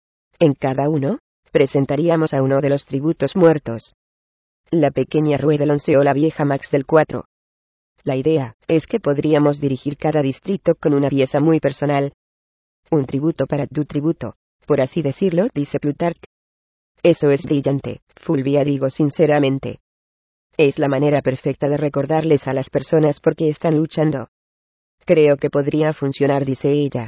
En cada uno, presentaríamos a uno de los tributos muertos. La pequeña rueda lonceó la vieja Max del cuatro. La idea es que podríamos dirigir cada distrito con una pieza muy personal. Un tributo para tu tributo, por así decirlo, dice Plutarch. Eso es brillante, Fulvia, digo sinceramente. Es la manera perfecta de recordarles a las personas por qué están luchando. Creo que podría funcionar, dice ella.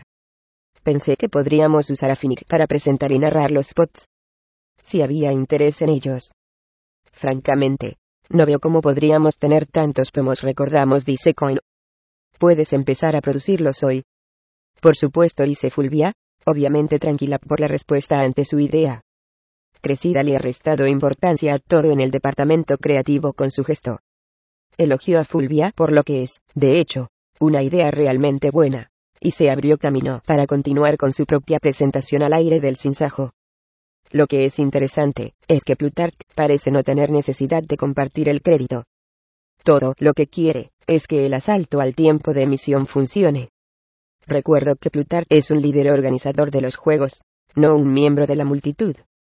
Pensé que podríamos usar a Finnick para presentar y narrar los spots. Si había interés en ellos. Francamente, no veo cómo podríamos tener tantos pomos recordamos, dice Coin. Puedes empezar a producirlos hoy. Por supuesto, dice Fulvia, obviamente tranquila por la respuesta ante su idea. Crecida le ha restado importancia a todo en el departamento creativo con su gesto. Elogió a Fulvia por lo que es, de hecho, una idea realmente buena, y se abrió camino para continuar con su propia presentación al aire del sinsajo. Lo que es interesante, es que Plutarch parece no tener necesidad de compartir el crédito. Todo lo que quiere, es que el asalto al tiempo de emisión funcione. Recuerdo que Plutarch es un líder organizador de los juegos, no un miembro de la multitud.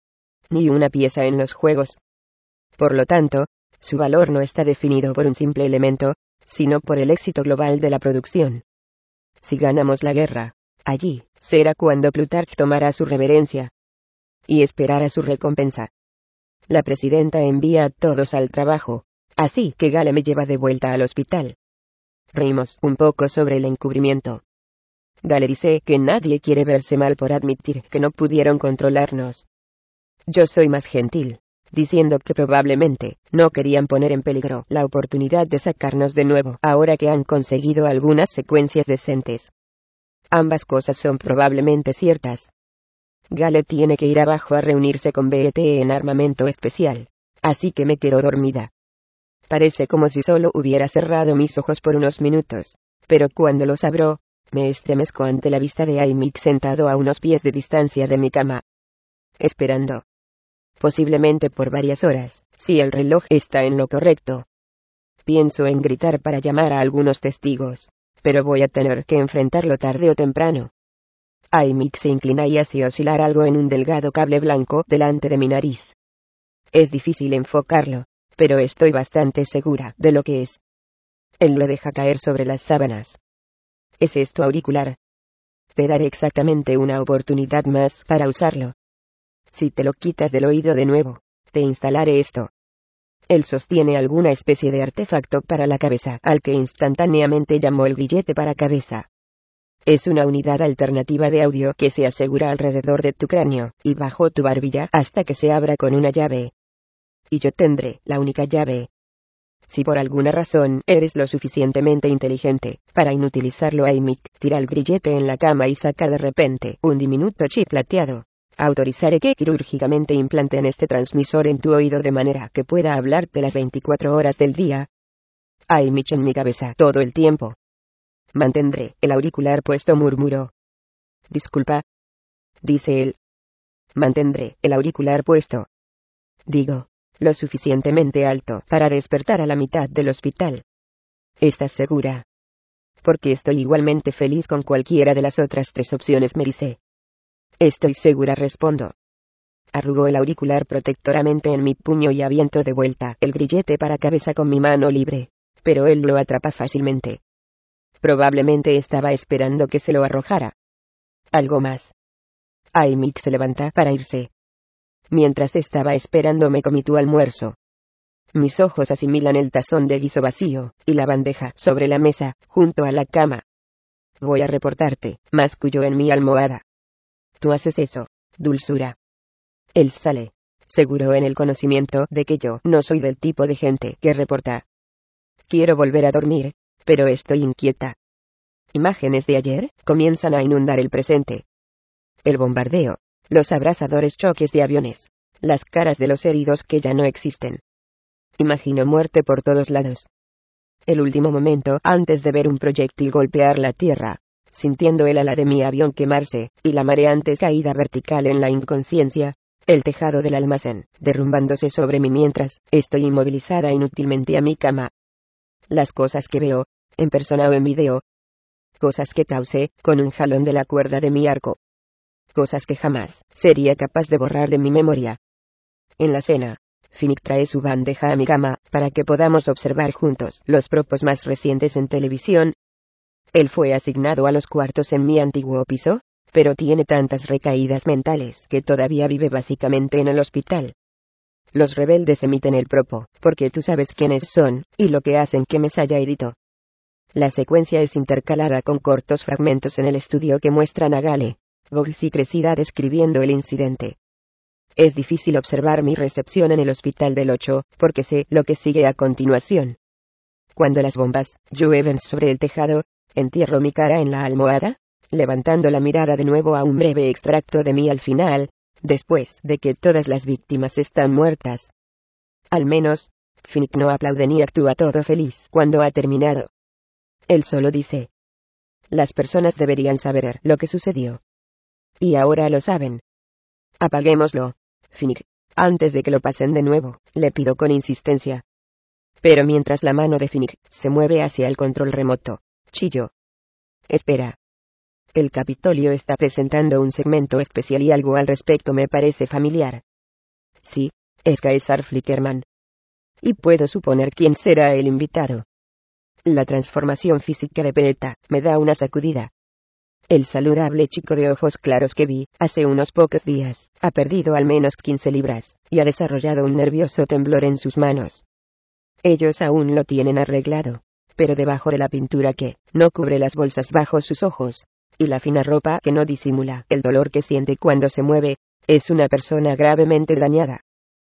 Ni una pieza en los juegos. Por lo tanto, su valor no está definido por un simple elemento, sino por el éxito global de la producción. Si ganamos la guerra, allí, será cuando Plutarch tomará su reverencia. Y esperará su recompensa. La presidenta envía a todos al trabajo, así que Gale me lleva de vuelta al hospital. Reímos un poco sobre el encubrimiento. Gale dice que nadie quiere verse mal por admitir que no pudieron controlarnos. Yo soy más gentil, diciendo que probablemente no querían poner en peligro la oportunidad de sacarnos de nuevo ahora que han conseguido algunas secuencias decentes. Ambas cosas son probablemente ciertas. Gale tiene que ir abajo a reunirse con B T en armamento especial, así que me quedo dormida. Parece como si solo hubiera cerrado mis ojos por unos minutos, pero cuando los abro, me estremezco ante la vista de Aimik sentado a unos pies de distancia de mi cama. Esperando. Posiblemente por varias horas, si el reloj está en lo correcto. Pienso en gritar para llamar a algunos testigos, pero voy a tener que enfrentarlo tarde o temprano. Aimik se inclina y hace oscilar algo en un delgado cable blanco delante de mi nariz. Es difícil enfocarlo, pero estoy bastante segura de lo que es. Él lo deja caer sobre las sábanas. ¿Es esto auricular? Te daré exactamente una oportunidad más para usarlo. Si te lo quitas del oído de nuevo, te instalaré esto. Él sostiene alguna especie de artefacto para la cabeza, al que instantáneamente llamó el grillete para cabeza. Es una unidad alternativa de audio que se asegura alrededor de tu cráneo, y bajo tu barbilla hasta que se abra con una llave. Y yo tendré la única llave. Si por alguna razón eres lo suficientemente inteligente para inutilizarlo, Aimik tira el grillete en la cama y saca de repente un diminuto chip plateado. Autorizaré que quirúrgicamente implanten este transmisor en tu oído de manera que pueda hablarte las veinticuatro horas del día. Aimik en mi cabeza todo el tiempo. Mantendré el auricular puesto, murmuró. Disculpa. Dice él. Mantendré el auricular puesto. Digo, lo suficientemente alto para despertar a la mitad del hospital. ¿Estás segura? Porque estoy igualmente feliz con cualquiera de las otras tres opciones, me dice. Estoy segura, respondo. Arrugó el auricular protectoramente en mi puño y aviento de vuelta el grillete para cabeza con mi mano libre, pero él lo atrapa fácilmente. Probablemente estaba esperando que se lo arrojara. Algo más. Aimik se levanta para irse. Mientras estaba esperando me comí tu almuerzo. Mis ojos asimilan el tazón de guiso vacío, y la bandeja sobre la mesa, junto a la cama. Voy a reportarte, masculló en mi almohada. Tú haces eso, dulzura. Él sale. seguro en el conocimiento de que yo no soy del tipo de gente que reporta. Quiero volver a dormir, pero estoy inquieta. Imágenes de ayer comienzan a inundar el presente. El bombardeo, los abrasadores choques de aviones, las caras de los heridos que ya no existen. Imagino muerte por todos lados. El último momento antes de ver un proyectil golpear la tierra, sintiendo el ala de mi avión quemarse, y la mareante caída vertical en la inconsciencia, el tejado del almacén, derrumbándose sobre mí mientras estoy inmovilizada inútilmente a mi cama. Las cosas que veo, en persona o en video. Cosas que causé, con un jalón de la cuerda de mi arco. Cosas que jamás sería capaz de borrar de mi memoria. En la cena, Finnick trae su bandeja a mi cama, para que podamos observar juntos los propos más recientes en televisión. Él fue asignado a los cuartos en mi antiguo piso, pero tiene tantas recaídas mentales que todavía vive básicamente en el hospital. Los rebeldes emiten el propo, porque tú sabes quiénes son, y lo que hacen que me haya herido. La secuencia es intercalada con cortos fragmentos en el estudio que muestran a Gale, Boggs y Cressida describiendo el incidente. Es difícil observar mi recepción en el hospital del ocho, porque sé lo que sigue a continuación. Cuando las bombas llueven sobre el tejado, entierro mi cara en la almohada, levantando la mirada de nuevo a un breve extracto de mí al final, después de que todas las víctimas están muertas. Al menos, Finnick no aplaude ni actúa todo feliz cuando ha terminado. Él solo dice: las personas deberían saber lo que sucedió. Y ahora lo saben. Apaguémoslo, Finnick, antes de que lo pasen de nuevo, le pido con insistencia. Pero mientras la mano de Finnick se mueve hacia el control remoto, chillo. Espera. El Capitolio está presentando un segmento especial y algo al respecto me parece familiar. Sí, es Caesar Flickerman. Y puedo suponer quién será el invitado. La transformación física de Peeta me da una sacudida. El saludable chico de ojos claros que vi hace unos pocos días ha perdido al menos quince libras, y ha desarrollado un nervioso temblor en sus manos. Ellos aún lo tienen arreglado, pero debajo de la pintura que no cubre las bolsas bajo sus ojos, y la fina ropa que no disimula el dolor que siente cuando se mueve, es una persona gravemente dañada.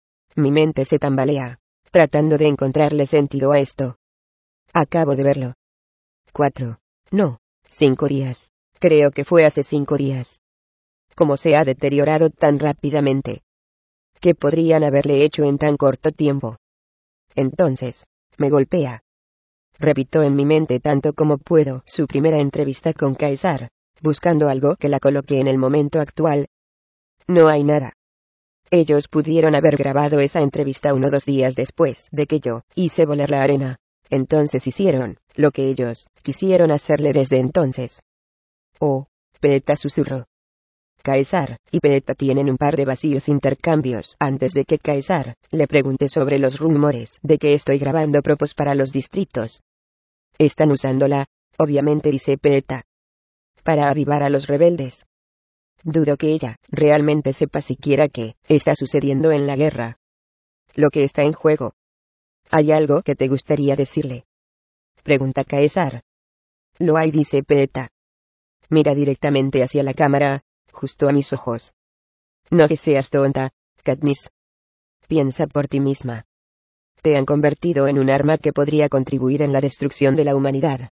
Mi mente se tambalea, tratando de encontrarle sentido a esto. Acabo de verlo. Cuatro. No, cinco días. Creo que fue hace cinco días. ¿Cómo se ha deteriorado tan rápidamente? ¿Qué podrían haberle hecho en tan corto tiempo? Entonces, me golpea. Repito en mi mente tanto como puedo su primera entrevista con Caesar, buscando algo que la coloque en el momento actual. No hay nada. Ellos pudieron haber grabado esa entrevista uno o dos días después de que yo hice volar la arena. Entonces hicieron lo que ellos quisieron hacerle desde entonces. Oh, Peeta susurró. Caesar y Peeta tienen un par de vacíos intercambios antes de que Caesar le pregunte sobre los rumores de que estoy grabando propos para los distritos. Están usándola, obviamente, dice Peeta, para avivar a los rebeldes. Dudo que ella realmente sepa siquiera qué está sucediendo en la guerra. Lo que está en juego. ¿Hay algo que te gustaría decirle? Pregunta Caesar. Lo hay, dice Peeta. Mira directamente hacia la cámara, justo a mis ojos. No que seas tonta, Katniss. Piensa por ti misma. Te han convertido en un arma que podría contribuir en la destrucción de la humanidad.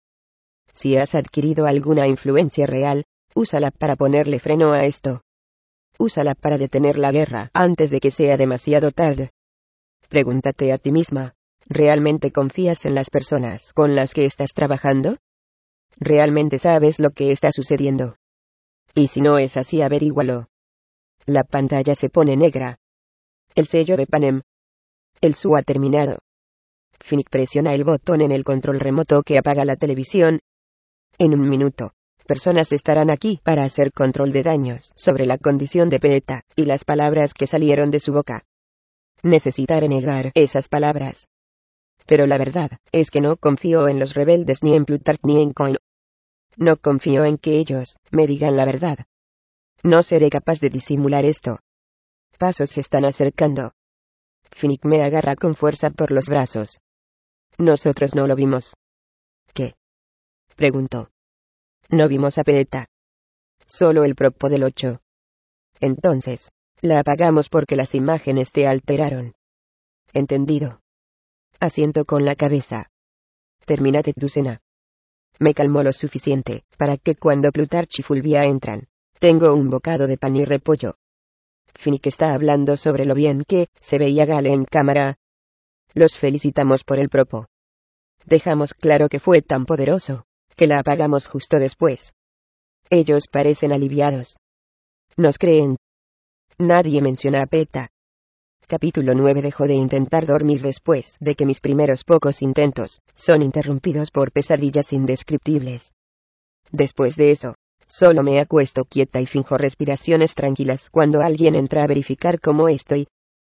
Si has adquirido alguna influencia real, úsala para ponerle freno a esto. Úsala para detener la guerra antes de que sea demasiado tarde. Pregúntate a ti misma, ¿realmente confías en las personas con las que estás trabajando? ¿Realmente sabes lo que está sucediendo? Y si no es así, averígualo. La pantalla se pone negra. El sello de Panem. El S U ha terminado. Finnick presiona el botón en el control remoto que apaga la televisión. En un minuto, personas estarán aquí para hacer control de daños sobre la condición de Peeta y las palabras que salieron de su boca. Necesitaré negar esas palabras. Pero la verdad es que no confío en los rebeldes ni en Plutarch ni en Coin. No confío en que ellos me digan la verdad. No seré capaz de disimular esto. Pasos se están acercando. Finnick me agarra con fuerza por los brazos. Nosotros no lo vimos. ¿Qué? Preguntó. No vimos a Peeta. Solo el propo del ocho. Entonces, La apagamos porque las imágenes te alteraron. Entendido. Asiento con la cabeza. Termínate tu cena. Me calmó lo suficiente para que cuando Plutarch y Fulvia entran, tengo un bocado de pan y repollo. Finnick está hablando sobre lo bien que se veía Gale en cámara. Los felicitamos por el propo. Dejamos claro que fue tan poderoso, que la apagamos justo después. Ellos parecen aliviados. Nos creen. Nadie menciona a Peeta. Capítulo nueve. Dejo de intentar dormir después de que mis primeros pocos intentos son interrumpidos por pesadillas indescriptibles. Después de eso, solo me acuesto quieta y finjo respiraciones tranquilas cuando alguien entra a verificar cómo estoy.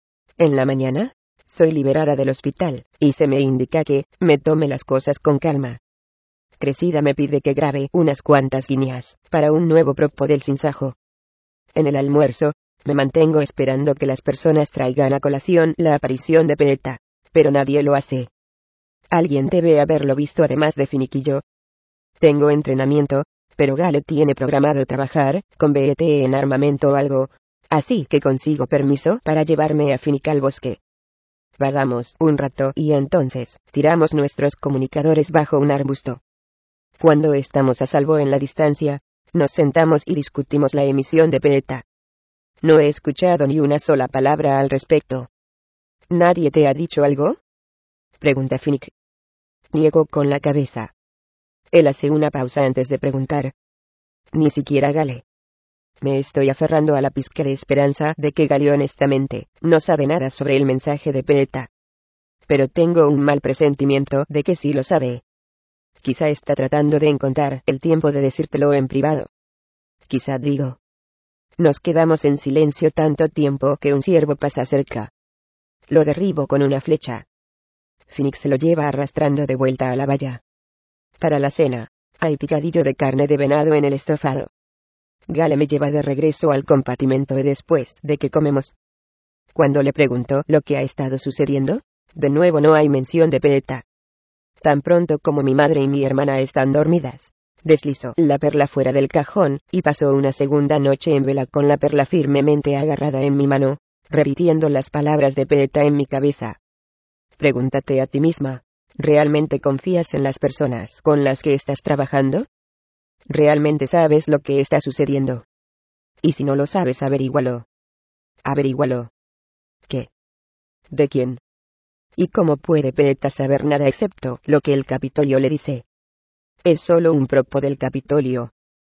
En la mañana, soy liberada del hospital, y se me indica que me tome las cosas con calma. Crecida me pide que grabe unas cuantas líneas para un nuevo propo del sinsajo. En el almuerzo, me mantengo esperando que las personas traigan a colación la aparición de Peeta, pero nadie lo hace. Alguien debe haberlo visto además de Finnick y yo. Tengo entrenamiento, pero Gale tiene programado trabajar con B E T en armamento o algo, así que consigo permiso para llevarme a Finnick al bosque. Vagamos un rato y entonces tiramos nuestros comunicadores bajo un arbusto. Cuando estamos a salvo en la distancia, nos sentamos y discutimos la emisión de Peeta. No he escuchado ni una sola palabra al respecto. ¿Nadie te ha dicho algo?, pregunta Finnick. Niego con la cabeza. Él hace una pausa antes de preguntar. Ni siquiera Gale. Me estoy aferrando a la pizca de esperanza de que Gale honestamente no sabe nada sobre el mensaje de Peeta. Pero tengo un mal presentimiento de que sí lo sabe. Quizá está tratando de encontrar el tiempo de decírtelo en privado. Quizá digo. Nos quedamos en silencio tanto tiempo que un ciervo pasa cerca. Lo derribo con una flecha. Finnick se lo lleva arrastrando de vuelta a la valla. Para la cena, hay picadillo de carne de venado en el estofado. Gale me lleva de regreso al compartimento y después de que comemos. Cuando le pregunto lo que ha estado sucediendo, de nuevo no hay mención de Peeta. Tan pronto como mi madre y mi hermana están dormidas, deslizó la perla fuera del cajón, y pasó una segunda noche en vela con la perla firmemente agarrada en mi mano, repitiendo las palabras de Peeta en mi cabeza. Pregúntate a ti misma, ¿realmente confías en las personas con las que estás trabajando? ¿Realmente sabes lo que está sucediendo? Y si no lo sabes, averígualo. Averígualo. ¿Qué? ¿De quién? ¿Y cómo puede Peeta saber nada excepto lo que el Capitolio le dice? Es solo un propo del Capitolio.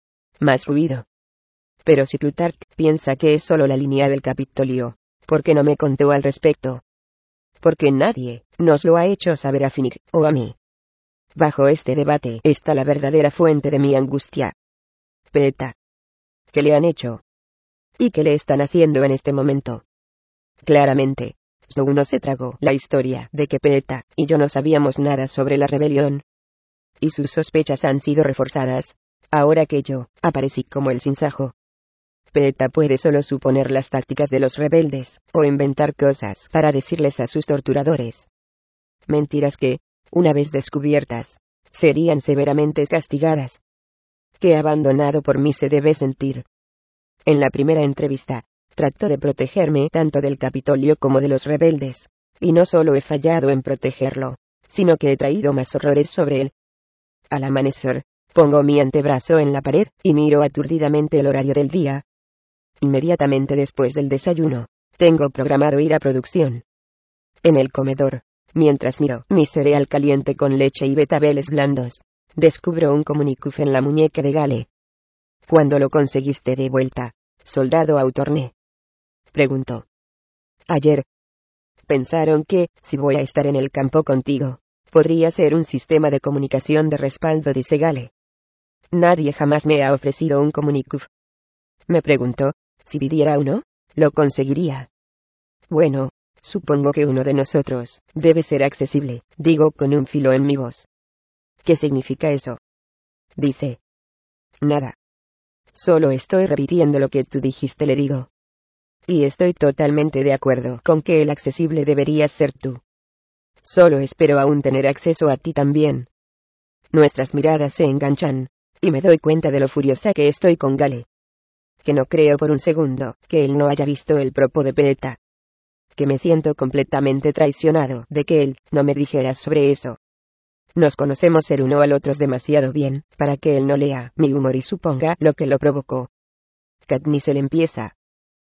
Más ruido. Pero si Plutarch piensa que es solo la línea del Capitolio, ¿por qué no me contó al respecto? Porque nadie nos lo ha hecho saber a Finnick o a mí. Bajo este debate está la verdadera fuente de mi angustia. Peeta. ¿Qué le han hecho? ¿Y qué le están haciendo en este momento? Claramente, Snow no se tragó la historia de que Peeta y yo no sabíamos nada sobre la rebelión. Y sus sospechas han sido reforzadas, ahora que yo aparecí como el sinsajo. Peeta puede solo suponer las tácticas de los rebeldes, o inventar cosas para decirles a sus torturadores. Mentiras que, una vez descubiertas, serían severamente castigadas. Qué abandonado por mí se debe sentir. En la primera entrevista, trató de protegerme tanto del Capitolio como de los rebeldes, y no solo he fallado en protegerlo, sino que he traído más horrores sobre él. Al amanecer, pongo mi antebrazo en la pared y miro aturdidamente el horario del día. Inmediatamente después del desayuno, tengo programado ir a producción. En el comedor, mientras miro mi cereal caliente con leche y betabeles blandos, descubro un comunicuf en la muñeca de Gale. ¿Cuándo lo conseguiste de vuelta, soldado Autorne?, preguntó. Ayer. Pensaron que, si voy a estar en el campo contigo, podría ser un sistema de comunicación de respaldo, dice Gale. Nadie jamás me ha ofrecido un comunicuf. Me preguntó, si pidiera uno, lo conseguiría. Bueno, supongo que uno de nosotros debe ser accesible, digo con un filo en mi voz. ¿Qué significa eso?, dice. Nada. Solo estoy repitiendo lo que tú dijiste, le digo. Y estoy totalmente de acuerdo con que el accesible deberías ser tú. Solo espero aún tener acceso a ti también. Nuestras miradas se enganchan, y me doy cuenta de lo furiosa que estoy con Gale. que no creo por un segundo que él no haya visto el propósito de Peleta. Que me siento completamente traicionado de que él no me dijera sobre eso. Nos conocemos el uno al otro demasiado bien para que él no lea mi humor y suponga lo que lo provocó. Katniss le empieza.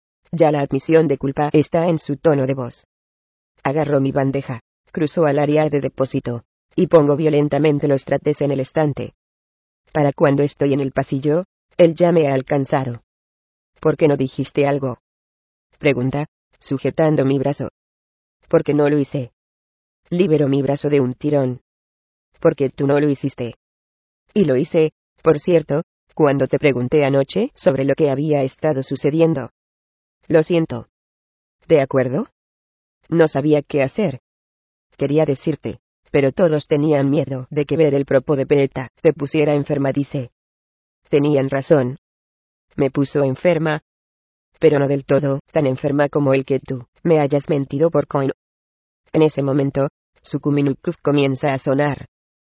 Ya la admisión de culpa está en su tono de voz. Agarró mi bandeja, cruzó al área de depósito, y pongo violentamente los trates en el estante. Para cuando estoy en el pasillo, él ya me ha alcanzado. ¿Por qué no dijiste algo? Pregunta, sujetando mi brazo. Porque no lo hice. Libero mi brazo de un tirón. Porque tú no lo hiciste. Y lo hice, por cierto, cuando te pregunté anoche sobre lo que había estado sucediendo. Lo siento. ¿De acuerdo? No sabía qué hacer. Quería decirte, pero todos tenían miedo de que ver el propósito de Peleta te pusiera enferma, dice. Tenían razón. Me puso enferma. Pero no del todo tan enferma como el que tú me hayas mentido por coin. En ese momento, su Kuminukuf comienza a sonar.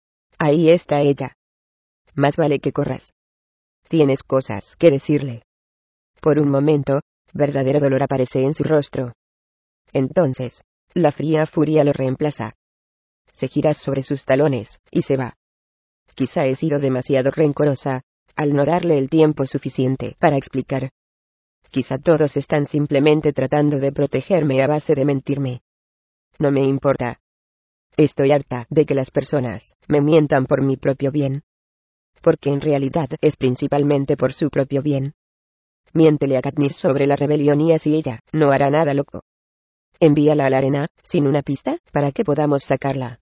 Ahí está ella. Más vale que corras. Tienes cosas que decirle. Por un momento, verdadero dolor aparece en su rostro. Entonces, la fría furia lo reemplaza. Se gira sobre sus talones, y se va. Quizá he sido demasiado rencorosa, al no darle el tiempo suficiente para explicar. Quizá todos están simplemente tratando de protegerme a base de mentirme. No me importa. Estoy harta de que las personas me mientan por mi propio bien. Porque en realidad es principalmente por su propio bien. Miéntele a Katniss sobre la rebelión y así ella no hará nada loco. Envíala a la arena, sin una pista, para que podamos sacarla.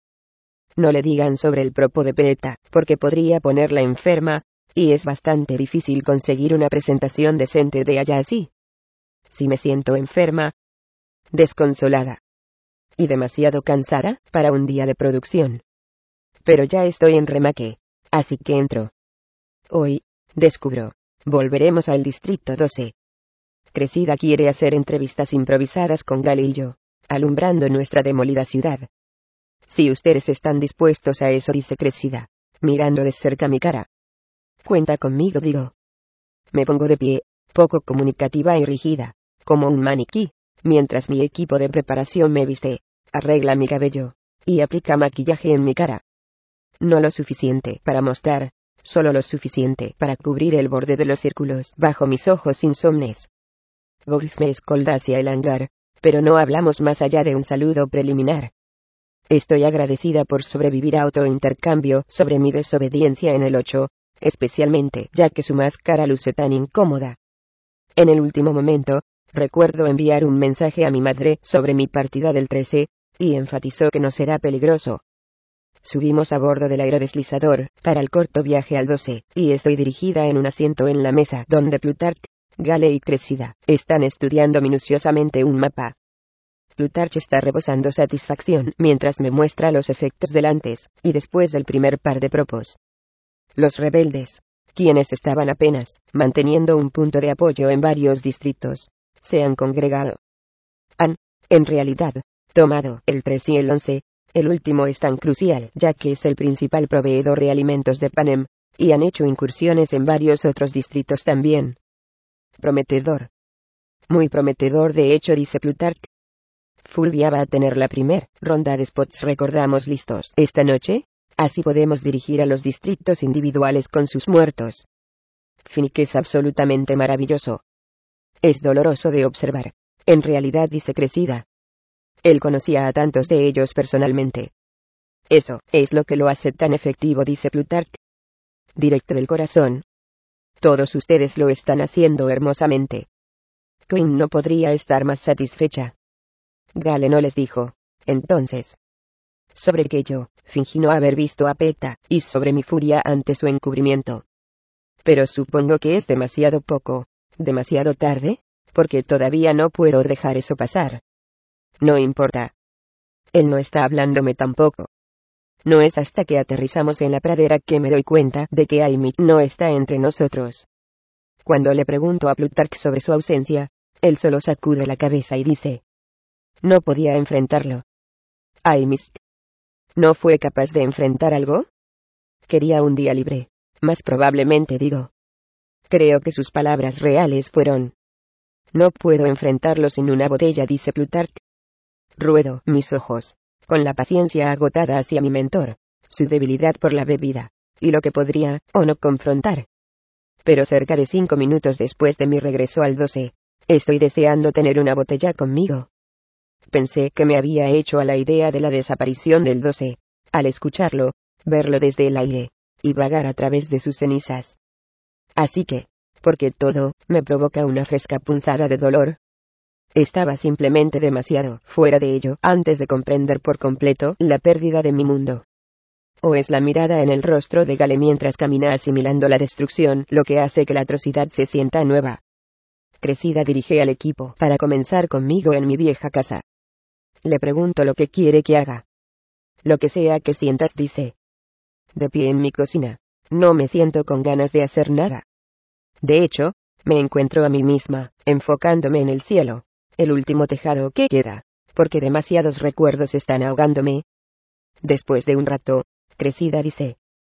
No le digan sobre el propósito de Peleta, porque podría ponerla enferma, y es bastante difícil conseguir una presentación decente de ella así. Si me siento enferma, desconsolada y demasiado cansada para un día de producción. Pero ya estoy en remake, así que entro. Hoy, descubro, volveremos al Distrito doce. Cressida quiere hacer entrevistas improvisadas con Gale y yo, alumbrando nuestra demolida ciudad. Si ustedes están dispuestos a eso, dice Cressida, mirando de cerca mi cara. Cuenta conmigo, digo. Me pongo de pie, poco comunicativa y rígida, como un maniquí, mientras mi equipo de preparación me viste, arregla mi cabello, y aplica maquillaje en mi cara. No lo suficiente para mostrar, solo lo suficiente para cubrir el borde de los círculos bajo mis ojos insomnes. Boggs me escolta hacia el hangar, pero no hablamos más allá de un saludo preliminar. Estoy agradecida por sobrevivir a otro intercambio sobre mi desobediencia en el ocho, especialmente ya que su máscara luce tan incómoda. En el último momento, recuerdo enviar un mensaje a mi madre sobre mi partida del trece, y enfatizó que no será peligroso. Subimos a bordo del aerodeslizador, para el corto viaje al doce, y estoy dirigida en un asiento en la mesa donde Plutarch, Gale y Cressida están estudiando minuciosamente un mapa. Plutarch está rebosando satisfacción mientras me muestra los efectos del antes y después del primer par de propos. Los rebeldes, quienes estaban apenas manteniendo un punto de apoyo en varios distritos, se han congregado. Han, en realidad, tomado el tres y el once, el último es tan crucial ya que es el principal proveedor de alimentos de Panem, y han hecho incursiones en varios otros distritos también. Prometedor. Muy prometedor, de hecho, dice Plutarch. Fulvia va a tener la primer ronda de spots, recordamos, listos esta noche, así podemos dirigir a los distritos individuales con sus muertos. Finnick es absolutamente maravilloso. Es doloroso de observar. En realidad, dice Cressida. Él conocía a tantos de ellos personalmente. Eso es lo que lo hace tan efectivo, dice Plutarch. Directo del corazón. Todos ustedes lo están haciendo hermosamente. Queen no podría estar más satisfecha. Gale no les dijo, entonces, sobre que yo fingí no haber visto a Peleta, y sobre mi furia ante su encubrimiento. Pero supongo que es demasiado poco, demasiado tarde, porque todavía no puedo dejar eso pasar. No importa. Él no está hablándome tampoco. No es hasta que aterrizamos en la pradera que me doy cuenta de que Amy no está entre nosotros. Cuando le pregunto a Plutarch sobre su ausencia, él solo sacude la cabeza y dice: no podía enfrentarlo. Amy ¿no fue capaz de enfrentar algo? Quería un día libre, más probablemente, digo. Creo que sus palabras reales fueron: no puedo enfrentarlo sin una botella, dice Plutarch. Ruedo mis ojos, con la paciencia agotada, hacia mi mentor, su debilidad por la bebida, y lo que podría, o no, confrontar. Pero cerca de cinco minutos después de mi regreso al doce, estoy deseando tener una botella conmigo. Pensé que me había hecho a la idea de la desaparición del doce, al escucharlo, verlo desde el aire, y vagar a través de sus cenizas. Así que, porque todo me provoca una fresca punzada de dolor. Estaba simplemente demasiado fuera de ello antes de comprender por completo la pérdida de mi mundo. O es la mirada en el rostro de Gale mientras camina asimilando la destrucción lo que hace que la atrocidad se sienta nueva. Cressida dirige al equipo para comenzar conmigo en mi vieja casa. Le pregunto lo que quiere que haga. Lo que sea que sientas, dice. De pie en mi cocina, no me siento con ganas de hacer nada. De hecho, me encuentro a mí misma, enfocándome en el cielo, el último tejado que queda, porque demasiados recuerdos están ahogándome. Después de un rato, Cressida dice: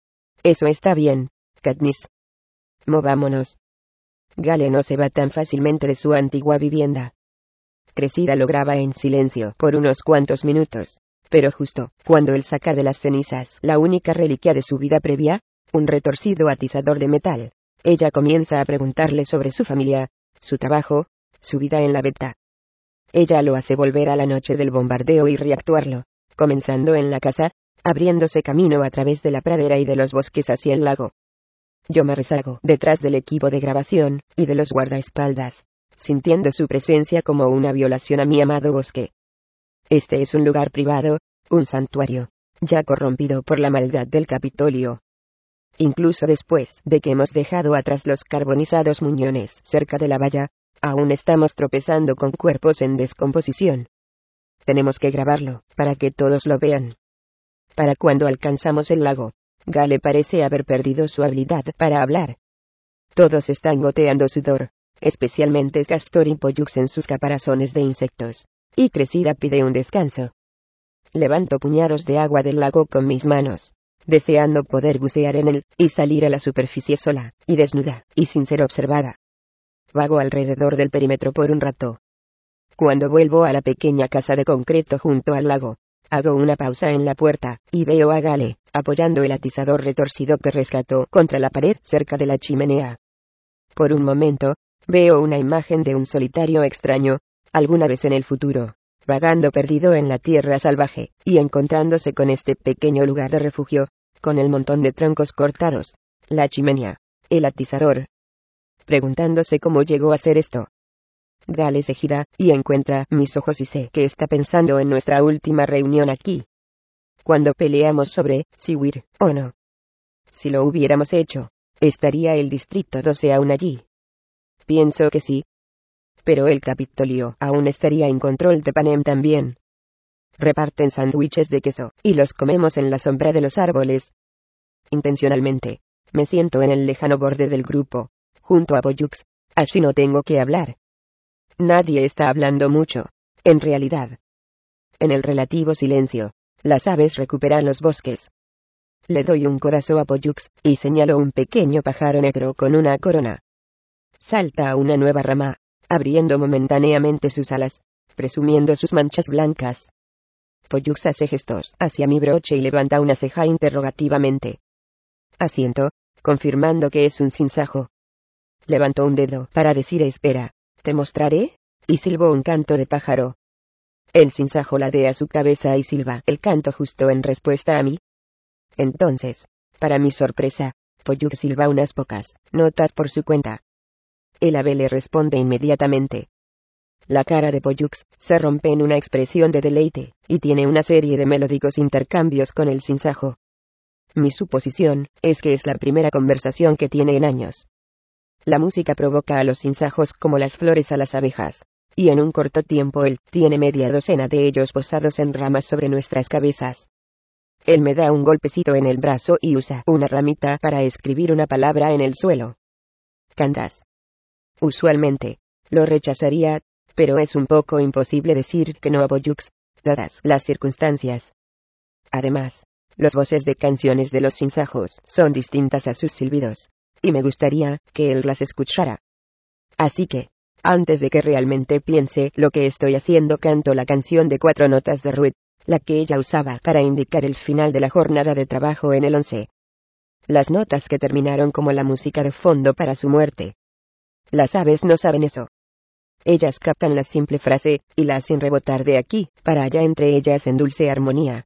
eso está bien, Katniss. Movámonos. Gale no se va tan fácilmente de su antigua vivienda. Cressida lo graba en silencio por unos cuantos minutos, pero justo cuando él saca de las cenizas la única reliquia de su vida previa, un retorcido atizador de metal, ella comienza a preguntarle sobre su familia, su trabajo, su vida en la Beta. Ella lo hace volver a la noche del bombardeo y reactuarlo, comenzando en la casa, abriéndose camino a través de la pradera y de los bosques hacia el lago. Yo me rezago detrás del equipo de grabación y de los guardaespaldas, sintiendo su presencia como una violación a mi amado bosque. Este es un lugar privado, un santuario, ya corrompido por la maldad del Capitolio. Incluso después de que hemos dejado atrás los carbonizados muñones cerca de la valla, aún estamos tropezando con cuerpos en descomposición. Tenemos que grabarlo, para que todos lo vean. Para cuando alcanzamos el lago, Gale parece haber perdido su habilidad para hablar. Todos están goteando sudor, especialmente Castor y Pollux en sus caparazones de insectos, y Cressida pide un descanso. Levanto puñados de agua del lago con mis manos, deseando poder bucear en él, y salir a la superficie sola, y desnuda, y sin ser observada. Vago alrededor del perímetro por un rato. Cuando vuelvo a la pequeña casa de concreto junto al lago, hago una pausa en la puerta, y veo a Gale, apoyando el atizador retorcido que rescató contra la pared cerca de la chimenea. Por un momento, veo una imagen de un solitario extraño, alguna vez en el futuro, vagando perdido en la tierra salvaje, y encontrándose con este pequeño lugar de refugio, con el montón de troncos cortados, la chimenea, el atizador. Preguntándose cómo llegó a ser esto. Gale se gira, y encuentra mis ojos y sé que está pensando en nuestra última reunión aquí. Cuando peleamos sobre si huir o no. Si lo hubiéramos hecho, ¿estaría el Distrito doce aún allí? Pienso que sí. Pero el Capitolio aún estaría en control de Panem también. Reparten sándwiches de queso, y los comemos en la sombra de los árboles. Intencionalmente, me siento en el lejano borde del grupo, junto a Pollux, así no tengo que hablar. Nadie está hablando mucho, en realidad. En el relativo silencio, las aves recuperan los bosques. Le doy un codazo a Pollux, y señalo un pequeño pájaro negro con una corona. Salta a una nueva rama, abriendo momentáneamente sus alas, presumiendo sus manchas blancas. Pollux hace gestos hacia mi broche y levanta una ceja interrogativamente. Asiento, confirmando que es un sinsajo. Levanto un dedo para decir espera. Te mostraré, y silbo un canto de pájaro. El sinsajo ladea su cabeza y silba el canto justo en respuesta a mí. Entonces, para mi sorpresa, Pollux silba unas pocas notas por su cuenta. El ave le responde inmediatamente. La cara de Pollux se rompe en una expresión de deleite, y tiene una serie de melódicos intercambios con el sinsajo. Mi suposición es que es la primera conversación que tiene en años. La música provoca a los sinsajos como las flores a las abejas, y en un corto tiempo él tiene media docena de ellos posados en ramas sobre nuestras cabezas. Él me da un golpecito en el brazo y usa una ramita para escribir una palabra en el suelo. Cantas. Usualmente, lo rechazaría, pero es un poco imposible decir que no a Pollux, dadas las circunstancias. Además, las voces de canciones de los sinsajos son distintas a sus silbidos. y me gustaría que él las escuchara. Así que, antes de que realmente piense lo que estoy haciendo, canto la canción de cuatro notas de Ruth, la que ella usaba para indicar el final de la jornada de trabajo en el once. Las notas que terminaron como la música de fondo para su muerte. Las aves no saben eso. Ellas captan la simple frase, y la hacen rebotar de aquí para allá entre ellas en dulce armonía.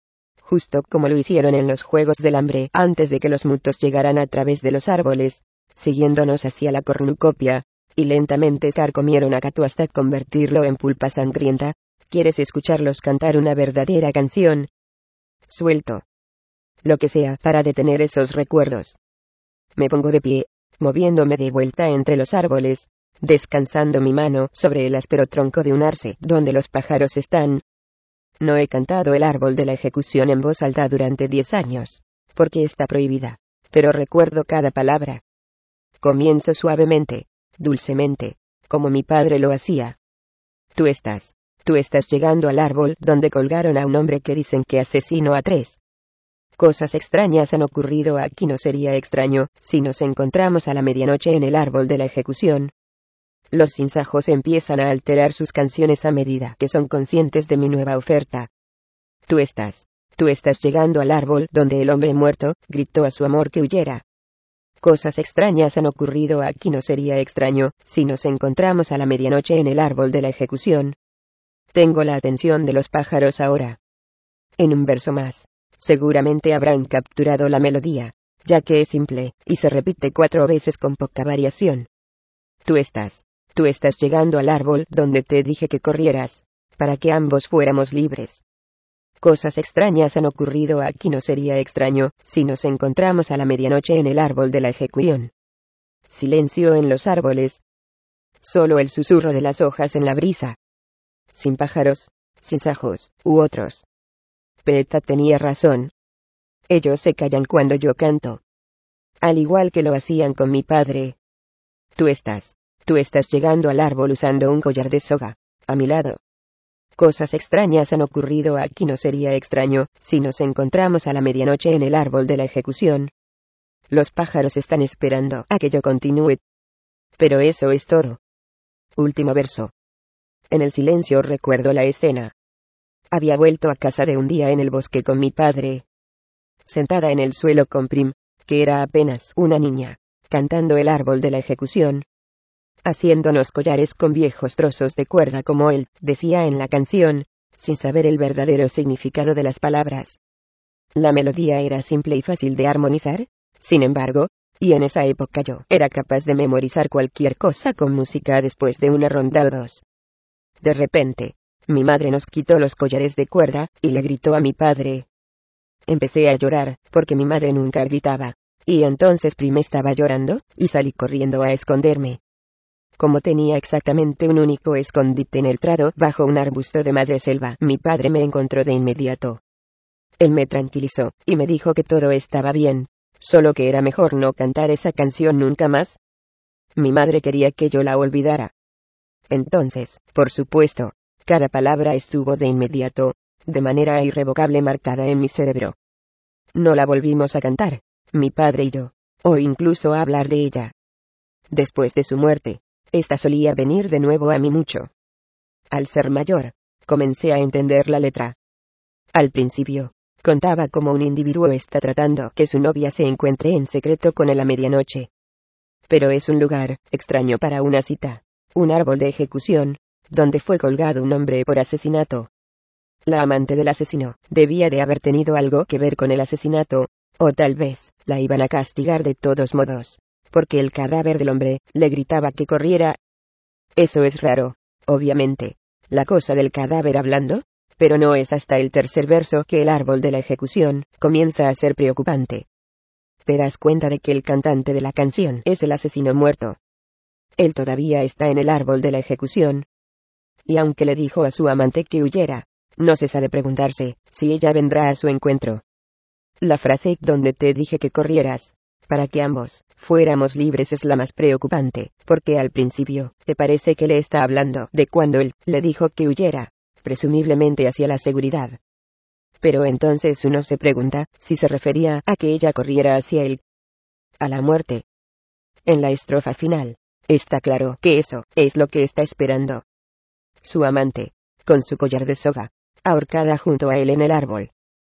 Justo como lo hicieron en los Juegos del Hambre antes de que los mutos llegaran a través de los árboles, siguiéndonos hacia la cornucopia, y lentamente carcomieron a Catu hasta convertirlo en pulpa sangrienta. ¿Quieres escucharlos cantar una verdadera canción? Suelto. Lo que sea para detener esos recuerdos. Me pongo de pie, moviéndome de vuelta entre los árboles, descansando mi mano sobre el áspero tronco de un arce donde los pájaros están. No he cantado el árbol de la ejecución en voz alta durante diez años, porque está prohibida, pero recuerdo cada palabra. Comienzo suavemente, dulcemente, como mi padre lo hacía. Tú estás, tú estás llegando al árbol donde colgaron a un hombre que dicen que asesinó a tres. Cosas extrañas han ocurrido aquí. No sería extraño si nos encontramos a la medianoche en el árbol de la ejecución. Los sinsajos empiezan a alterar sus canciones a medida que son conscientes de mi nueva oferta. Tú estás, tú estás llegando al árbol donde el hombre muerto gritó a su amor que huyera. Cosas extrañas han ocurrido aquí. No sería extraño si nos encontramos a la medianoche en el árbol de la ejecución. Tengo la atención de los pájaros ahora. En un verso más, seguramente habrán capturado la melodía, ya que es simple, y se repite cuatro veces con poca variación. Tú estás, tú estás llegando al árbol donde te dije que corrieras, para que ambos fuéramos libres. Cosas extrañas han ocurrido aquí. No sería extraño si nos encontramos a la medianoche en el árbol de la ejecución. Silencio en los árboles. Solo el susurro de las hojas en la brisa. Sin pájaros, sin sajos, u otros. Peta tenía razón. Ellos se callan cuando yo canto. Al igual que lo hacían con mi padre. Tú estás, tú estás llegando al árbol usando un collar de soga, a mi lado. Cosas extrañas han ocurrido aquí. No sería extraño si nos encontramos a la medianoche en el árbol de la ejecución. Los pájaros están esperando a que yo continúe. Pero eso es todo. Último verso. En el silencio recuerdo la escena. Había vuelto a casa de un día en el bosque con mi padre. Sentada en el suelo con Prim, que era apenas una niña, cantando el árbol de la ejecución. Haciéndonos collares con viejos trozos de cuerda como él decía en la canción, sin saber el verdadero significado de las palabras. La melodía era simple y fácil de armonizar, sin embargo, y en esa época yo era capaz de memorizar cualquier cosa con música después de una ronda o dos. De repente, mi madre nos quitó los collares de cuerda, y le gritó a mi padre. Empecé a llorar, porque mi madre nunca gritaba, y entonces Prim estaba llorando, y salí corriendo a esconderme. Como tenía exactamente un único escondite en el prado bajo un arbusto de madreselva, mi padre me encontró de inmediato. Él me tranquilizó, y me dijo que todo estaba bien, solo que era mejor no cantar esa canción nunca más. Mi madre quería que yo la olvidara. Entonces, por supuesto, cada palabra estuvo de inmediato, de manera irrevocable marcada en mi cerebro. No la volvimos a cantar, mi padre y yo, o incluso a hablar de ella. Después de su muerte, esta solía venir de nuevo a mí mucho. Al ser mayor, comencé a entender la letra. Al principio, contaba como un individuo está tratando que su novia se encuentre en secreto con él a medianoche. Pero es un lugar extraño para una cita, un árbol de ejecución, donde fue colgado un hombre por asesinato. La amante del asesino debía de haber tenido algo que ver con el asesinato, o tal vez la iban a castigar de todos modos, porque el cadáver del hombre le gritaba que corriera. Eso es raro, obviamente, la cosa del cadáver hablando, pero no es hasta el tercer verso que el árbol de la ejecución comienza a ser preocupante. Te das cuenta de que el cantante de la canción es el asesino muerto. Él todavía está en el árbol de la ejecución. Y aunque le dijo a su amante que huyera, no cesa de preguntarse si ella vendrá a su encuentro. La frase donde te dije que corrieras, para que ambos fuéramos libres, es la más preocupante, porque al principio te parece que le está hablando de cuando él le dijo que huyera, presumiblemente hacia la seguridad. Pero entonces uno se pregunta si se refería a que ella corriera hacia él, a la muerte. en la estrofa final. Está claro que eso es lo que está esperando. Su amante, con su collar de soga, ahorcada junto a él en el árbol.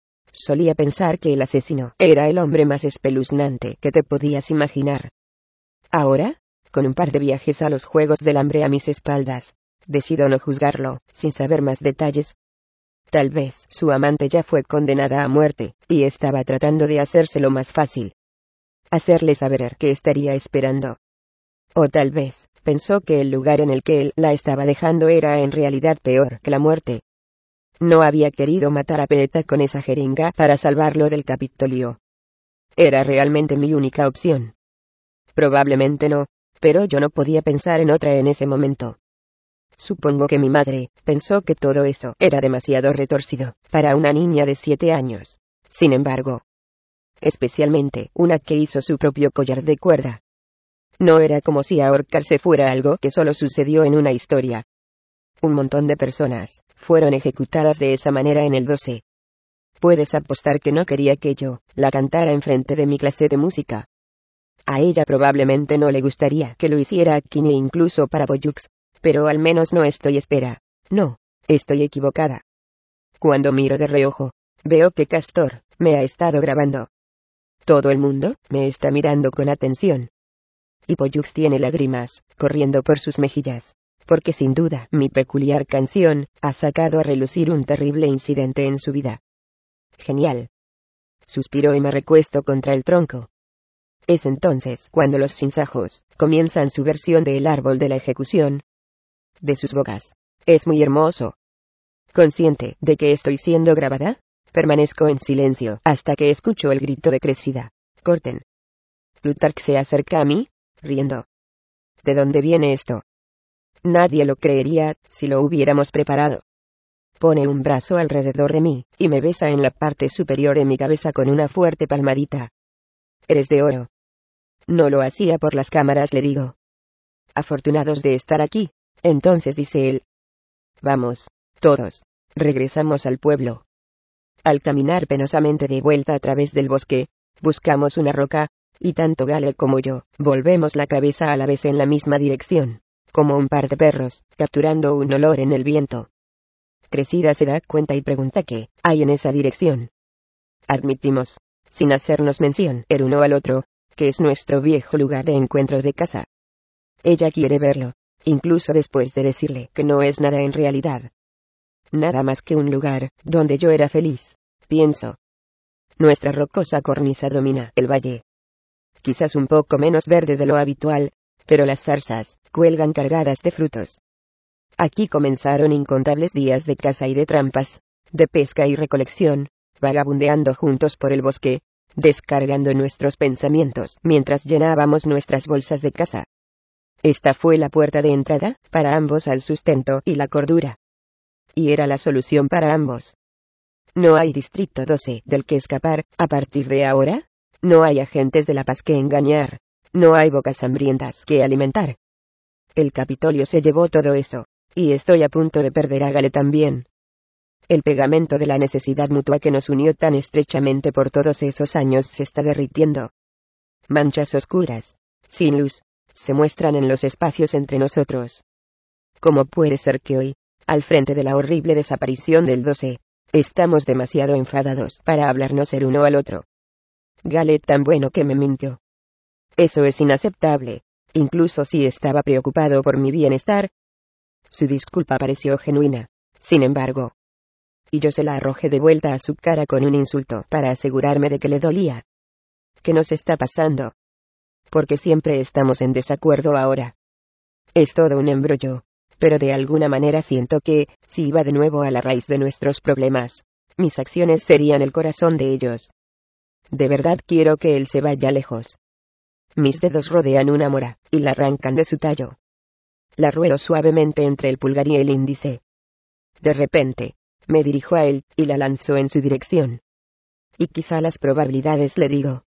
Solía pensar que el asesino era el hombre más espeluznante que te podías imaginar. Ahora, con un par de viajes a los Juegos del Hambre a mis espaldas, decido no juzgarlo, sin saber más detalles. Tal vez su amante ya fue condenada a muerte, y estaba tratando de hacérselo más fácil. Hacerle saber que estaría esperando. O tal vez, pensó que el lugar en el que él la estaba dejando era en realidad peor que la muerte. No había querido matar a Peneta con esa jeringa para salvarlo del Capitolio. Era realmente mi única opción. Probablemente no, pero yo no podía pensar en otra en ese momento. Supongo que mi madre pensó que todo eso era demasiado retorcido para una niña de siete años. Sin embargo, especialmente una que hizo su propio collar de cuerda. No era como si ahorcarse fuera algo que solo sucedió en una historia. Un montón de personas fueron ejecutadas de esa manera en el doce. Puedes apostar que no quería que yo la cantara enfrente de mi clase de música. A ella probablemente no le gustaría que lo hiciera aquí ni incluso para Pollux, pero al menos no estoy espera. No, estoy equivocada. Cuando miro de reojo, veo que Castor me ha estado grabando. Todo el mundo me está mirando con atención. Y Pollux tiene lágrimas corriendo por sus mejillas, porque sin duda mi peculiar canción ha sacado a relucir un terrible incidente en su vida. Genial. Suspiro y me recuesto contra el tronco. Es entonces cuando los sinsajos comienzan su versión de El árbol de la ejecución. De sus bocas. Es muy hermoso. Consciente de que estoy siendo grabada, permanezco en silencio hasta que escucho el grito de Crescida. Corten. Plutarch se acerca a mí, riendo. ¿De dónde viene esto? Nadie lo creería si lo hubiéramos preparado. Pone un brazo alrededor de mí y me besa en la parte superior de mi cabeza con una fuerte palmadita. Eres de oro. No lo hacía por las cámaras, le digo. Afortunados de estar aquí, entonces dice él. Vamos, todos, regresamos al pueblo. Al caminar penosamente de vuelta a través del bosque, buscamos una roca, y tanto Gale como yo volvemos la cabeza a la vez en la misma dirección, como un par de perros, capturando un olor en el viento. Crescida se da cuenta y pregunta qué hay en esa dirección. Admitimos, sin hacernos mención el uno al otro, que es nuestro viejo lugar de encuentro de casa. Ella quiere verlo, incluso después de decirle que no es nada en realidad. Nada más que un lugar donde yo era feliz, pienso. Nuestra rocosa cornisa domina el valle. Quizás un poco menos verde de lo habitual, pero las zarzas cuelgan cargadas de frutos. Aquí comenzaron incontables días de caza y de trampas, de pesca y recolección, vagabundeando juntos por el bosque, descargando nuestros pensamientos mientras llenábamos nuestras bolsas de caza. Esta fue la puerta de entrada para ambos al sustento y la cordura. Y era la solución para ambos. No hay distrito doce del que escapar, a partir de ahora. No hay agentes de la paz que engañar. No hay bocas hambrientas que alimentar. El Capitolio se llevó todo eso, y estoy a punto de perder a Gale también. El pegamento de la necesidad mutua que nos unió tan estrechamente por todos esos años se está derritiendo. Manchas oscuras, sin luz, se muestran en los espacios entre nosotros. ¿Cómo puede ser que hoy, al frente de la horrible desaparición del doce, estamos demasiado enfadados para hablarnos el uno al otro? Gale tan bueno que me mintió. Eso es inaceptable, incluso si estaba preocupado por mi bienestar. Su disculpa pareció genuina, sin embargo. Y yo se la arrojé de vuelta a su cara con un insulto para asegurarme de que le dolía. ¿Qué nos está pasando? Porque siempre estamos en desacuerdo ahora. Es todo un embrollo, pero de alguna manera siento que, si iba de nuevo a la raíz de nuestros problemas, mis acciones serían el corazón de ellos. De verdad quiero que él se vaya lejos. Mis dedos rodean una mora, y la arrancan de su tallo. La ruedo suavemente entre el pulgar y el índice. De repente, me dirijo a él, y la lanzo en su dirección. Y quizá las probabilidades, le digo.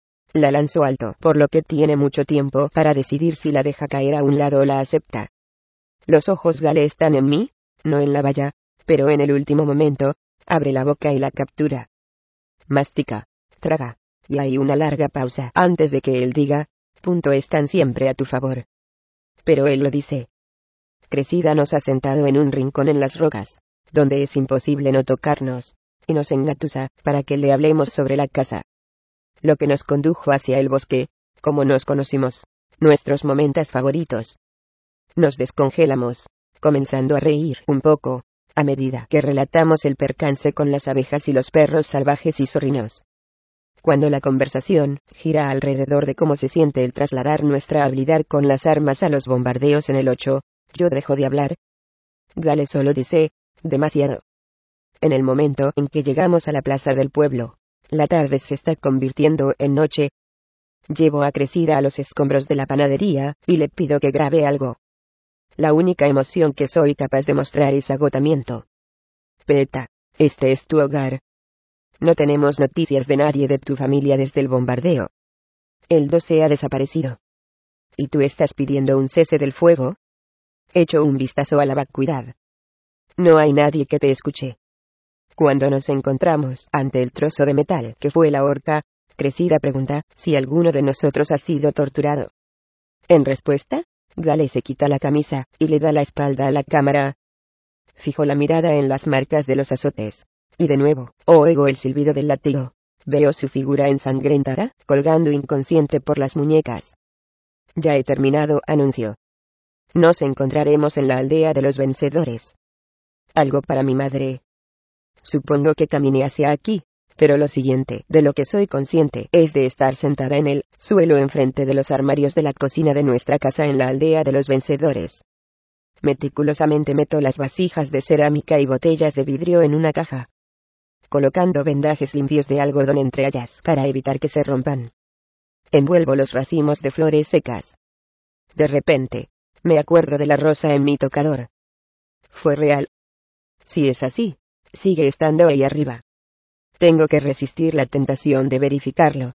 La lanzo alto, por lo que tiene mucho tiempo para decidir si la deja caer a un lado o la acepta. Los ojos Gale están en mí, no en la valla, pero en el último momento, abre la boca y la captura. Mastica, traga, y hay una larga pausa antes de que él diga, Punto están siempre a tu favor. Pero él lo dice. Crecida nos ha sentado en un rincón en las rocas, donde es imposible no tocarnos, y nos engatusa, para que le hablemos sobre la casa. Lo que nos condujo hacia el bosque, como nos conocimos, nuestros momentos favoritos. Nos descongelamos, comenzando a reír un poco, a medida que relatamos el percance con las abejas y los perros salvajes y zorrinos. Cuando la conversación gira alrededor de cómo se siente el trasladar nuestra habilidad con las armas a los bombardeos en el ocho, yo dejo de hablar. Gale solo dice, demasiado. En el momento en que llegamos a la plaza del pueblo, la tarde se está convirtiendo en noche. Llevo a Crecida a los escombros de la panadería, y le pido que grabe algo. La única emoción que soy capaz de mostrar es agotamiento. Peta, este es tu hogar. No tenemos noticias de nadie de tu familia desde el bombardeo. El doce ha desaparecido. ¿Y tú estás pidiendo un cese del fuego? Echo un vistazo a la vacuidad. No hay nadie que te escuche. Cuando nos encontramos ante el trozo de metal que fue la horca, Crecida pregunta si alguno de nosotros ha sido torturado. En respuesta, Gale se quita la camisa y le da la espalda a la cámara. Fijo la mirada en las marcas de los azotes. Y de nuevo, oigo el silbido del látigo. Veo su figura ensangrentada, colgando inconsciente por las muñecas. Ya he terminado, anuncio. Nos encontraremos en la aldea de los vencedores. Algo para mi madre. Supongo que caminé hacia aquí, pero lo siguiente de lo que soy consciente es de estar sentada en el suelo enfrente de los armarios de la cocina de nuestra casa en la aldea de los vencedores. Meticulosamente meto las vasijas de cerámica y botellas de vidrio en una caja, colocando vendajes limpios de algodón entre ellas para evitar que se rompan. Envuelvo los racimos de flores secas. De repente, me acuerdo de la rosa en mi tocador. ¿Fue real? Si es así, sigue estando ahí arriba. Tengo que resistir la tentación de verificarlo.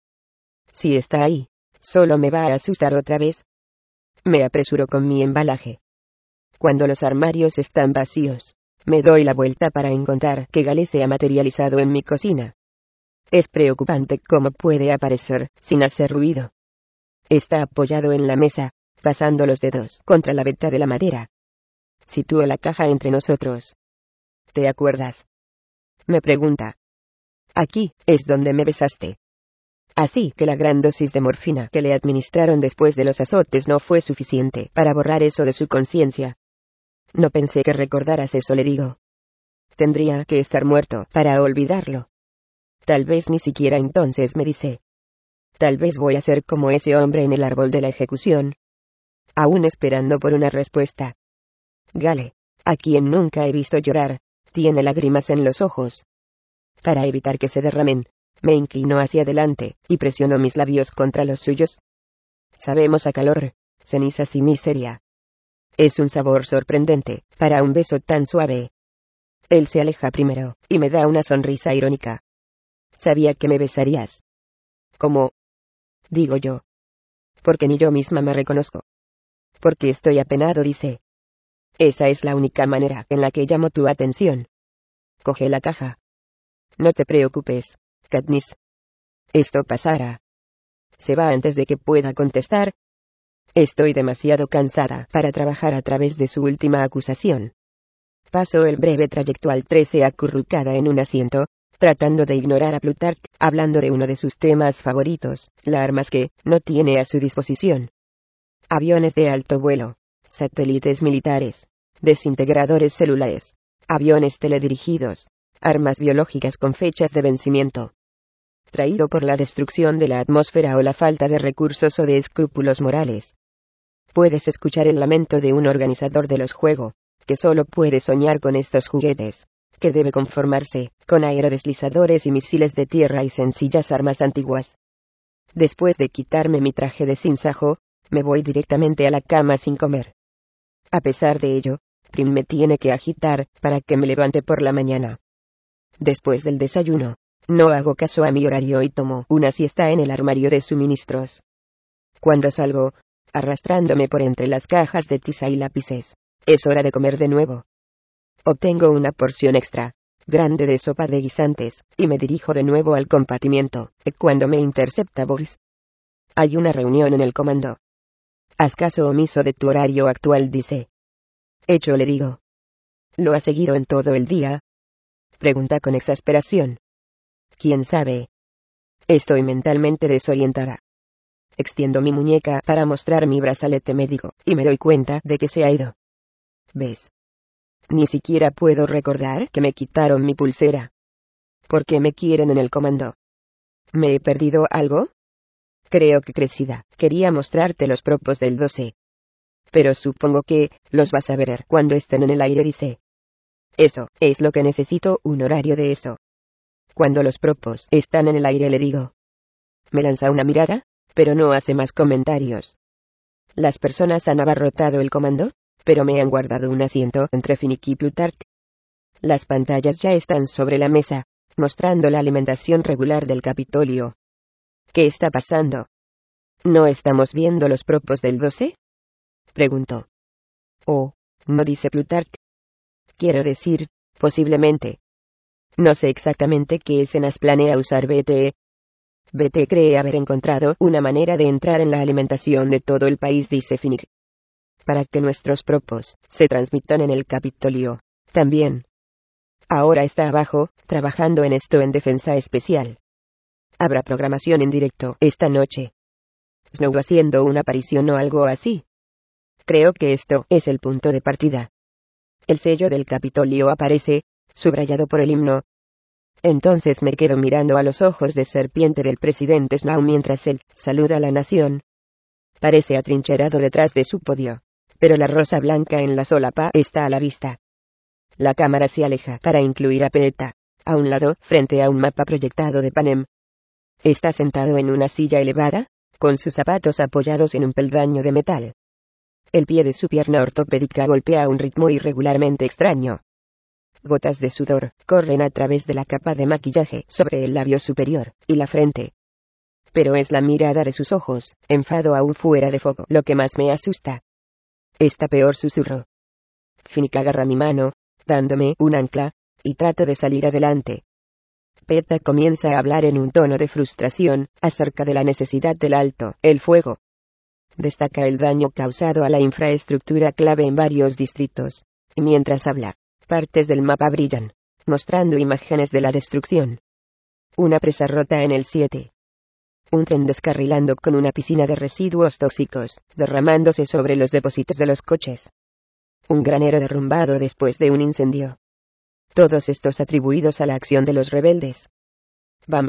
Si está ahí, solo me va a asustar otra vez. Me apresuro con mi embalaje. Cuando los armarios están vacíos, me doy la vuelta para encontrar que Gale se ha materializado en mi cocina. Es preocupante cómo puede aparecer sin hacer ruido. Está apoyado en la mesa, pasando los dedos contra la veta de la madera. Sitúo la caja entre nosotros. ¿Te acuerdas? Me pregunta. Aquí es donde me besaste. Así que la gran dosis de morfina que le administraron después de los azotes no fue suficiente para borrar eso de su conciencia. No pensé que recordaras eso, le digo. Tendría que estar muerto para olvidarlo. Tal vez ni siquiera entonces, me dice. Tal vez voy a ser como ese hombre en el árbol de la ejecución. Aún esperando por una respuesta. Gale, a quien nunca he visto llorar, tiene lágrimas en los ojos. Para evitar que se derramen, me inclino hacia adelante, y presiono mis labios contra los suyos. Sabemos a calor, cenizas y miseria. Es un sabor sorprendente, para un beso tan suave. Él se aleja primero, y me da una sonrisa irónica. Sabía que me besarías. ¿Cómo? Digo yo. Porque ni yo misma me reconozco. Porque estoy apenado, dice. Esa es la única manera en la que llamo tu atención. Coge la caja. No te preocupes, Katniss. Esto pasará. Se va antes de que pueda contestar. Estoy demasiado cansada para trabajar a través de su última acusación. Paso el breve trayecto al trece acurrucada en un asiento, tratando de ignorar a Plutarch, hablando de uno de sus temas favoritos, las armas que no tiene a su disposición. Aviones de alto vuelo, satélites militares, desintegradores celulares, aviones teledirigidos, armas biológicas con fechas de vencimiento. Traído por la destrucción de la atmósfera o la falta de recursos o de escrúpulos morales. Puedes escuchar el lamento de un organizador de los juegos, que solo puede soñar con estos juguetes, que debe conformarse con aerodeslizadores y misiles de tierra y sencillas armas antiguas. Después de quitarme mi traje de sinsajo, me voy directamente a la cama sin comer. A pesar de ello, Prim me tiene que agitar para que me levante por la mañana. Después del desayuno, no hago caso a mi horario y tomo una siesta en el armario de suministros. Cuando salgo, arrastrándome por entre las cajas de tiza y lápices, es hora de comer de nuevo. Obtengo una porción extra, grande de sopa de guisantes, y me dirijo de nuevo al compartimiento, cuando me intercepta Boggs. Hay una reunión en el comando. Haz caso omiso de tu horario actual, dice. Hecho, le digo. ¿Lo ha seguido en todo el día? Pregunta con exasperación. ¿Quién sabe? Estoy mentalmente desorientada. Extiendo mi muñeca para mostrar mi brazalete médico, y me doy cuenta de que se ha ido. ¿Ves? Ni siquiera puedo recordar que me quitaron mi pulsera. ¿Por qué me quieren en el comando? ¿Me he perdido algo? Creo que crecida, quería mostrarte los propos del doce. Pero supongo que los vas a ver cuando estén en el aire, dice. Eso es lo que necesito, un horario de eso. Cuando los propos están en el aire, le digo. Me lanza una mirada, pero no hace más comentarios. Las personas han abarrotado el comando, pero me han guardado un asiento entre Finnick y Plutarch. Las pantallas ya están sobre la mesa, mostrando la alimentación regular del Capitolio. ¿Qué está pasando? ¿No estamos viendo los propos del doce? Preguntó. Oh, no, dice Plutarch. Quiero decir, posiblemente. No sé exactamente qué escenas planea usar B T E. B T E cree haber encontrado una manera de entrar en la alimentación de todo el país, dice Finnick. Para que nuestros propos se transmitan en el Capitolio, también. Ahora está abajo, trabajando en esto en defensa especial. Habrá programación en directo esta noche. Snow haciendo una aparición o algo así. Creo que esto es el punto de partida. El sello del Capitolio aparece, subrayado por el himno. Entonces me quedo mirando a los ojos de serpiente del presidente Snow mientras él saluda a la nación. Parece atrincherado detrás de su podio, pero la rosa blanca en la solapa está a la vista. La cámara se aleja para incluir a Peeta, a un lado, frente a un mapa proyectado de Panem. Está sentado en una silla elevada, con sus zapatos apoyados en un peldaño de metal. El pie de su pierna ortopédica golpea a un ritmo irregularmente extraño. Gotas de sudor corren a través de la capa de maquillaje sobre el labio superior y la frente. Pero es la mirada de sus ojos, enfado aún fuera de foco, lo que más me asusta. Está peor, susurro. Finnick agarra mi mano, dándome un ancla, y trato de salir adelante. Peeta comienza a hablar en un tono de frustración, acerca de la necesidad del alto el fuego. Destaca el daño causado a la infraestructura clave en varios distritos. Y mientras habla, partes del mapa brillan, mostrando imágenes de la destrucción. Una presa rota en el siete. Un tren descarrilando con una piscina de residuos tóxicos, derramándose sobre los depósitos de los coches. Un granero derrumbado después de un incendio. Todos estos atribuidos a la acción de los rebeldes. Bam.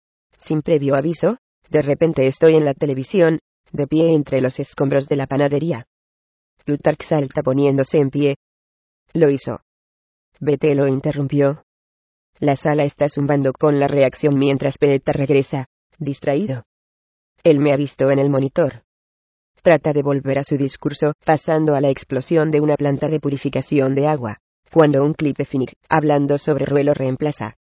Sin previo aviso, de repente estoy en la televisión, de pie entre los escombros de la panadería. Plutarch salta poniéndose en pie. Lo hizo. B T lo interrumpió. La sala está zumbando con la reacción mientras Peeta regresa, distraído. Él me ha visto en el monitor. Trata de volver a su discurso, pasando a la explosión de una planta de purificación de agua, cuando un clip de Finnick, hablando sobre Rue, lo reemplaza.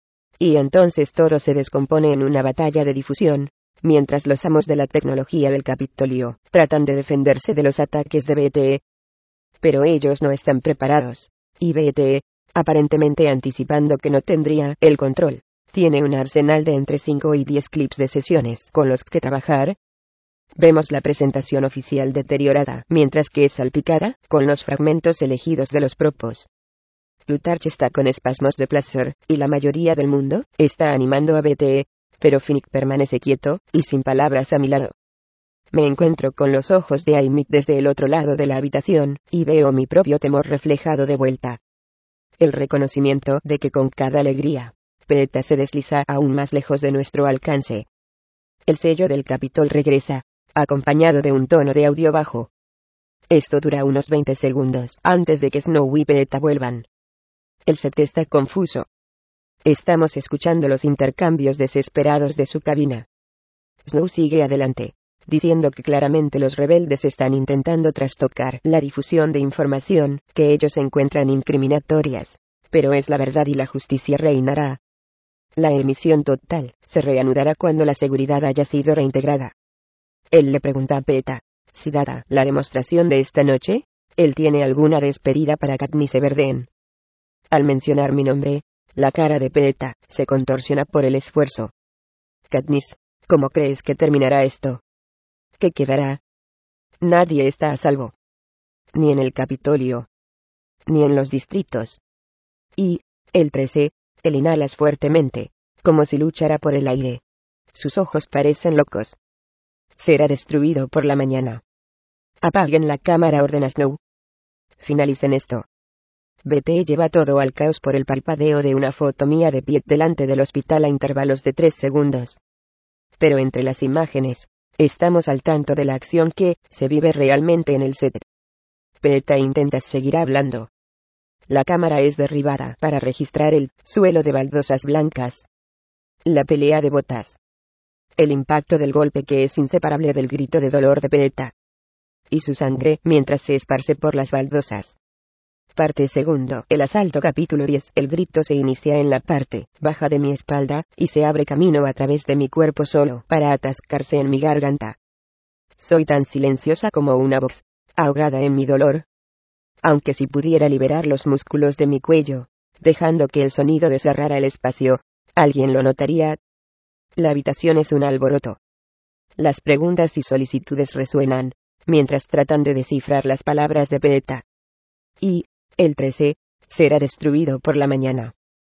Y entonces todo se descompone en una batalla de difusión, mientras los amos de la tecnología del Capitolio tratan de defenderse de los ataques de B T E. Pero ellos no están preparados, y B T E, aparentemente anticipando que no tendría el control, tiene un arsenal de entre cinco y diez clips de sesiones con los que trabajar. Vemos la presentación oficial deteriorada, mientras que es salpicada, con los fragmentos elegidos de los propos. Plutarch está con espasmos de placer, y la mayoría del mundo está animando a B T E, pero Finnick permanece quieto, y sin palabras a mi lado. Me encuentro con los ojos de Aimik desde el otro lado de la habitación, y veo mi propio temor reflejado de vuelta. El reconocimiento de que con cada alegría, Peeta se desliza aún más lejos de nuestro alcance. El sello del Capitol regresa, acompañado de un tono de audio bajo. Esto dura unos veinte segundos antes de que Snow y Peeta vuelvan. El set está confuso. Estamos escuchando los intercambios desesperados de su cabina. Snow sigue adelante, diciendo que claramente los rebeldes están intentando trastocar la difusión de información que ellos encuentran incriminatorias, pero es la verdad y la justicia reinará. La emisión total se reanudará cuando la seguridad haya sido reintegrada. Él le pregunta a Peeta si, dada la demostración de esta noche, él tiene alguna despedida para Katniss Everdeen. Al mencionar mi nombre, la cara de Peeta se contorsiona por el esfuerzo. Katniss, ¿cómo crees que terminará esto? ¿qué quedará? Nadie está a salvo. Ni en el Capitolio. Ni en los distritos. Y, el trece, él inhalas fuertemente, como si luchara por el aire. Sus ojos parecen locos. Será destruido por la mañana. Apaguen la cámara, ordena Snow. Finalicen esto. B T lleva todo al caos por el parpadeo de una foto mía de pie delante del hospital a intervalos de tres segundos. Pero entre las imágenes, estamos al tanto de la acción que se vive realmente en el set. Beta intenta seguir hablando. La cámara es derribada para registrar el suelo de baldosas blancas. La pelea de botas. El impacto del golpe que es inseparable del grito de dolor de Beta. Y su sangre mientras se esparce por las baldosas. Parte segundo. El asalto capítulo diez. El grito se inicia en la parte baja de mi espalda, y se abre camino a través de mi cuerpo solo para atascarse en mi garganta. Soy tan silenciosa como una voz, ahogada en mi dolor. Aunque si pudiera liberar los músculos de mi cuello, dejando que el sonido desgarrara el espacio, alguien lo notaría. La habitación es un alboroto. Las preguntas y solicitudes resuenan, mientras tratan de descifrar las palabras de Beta. Y, el trece, será destruido por la mañana.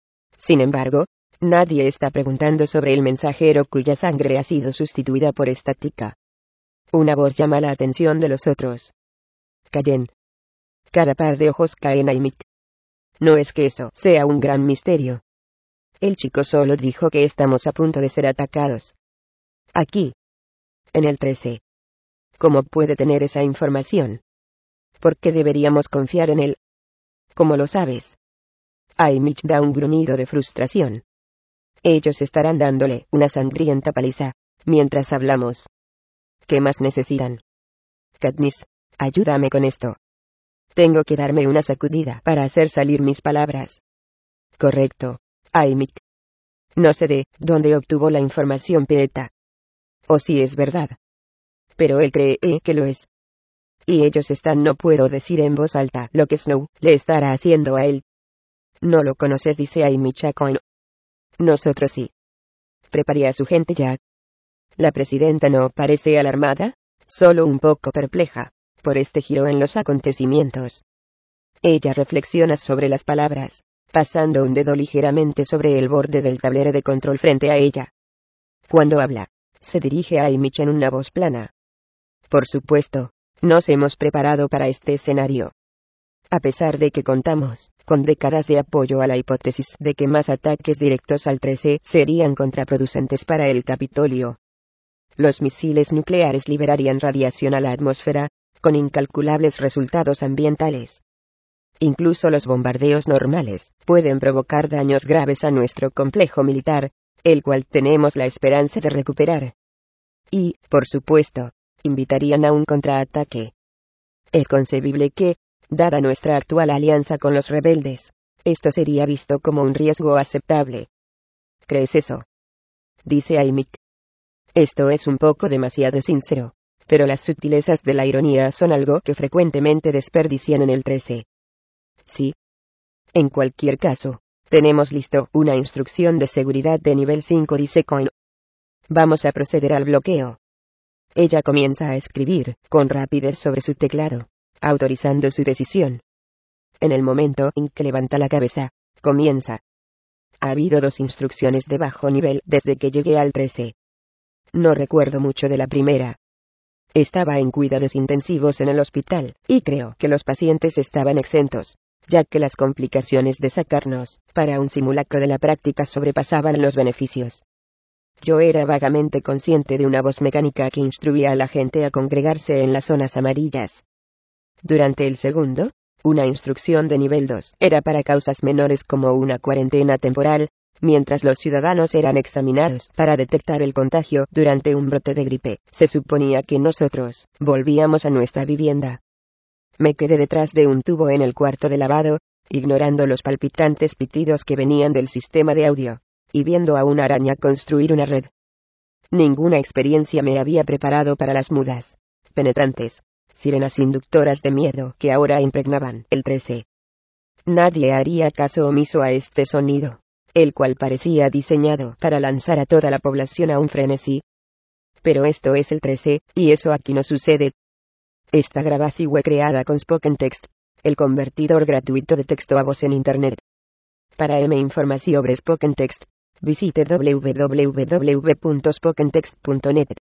Sin embargo, nadie está preguntando sobre el mensajero cuya sangre ha sido sustituida por estática. Una voz llama la atención de los otros. Callen. Cada par de ojos caen a Mick. No es que eso sea un gran misterio. El chico solo dijo que estamos a punto de ser atacados. Aquí. En el trece. ¿Cómo puede tener esa información? ¿Por qué deberíamos confiar en él? ¿Cómo lo sabes? Mitch da un gruñido de frustración. Ellos estarán dándole una sangrienta paliza, mientras hablamos. ¿Qué más necesitan? Katniss, ayúdame con esto. Tengo que darme una sacudida para hacer salir mis palabras. Correcto, Mitch. No sé de dónde obtuvo la información Beta. O si es verdad. Pero él cree que lo es. Y ellos están, no puedo decir en voz alta lo que Snow le estará haciendo a él. No lo conoces, dice Mitch a Coin. Nosotros sí. Prepare a su gente ya. La presidenta no parece alarmada, solo un poco perpleja, por este giro en los acontecimientos. Ella reflexiona sobre las palabras, pasando un dedo ligeramente sobre el borde del tablero de control frente a ella. Cuando habla, se dirige a Mitch en una voz plana. Por supuesto. Nos hemos preparado para este escenario. A pesar de que contamos con décadas de apoyo a la hipótesis de que más ataques directos al trece serían contraproducentes para el Capitolio. Los misiles nucleares liberarían radiación a la atmósfera, con incalculables resultados ambientales. Incluso los bombardeos normales pueden provocar daños graves a nuestro complejo militar, el cual tenemos la esperanza de recuperar. Y, por supuesto, invitarían a un contraataque. Es concebible que, dada nuestra actual alianza con los rebeldes, esto sería visto como un riesgo aceptable. ¿Crees eso? Dice Mitch. Esto es un poco demasiado sincero, pero las sutilezas de la ironía son algo que frecuentemente desperdician en el trece. Sí. En cualquier caso, tenemos listo una instrucción de seguridad de nivel cinco, dice Coin. Vamos a proceder al bloqueo. Ella comienza a escribir, con rapidez sobre su teclado, autorizando su decisión. En el momento en que levanta la cabeza, comienza. Ha habido dos instrucciones de bajo nivel desde que llegué al trece. No recuerdo mucho de la primera. Estaba en cuidados intensivos en el hospital, y creo que los pacientes estaban exentos, ya que las complicaciones de sacarnos para un simulacro de la práctica sobrepasaban los beneficios. Yo era vagamente consciente de una voz mecánica que instruía a la gente a congregarse en las zonas amarillas. Durante el segundo, una instrucción de nivel dos era para causas menores como una cuarentena temporal, mientras los ciudadanos eran examinados para detectar el contagio durante un brote de gripe. Se suponía que nosotros volvíamos a nuestra vivienda. Me quedé detrás de un tubo en el cuarto de lavado, ignorando los palpitantes pitidos que venían del sistema de audio, y viendo a una araña construir una red. Ninguna experiencia me había preparado para las mudas, penetrantes, sirenas inductoras de miedo que ahora impregnaban el trece. Nadie haría caso omiso a este sonido, el cual parecía diseñado para lanzar a toda la población a un frenesí. Pero esto es el trece, y eso aquí no sucede. Esta grabación fue creada con SpokenText, el convertidor gratuito de texto a voz en Internet. Para más información sobre SpokenText, visite w w w punto spokentext punto net.